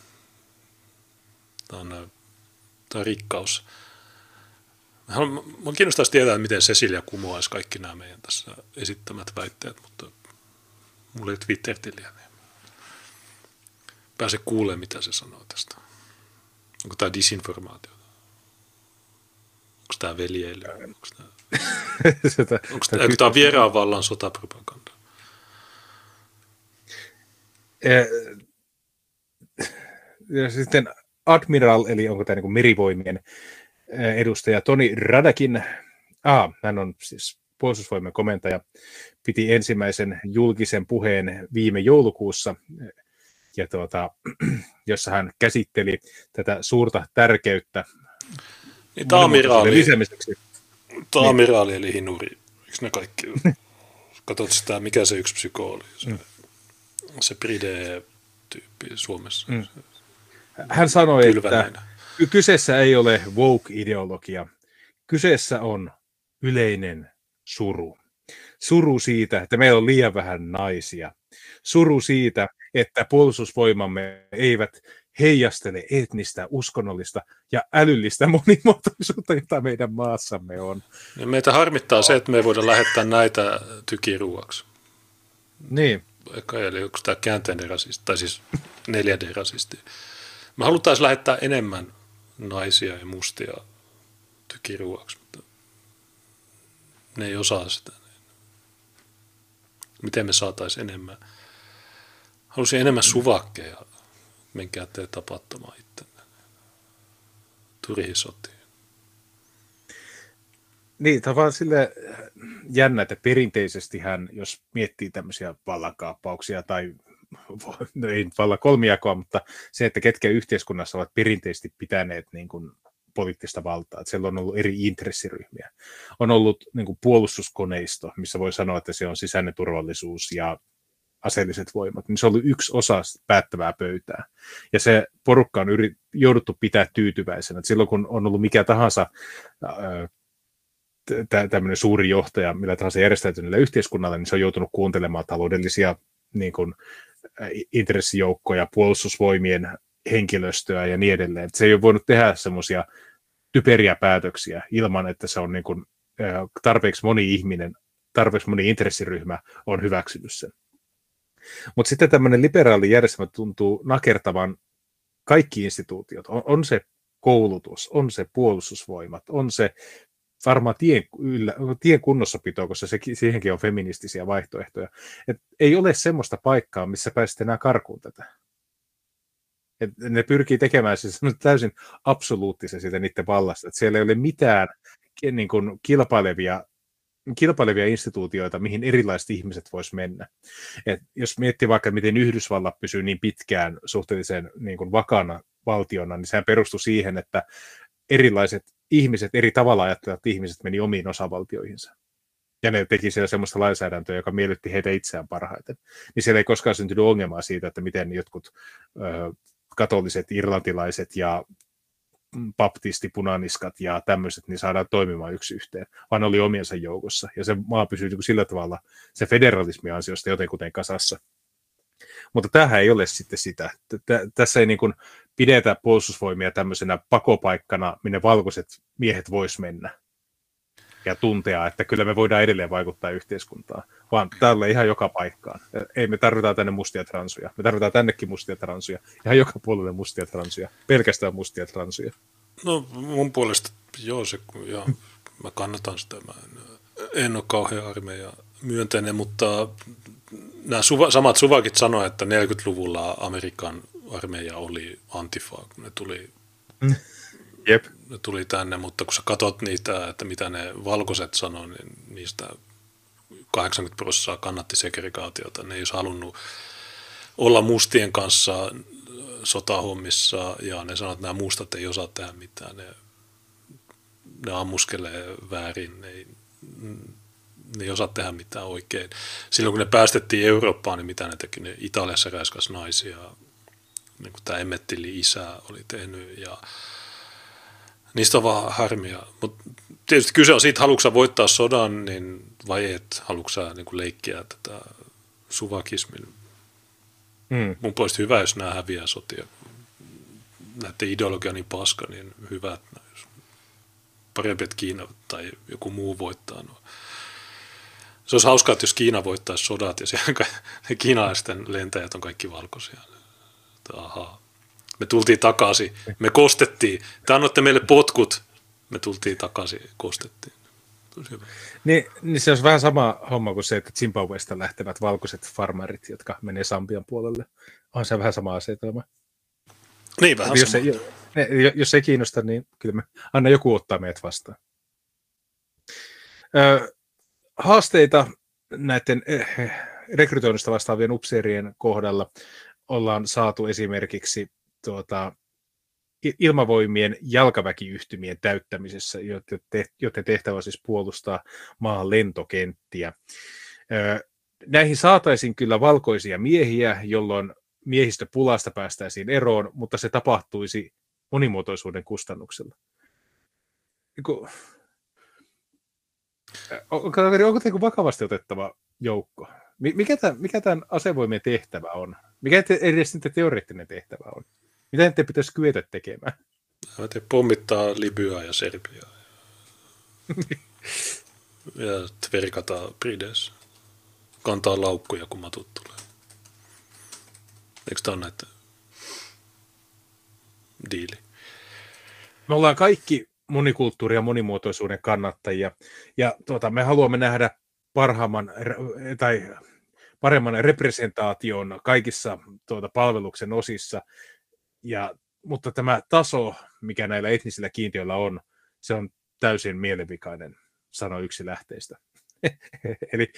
Tämä on rikkaus. Minua kiinnostaisi tietää, miten Cecilia kumoaisi kaikki nämä meidän tässä esittämät väitteet, mutta mulla ei Twitter-tiliä, niin pääse kuulemaan, mitä se sanoo tästä. Onko tämä disinformaatio? Onko tämä veljeily? Onko tämä vieraan vallan sotapropaganda? Ja sitten Admiral, eli onko tämä niin kuin merivoimien edustaja Toni Radakin, hän on siis puolustusvoimien komentaja, piti ensimmäisen julkisen puheen viime joulukuussa, ja jossa hän käsitteli tätä suurta tärkeyttä lisäämiseksi. Tämä amiraali eli hinuri, eikö ne kaikki? Katsot sitä, mikä se yksi psyko oli, se Pride-tyyppi Suomessa. Hän sanoi, että kyseessä ei ole woke-ideologia, kyseessä on yleinen suru. Suru siitä, että meillä on liian vähän naisia. Suru siitä, että puolustusvoimamme eivät heijastele etnistä, uskonnollista ja älyllistä monimuotoisuutta, jota meidän maassamme on. Ja meitä harmittaa se, että me ei voida lähettää näitä tykiruuaksi. Niin. Eli onko tämä käänteinen rasisti, tai siis 4D-rasisti. Me haluttaisiin lähettää enemmän naisia ja mustia tykiruoksi, mutta ne ei osaa sitä. Miten me saataisiin enemmän? Haluaisin enemmän suvakkeja. Menkää te tapattamaan ittenne. Turhiin sotiin. Niin, tämä on vaan sille jännä, että perinteisestihän, jos miettii tämmöisiä vallankaappauksia tai no ei vallan kolmijakoa, mutta se, että ketkä yhteiskunnassa ovat perinteisesti pitäneet niin kuin poliittista valtaa, että siellä on ollut eri intressiryhmiä. On ollut niin kuin puolustuskoneisto, missä voi sanoa, että se on sisäinen turvallisuus ja aseelliset voimat, niin se on ollut yksi osa päättävää pöytää. Ja se porukka on jouduttu pitää tyytyväisenä. Että silloin kun on ollut mikä tahansa tämmöinen suuri johtaja, millä tahansa järjestäytyneellä yhteiskunnalla, niin se on joutunut kuuntelemaan taloudellisia niin kuin, intressijoukkoja, puolustusvoimien henkilöstöä ja niin edelleen. Että se ei ole voinut tehdä semmoisia typeriä päätöksiä ilman, että se on niin kuin, tarpeeksi moni ihminen, tarpeeksi moni intressiryhmä on hyväksynyt sen. Mutta sitten tämmöinen liberaali järjestelmä tuntuu nakertavan kaikki instituutiot. On se koulutus, on se puolustusvoimat, on se varmaan tien kunnossapito, koska siihenkin on feministisiä vaihtoehtoja. Et ei ole semmoista paikkaa, missä pääset enää karkuun tätä. Et ne pyrkii tekemään siis täysin absoluuttisen siitä niiden vallasta. Et siellä ei ole mitään niin kuin kilpailevia instituutioita, mihin erilaiset ihmiset vois mennä. Et jos miettii vaikka, miten Yhdysvallat pysyy niin pitkään suhteellisen niin kuin vakaana valtiona, niin sehän perustui siihen, että erilaiset ihmiset, eri tavalla ajattelevat ihmiset meni omiin osavaltioihinsa. Ja ne teki siellä semmoista lainsäädäntöä, joka miellytti heitä itseään parhaiten. Niin siellä ei koskaan syntynyt ongelmaa siitä, että miten jotkut katoliset, irlantilaiset ja baptistipunaniskat ja tämmöiset, niin saadaan toimimaan yksi yhteen, vaan oli omiensa joukossa. Ja se maa pysyy sillä tavalla se federalismi ansiosta jotenkuten kasassa. Mutta tämähän ei ole sitten sitä. Tässä ei niin kuin pidetä puolustusvoimia tämmöisenä pakopaikkana, minne valkoiset miehet vois mennä ja tuntea, että kyllä me voidaan edelleen vaikuttaa yhteiskuntaan, vaan täällä ihan joka paikkaan. Ei me tarvitaan tänne mustia transuja. Me tarvitaan tännekin mustia transuja. Ihan joka puolelle mustia transuja. Pelkästään mustia transuja. No mun puolesta joo, mä kannatan sitä. Mä en ole kauhean armeija myönteinen, mutta nämä samat suvakit sanoivat, että 40-luvulla Amerikan armeija oli Antifa, kun ne tuli, Jep. Ne tuli tänne, mutta kun sä katot niitä, että mitä ne valkoiset sanoi, niin niistä 80% kannatti segregaatiota. Ne ei olisi halunnut olla mustien kanssa sotahommissa, ja ne sanoo, että nämä mustat ei osaa tehdä mitään. Ne ammuskelee väärin, ne ei osaa tehdä mitään oikein. Silloin kun ne päästettiin Eurooppaan, niin mitä ne teki? Ne Italiassa räiskäs naisia, niin kuin tämä Emmettili isä oli tehnyt, ja niistä on vaan harmia. Mutta tietysti kyse on siitä, haluatko sä voittaa sodan, niin, vai et, haluatko sä niin kuin leikkiä tätä suvakismin. Mun puolesta hyvä, jos nämä häviää sotia. Näiden ideologia on niin paska, niin hyvä, että parempi, että Kiina tai joku muu voittaa. No. Se olisi hauskaa, että jos Kiina voittaisi sodat ja siellä kiinalaisten lentäjät on kaikki valkoisia. Ahaa. Me tultiin takaisin, me kostettiin. Te annoitte meille potkut, me tultiin takaisin, kostettiin. Niin se olisi vähän sama homma kuin se, että Zimbabwesta lähtevät valkoiset farmarit, jotka menee Sambian puolelle. On se vähän sama asetelma. Niin, vähän sama. Jos ei kiinnosta, niin kyllä me anna joku ottaa meidät vastaan. Haasteita näiden rekrytoinnista vastaavien upseerien kohdalla ollaan saatu esimerkiksi ilmavoimien jalkaväkiyhtymien täyttämisessä, joten tehtävä on siis puolustaa maan lentokenttiä. Näihin saataisiin kyllä valkoisia miehiä, jolloin miehistöpulasta päästäisiin eroon, mutta se tapahtuisi monimuotoisuuden kustannuksella. Onko tämä vakavasti otettava joukko? Mikä tämän asevoimien tehtävä on? Mikä edes niiden teoreettinen tehtävä on? Mitä te pitäisi kyetä tekemään? Mä tein pommittaa Libyaa ja Serbiaa. Ja verkata Prides. kantaa laukkuja, kun matut tulee. Eikö tämä ole näitä diili? Me ollaan kaikki monikulttuuri- ja monimuotoisuuden kannattajia, ja me haluamme nähdä paremman representaation kaikissa palveluksen osissa, mutta tämä taso, mikä näillä etnisillä kiintiöillä on, se on täysin mielenvikainen, sanoi yksi lähteistä. Eli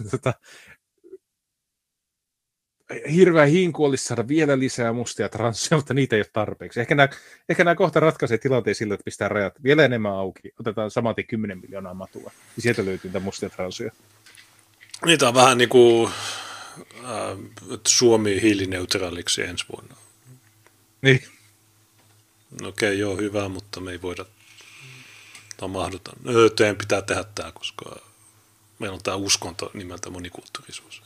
hirveän hinku olisi saada vielä lisää mustia transseja, mutta niitä ei ole tarpeeksi. Ehkä nämä kohta ratkaisee tilanteen sillä, että pistää rajat vielä enemmän auki. Otetaan samaten 10 miljoonaa matua. Ja sieltä löytyy niitä mustia transoja. Niitä on vähän niin kuin Suomi hiilineutraaliksi ensi vuonna. Niin. Okei, joo, hyvä, mutta me ei voida. Tämä on mahdoton. Teidän pitää tehdä tämä, koska meillä on tämä uskonto nimeltä monikulttuurisuus.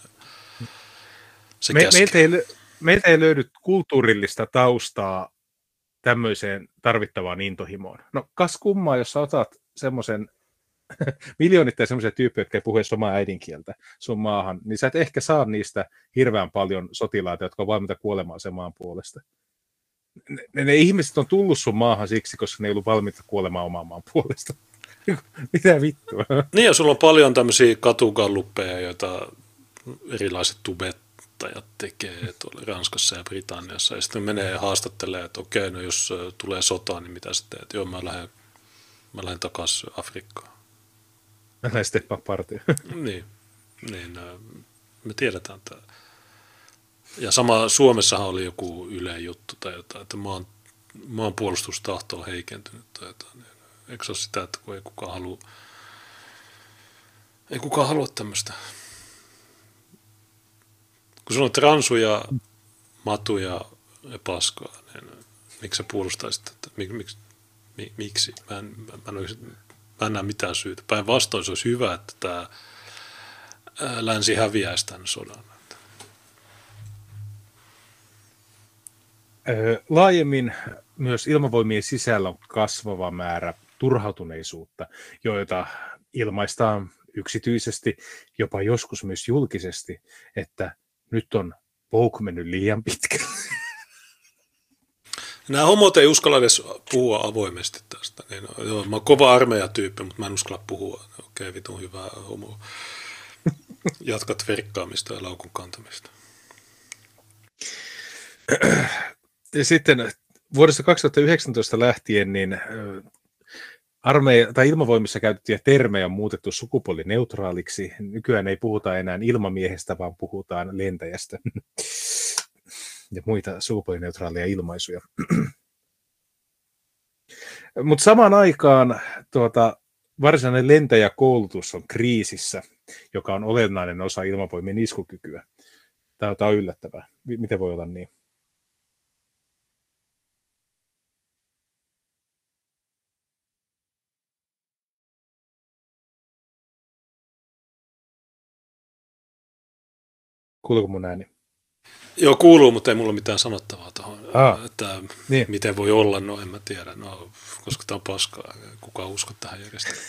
Meiltä ei löydy kulttuurillista taustaa tämmöiseen tarvittavaan intohimoon. No kas kummaa, jos sä otat semmoisen miljoonittain semmoisia tyyppejä, jotka ei puhu omaa äidinkieltä sun maahan, niin sä et ehkä saa niistä hirveän paljon sotilaita, jotka on valmiita kuolemaan sen maan puolesta. Ne ihmiset on tullut sun maahan siksi, koska ne ei ollut valmiita kuolemaan oman maan puolesta. Mitä vittua? Niin, ja sulla on paljon tämmöisiä katugalluppeja, joita erilaiset tubettajat tekee tuolla Ranskassa ja Britanniassa, ja sitten menee haastattelemaan, että okei, no jos tulee sota, niin mitä sä teet? Joo, mä lähden takaisin Afrikkaan. Mä lähden steppaa partioon. Niin, me tiedetään tämä. Ja sama Suomessahan oli joku Yle juttu tai jotain, että maanpuolustustahto on heikentynyt tai jotain. Eikö se ole sitä, että kun ei kukaan halua tämmöistä. Kun sulla on transuja, matuja ja paskaa, niin miksi sä puolustaisit, että miksi? Mä en näe mitään syytä. Päinvastoin se olisi hyvä, että tämä länsi häviäisi tämän sodan. Laajemmin myös ilmavoimien sisällä on kasvava määrä turhautuneisuutta, joita ilmaistaan yksityisesti, jopa joskus myös julkisesti, että nyt on pouk mennyt liian pitkälle. Nämä homot ei uskalla edes puhua avoimesti tästä. Niin, joo, mä oon kova armeijatyyppi, mutta mä en uskalla puhua. Okei, vitun hyvää homo. Jatkat verkkaamista ja laukun kantamista. Ja sitten vuodesta 2019 lähtien niin ilmavoimissa käytettyjä termejä on muutettu sukupuolineutraaliksi. Nykyään ei puhuta enää ilmamiehestä, vaan puhutaan lentäjästä ja muita sukupuolineutraaleja ilmaisuja. Mutta samaan aikaan varsinainen lentäjäkoulutus on kriisissä, joka on olennainen osa ilmavoimien iskukykyä. Tämä on yllättävää. Miten voi olla niin? Kuuluuko mun ääni? Joo, kuuluu, mutta ei mulla ole mitään sanottavaa tuohon. Että niin. Miten voi olla, no en mä tiedä, koska tämä on paskaa. Kukaan usko tähän järjestelmään.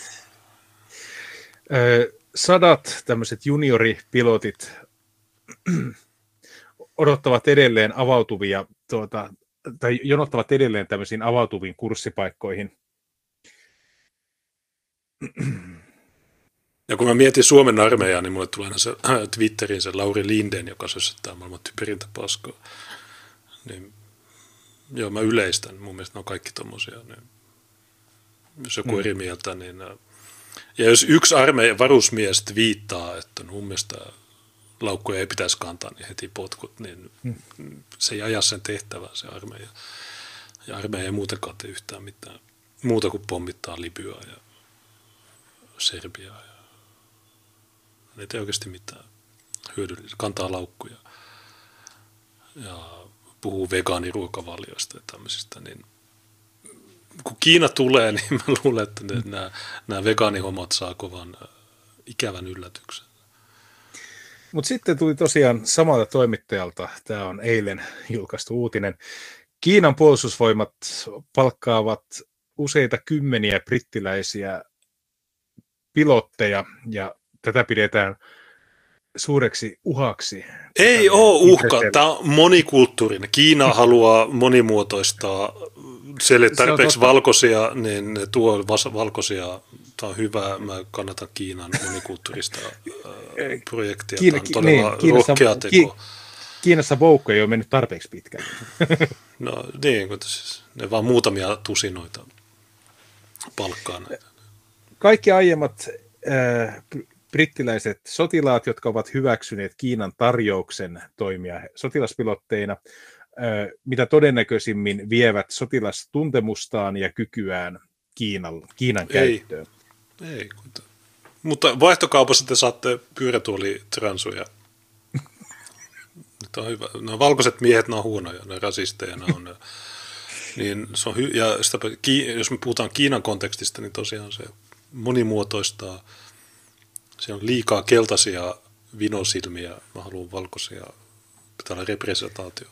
Sadat tämmöiset junioripilotit odottavat edelleen avautuvia, tai jonottavat edelleen tämmöisiin avautuviin kurssipaikkoihin. Ja kun mä mietin Suomen armeijaa, niin mulle tulee aina se Twitteriin se Lauri Linden, joka sössöttää maailman typerintä paskaa. Niin, joo, mä yleistän. Mun mielestä ne on kaikki tommosia. Niin, jos joku eri mieltä, niin... Ja jos yksi armeijan varusmies viittaa, että mun mielestä laukkuja ei pitäisi kantaa, niin heti potkut, niin se ei aja sen tehtävään se armeija. Ja armeija ei muutenkaan tee yhtään mitään muuta kuin pommittaa Libyaa ja Serbiaa. Ei tee oikeasti mitään hyödyllistä. Kantaa laukkuja ja puhuu vegaaniruokavalioista ja tämmöisistä. Niin kun Kiina tulee, niin mä luulen, että nämä vegaanihomot saa kovan ikävän yllätyksen. Mutta sitten tuli tosiaan samalta toimittajalta, tämä on eilen julkaistu uutinen, Kiinan puolustusvoimat palkkaavat useita kymmeniä brittiläisiä pilotteja, ja tätä pidetään suureksi uhaksi. Ei ole uhka, tämä on monikulttuurinen. Kiina haluaa monimuotoistaa, siellä ei tarpeeksi valkoisia, niin ne tuo valkoisia. Tämä on hyvä, mä kannatan Kiinan monikulttuurista projektia. Tämä on todella rohkea teko. Kiinassa voukko ei ole mennyt tarpeeksi pitkään. No niin, kun ne vaan muutamia tusinoita palkkaa näitä. Kaikki aiemmat brittiläiset sotilaat, jotka ovat hyväksyneet Kiinan tarjouksen toimia sotilaspilotteina, mitä todennäköisimmin vievät sotilastuntemustaan ja kykyään Kiinan käyttöön. Ei, mutta vaihtokaupassa te saatte pyörätuolitransuja. Nyt on hyvä. No, valkoiset miehet, ne on huonoja, ne rasisteja, ne on. Niin se on ja sitä, jos me puhutaan Kiinan kontekstista, niin tosiaan se monimuotoistaa. Se on liikaa keltaisia vinosilmiä, mä haluan valkoisia, pitää olla representaatio.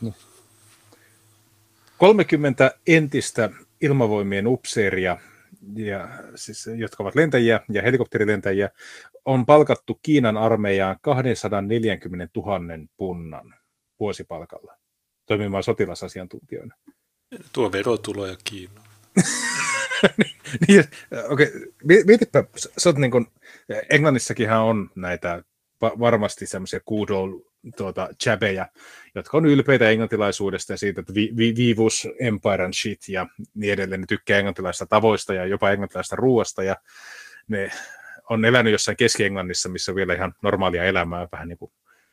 30 entistä ilmavoimien upseeria, siis, jotka ovat lentäjiä ja helikopterilentäjiä, on palkattu Kiinan armeijaan 240 000 punnan vuosipalkalla toimimaan sotilasasiantuntijoina. Tuo verotuloja Kiinaan. Niin, okei, mietipä, sä oot niin kuin, Englannissakinhan on näitä varmasti semmoisia good old chabeja, jotka on ylpeitä englantilaisuudesta ja siitä, että we was empire and shit ja niin edelleen. Ne tykkää englantilaisista tavoista ja jopa englantilaisista ruoasta ja ne on elänyt jossain Keski-Englannissa, missä on vielä ihan normaalia elämää, vähän niin kuin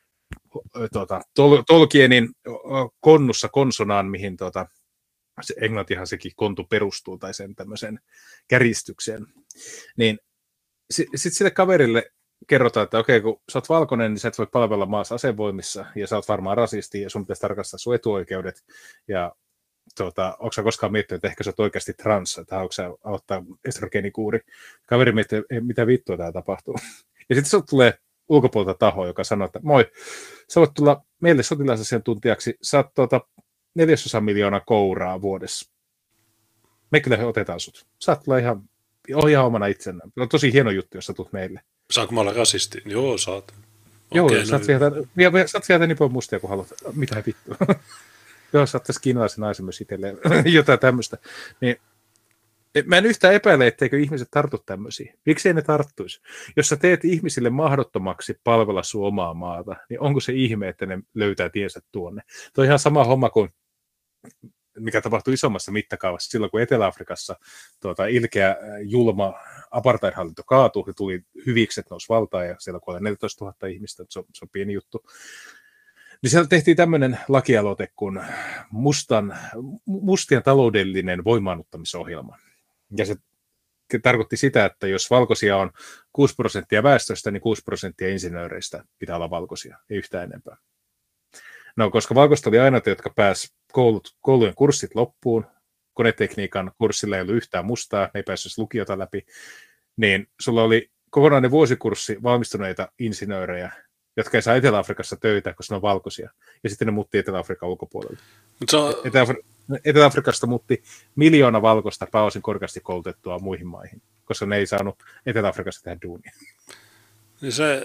Tolkienin konnussa konsonaan, mihin se englantihan sekin kontu perustuu tai sen tämmöiseen kärjistykseen. Niin sitten sille kaverille kerrotaan, että okei, kun sä oot valkoinen, niin sä et voi palvella maassa asevoimissa, ja sä oot varmaan rasisti, ja sun pitäisi tarkastaa sun etuoikeudet, ja onko sä koskaan miettinyt, että ehkä sä oot oikeasti trans, että haluatko sä ottaa estrogeenikuuri. Kaveri miettii, mitä vittua tää tapahtuu. Ja sitten se tulee ulkopuolelta taho, joka sanoo, että moi, sä voit tulla meille sotilasasiantuntijaksi, saat 400 miljoonaa kouraa vuodessa. Me kyllä otetaan sut. Saat tulla ihan omana itsenään. On tosi hieno juttu, jos sä tulet meille. Saanko mä olla rasisti? Joo, saat. Joo, okay, saat sieltä niin paljon mustia, kun haluat. Mitä vittua. Joo, saat tässä kiinalaisen naisen myös itselleen. Jotain tämmöistä. Niin, mä en yhtään epäile, etteikö ihmiset tartu tämmöisiin. Miksi ei ne tarttuisi? Jos sä teet ihmisille mahdottomaksi palvella sun omaa maata, niin onko se ihme, että ne löytää tiensä tuonne? Tuo on ihan sama homma kuin mikä tapahtui isommassa mittakaavassa silloin, kun Etelä-Afrikassa ilkeä, julma apartheid-hallinto kaatui ja tuli hyvikset nousi valtaan ja siellä kuoli 14 000 ihmistä, se on pieni juttu. Niin siellä tehtiin tämmöinen lakialoite kuin mustien taloudellinen voimaannuttamisohjelma. Ja se tarkoitti sitä, että jos valkoisia on 6% väestöstä, niin 6% insinööreistä pitää olla valkoisia, ei yhtään enempää. No, koska valkoista oli aina, jotka pääsivät koulujen kurssit loppuun, konetekniikan kurssilla ei ollut yhtään mustaa, ne ei päässyt lukiota läpi, niin sulla oli kokonainen vuosikurssi valmistuneita insinöörejä, jotka ei saa Etelä-Afrikassa töitä, koska ne on valkoisia. Ja sitten ne muutti Etelä-Afrikan ulkopuolelle. Etelä-Afrikasta muutti 1 miljoona valkoista pääosin korkeasti koulutettua muihin maihin, koska ne ei saanut Etelä-Afrikassa tehdä duunia. Niin se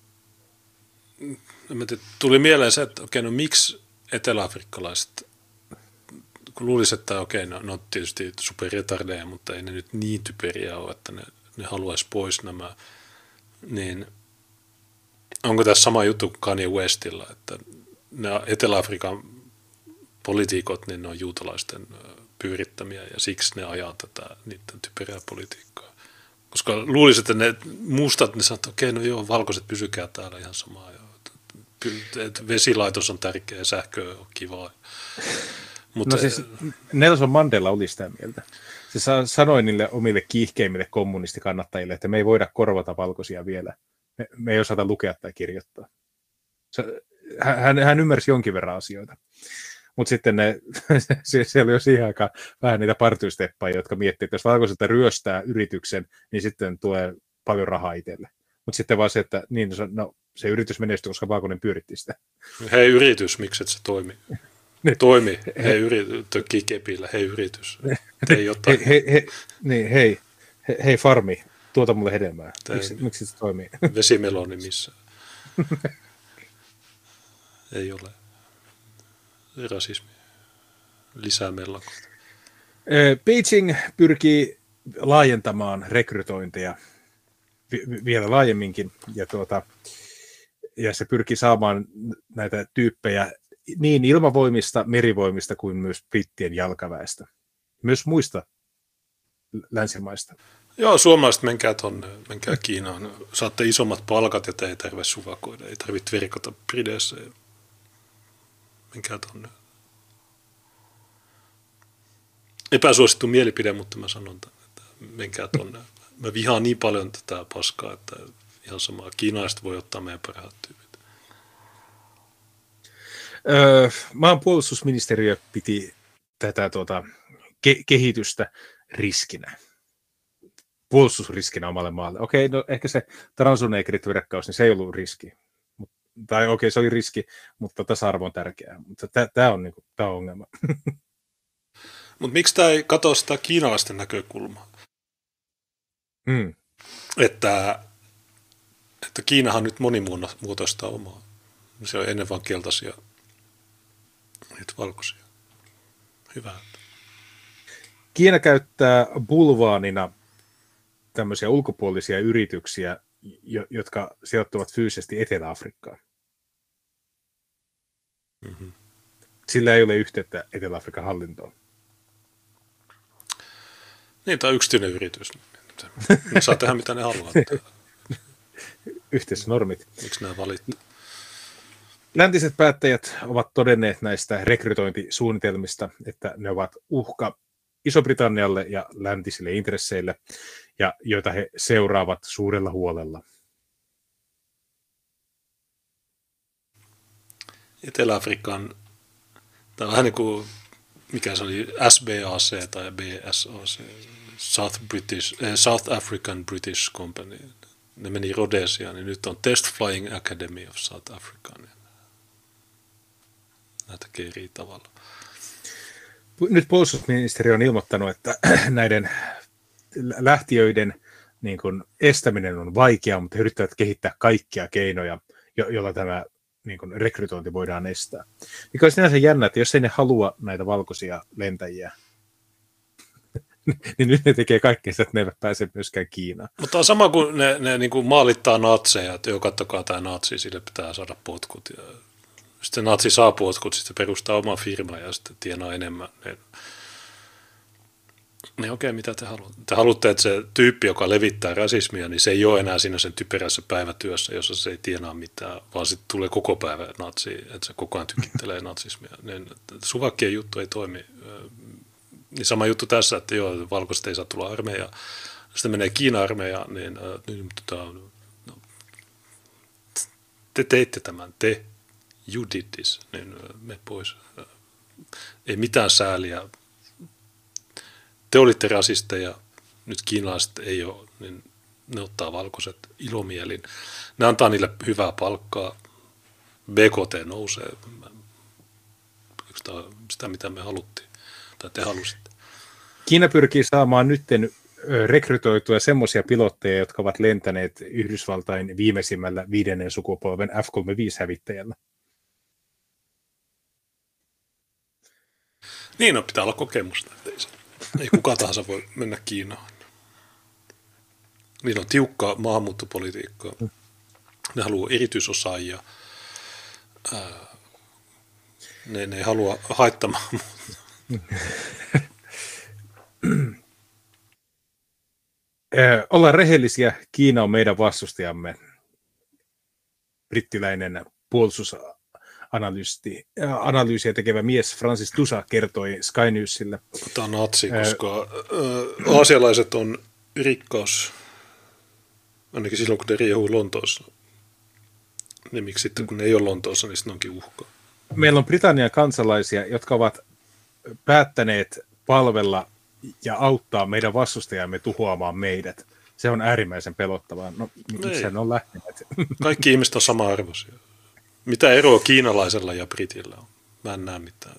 tuli mieleen se, että okei, no miksi eteläafrikkalaiset, kun luulisi, että okei, ne on tietysti superretardeja, mutta ei ne nyt niin typeriä ole, että ne haluaisi pois nämä, niin onko tässä sama juttu kuin Kanye Westillä, että ne Etelä-Afrikan poliitikot, niin ne on juutalaisten pyörittämiä ja siksi ne ajaa tätä niiden typeriä politiikkaa. Koska luulisi, että ne mustat, ne sanoo, että okei, no joo, valkoiset pysykää täällä ihan samaa. Vesilaitos on tärkeä, sähkö on kivaa. Mutta, no siis Nelson Mandela oli sitä mieltä. Se sanoi niille omille kiihkeimmille kommunistikannattajille, että me ei voida korvata valkoisia vielä. Me ei osata lukea tai kirjoittaa. Hän ymmärsi jonkin verran asioita. Mutta sitten siellä oli jo siihen aikaan vähän niitä partyysteppajia, jotka miettii, että jos valkoiselta ryöstää yrityksen, niin sitten tulee paljon rahaa itselle. Mutta sitten vaan se, että niin, no, se yritys menestyi, koska valkoinen pyöritti sitä. Hei yritys, miksi et se toimi? Toimi. Hei yritys, tökkii kepillä. Hei yritys. Tee jotain. Hei farmi, tuota mulle hedelmää. Miksi se toimii? Vesimeloni missä? Ei ole. Rasismi. Lisää mellakoita. Beijing pyrkii laajentamaan rekrytointeja vielä laajemminkin, ja se pyrkii saamaan näitä tyyppejä niin ilmavoimista, merivoimista kuin myös brittien jalkaväestä. Myös muista länsimaista. Joo, suomalaiset menkää tonne, menkää Kiinaan. Saatte isommat palkat ja te ei tarvitse suvakoida, ei tarvitse verkota pridessä. Menkää tonne. Epäsuosittu mielipide, mutta mä sanon tämän, että menkää tonne. Mä vihaan niin paljon tätä paskaa, että ihan samaa. Kiinalaiset voi ottaa meidän parhaat tyypit. Maan puolustusministeriö piti tätä kehitystä riskinä. Puolustusriskinä omalle maalle. Okei, no ehkä se transunegrit-verkkaus, niin se ei ollut riski. Tai okei, se oli riski, mutta tasa-arvo on tärkeää. Mutta tämä on ongelma. Mutta miksi tämä ei katso sitä kiinalaisten näkökulmaa? Että Kiinahan nyt monimuotoista omaa. Se on ennen vaan keltaisia, nyt valkoisia. Hyvä. Kiina käyttää bulvaanina tämmöisiä ulkopuolisia yrityksiä, jotka sijoittuvat fyysisesti Etelä-Afrikkaan. Mm-hmm. Sillä ei ole yhteyttä Etelä-Afrikan hallintoon. Niin, tämä on yksityinen yritys. Ne saa tehdä mitä ne haluaa. Yhteisnormit. Miksi nämä valittaa? Läntiset päättäjät ovat todenneet näistä rekrytointisuunnitelmista, että ne ovat uhka Iso-Britannialle ja läntisille intresseille, ja joita he seuraavat suurella huolella. Etelä-Afrikan, tämä on vähän niin kuin, mikä se oli, SBAC tai BSAC, South African British Company. Ne meni Rhodesiaan, niin nyt on Test Flying Academy of South Africa. Nämä tekee eri tavalla. Nyt puolustusministeriö on ilmoittanut, että näiden lähtiöiden niin kuin estäminen on vaikeaa, mutta he yrittävät kehittää kaikkia keinoja, joilla tämä niin kuin rekrytointi voidaan estää. Mikä on sinänsä jännä, että jos ei ne halua näitä valkoisia lentäjiä, niin nyt ne tekee kaikkea, että ne eivät pääse myöskään Kiinaan. Mutta on sama kuin ne niin kuin maalittaa natseja, että joo, katsokaa tämä natsi, sille pitää saada potkut. Ja sitten natsi saa potkut, sitten perustaa oman firman ja sitten tienaa enemmän. Niin okei, mitä te haluatte? Te haluatte, että se tyyppi, joka levittää rasismia, niin se ei ole enää siinä sen typerässä päivätyössä, jossa se ei tienaa mitään, vaan sitten tulee koko päivä natsi, että se koko ajan tykittelee natsismia. Niin, suvakkien juttu ei toimi. Niin sama juttu tässä, että joo, valkoiset ei saa tulla armeijaan. Sitten menee Kiina-armeijaan, niin te teitte tämän, you did this, niin me pois. Ei mitään sääliä. Te olitte rasisteja, nyt kiinalaiset ei ole, niin ne ottaa valkoiset ilomielin. Ne antaa niille hyvää palkkaa, BKT nousee, sitä mitä me haluttiin, tai te halusitte. Kiina pyrkii saamaan nytten rekrytoitua semmoisia pilotteja, jotka ovat lentäneet Yhdysvaltain viimeisimmällä 5. sukupolven F-35-hävittäjällä. Niin, no pitää olla kokemusta. Ei kuka tahansa voi mennä Kiinaan. Niillä on tiukkaa maahanmuuttopolitiikkaa. Ne haluaa erityisosaajia. Ne ei halua haittamaan. Ollaan rehellisiä, Kiina on meidän vastustajamme. Brittiläinen puolustusanalyysiä tekevä mies Francis Tusa kertoi Sky Newsille. Tämä on natsi, koska aasialaiset on rikkaus, ainakin silloin kun ne riehuu Lontoossa. Niin miksi sitten kun ne ei ole Lontoossa, niin sitten onkin uhka. Meillä on Britannian kansalaisia, jotka ovat päättäneet palvella ja auttaa meidän vastustajamme tuhoamaan meidät. Se on äärimmäisen pelottavaa. No, miksi ne on lähteneet? Kaikki ihmiset on sama-arvoisia. Mitä eroa kiinalaisella ja britillä on? Mä en näe mitään.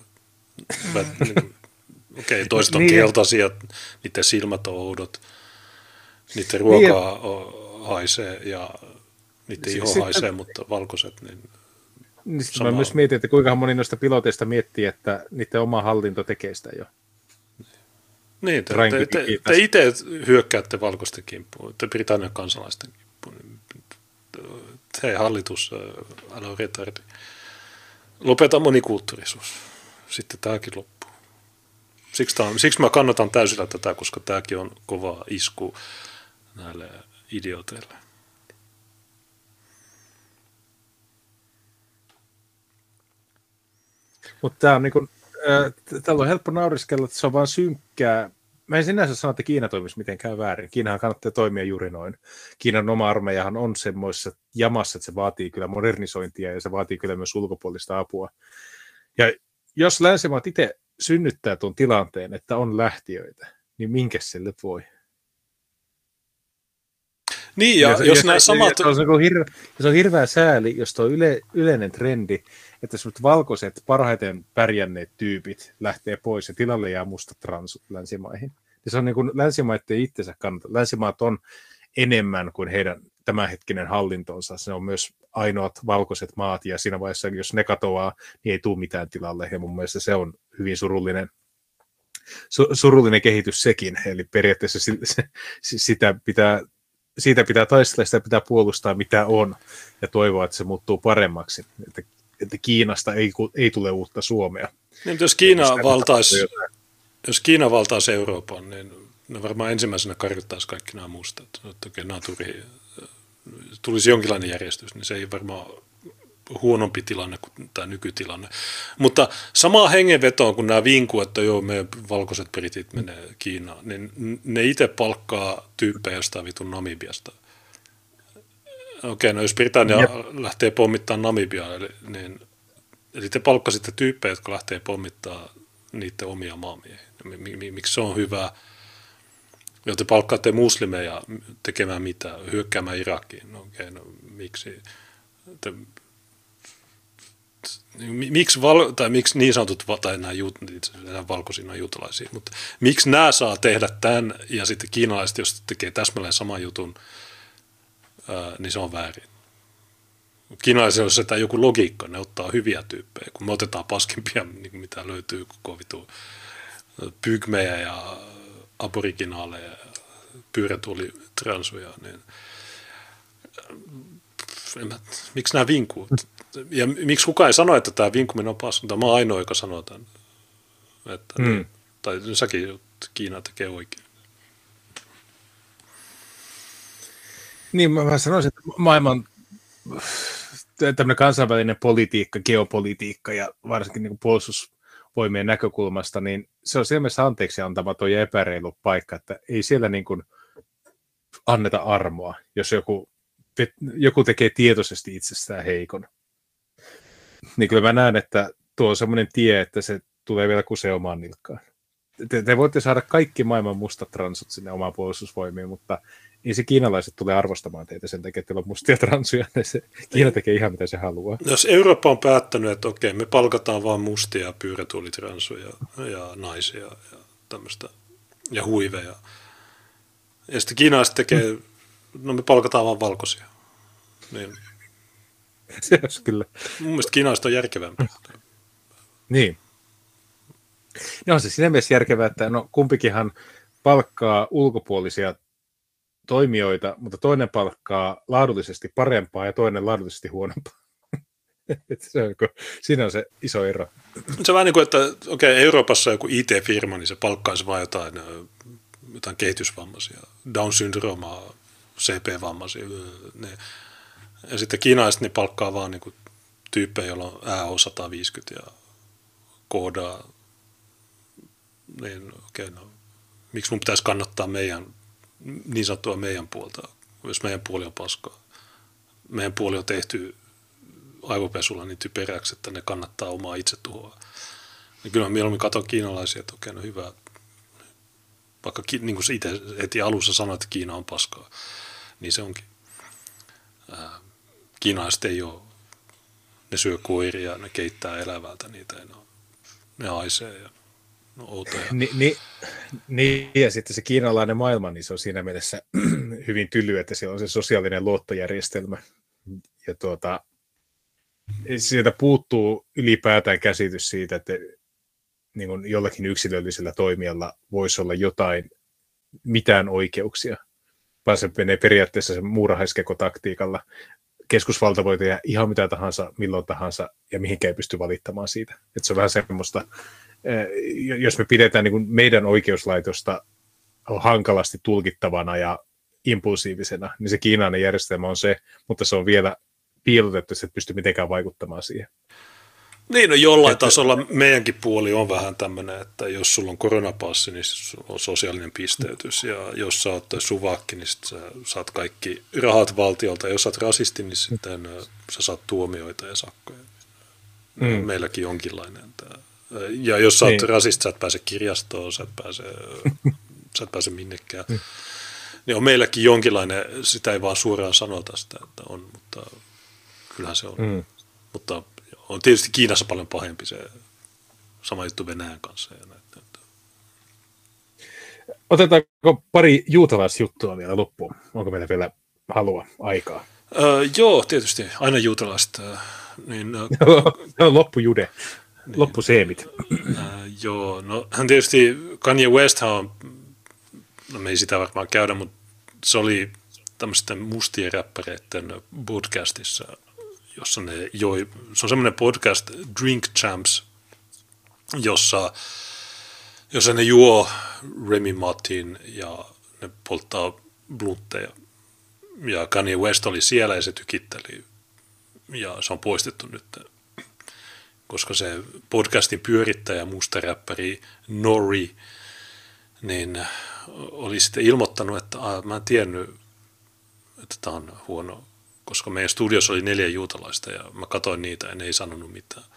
Okei, toiset on keltaisia, niiden silmät on oudot, niiden ruokaa haisee ja Niitä iho haisee, mutta valkoiset, niin mä myös mietin, että kuinka moni noista piloteista miettii, että niiden oma hallinto tekee sitä jo. Niin, te itse hyökkäätte valkoisten kimppuun, te Britannian kansalaisten kimppuun. Hei hallitus, älä retardi. Lopeta monikulttuurisuus. Sitten tämäkin loppuu. Siksi mä kannatan täysillä tätä, koska tämäkin on kova isku näille idioteille. Mutta tämä on niinku, täällä on helppo nauriskella, että se on vaan synkkää. Mä en sinänsä sano, että Kiina toimisi mitenkään väärin. Kiinahan kannattaa toimia juuri noin. Kiinan oma armeijahan on semmoisessa jamassa, että se vaatii kyllä modernisointia ja se vaatii kyllä myös ulkopuolista apua. Ja jos länsimaat itse synnyttää tuon tilanteen, että on lähtiöitä, niin minkä sille voi? Niin, ja jos nämä samat... Se on hirveä sääli, jos tuo yleinen trendi, että semmoiset valkoiset, parhaiten pärjänneet tyypit lähtee pois ja tilalle jää mustat transut länsimaihin. Ja se on niin kuin länsimaiden itsensä kannalta. Länsimaat on enemmän kuin heidän tämänhetkinen hallintonsa. Se on myös ainoat valkoiset maat, ja siinä vaiheessa, jos ne katoaa, niin ei tule mitään tilalle. Ja mun mielestä se on hyvin surullinen kehitys sekin. Eli periaatteessa siitä pitää taistella, sitä pitää puolustaa mitä on, ja toivoa, että se muuttuu paremmaksi. Että Kiinasta ei tule uutta Suomea. Niin, jos Kiina valtaisi Euroopan, niin ne varmaan ensimmäisenä karjuttaisi kaikki nämä mustat. Tulisi jonkinlainen järjestys, niin se ei varmaan huonompi tilanne kuin tämä nykytilanne. Mutta samaa hengenvetoon, kun nämä vinkuu, että joo, me valkoiset britit menee Kiinaan, niin ne itse palkkaa tyyppejä jostain vitun Namibiasta. Okei, no jos Britannia lähtee pommittamaan Namibiaa, eli te palkkasitte tyyppejä, jotka lähtee pommittamaan niiden omia maamiehiä. Miksi se on hyvä? Jo te palkkaatte muslimeja tekemään mitä? Hyökkäämään Irakiin. No okei, no miksi? Miksi niin sanotut, tai nämä valkoisina juutalaisia, mutta miksi nämä saa tehdä tämän, ja sitten kiinalaiset, jos tekee täsmälleen saman jutun, niin se on väärin. Kiinalaisilla on se joku logiikka, ne ottaa hyviä tyyppejä, kun me otetaan paskimpia, niin mitä löytyy koko vitu pygmejä ja aboriginaaleja ja pyörätuolitransuja, niin miksi nämä vinkuu? Ja miksi kukaan ei sano, että tämä vinkuminen on paska? Mä oon ainoa, joka sanoo tämän. Tai säkin Kiina tekee oikein. Niin, mä sanoisin, että maailman tämmöinen kansainvälinen politiikka, geopolitiikka ja varsinkin niin kuin puolustusvoimien näkökulmasta, niin se on siellä mielessä anteeksi antamaton ja epäreilu paikka, että ei siellä niin kuin anneta armoa, jos joku tekee tietoisesti itsestään heikon. Niin kyllä mä näen, että tuo on semmoinen tie, että se tulee vielä kuseen omaan nilkkaan. Te voitte saada kaikki maailman mustat transut sinne omaan puolustusvoimiin, mutta ei se kiinalaiset tule arvostamaan teitä sen takia, että teillä on mustia transuja. Kiina tekee ihan mitä se haluaa. Jos Eurooppa on päättänyt, että okei, me palkataan vaan mustia pyörätuolitransuja ja naisia ja tämmöistä, ja huiveja. Ja sitten kiinalaiset tekee, no me palkataan vaan valkoisia. Niin. Se olisi kyllä. Mun mielestä kiinalaiset on järkevämpiä. Niin. No on se siinä mielessä järkevää, että no kumpikinhan palkkaa ulkopuolisia toimijoita, mutta toinen palkkaa laadullisesti parempaa ja toinen laadullisesti huonompaa. Siinä on se iso ero. Se on vähän niin kuin, että okei, Euroopassa on joku IT-firma, niin se palkkaisi vain jotain kehitysvammaisia, Down-syndroomaa, CP-vammaisia. Ja sitten kiinalaiset niin palkkaa vaan niin kuin tyyppejä, joilla on AO 150 ja koodaa. Niin, okei, no, miksi mun pitäisi kannattaa niin sanottua meidän puolta, jos meidän puoli on paskaa. Meidän puoli on tehty aivopesulla niin typeräksi, että ne kannattaa omaa itsetuhoa. Niin kyllä mä mieluummin katson kiinalaisia, että okei, no hyvä. Vaikka niin kuin itse heti alussa sanoit, että Kiina on paskaa, niin se onkin. Kiinalaiset ei ole, ne syö koiria, ne keittää elävältä niitä, ne haisee ja no outoja. Niin, ja sitten se kiinalainen maailma, niin se on siinä mielessä hyvin tyly, että siellä on se sosiaalinen luottojärjestelmä, sieltä puuttuu ylipäätään käsitys siitä, että niin kuin jollakin yksilöllisellä toimijalla voisi olla mitään oikeuksia, vaan se menee periaatteessa sen muurahaiskekotaktiikalla. Keskusvalta voi tehdä ihan mitä tahansa, milloin tahansa, ja mihinkään ei pysty valittamaan siitä. Että se on vähän semmoista, jos me pidetään niin kuin meidän oikeuslaitosta hankalasti tulkittavana ja impulsiivisena, niin se kiinainen järjestelmä on se, mutta se on vielä piilotettu, että et pysty mitenkään vaikuttamaan siihen. Niin, no jollain tasolla meidänkin puoli on vähän tämmöinen, että jos sulla on koronapassi, niin sulla on sosiaalinen pisteytys, ja jos sä oot suvakki, niin sit sä saat kaikki rahat valtiolta, ja jos sä oot rasisti, niin sitten sä saat tuomioita ja sakkoja. Meilläkin jonkinlainen. Ja jos sä oot rasisti, sä et pääse kirjastoon, sä et pääse minnekään. Niin on meilläkin jonkinlainen, sitä ei vaan suoraan sanota sitä, että on, mutta kyllähän se on. Mutta on tietysti Kiinassa paljon pahempi se sama juttu Venäjän kanssa. Ja näin. Otetaanko pari juutalaisjuttua vielä loppuun? Onko meillä vielä halua, aikaa? Joo, tietysti. Aina juutalaiset. Loppujude. Niin. Loppuseemit. Joo, no tietysti Kanye West on, no me ei sitä varmaan käydä, mutta se oli tämmöisten mustien räppäreiden podcastissa, jossa ne joi, se on semmoinen podcast Drink Champs, jossa ne juo Remy Martin ja ne polttaa bluntteja. Ja Kanye West oli siellä ja se tykitteli ja se on poistettu nyt, koska se podcastin pyörittäjä, musta räppäri Nori, niin oli sitten ilmoittanut, että mä en tiennyt, että tämä on huono, koska meidän studiossa oli 4 juutalaista ja mä katsoin niitä ja ne ei sanonut mitään.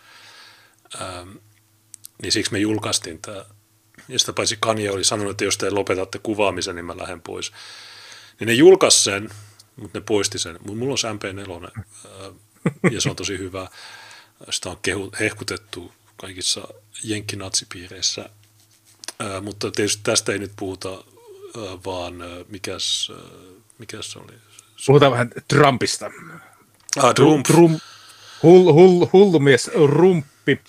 Niin siksi me julkaistiin tämä. Ja sitä paitsi Kanye oli sanonut, että jos te lopetatte kuvaamisen, niin mä lähden pois. Niin ne julkaisi sen, mutta ne poisti sen. Mutta mulla on se MP4 ja se on tosi hyvä. Sitä on hehkutettu kaikissa jenkkinatsipiireissä. Mutta tietysti tästä ei nyt puhuta, vaan mikäs se oli? Puhutaan vähän Trumpista. Trump. Hullu mies Rumppi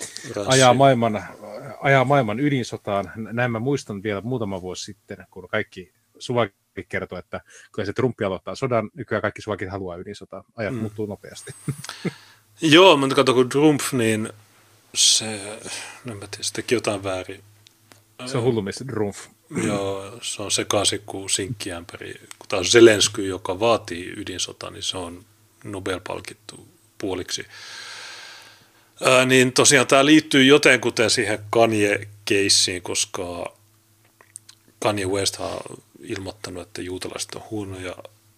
ajaa maailman ydinsotaan. Näin mä muistan vielä muutama vuosi sitten, kun kaikki suvakit kertoi, että kyllä se Trumpi aloittaa sodan, nykyään kaikki suvakit haluaa ydinsotaa. Ajat muuttuu nopeasti. Joo, mutta kato, kun Trump, niin se teki jotain väärin. Se on hullu mies Trump. Joo, se on sekaisin kuin sinkkiämpäri. Kun taas Zelensky, joka vaatii ydinsotaa, niin se on Nobel-palkittu puoliksi. Niin tosiaan tämä liittyy jotenkuten siihen Kanye-keissiin, koska Kanye West on ilmoittanut, että juutalaiset on huonoja.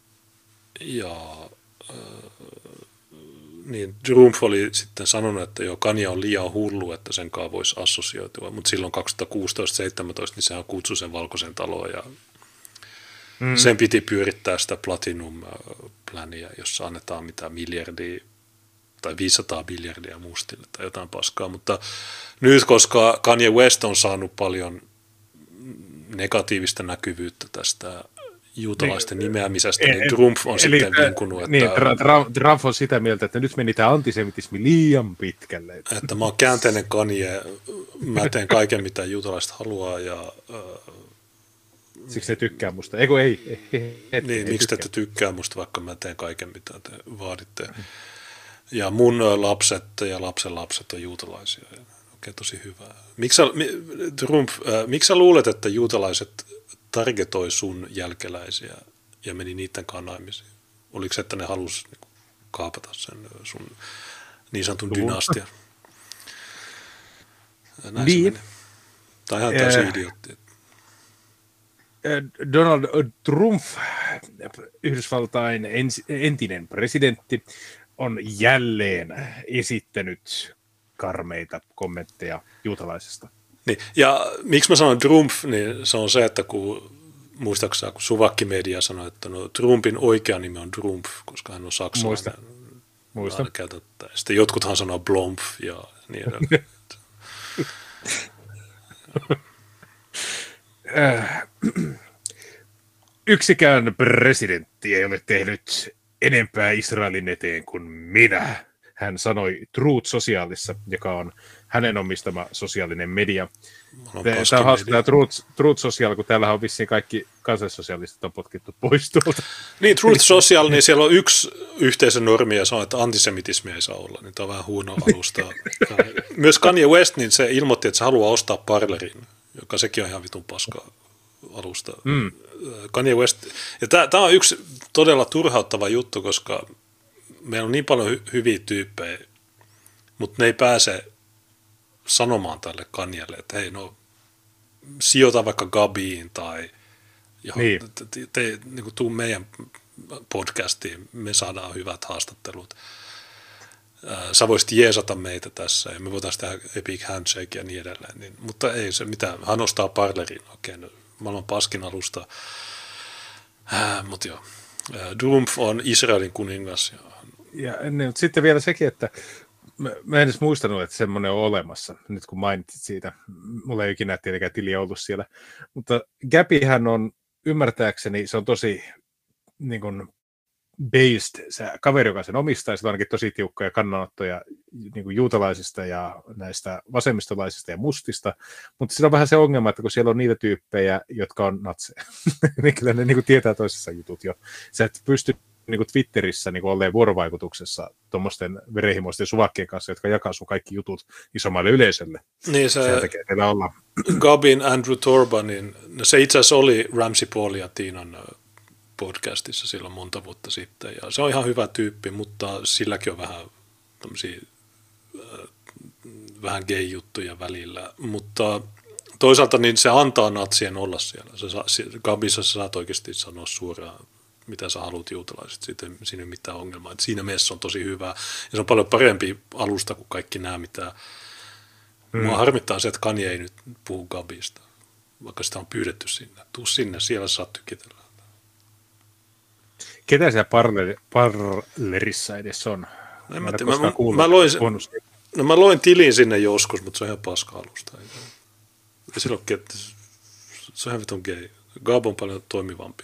Niin Trump oli sitten sanonut, että joo, Kanye on liian hullu, että sen kanssa voisi assosioitua. Mutta silloin 2016-2017 niin sehän kutsui sen Valkoisen taloon ja sen piti pyörittää sitä Platinum-pläniä, jossa annetaan mitään miljardia tai 500 miljardia mustille tai jotain paskaa. Mutta nyt, koska Kanye West on saanut paljon negatiivista näkyvyyttä tästä juutalaisten nimeämisestä, niin Trump on sitten vinkunut, että... Niin, Trump on sitä mieltä, että nyt meni tämä antisemitismi liian pitkälle. Että mä oon käänteinen Kanye, mä teen kaiken, mitä juutalaiset haluaa, ja... Siksi ne tykkää musta. Eiku ei. Niin, miksi te tykkää musta, vaikka mä teen kaiken, mitä te vaaditte. Ja mun lapset ja lapsenlapset on juutalaisia. Okei, tosi hyvä. Miksi sä luulet, että juutalaiset targetoi sun jälkeläisiä ja meni niiden kanssa naimisiin? Oliko se, että ne halusi kaapata sen sun niin sanotun dynastian? Näin niin. Se meni. Tai ihan täysin idiootti. Donald Trump, Yhdysvaltain entinen presidentti, on jälleen esittänyt karmeita kommentteja juutalaisesta. Niin, ja miksi mä sanon Trump, niin se on se, että muistaakseni kun Suvakki-media sanoi, että no, Trumpin oikea nimi on Trump, koska hän on saksalainen. Muista. Sitten jotkuthan sanoo Blomp ja niin edelleen. Yksikään presidentti ei ole tehnyt enempää Israelin eteen kuin minä, hän sanoi Truth Socialissa, joka on hänen omistama sosiaalinen media. Tämä on hauska tämä Truth Social, kun täällähän on vissiin kaikki kansallissosialistit on potkittu pois tuolta. Niin, Truth Social, niin siellä on yksi yhteisön normi, ja se on, että antisemitismi ei saa olla, niin tämä on vähän huono alusta. Myös Kanye West, niin se ilmoitti, että se haluaa ostaa Parlerin, joka sekin on ihan vitun paska alusta. Kanye West, ja tämä on yksi todella turhauttava juttu, koska meillä on niin paljon hyviä tyyppejä, mutta ne ei pääse sanomaan tälle Kanyelle, että hei, no sijoita vaikka Gabiin tai niin tuu meidän podcastiin, me saadaan hyvät haastattelut. Sä voisit jeesata meitä tässä ja me voitaisiin tehdä Epic Handshake ja niin edelleen. Niin, mutta ei se mitään, hän ostaa Parlerin, okei, no, maailman paskin alusta. Mutta joo, Drumpf on Israelin kuningas. Ja sitten vielä sekin, että mä en edes muistanut, että semmoinen on olemassa, nyt kun mainitsit siitä. Mulla ei ikinä tietenkään tiliä ollut siellä. Mutta Gabihän on, ymmärtääkseni, se on tosi niin kuin based, se kaveri, joka sen omistaa, se on ainakin tosi tiukkoja kannanottoja niin kuin juutalaisista ja näistä vasemmistolaisista ja mustista, mutta siinä on vähän se ongelma, että kun siellä on niitä tyyppejä, jotka on natseja, niin kyllä ne niin kuin tietää toisessa jutut jo. Sä et pysty niin kuin Twitterissä niin kuin olleen vuorovaikutuksessa tuommoisten verenhimoisten suvakkien kanssa, jotka jakaa sun kaikki jutut isommalle yleisölle. Niin se tekee teillä olla. Gabin Andrew Torbanin, se itse asiassa oli Ramsey Paul ja Tiinan podcastissa silloin monta vuotta sitten, ja se on ihan hyvä tyyppi, mutta silläkin on vähän tämmöisiä vähän gay-juttuja välillä, mutta toisaalta niin se antaa natsien olla siellä. Gabissa sä saat oikeasti sanoa suoraan, mitä sä haluat juutalaiset, siinä ei ole mitään ongelmaa. Että siinä mielessä on tosi hyvä, ja se on paljon parempi alusta kuin kaikki nämä, mitä mua harmittaa se, että Kanye ei nyt puhu Gabista, vaikka sitä on pyydetty sinne. Tuu sinne, siellä saat tykitellä. Ketä siellä Parlerissa edes on? Mä loin tilin sinne joskus, mutta se on ihan paska alusta. Ei sillä ole se on ihan vitun gay. Gab on paljon toimivampi.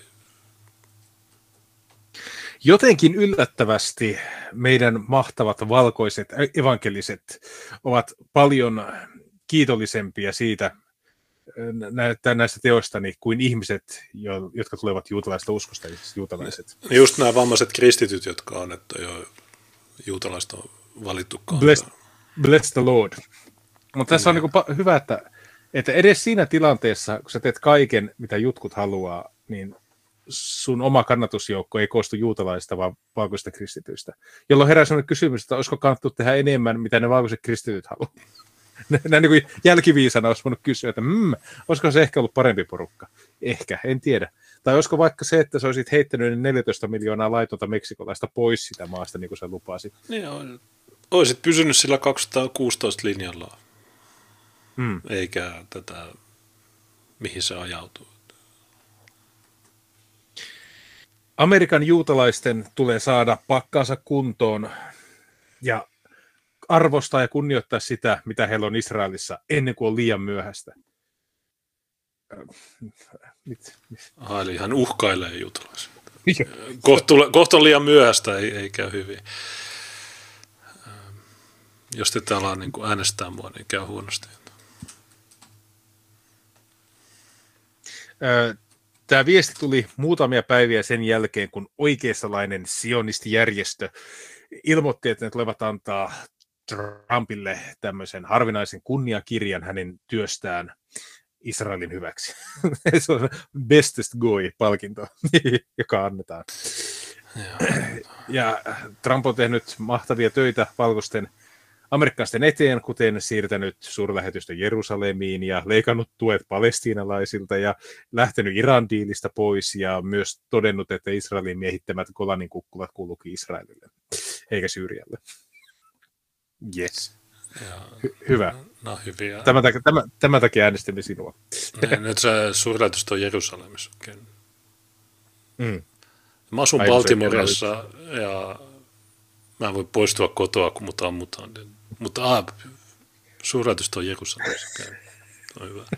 Jotenkin yllättävästi meidän mahtavat valkoiset evankeliset ovat paljon kiitollisempia siitä näistä teoistani kuin ihmiset, jotka tulevat juutalaisesta uskosta, siis juutalaiset. Just nämä vammaiset kristityt, jotka on, että jo juutalaista on valittukaan. Bless the Lord. Mutta tässä on niin hyvä, että edes siinä tilanteessa, kun sä teet kaiken, mitä jutkut haluaa, niin sun oma kannatusjoukko ei koostu juutalaisista, vaan valkoisista kristityistä. Jolloin herää sellainen kysymys, että olisiko kannattu tehdä enemmän, mitä ne valkoiset kristityt haluaa. Näin niin kuin jälkiviisana olisi voinut kysyä, että olisiko se ehkä ollut parempi porukka? Ehkä, en tiedä. Tai olisiko vaikka se, että sä olisit heittänyt 14 miljoonaa laitonta meksikolaista pois sitä maasta, niin kuin sä lupasit. Niin, olisit pysynyt sillä 216 linjalla, eikä tätä, mihin se ajautuu. Amerikan juutalaisten tulee saada pakkaansa kuntoon ja arvostaa ja kunnioittaa sitä, mitä heillä on Israelissa, ennen kuin on liian myöhäistä. Eli hän uhkailee juutalaisia. Kohta on liian myöhäistä, ei käy hyvin. Jos te täällä niin äänestää mua, niin käy huonosti. Tämä viesti tuli muutamia päiviä sen jälkeen, kun oikeistolainen sionistijärjestö ilmoitti, että ne tulevat antaa Trumpille tämmöisen harvinaisen kunniakirjan hänen työstään Israelin hyväksi. Se on bestest goy-palkinto, joka annetaan. Ja Trump on tehnyt mahtavia töitä valkoisten amerikkalaisten eteen, kuten siirtänyt suurlähetystön Jerusalemiin ja leikannut tuet palestiinalaisilta ja lähtenyt Iran-diilistä pois ja myös todennut, että Israelin miehittämät Golanin kukkulat kuuluukin Israelille, eikä Syyrialle. Yes. Hyvä. No, hyviä. Tämän takia äänestimme sinua. Nyt se suurlähetystö on Jerusalemissa. Okay. Mä asun Baltimoressa ja mä en voi poistua kotoa, kun mut ammutaan. Mutta suurlähetystö on Jerusalemissa. Okay. On hyvä.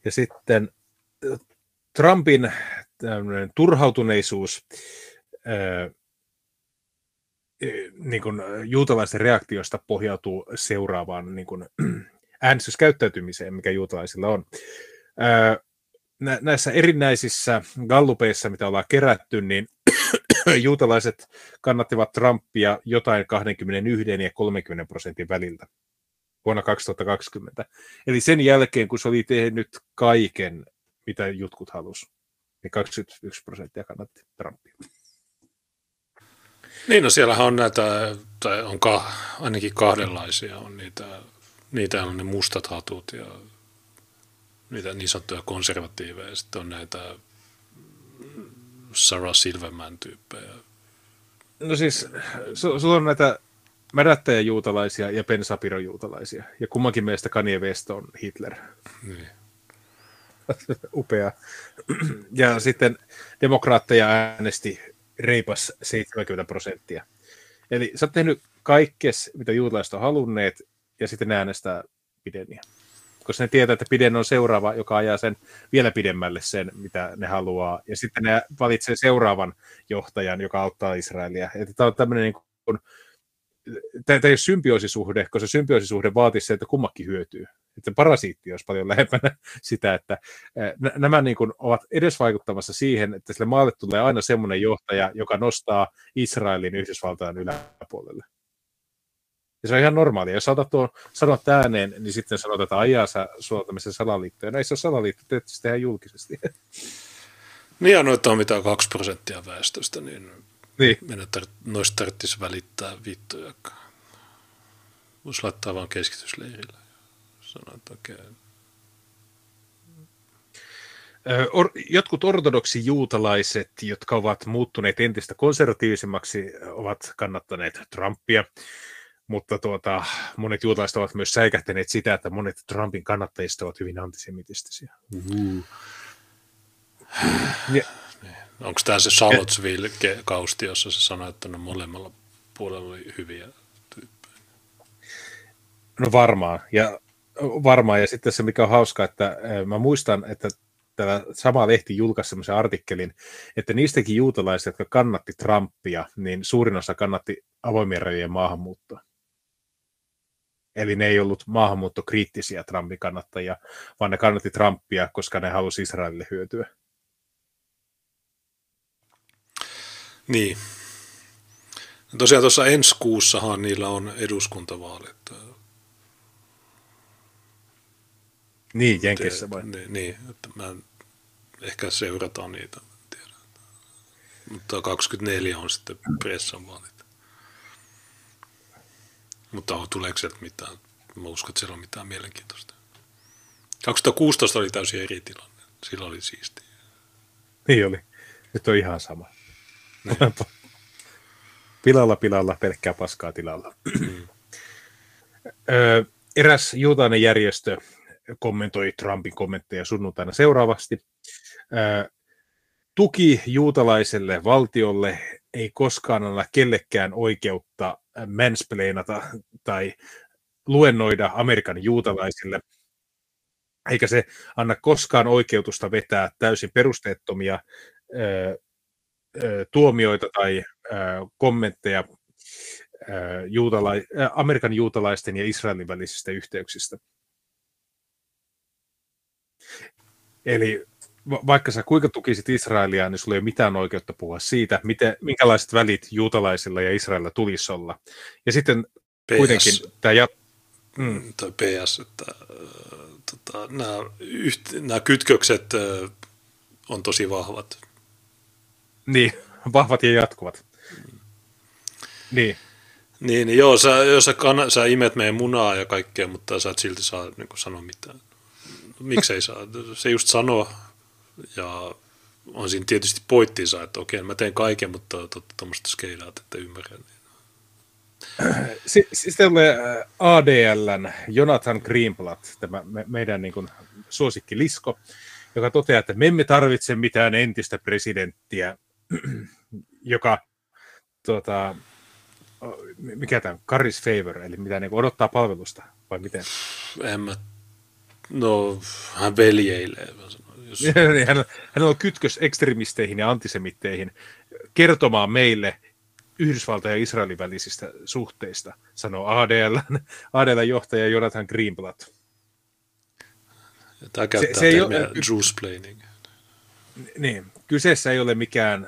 Ja sitten Trumpin turhautuneisuus niin kuin juutalaisten reaktiosta pohjautuu seuraavaan niin kuin äänestyskäyttäytymiseen, mikä juutalaisilla on. Näissä erinäisissä gallupeissa, mitä ollaan kerätty, niin juutalaiset kannattivat Trumpia jotain 21 ja 30% väliltä vuonna 2020. Eli sen jälkeen, kun se oli tehnyt kaiken, mitä jutkut halusi, niin 21% kannatti Trumpia. Niin, no siellähän on näitä, tai on ainakin kahdenlaisia, on niitä on ne mustat hatut ja niitä niin sanottuja konservatiiveja, ja sitten on näitä Sarah Silverman tyyppejä. No siis, sulla on näitä mädättäjäjuutalaisia ja Ben Shapiro-juutalaisia, ja kummankin mielestä Kanye West on Hitler. Niin. Upea. Ja sitten demokraatteja äänesti reipas 70%. Eli sä oot tehnyt kaikkes, mitä juutalaiset on halunneet, ja sitten ne äänestää Bidenia. Koska ne tietää, että Biden on seuraava, joka ajaa sen vielä pidemmälle sen, mitä ne haluaa. Ja sitten ne valitsee seuraavan johtajan, joka auttaa Israelia. Tämä on tämmöinen, niin kuin, tämä ei ole symbioosisuhde, koska se symbioosisuhde vaatii se, että kummakin hyötyy. Että parasiitti olisi paljon lähempänä sitä, että nämä niin kuin ovat edesvaikuttamassa siihen, että sille maalle tulee aina semmoinen johtaja, joka nostaa Israelin Yhdysvaltain yläpuolelle. Ja se on ihan normaalia. Jos sanot ääneen, niin sitten sanotaan, että ajaa sä sulla tämmöisen salaliittoja. No ei se ole salaliitto, teet sitä ihan julkisesti. Niin ja noita on mitään 2% väestöstä, niin. Meidän noista tarvitsisi välittää vittujakaan. Voisi laittaa vaan keskitysleirille. Sanoa, että okei. Jotkut ortodoksijuutalaiset, jotka ovat muuttuneet entistä konservatiivisemmaksi, ovat kannattaneet Trumpia. Mutta monet juutalaiset ovat myös säikähtäneet sitä, että monet Trumpin kannattajista ovat hyvin antisemitistisiä. Onko tämä se Charlottesville-kausti, jossa se sanoi, että no molemmalla puolella oli hyviä tyyppejä? No varmaan. Ja sitten se, mikä on hauska, että mä muistan, että tämä sama lehti julkaisi sellaisen artikkelin, että niistäkin juutalaisista, jotka kannatti Trumpia, niin suurin osa kannatti avoimien rajojen maahanmuuttoa. Eli ne ei ollut maahanmuuttokriittisiä Trumpin kannattajia, vaan ne kannatti Trumpia, koska ne halusi Israelille hyötyä. Niin. No tosiaan tuossa ensi kuussahan niillä on eduskuntavaalit. Niin, Jenkeissä vai? Niin, että ehkä seurataan niitä, en tiedä. Mutta 24 on sitten pressanvaalit. Mutta tuleeko sieltä mitään? Mä uskon, että siellä on mitään mielenkiintoista. 2016 oli täysin eri tilanne. Silloin oli siistiä. Niin oli. Nyt on ihan sama. Niin. Pilalla, pelkkää paskaa tilalla. Eräs juutalainen järjestö kommentoi Trumpin kommentteja sunnuntaina seuraavasti. Tuki juutalaiselle valtiolle ei koskaan anna kellekään oikeutta mansplainata tai luennoida Amerikan juutalaisille, eikä se anna koskaan oikeutusta vetää täysin perusteettomia tuomioita tai kommentteja Amerikan juutalaisten ja Israelin välisistä yhteyksistä. Eli vaikka sä kuinka tukisit Israelia, niin sulla ei ole mitään oikeutta puhua siitä, minkälaiset välit juutalaisilla ja Israelilla tulisi olla. Ja sitten PS, kuitenkin tämä tai PS, että nämä kytkökset on tosi vahvat. Niin, vahvat ja jatkuvat. Niin. Niin, joo, sä imet meidän munaa ja kaikkea, mutta sä et silti saa niin kuin sanoa mitään. Miksei saa? Se just sanoo, ja on siinä tietysti pointtinsa, että okei, mä teen kaiken, mutta tuommoista skeilaat, että ymmärrän. Sitten tulee ADLn Jonathan Greenblatt, tämä meidän niin kuin suosikkilisko, joka toteaa, että me emme tarvitse mitään entistä presidenttiä, joka mikä tämä, Carries Favor, eli mitä niin odottaa palvelusta, vai miten? En mä No, hän veljeilee. Jos... Hänellä on kytkös ekstremisteihin ja antisemitteihin kertomaan meille Yhdysvaltain ja Israelin välisistä suhteista, sanoo ADL-johtaja Jonathan Greenblatt. Tämä käyttää termiä Jewsplaining. Niin, kyseessä ei ole mikään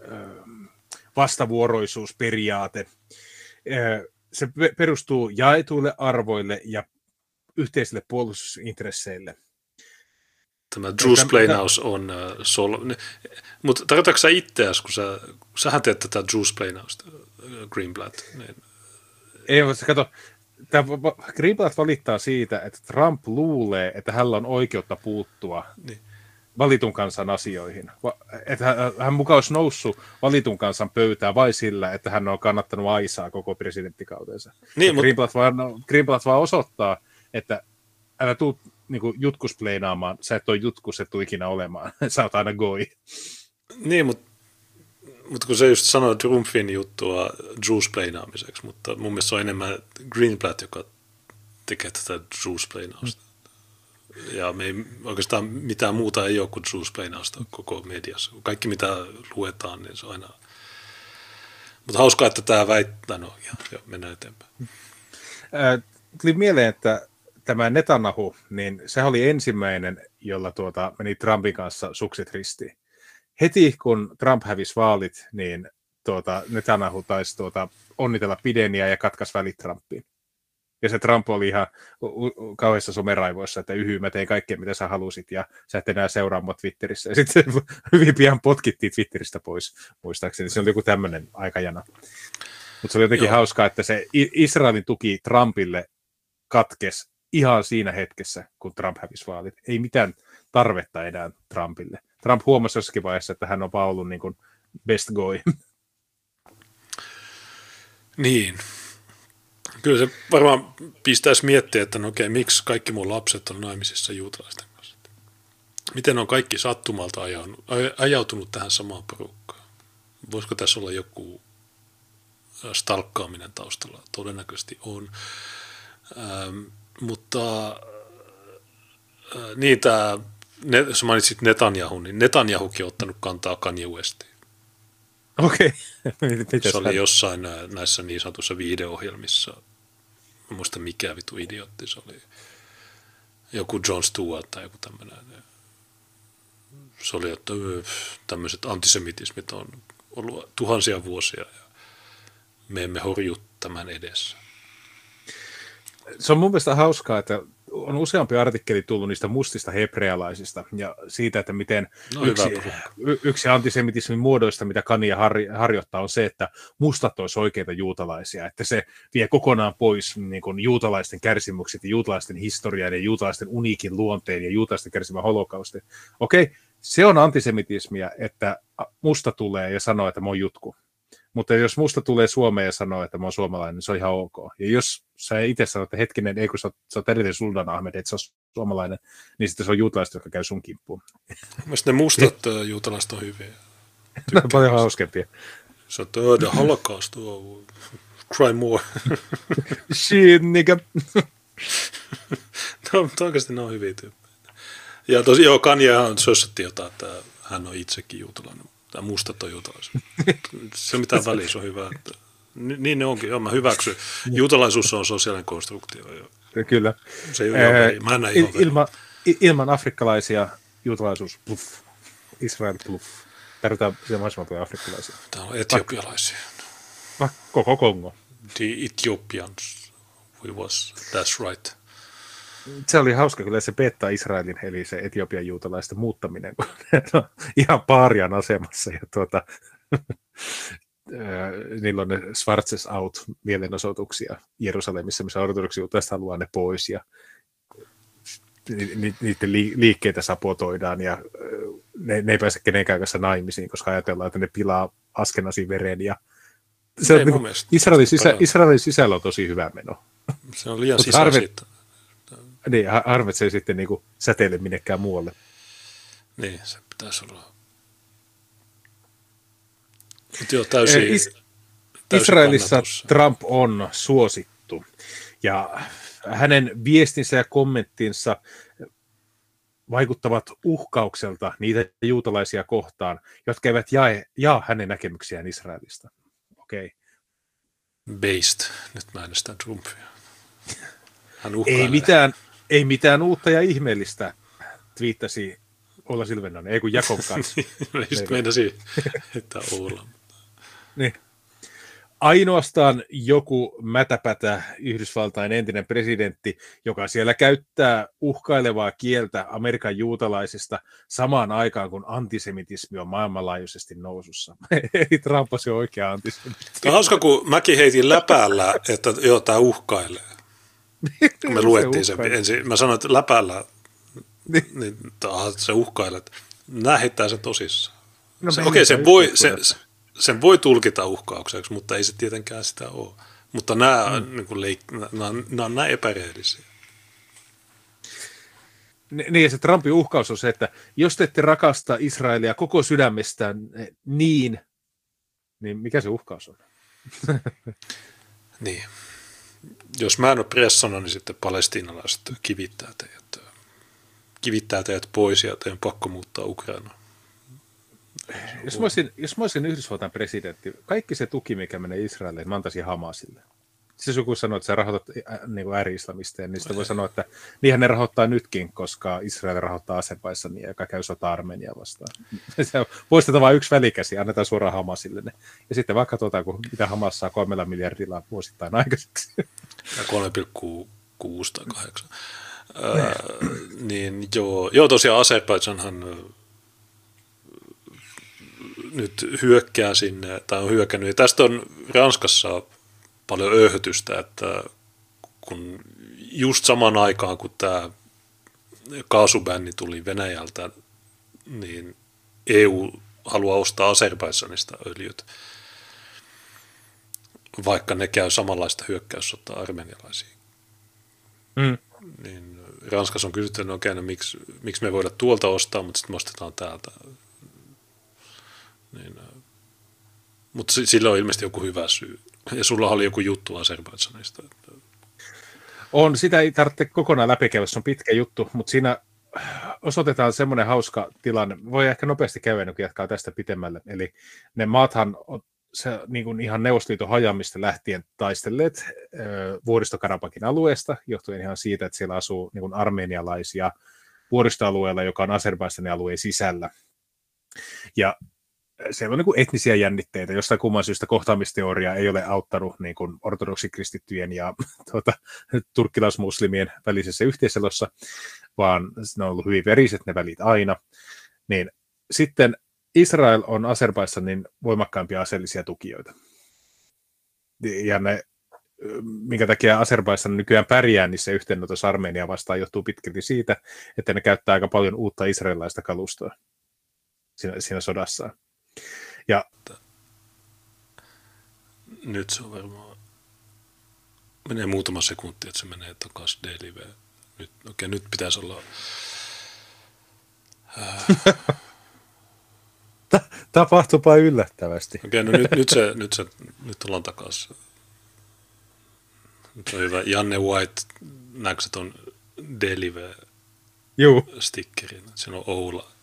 vastavuoroisuusperiaate. Se perustuu jaetuille arvoille ja yhteisille puolustusintresseille. Tämä Jewsplainaus on mutta tarkoitatko sä itseäsi, kun sähän teet tätä Jewsplainausta, Greenblatt? Niin. Ei, mutta kato, Greenblatt valittaa siitä, että Trump luulee, että hänellä on oikeutta puuttua valitun kansan asioihin. Että hän mukaan olisi noussut valitun kansan pöytään vain sillä, että hän on kannattanut aisaa koko presidenttikautensa. Niin, Greenblatt vaan osoittaa, että älä tuu niinku jutkuspleinaamaan, sä et ole jutkus, et tuu ikinä olemaan. Sä oot aina goi. Niin, mutta kun se just sanoi Trumpin juttua Jewsplainaamiseksi, mutta mun mielestä se on enemmän Greenblatt, joka tekee tätä Jewsplainausta. Ja me ei oikeastaan mitään muuta ei ole kuin Jewsplainausta koko mediassa. Kaikki mitä luetaan, niin se on aina... Mutta hauskaa, että tämä väittää, no ja mennään eteenpäin. Tuli mieleen, että tämä Netanyahu, niin se oli ensimmäinen, jolla meni Trumpin kanssa sukset ristiin. Heti kun Trump hävisi vaalit, niin Netanyahu taisi onnitella Bideniä ja katkaisi välit Trumpiin. Ja se Trump oli ihan kauheassa someraivoissa, että mä tein kaikkea, mitä sä halusit, ja sä et enää seuraa mua Twitterissä. Ja sitten hyvin pian potkittiin Twitteristä pois, muistaakseni. Se oli joku tämmöinen aikajana. Mutta se oli jotenkin hauskaa, että se Israelin tuki Trumpille katkesi ihan siinä hetkessä, kun Trump hävisi vaalit. Ei mitään tarvetta enää Trumpille. Trump huomasi jossakin vaiheessa, että hän on vaan ollut niin kuin best guy. Niin. Kyllä se varmaan pistäisi miettiä, että no okei, miksi kaikki mun lapset on naimisissa juutalaisten kanssa. Miten on kaikki sattumalta ajautunut tähän samaan porukkaan? Voisiko tässä olla joku stalkkaaminen taustalla? Todennäköisesti on. Mutta sä mainitsit Netanyahun, niin Netanyahukin on ottanut kantaa Kanye Westiin. Okei. Se oli jossain näissä niin sanotuissa viihdeohjelmissa. Mä muista mikä vitu idiotti se oli. Joku Jon Stewart tai joku tämmöinen. Se oli, että tämmöiset antisemitismit on ollut tuhansia vuosia ja me emme horju tämän edessä. Se on mun mielestä hauskaa, että on useampi artikkeli tullut niistä mustista hebrealaisista ja siitä, että miten yksi antisemitismin muodoista, mitä Kanye harjoittaa, on se, että mustat olisi oikeita juutalaisia, että se vie kokonaan pois niin kuin juutalaisten kärsimykset ja juutalaisten historian ja juutalaisten uniikin luonteen ja juutalaisten kärsimän holokaustin. Okei, se on antisemitismiä, että musta tulee ja sanoo, että mä oon jutku. Mutta jos musta tulee Suomeen ja sanoo, että mä oon suomalainen, niin se on ihan ok. Ja jos sä itse sanot, että hetkinen, ei kun sä oot edelleen Sultan Ahmed, että sä oot suomalainen, niin sitten se on juutalaiset, jotka käy sun kimppuun. Mielestäni ne mustat juutalaiset on hyviä. Ne on paljon hauskempia. Sä oot, the Holocaust, cry more. Shit, nigga. No, mutta oikeasti ne on hyviä tyyppejä. Ja tosiaan Kanyehan sössötti jotain, että hän on itsekin juutalainen. Tai mustat on juutalaisia. Se mitään väliä, se on hyvä. Että, niin ne onkin, joo, mä hyväksyn. Juutalaisuus on sosiaalinen konstruktio. Jo. Kyllä. Se ei mä en näe ilman afrikkalaisia juutalaisuus, bluff. Israel, bluff. Tarvitaan mahdollisimman paljon afrikkalaisia. Tämä on etiopialaisia. Koko Kongo. The Ethiopians. That's right. Se oli hauska kyllä se Beta Israelin, eli se Etiopian juutalaisten muuttaminen, kun on ihan paarian asemassa ja niillä on ne Schwarzes Out mielenosoituksia Jerusalemissa, missä ortodoksi juutalaiset haluaa ne pois ja niiden liikkeitä sabotoidaan ja ne ei pääse kenenkään kanssa naimisiin, koska ajatellaan, että ne pilaa Askenazin veren ja se on, niin Israelin sisällä on tosi hyvä meno. Se on liian sisällä siitä. Niin, harvet se ei sitten niin kuin säteile minnekään muualle. Niin, se pitäisi olla. Joo, täysin Israelissa kannatus. Trump on suosittu. Ja hänen viestinsä ja kommenttinsa vaikuttavat uhkaukselta niitä juutalaisia kohtaan, jotka eivät jaa hänen näkemyksiään Israelista. Okei. Okay. Based. Nyt mä äänestän Trumpia. Hän Ei mitään uutta ja ihmeellistä, twiittasi Oula Silvennoinen, ei kun Jakon kanssa. Just meinasin, että Oula. Niin. Ainoastaan joku mätäpätä Yhdysvaltain entinen presidentti, joka siellä käyttää uhkailevaa kieltä Amerikan juutalaisista samaan aikaan, kun antisemitismi on maailmanlaajuisesti nousussa. Eli Trump on se oikea antisemitti. Tämä on hauska, kun mäkin heitin läpäällä, että joo, tämä uhkailee. Kun me luettiin sen ensin. Mä sanoin, että läpäällä niin se uhkailee. Nämä heittää sen tosissaan. No, okei, sen voi tulkita uhkaukseksi, mutta ei se tietenkään sitä ole. Mutta nämä on näin epärehellisiä. Niin, ja se Trumpin uhkaus on se, että jos te ette rakasta Israelia koko sydämestään niin mikä se uhkaus on? Niin. Jos mä en ole pressana, niin sitten palestiinalaiset kivittää teidät pois ja teidän pakko muuttaa Ukrainaan. Jos mä olisin Yhdysvaltain presidentti, kaikki se tuki, mikä menee Israeliin, mä antaisin Hamasille. Siis joku sanoo, että sä rahoitat niin ääri-islamisteja, niin sitten voi sanoa, että niinhän ne rahoittaa nytkin, koska Israel rahoittaa Azerbaidžania, joka käy sota Armeniaa vastaan. Poistetaan vain yksi välikäsi, annetaan suoraan Hamasille ne. Ja sitten vaan katsotaan, mitä Hamas saa 3 miljardilla vuosittain aikaiseksi. 3,6 tai 8. Niin joo, tosiaan Azerbaidžanhan nyt hyökkää sinne, tai on hyökännyt. Ja tästä on Ranskassa paljon öhötystä, että kun just saman aikaan, kun tämä kaasubänni tuli Venäjältä, niin EU haluaa ostaa Azerbaidžanista öljyt, vaikka ne käy samanlaista hyökkäyssotaa armenialaisiin. Niin Ranskassa on kysytty, että okei, miksi me voidaan tuolta ostaa, mutta sitten me ostetaan täältä. Niin, mutta sillä on ilmeisesti joku hyvä syy. Ja sulla oli joku juttu Azerbaidžanista. On, sitä ei tarvitse kokonaan läpikäydä, se on pitkä juttu, mutta siinä osoitetaan semmoinen hauska tilanne. Voi ehkä nopeasti käydä, kun jatkaa tästä pitemmälle. Eli ne maathan on niin kuin ihan Neuvostoliiton hajaamista lähtien taistelleet Vuoristo-Karabahin alueesta, johtuen ihan siitä, että siellä asuu niin kuin armenialaisia vuoristoalueella, joka on Azerbaidžanin alueen sisällä. Ja siellä on niin kuin etnisiä jännitteitä, jostain kumman syystä kohtaamisteoria ei ole auttanut niin kuin ortodoksikristittyjen ja turkkilaismuslimien välisessä yhteiselossa, vaan ne on ollut hyvin veriset ne välit aina. Niin sitten Israel on Azerbaidžanin voimakkaimpia aseellisia tukijoita. Ja ne, minkä takia Azerbaidžan nykyään pärjää niissä yhteenotossa Armeniaa vastaan, johtuu pitkälti siitä, että ne käyttää aika paljon uutta israelilaista kalustoa siinä sodassaan. Ja nyt se on varmaan, menee muutama sekunti, että se menee takaisin D-liveen. Nyt pitäisi olla tapahtupa yllättävästi. No nyt ollaan takaisin. Nyt on hyvä. Janne White, näetkö ton D-live-stickerin? Siinä on Oula.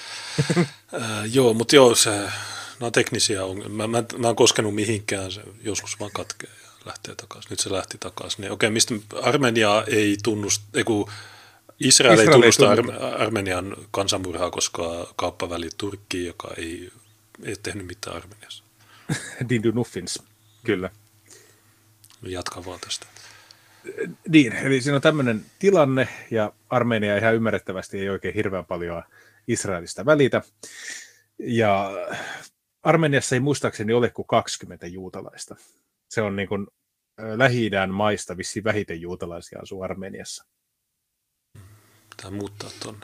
Mutta nämä on teknisiä ongelmia. Mä en koskenut mihinkään, se joskus vaan katkee ja lähtee takaisin. Nyt se lähti takaisin. Niin, mistä Armenia ei tunnusta, Israel ei tunnusta Armenian kansanmurhaa, koska kauppaväli Turkkiin, joka ei tehnyt mitään Armeniassa. Dindu Nuffins, kyllä. Jatka vaan tästä. Niin, eli siinä on tämmöinen tilanne, ja Armenia ihan ymmärrettävästi ei oikein hirveän paljon Israelista välitä. Ja Armeniassa ei muistaakseni ole kuin 20 juutalaista. Se on niin kuin Lähi-idän maista vissiin vähiten juutalaisia asuu Armeniassa. Pitää muuttaa tuonne.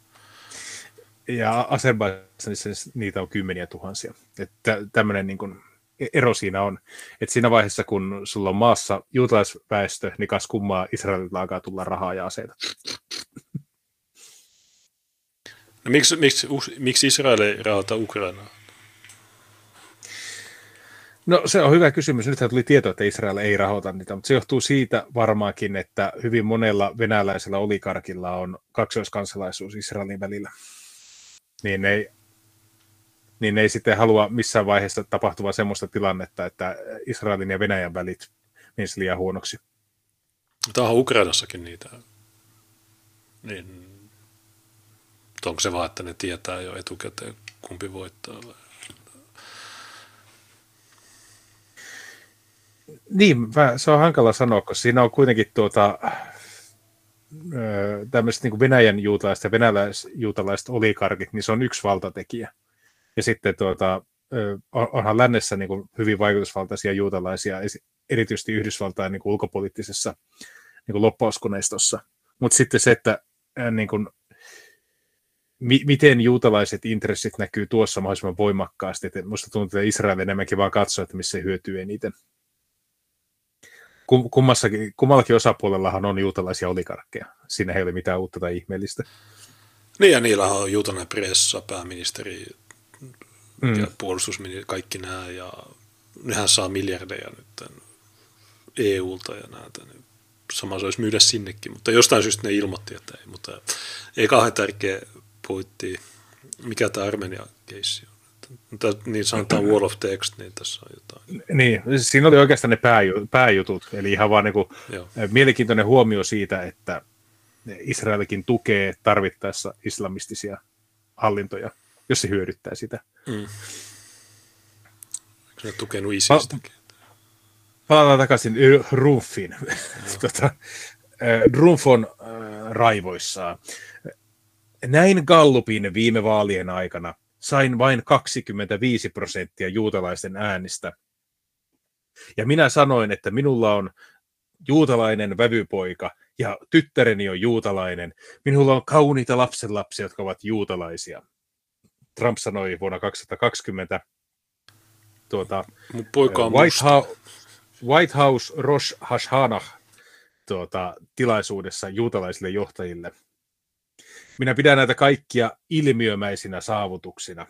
Ja Azerbaidžanissa niitä on kymmeniä tuhansia. Että tämmöinen niin kuin ero siinä on, että siinä vaiheessa, kun sulla on maassa juutalaisväestö, niin kas kummaa Israelilta alkaa tulla rahaa ja aseita. No, miksi Israel ei rahoita Ukrainaa? No se on hyvä kysymys. Nythän tuli tieto, että Israel ei rahoita niitä, mutta se johtuu siitä varmaankin, että hyvin monella venäläisellä oligarkilla on kaksoiskansalaisuus Israelin välillä. Niin ne ei sitten halua missään vaiheessa tapahtua semmoista tilannetta, että Israelin ja Venäjän välit menisi liian huonoksi. Tämä on Ukrainassakin niitä. Niin. Onko se vaan, että ne tietää jo etukäteen, kumpi voittaa? Vai? Niin, se on hankala sanoa, koska siinä on kuitenkin tämmöiset niin kuin Venäjän juutalaiset ja venäläisjuutalaiset oligarkit, niin se on yksi valtatekijä. Ja sitten onhan lännessä niin kuin hyvin vaikutusvaltaisia juutalaisia, erityisesti Yhdysvaltain niin kuin ulkopoliittisessa niin kuin loppauskoneistossa. Mutta sitten se, että niin kuin, miten juutalaiset intressit näkyy tuossa mahdollisimman voimakkaasti, että minusta tuntuu, että Israel enemmänkin vaan katsoo, että missä se hyötyy eniten. Kummallakin osapuolellahan on juutalaisia oligarkkeja. Siinä ei ole mitään uutta tai ihmeellistä. Niin, ja niillä on juutalainen pressa, pääministeri ja puolustusministeri, kaikki nämä, ja nehän saa miljardeja nyt EUlta ja näitä. Sama se olisi myydä sinnekin, mutta jostain syystä ne ilmoitti, että ei, mutta ei kauhean tärkeä pointti, mikä tämä Armenia-keissi on. Niin sanotaan wall of text, niin tässä on jotain. Niin, siinä oli oikeastaan ne pääjutut, eli ihan vaan niin kuin mielenkiintoinen huomio siitä, että Israelikin tukee tarvittaessa islamistisia hallintoja, jos se hyödyttää sitä. Eikö ne tukenut ISISistäkin? Palataan takaisin Rumfiin. Rumf on raivoissaan. Näin Gallupin viime vaalien aikana sain vain 25% juutalaisten äänistä. Ja minä sanoin, että minulla on juutalainen vävypoika ja tyttäreni on juutalainen. Minulla on kauniita lapsenlapsia, jotka ovat juutalaisia. Trump sanoi vuonna 2020 mun poika on White House Rosh Hashanah tilaisuudessa juutalaisille johtajille. Minä pidän näitä kaikkia ilmiömäisinä saavutuksina.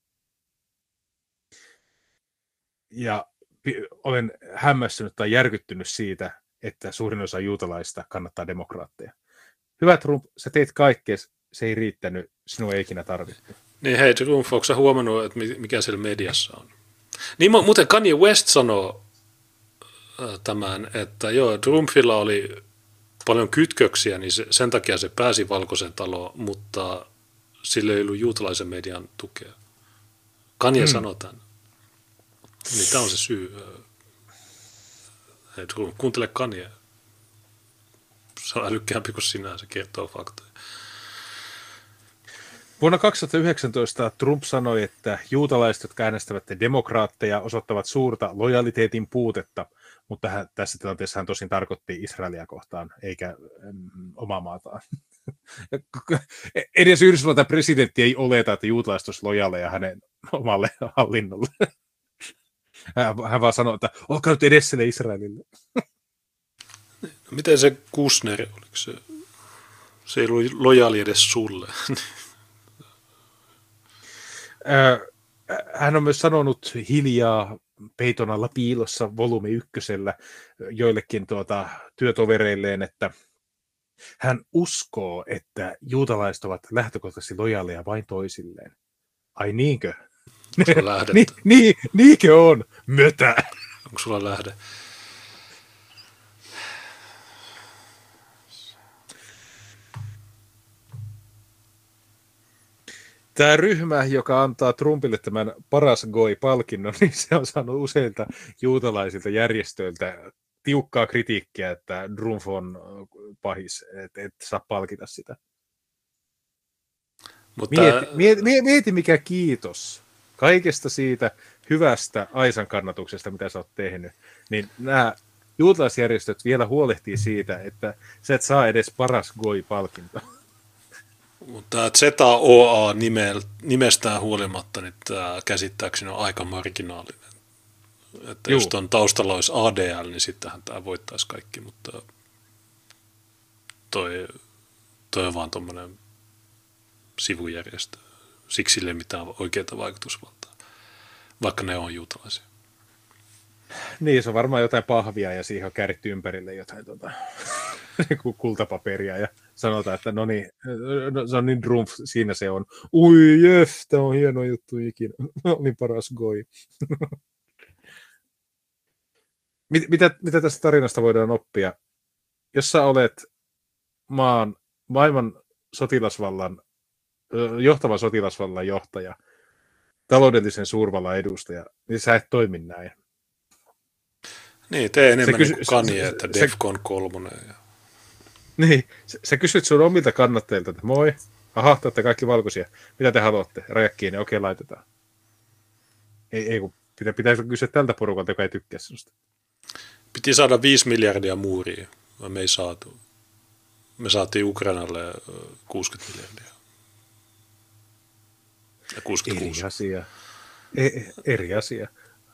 Ja olen hämmästynyt tai järkyttynyt siitä, että suurin osa juutalaista kannattaa demokraatteja. Hyvä Trump, sä teet kaikkea, se ei riittänyt, sinua ei ikinä tarvittu. Niin hei Trump, onko sä huomannut, että mikä siellä mediassa on? Niin muuten Kanye West sanoo tämän, että joo, Trumpilla oli paljon kytköksiä, niin sen takia se pääsi Valkoisen taloon, mutta sillä ei ollut juutalaisen median tukea. Kanye sanoi tämän. Niin tämä on se syy. Kuuntele Kanye. Se on älykkäämpi kuin sinä, se kertoo faktoja. Vuonna 2019 Trump sanoi, että juutalaiset, jotka äänestävät demokraatteja, osoittavat suurta lojaliteetin puutetta, mutta tässä tilanteessa hän tosin tarkoitti Israelia kohtaan, eikä omaa maataan. Edes Yhdysvaltain presidentti ei oleta, että juutalaiset olisivat lojaaleja hänen omalle hallinnolle. Hän vaan sanoi, että olkaa nyt edesselle Israelille. Miten se Kushner, oliko se ei ollut lojaali edes sulle? Hän on myös sanonut hiljaa peiton alla piilossa volyymi 1 joillekin työtovereilleen, että hän uskoo, että juutalaiset ovat lähtökohtaisesti lojaaleja vain toisilleen. Ai niinkö? Onko sulla lähdettä? Niinkö on? Mötä! Onko sulla lähde? Tämä ryhmä, joka antaa Trumpille tämän paras Goi-palkinnon, niin se on saanut useilta juutalaisilta järjestöiltä tiukkaa kritiikkiä, että Trump on pahis, et saa palkita sitä. Mutta Mieti mikä kiitos kaikesta siitä hyvästä Aisan kannatuksesta, mitä sä oot tehnyt. Niin nämä juutalaisjärjestöt vielä huolehtii siitä, että sä et saa edes paras Goi-palkinto. Mutta ZOA nimestään huolimatta, niin tämä käsittääkseni on aika marginaalinen. Että jos tuon taustalla olisi ADL, niin sittenhän tämä voittaisi kaikki, mutta toi on vaan tuommoinen sivujärjestö. Siksi sille ei mitään oikeaa vaikutusvaltaa, vaikka ne on juutalaisia. Niin, se on varmaan jotain pahvia ja siihen on kääritty ympärille jotain kultapaperia ja sanotaan, että no niin, se on niin Drumpf, siinä se on. Ui jöf, tämä on hieno juttu ikinä. Oli paras goi. Mitä tästä tarinasta voidaan oppia? Jos sä olet maailman johtavan sotilasvallan johtaja, taloudellisen suurvallan edustaja, niin sä et toimi näin. Niin, tee enemmän niin kuin Kanye, että Defcon 3. Niin, sä kysyt sun omilta kannattajilta, että moi, aha, te olette kaikki valkoisia, mitä te haluatte, rajat kiinni, okei, laitetaan. Ei kun pitäisi kysyä tältä porukalta, joka ei tykkää sinusta. Piti saada 5 miljardia muuria, vaan me ei saatu. Me saatiin Ukrainalle 60 miljardia. Ja 66. Eri asia. Eri asia.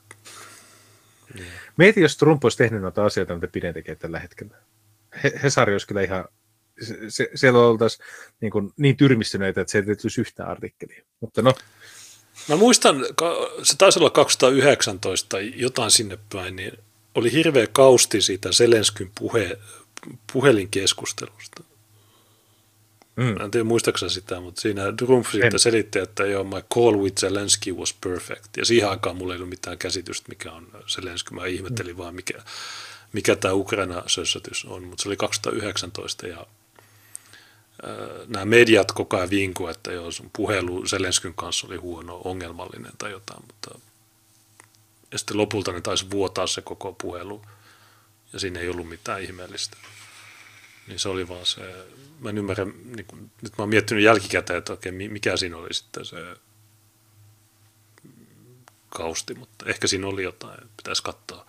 Mieti, jos Trump olisi tehnyt noita asioita, mitä Biden tekee tällä hetkellä. Hesari olisi kyllä ihan, siellä oltaisiin niin tyrmistyneitä, että se ei tulisi yhtään artikkelia. Mutta no. Mä muistan, se taisi olla 2019 jotain sinne päin, niin oli hirveä kausti siitä Zelenskyn puhelinkeskustelusta. Mä en tiedä muistaakseni sitä, mutta siinä Trump sitten selitti, että joo, my call with Zelensky was perfect. Ja siihen aikaan mulla ei ollut mitään käsitystä, mikä on Zelensky. Mä ihmettelin vaan, mikä tämä Ukraina-sössötys on. Mutta se oli 2019 ja nämä mediat koko ajan vinkuivat, että joo, sun puhelu Zelenskyn kanssa oli huono, ongelmallinen tai jotain. Ja sitten lopulta ne taisi vuotaa se koko puhelu ja siinä ei ollut mitään ihmeellistä. Niin se oli vaan se, mä en ymmärrä, niin kun, nyt mä oon miettinyt jälkikäteen, että okei, mikä siinä oli sitten se kausti, mutta ehkä siinä oli jotain, pitäisi katsoa.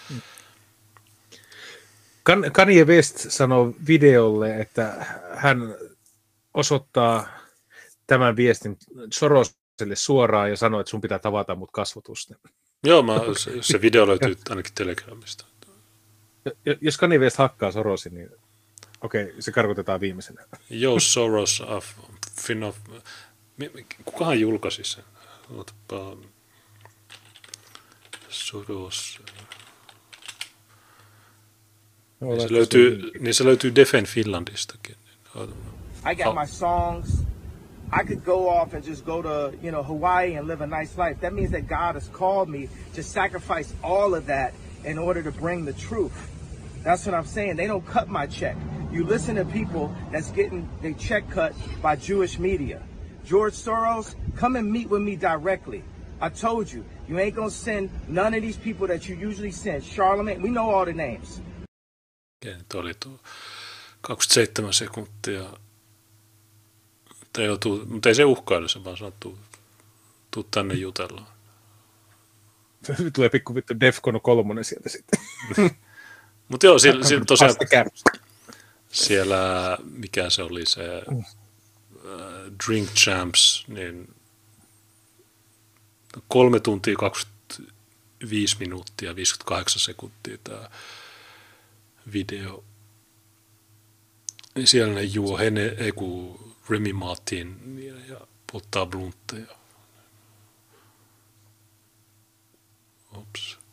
Kanye West sanoi videolle, että hän osoittaa tämän viestin Soroselle suoraan ja sanoi, että sun pitää tavata mut kasvotusten. Joo, se video löytyy ainakin Telegramista. Jos Kanye West hakkaa Sorosin, niin okei, se karkotetaan viimeisenä. Joo, Soros, kukahan julkaisi sen? Soros. Se löytyy Defen Finlandistakin. I got my songs. I could go off and just go to, Hawaii and live a nice life. That means that God has called me to sacrifice all of that in order to bring the truth. That's what I'm saying. They don't cut my check. You listen to people that's getting their check cut by Jewish media. George Soros, come and meet with me directly. I told you, you ain't gonna send none of these people that you usually send. Charlemagne, we know all the names. Tuo oli 27 sekuntia. Mutta ei se uhkailu, se vaan sanoo, tuu tänne jutellaan. Tulee pikku vittu Defcon 3 sieltä sitten. Mutta joo, tosiaan siellä, mikä se oli se Drink Champs, niin 3 tuntia 25 minuuttia 58 sekuntia tämä video. Siellä ne juo Remy Martin ja polttaa bluntteja. Ops.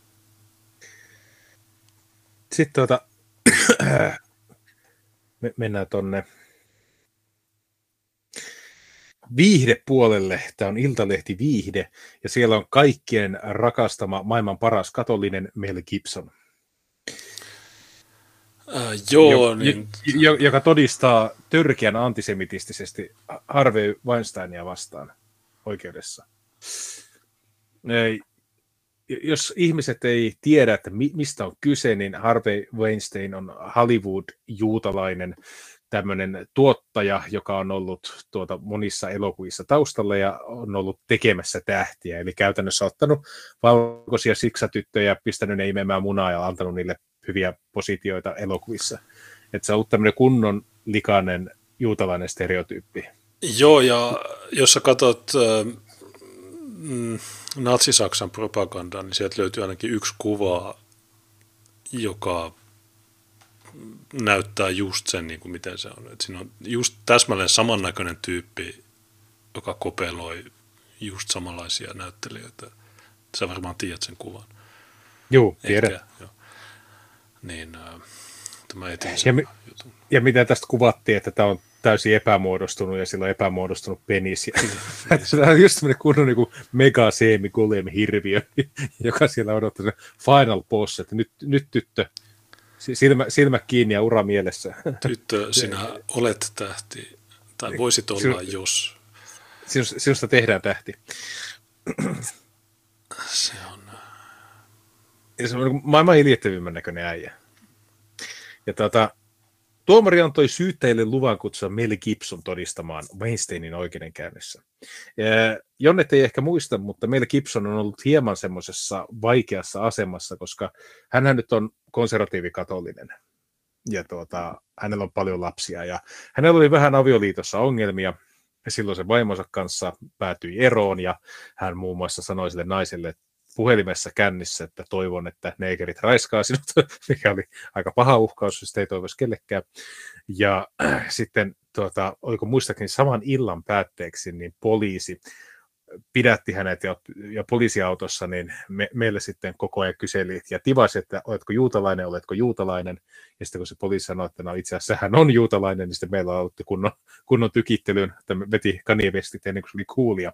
Sitten mennään tonne viihdepuolelle. Tämä on Iltalehti Viihde, ja siellä on kaikkien rakastama maailman paras katolinen Mel Gibson. Joka todistaa törkeän antisemitistisesti Harvey Weinsteinia vastaan oikeudessa. Jos ihmiset ei tiedä, että mistä on kyse, niin Harvey Weinstein on Hollywood-juutalainen tämmöinen tuottaja, joka on ollut monissa elokuvissa taustalla ja on ollut tekemässä tähtiä. Eli käytännössä ottanut valkoisia siksatyttöjä, pistänyt ne imemään munaa ja antanut niille hyviä positioita elokuvissa. Että se on ollut tämmöinen kunnon likainen juutalainen stereotyyppi. Joo, ja jos sä katsot Natsi-Saksan propagandaa, niin sieltä löytyy ainakin yksi kuva, joka näyttää just sen, niin kuin miten se on. Et siinä on just täsmälleen samannäköinen tyyppi, joka kopeloi just samanlaisia näyttelijöitä. Sä varmaan tiedät sen kuvan. Joo, tiedän. Ehkä, joo. Niin, mä etin sen jutun. Ja mitä tästä kuvattiin, että tämä on täysin epämuodostunut ja sillä on epämuodostunut penis. Se on just semmoinen kunnon niin mega seemi hirviö, joka siellä odottaa se final boss, että nyt tyttö, silmä kiinni ja ura mielessä. Tyttö, sinä olet tähti, tai voisit olla, jos. Sinusta tehdään tähti. Se on. Ja se on maailman iljettävimmän näköinen äijä. Ja tuomari antoi syyttäjille luvan kutsua Mel Gibson todistamaan Weinsteinin oikeudenkäynnissä. Jonnet ei ehkä muista, mutta Mel Gibson on ollut hieman semmoisessa vaikeassa asemassa, koska hän nyt on konservatiivikatolinen. Ja hänellä on paljon lapsia. Ja hänellä oli vähän avioliitossa ongelmia. Ja silloin se vaimonsa kanssa päätyi eroon. Ja hän muun muassa sanoi sille naiselle puhelimessa kännissä, että toivon, että neekerit raiskaa sinut, mikä oli aika paha uhkaus, jos ei toivoisi kellekään. Ja sitten, oliko muistakin saman illan päätteeksi, niin poliisi pidätti hänet ja poliisiautossa, niin meille sitten koko ajan kyseli ja tivasi, että oletko juutalainen. Ja sitten kun se poliisi sanoi, että no itse asiassa hän on juutalainen, niin sitten meillä on ollut kunnon tykittelyyn, että me veti kanivestit ennen kuin se oli coolia.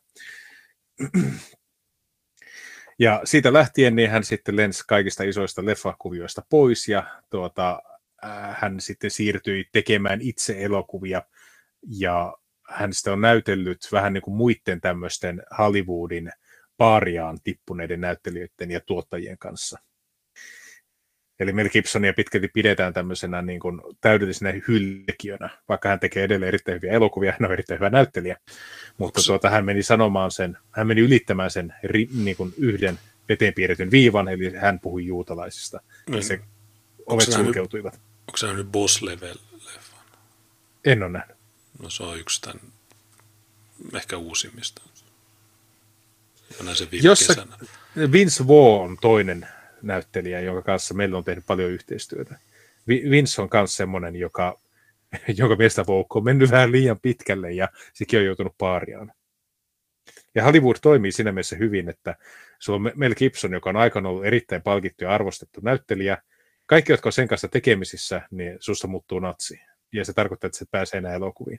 Ja siitä lähtien niin hän sitten lensi kaikista isoista leffakuvioista pois ja hän sitten siirtyi tekemään itse elokuvia ja hän sitten on näytellyt vähän niin kuin muiden tämmöisten Hollywoodin paariaan tippuneiden näyttelijöiden ja tuottajien kanssa. Eli Mel Gibsonia pitkälti pidetään tämmöisenä niin kuin täydellisenä hylkiönä, vaikka hän tekee edelleen erittäin hyviä elokuvia, hän on erittäin hyvä näyttelijä. Mutta hän meni ylittämään sen niin kuin yhden veteen piirretyn viivan, eli hän puhui juutalaisista. Ja se ovet sulkeutuivat. Onko se nähnyt Boss Level-leffan? En ole nähnyt. No se on yksi tämän ehkä uusimmista. Ja näin se viime kesänä. Vince Vaughn on toinen näyttelijä, jonka kanssa meillä on tehnyt paljon yhteistyötä. Vince on myös semmoinen, jonka mielestä Vogue on mennyt vähän liian pitkälle ja sekin on joutunut paariaan. Ja Hollywood toimii siinä mielessä hyvin, että sulla on Mel Gibson, joka on aikana ollut erittäin palkittu ja arvostettu näyttelijä. Kaikki, jotka on sen kanssa tekemisissä, niin susta muuttuu natsi. Ja se tarkoittaa, että se pääsee enää elokuviin.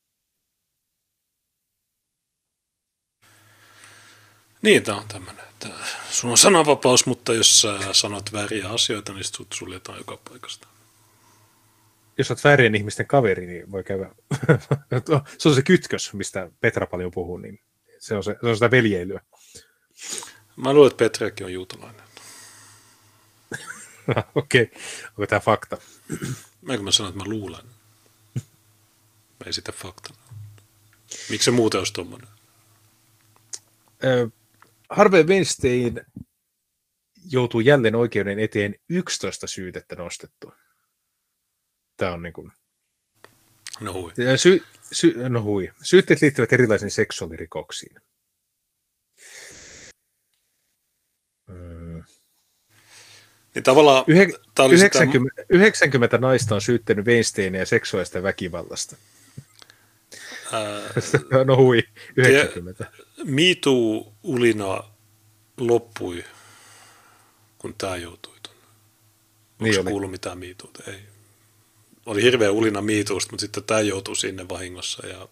Niin, tämä on tämmöinen. Sulla on sananvapaus, mutta jos sä sanot vääriä asioita, niin sut suljetaan joka paikasta. Jos olet väärien ihmisten kaveri, niin voi käydä. Se on se kytkös, mistä Petra paljon puhuu, niin se on sitä veljeilyä. Mä luulen, että Petrakin on juutalainen. Okei. Onko tämä fakta? Eikö mä sanon, että mä luulen? Mä esitä faktana. Miksi se muuten olisi tommoinen? Harvey Weinstein joutuu jälleen oikeuden eteen 11 syytettä nostettua. Tämä on niin kuin... No hui. No hui. Syytteet liittyvät erilaisiin seksuaalirikoksiin. Niin tavallaan... 90 naista on syyttänyt Weinsteinia seksuaalista väkivallasta. No hui, 90. MeToo-ulina loppui, kun tämä joutui tuonne. Onko se kuullut mitään MeToota? Ei. Oli hirveä ulina MeToosta, mutta sitten tämä joutui sinne vahingossa. Ja...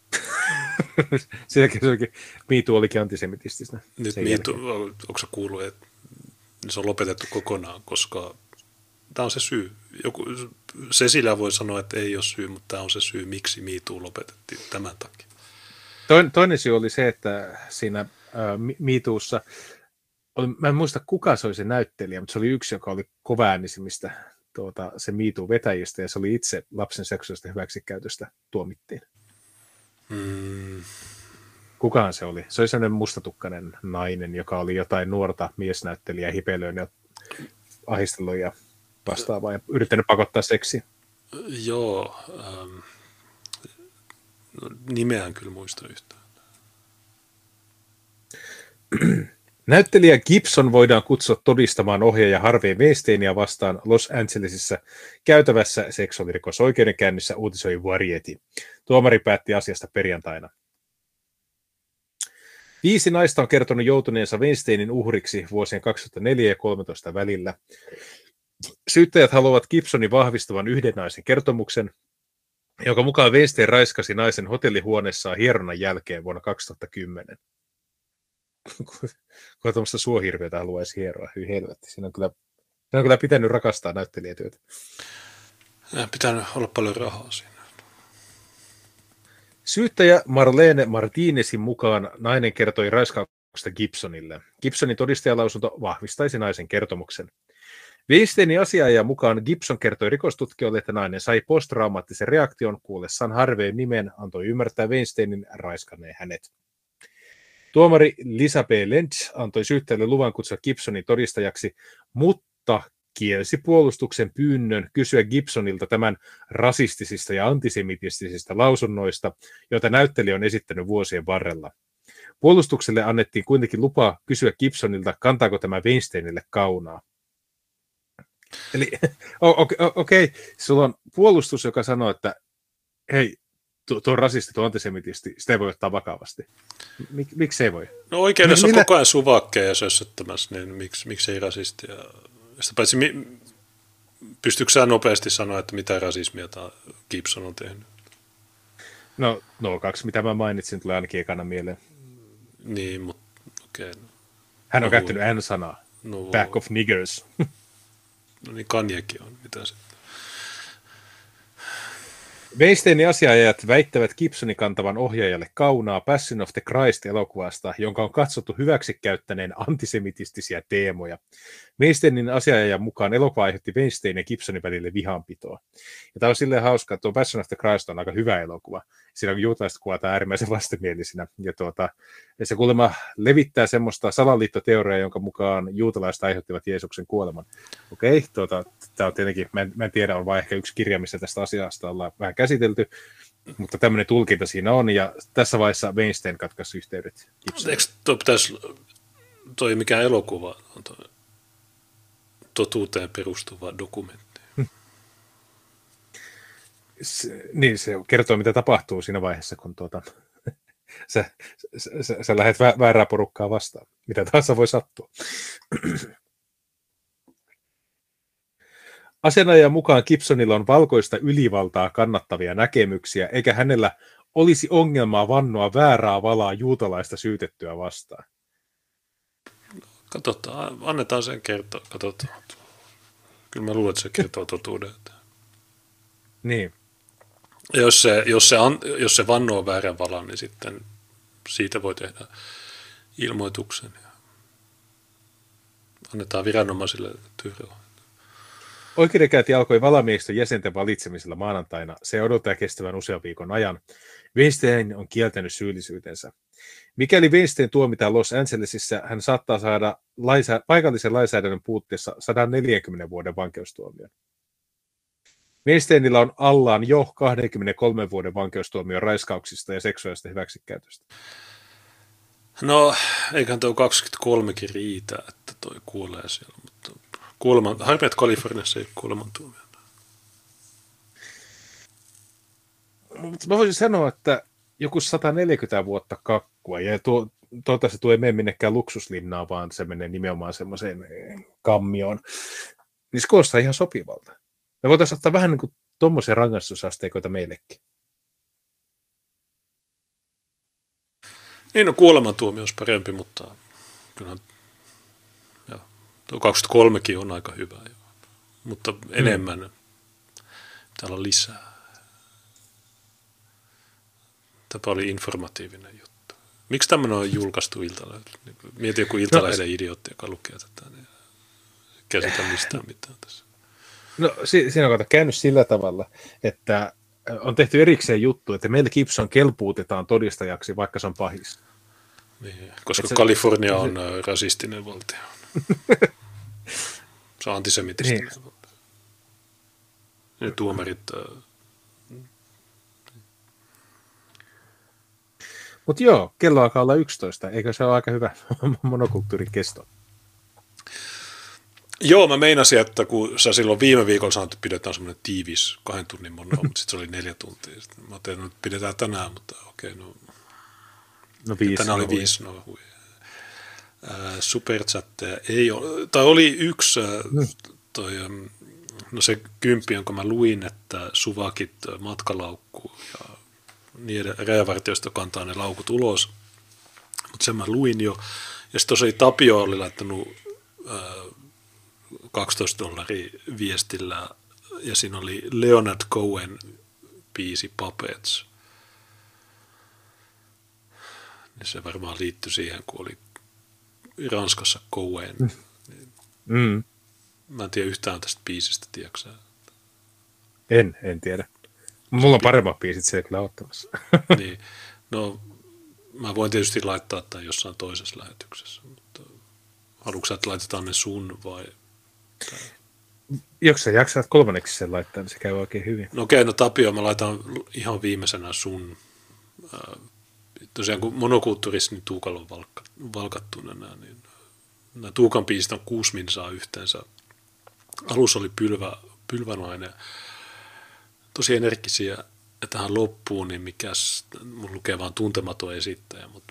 Sen jälkeen MeToo olikin antisemitististä. Nyt MeToo, onko se kuullut, että se on lopetettu kokonaan, koska tämä on se syy. Cecilia voi sanoa, että ei ole syy, mutta tämä on se syy, miksi MeToo lopetettiin tämän takia. Toinen syy oli se, että siinä MeToossa, mä en muista kuka se oli se näyttelijä, mutta se oli yksi, joka oli kovaäänisimmistä se MeToo-vetäjistä, ja se oli itse lapsen seksuaalista hyväksikäytöstä tuomittiin. Kukaan se oli? Se oli sellainen mustatukkainen nainen, joka oli jotain nuorta miesnäyttelijää hipelöön ja ahdistellut ja vastaavaa ja yrittänyt pakottaa seksiä. Joo. Nimeään kyllä muista yhtään. Näyttelijä Gibson voidaan kutsua todistamaan ohjaaja Harvey Weinsteinia vastaan Los Angelesissa käytävässä seksuaalirikosoikeudenkäynnissä, uutisoi Variety. Tuomari päätti asiasta perjantaina. 5 naista on kertonut joutuneensa Weinsteinin uhriksi vuosien 2004 ja 2013 välillä. Syyttäjät haluavat Gibsonin vahvistavan yhden naisen kertomuksen, jonka mukaan Weinstein raiskasi naisen hotellihuoneessaan hieronnan jälkeen vuonna 2010. Kun tuommoista suohirviötä haluaisi hieroa, hyi helvetti. Siinä on kyllä pitänyt rakastaa näyttelijätyötä. Pitänyt olla paljon rahaa siinä. Syyttäjä Marlene Martinezin mukaan nainen kertoi raiskauksesta Gibsonille. Gibsonin todistajalausunto vahvistaisi naisen kertomuksen. Weinsteinin asiaajan mukaan Gibson kertoi rikostutkijoille, että nainen sai posttraumaattisen reaktion kuullessaan Harveen nimen, antoi ymmärtää Weinsteinin raiskanneen hänet. Tuomari Lisa B. Lentz antoi syyttäjälle luvan kutsua Gibsonin todistajaksi, mutta kielsi puolustuksen pyynnön kysyä Gibsonilta tämän rasistisista ja antisemitistisistä lausunnoista, joita näyttelijä on esittänyt vuosien varrella. Puolustukselle annettiin kuitenkin lupa kysyä Gibsonilta, kantaako tämä Weinsteinille kaunaa. Eli okei, sulla on puolustus, joka sanoo, että hei, tuo on rasisti, tuo on antisemitisti, sitä ei voi ottaa vakavasti. Miksi ei voi? No oikeudessa on koko ajan suvakkeja sössöttämässä, niin miksi ei rasistia? Sitä paitsi, pystyykö sä nopeasti sanoa, että mitä rasismia Gibson on tehnyt? No, 2, mitä mä mainitsin, tulee ainakin ekana mieleen. Niin, mutta okei. Okay. Hän on käyttänyt N-sanaa. Back of niggers. No niin, Kanyekin on. Mitä se? Weinsteinin asiaajat väittävät Gibsonin kantavan ohjaajalle kaunaa Passion of the Christ-elokuvasta, jonka on katsottu hyväksikäyttäneen antisemitistisiä teemoja. Weinsteinin asiaajan mukaan elokuva aiheutti Weinstein ja Gibsonin välille vihanpitoa. Ja tämä on silleen hauska, että tuo Passion of the Christ on aika hyvä elokuva. Siinä on juutalaiset kuvataan äärimmäisen vastenmielisinä. Ja se kuulemma levittää semmoista salaliittoteoriaa, jonka mukaan juutalaiset aiheuttivat Jeesuksen kuoleman. Okei, tämä on tietenkin, mä en tiedä, on vain ehkä yksi kirja, missä tästä asiasta ollaan vähän käsitelty, mutta tämmöinen tulkinta siinä on, ja tässä vaiheessa Weinstein katkaisi yhteydet. Eikö toi mikään elokuva on totuuteen perustuva dokumentti? Niin, se kertoo, mitä tapahtuu siinä vaiheessa, kun sä lähdet väärää porukkaa vastaan. Mitä tahansa voi sattua. Asianajajan mukaan Gibsonilla on valkoista ylivaltaa kannattavia näkemyksiä, eikä hänellä olisi ongelmaa vannoa väärää valaa juutalaista syytettyä vastaan. Katsotaan, annetaan sen kertoa, katsotaan. Kyllä mä luulen, että se kertoo totuuden. Niin. Jos se vannoo väärän valan, niin sitten siitä voi tehdä ilmoituksen. Ja annetaan viranomaisille työrauha. Oikeudenkäynti alkoi valamiehistön jäsenten valitsemisella maanantaina. Se odottaa kestävän usean viikon ajan. Weinstein on kieltänyt syyllisyytensä. Mikäli Weinstein tuomitaan Los Angelesissa, hän saattaa saada paikallisen lainsäädännön puutteessa 140 vuoden vankeustuomion. Weinsteinilla on allaan jo 23 vuoden vankeustuomio raiskauksista ja seksuaalista hyväksikäytöstä. No, eiköhän tuo 23kin riitä, että toi kuolee siellä, mutta harmi, että Kaliforniassa ei kuolemantuomio. Mä voisin sanoa, että joku 140 vuotta kakkua, ja toivottavasti tuo ei mene minnekään luksuslinnaan, vaan se menee nimenomaan semmoiseen kammioon, niin se kuulostaa ihan sopivalta. Me voitaisiin ottaa vähän niin kuin tommoisia rangaistusasteikoita meillekin. Niin, no kuolemantuomio olisi parempi, mutta kyllähän tuo 23kin on aika hyvä. Mutta enemmän täällä on lisää. Tämä oli informatiivinen juttu. Miksi tämmöinen on julkaistu iltalaiselle? Mieti joku iltalaisen idiootti, joka lukee tätä. Niin käsitä mistään mitään tässä. No siinä on käynyt sillä tavalla, että on tehty erikseen juttu, että meillä Gibson kelpuutetaan todistajaksi, vaikka se on pahis. Niin, koska Kalifornia on rasistinen valtio. Se on antisemitistinen valtio. Ne tuomarit... Mutta joo, kello alkaa olla 11. Eikö se ole aika hyvä monokulttuurin kesto? Joo, mä meinasin, että kun sä silloin viime viikolla sanoit, että pidetään semmoinen tiivis 2 tunnin mono, mutta sitten se oli 4 tuntia. Sitten mä ajattelin, että pidetään tänään, mutta okei, no No 5. Tänään oli 5. No, superchatteja ei ole. Tai oli yksi, se 10, jonka mä luin, että suvakit matkalaukkuun ja niiden rajavartioista kantaa ne laukut ulos. Mutta sen mä luin jo. Ja sitten tosiaan Tapio oli laittanut $12 viestillä, ja siinä oli Leonard Cohen biisi Puppets. Niin se varmaan liittyi siihen, kun oli Ranskassa Cohen. Mä en tiedä yhtään tästä biisistä, tiedätkö? En tiedä. Mulla on paremmat biisit siellä kyllä ottamassa. Niin. No, mä voin tietysti laittaa tämän jossain toisessa lähetyksessä, mutta haluatko sä, että laitetaan ne sun vai? Jos sä jaksaat kolmanneksi sen laittaa, niin se käy oikein hyvin. No okei, no Tapio, mä laitan ihan viimeisenä sun. Tosiaan kun monokulttuurissa niin Tuukalla on valkattuna niin nämä Tuukan biisit on 6 minsaa yhteensä. Alussa oli pylvänainen, tosi energisiä, ja tähän loppuun, niin mun lukee vaan tuntematon esittäjä, mutta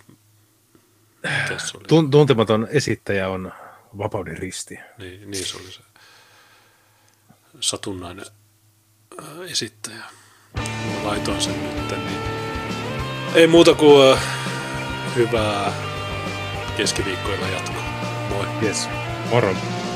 tuntematon esittäjä on Vapauden risti. Niin se oli se satunnainen esittäjä. Mä laitoin sen nyt, niin ei muuta kuin hyvää keskiviikkoilla jatkoa. Moi. Yes. Moro.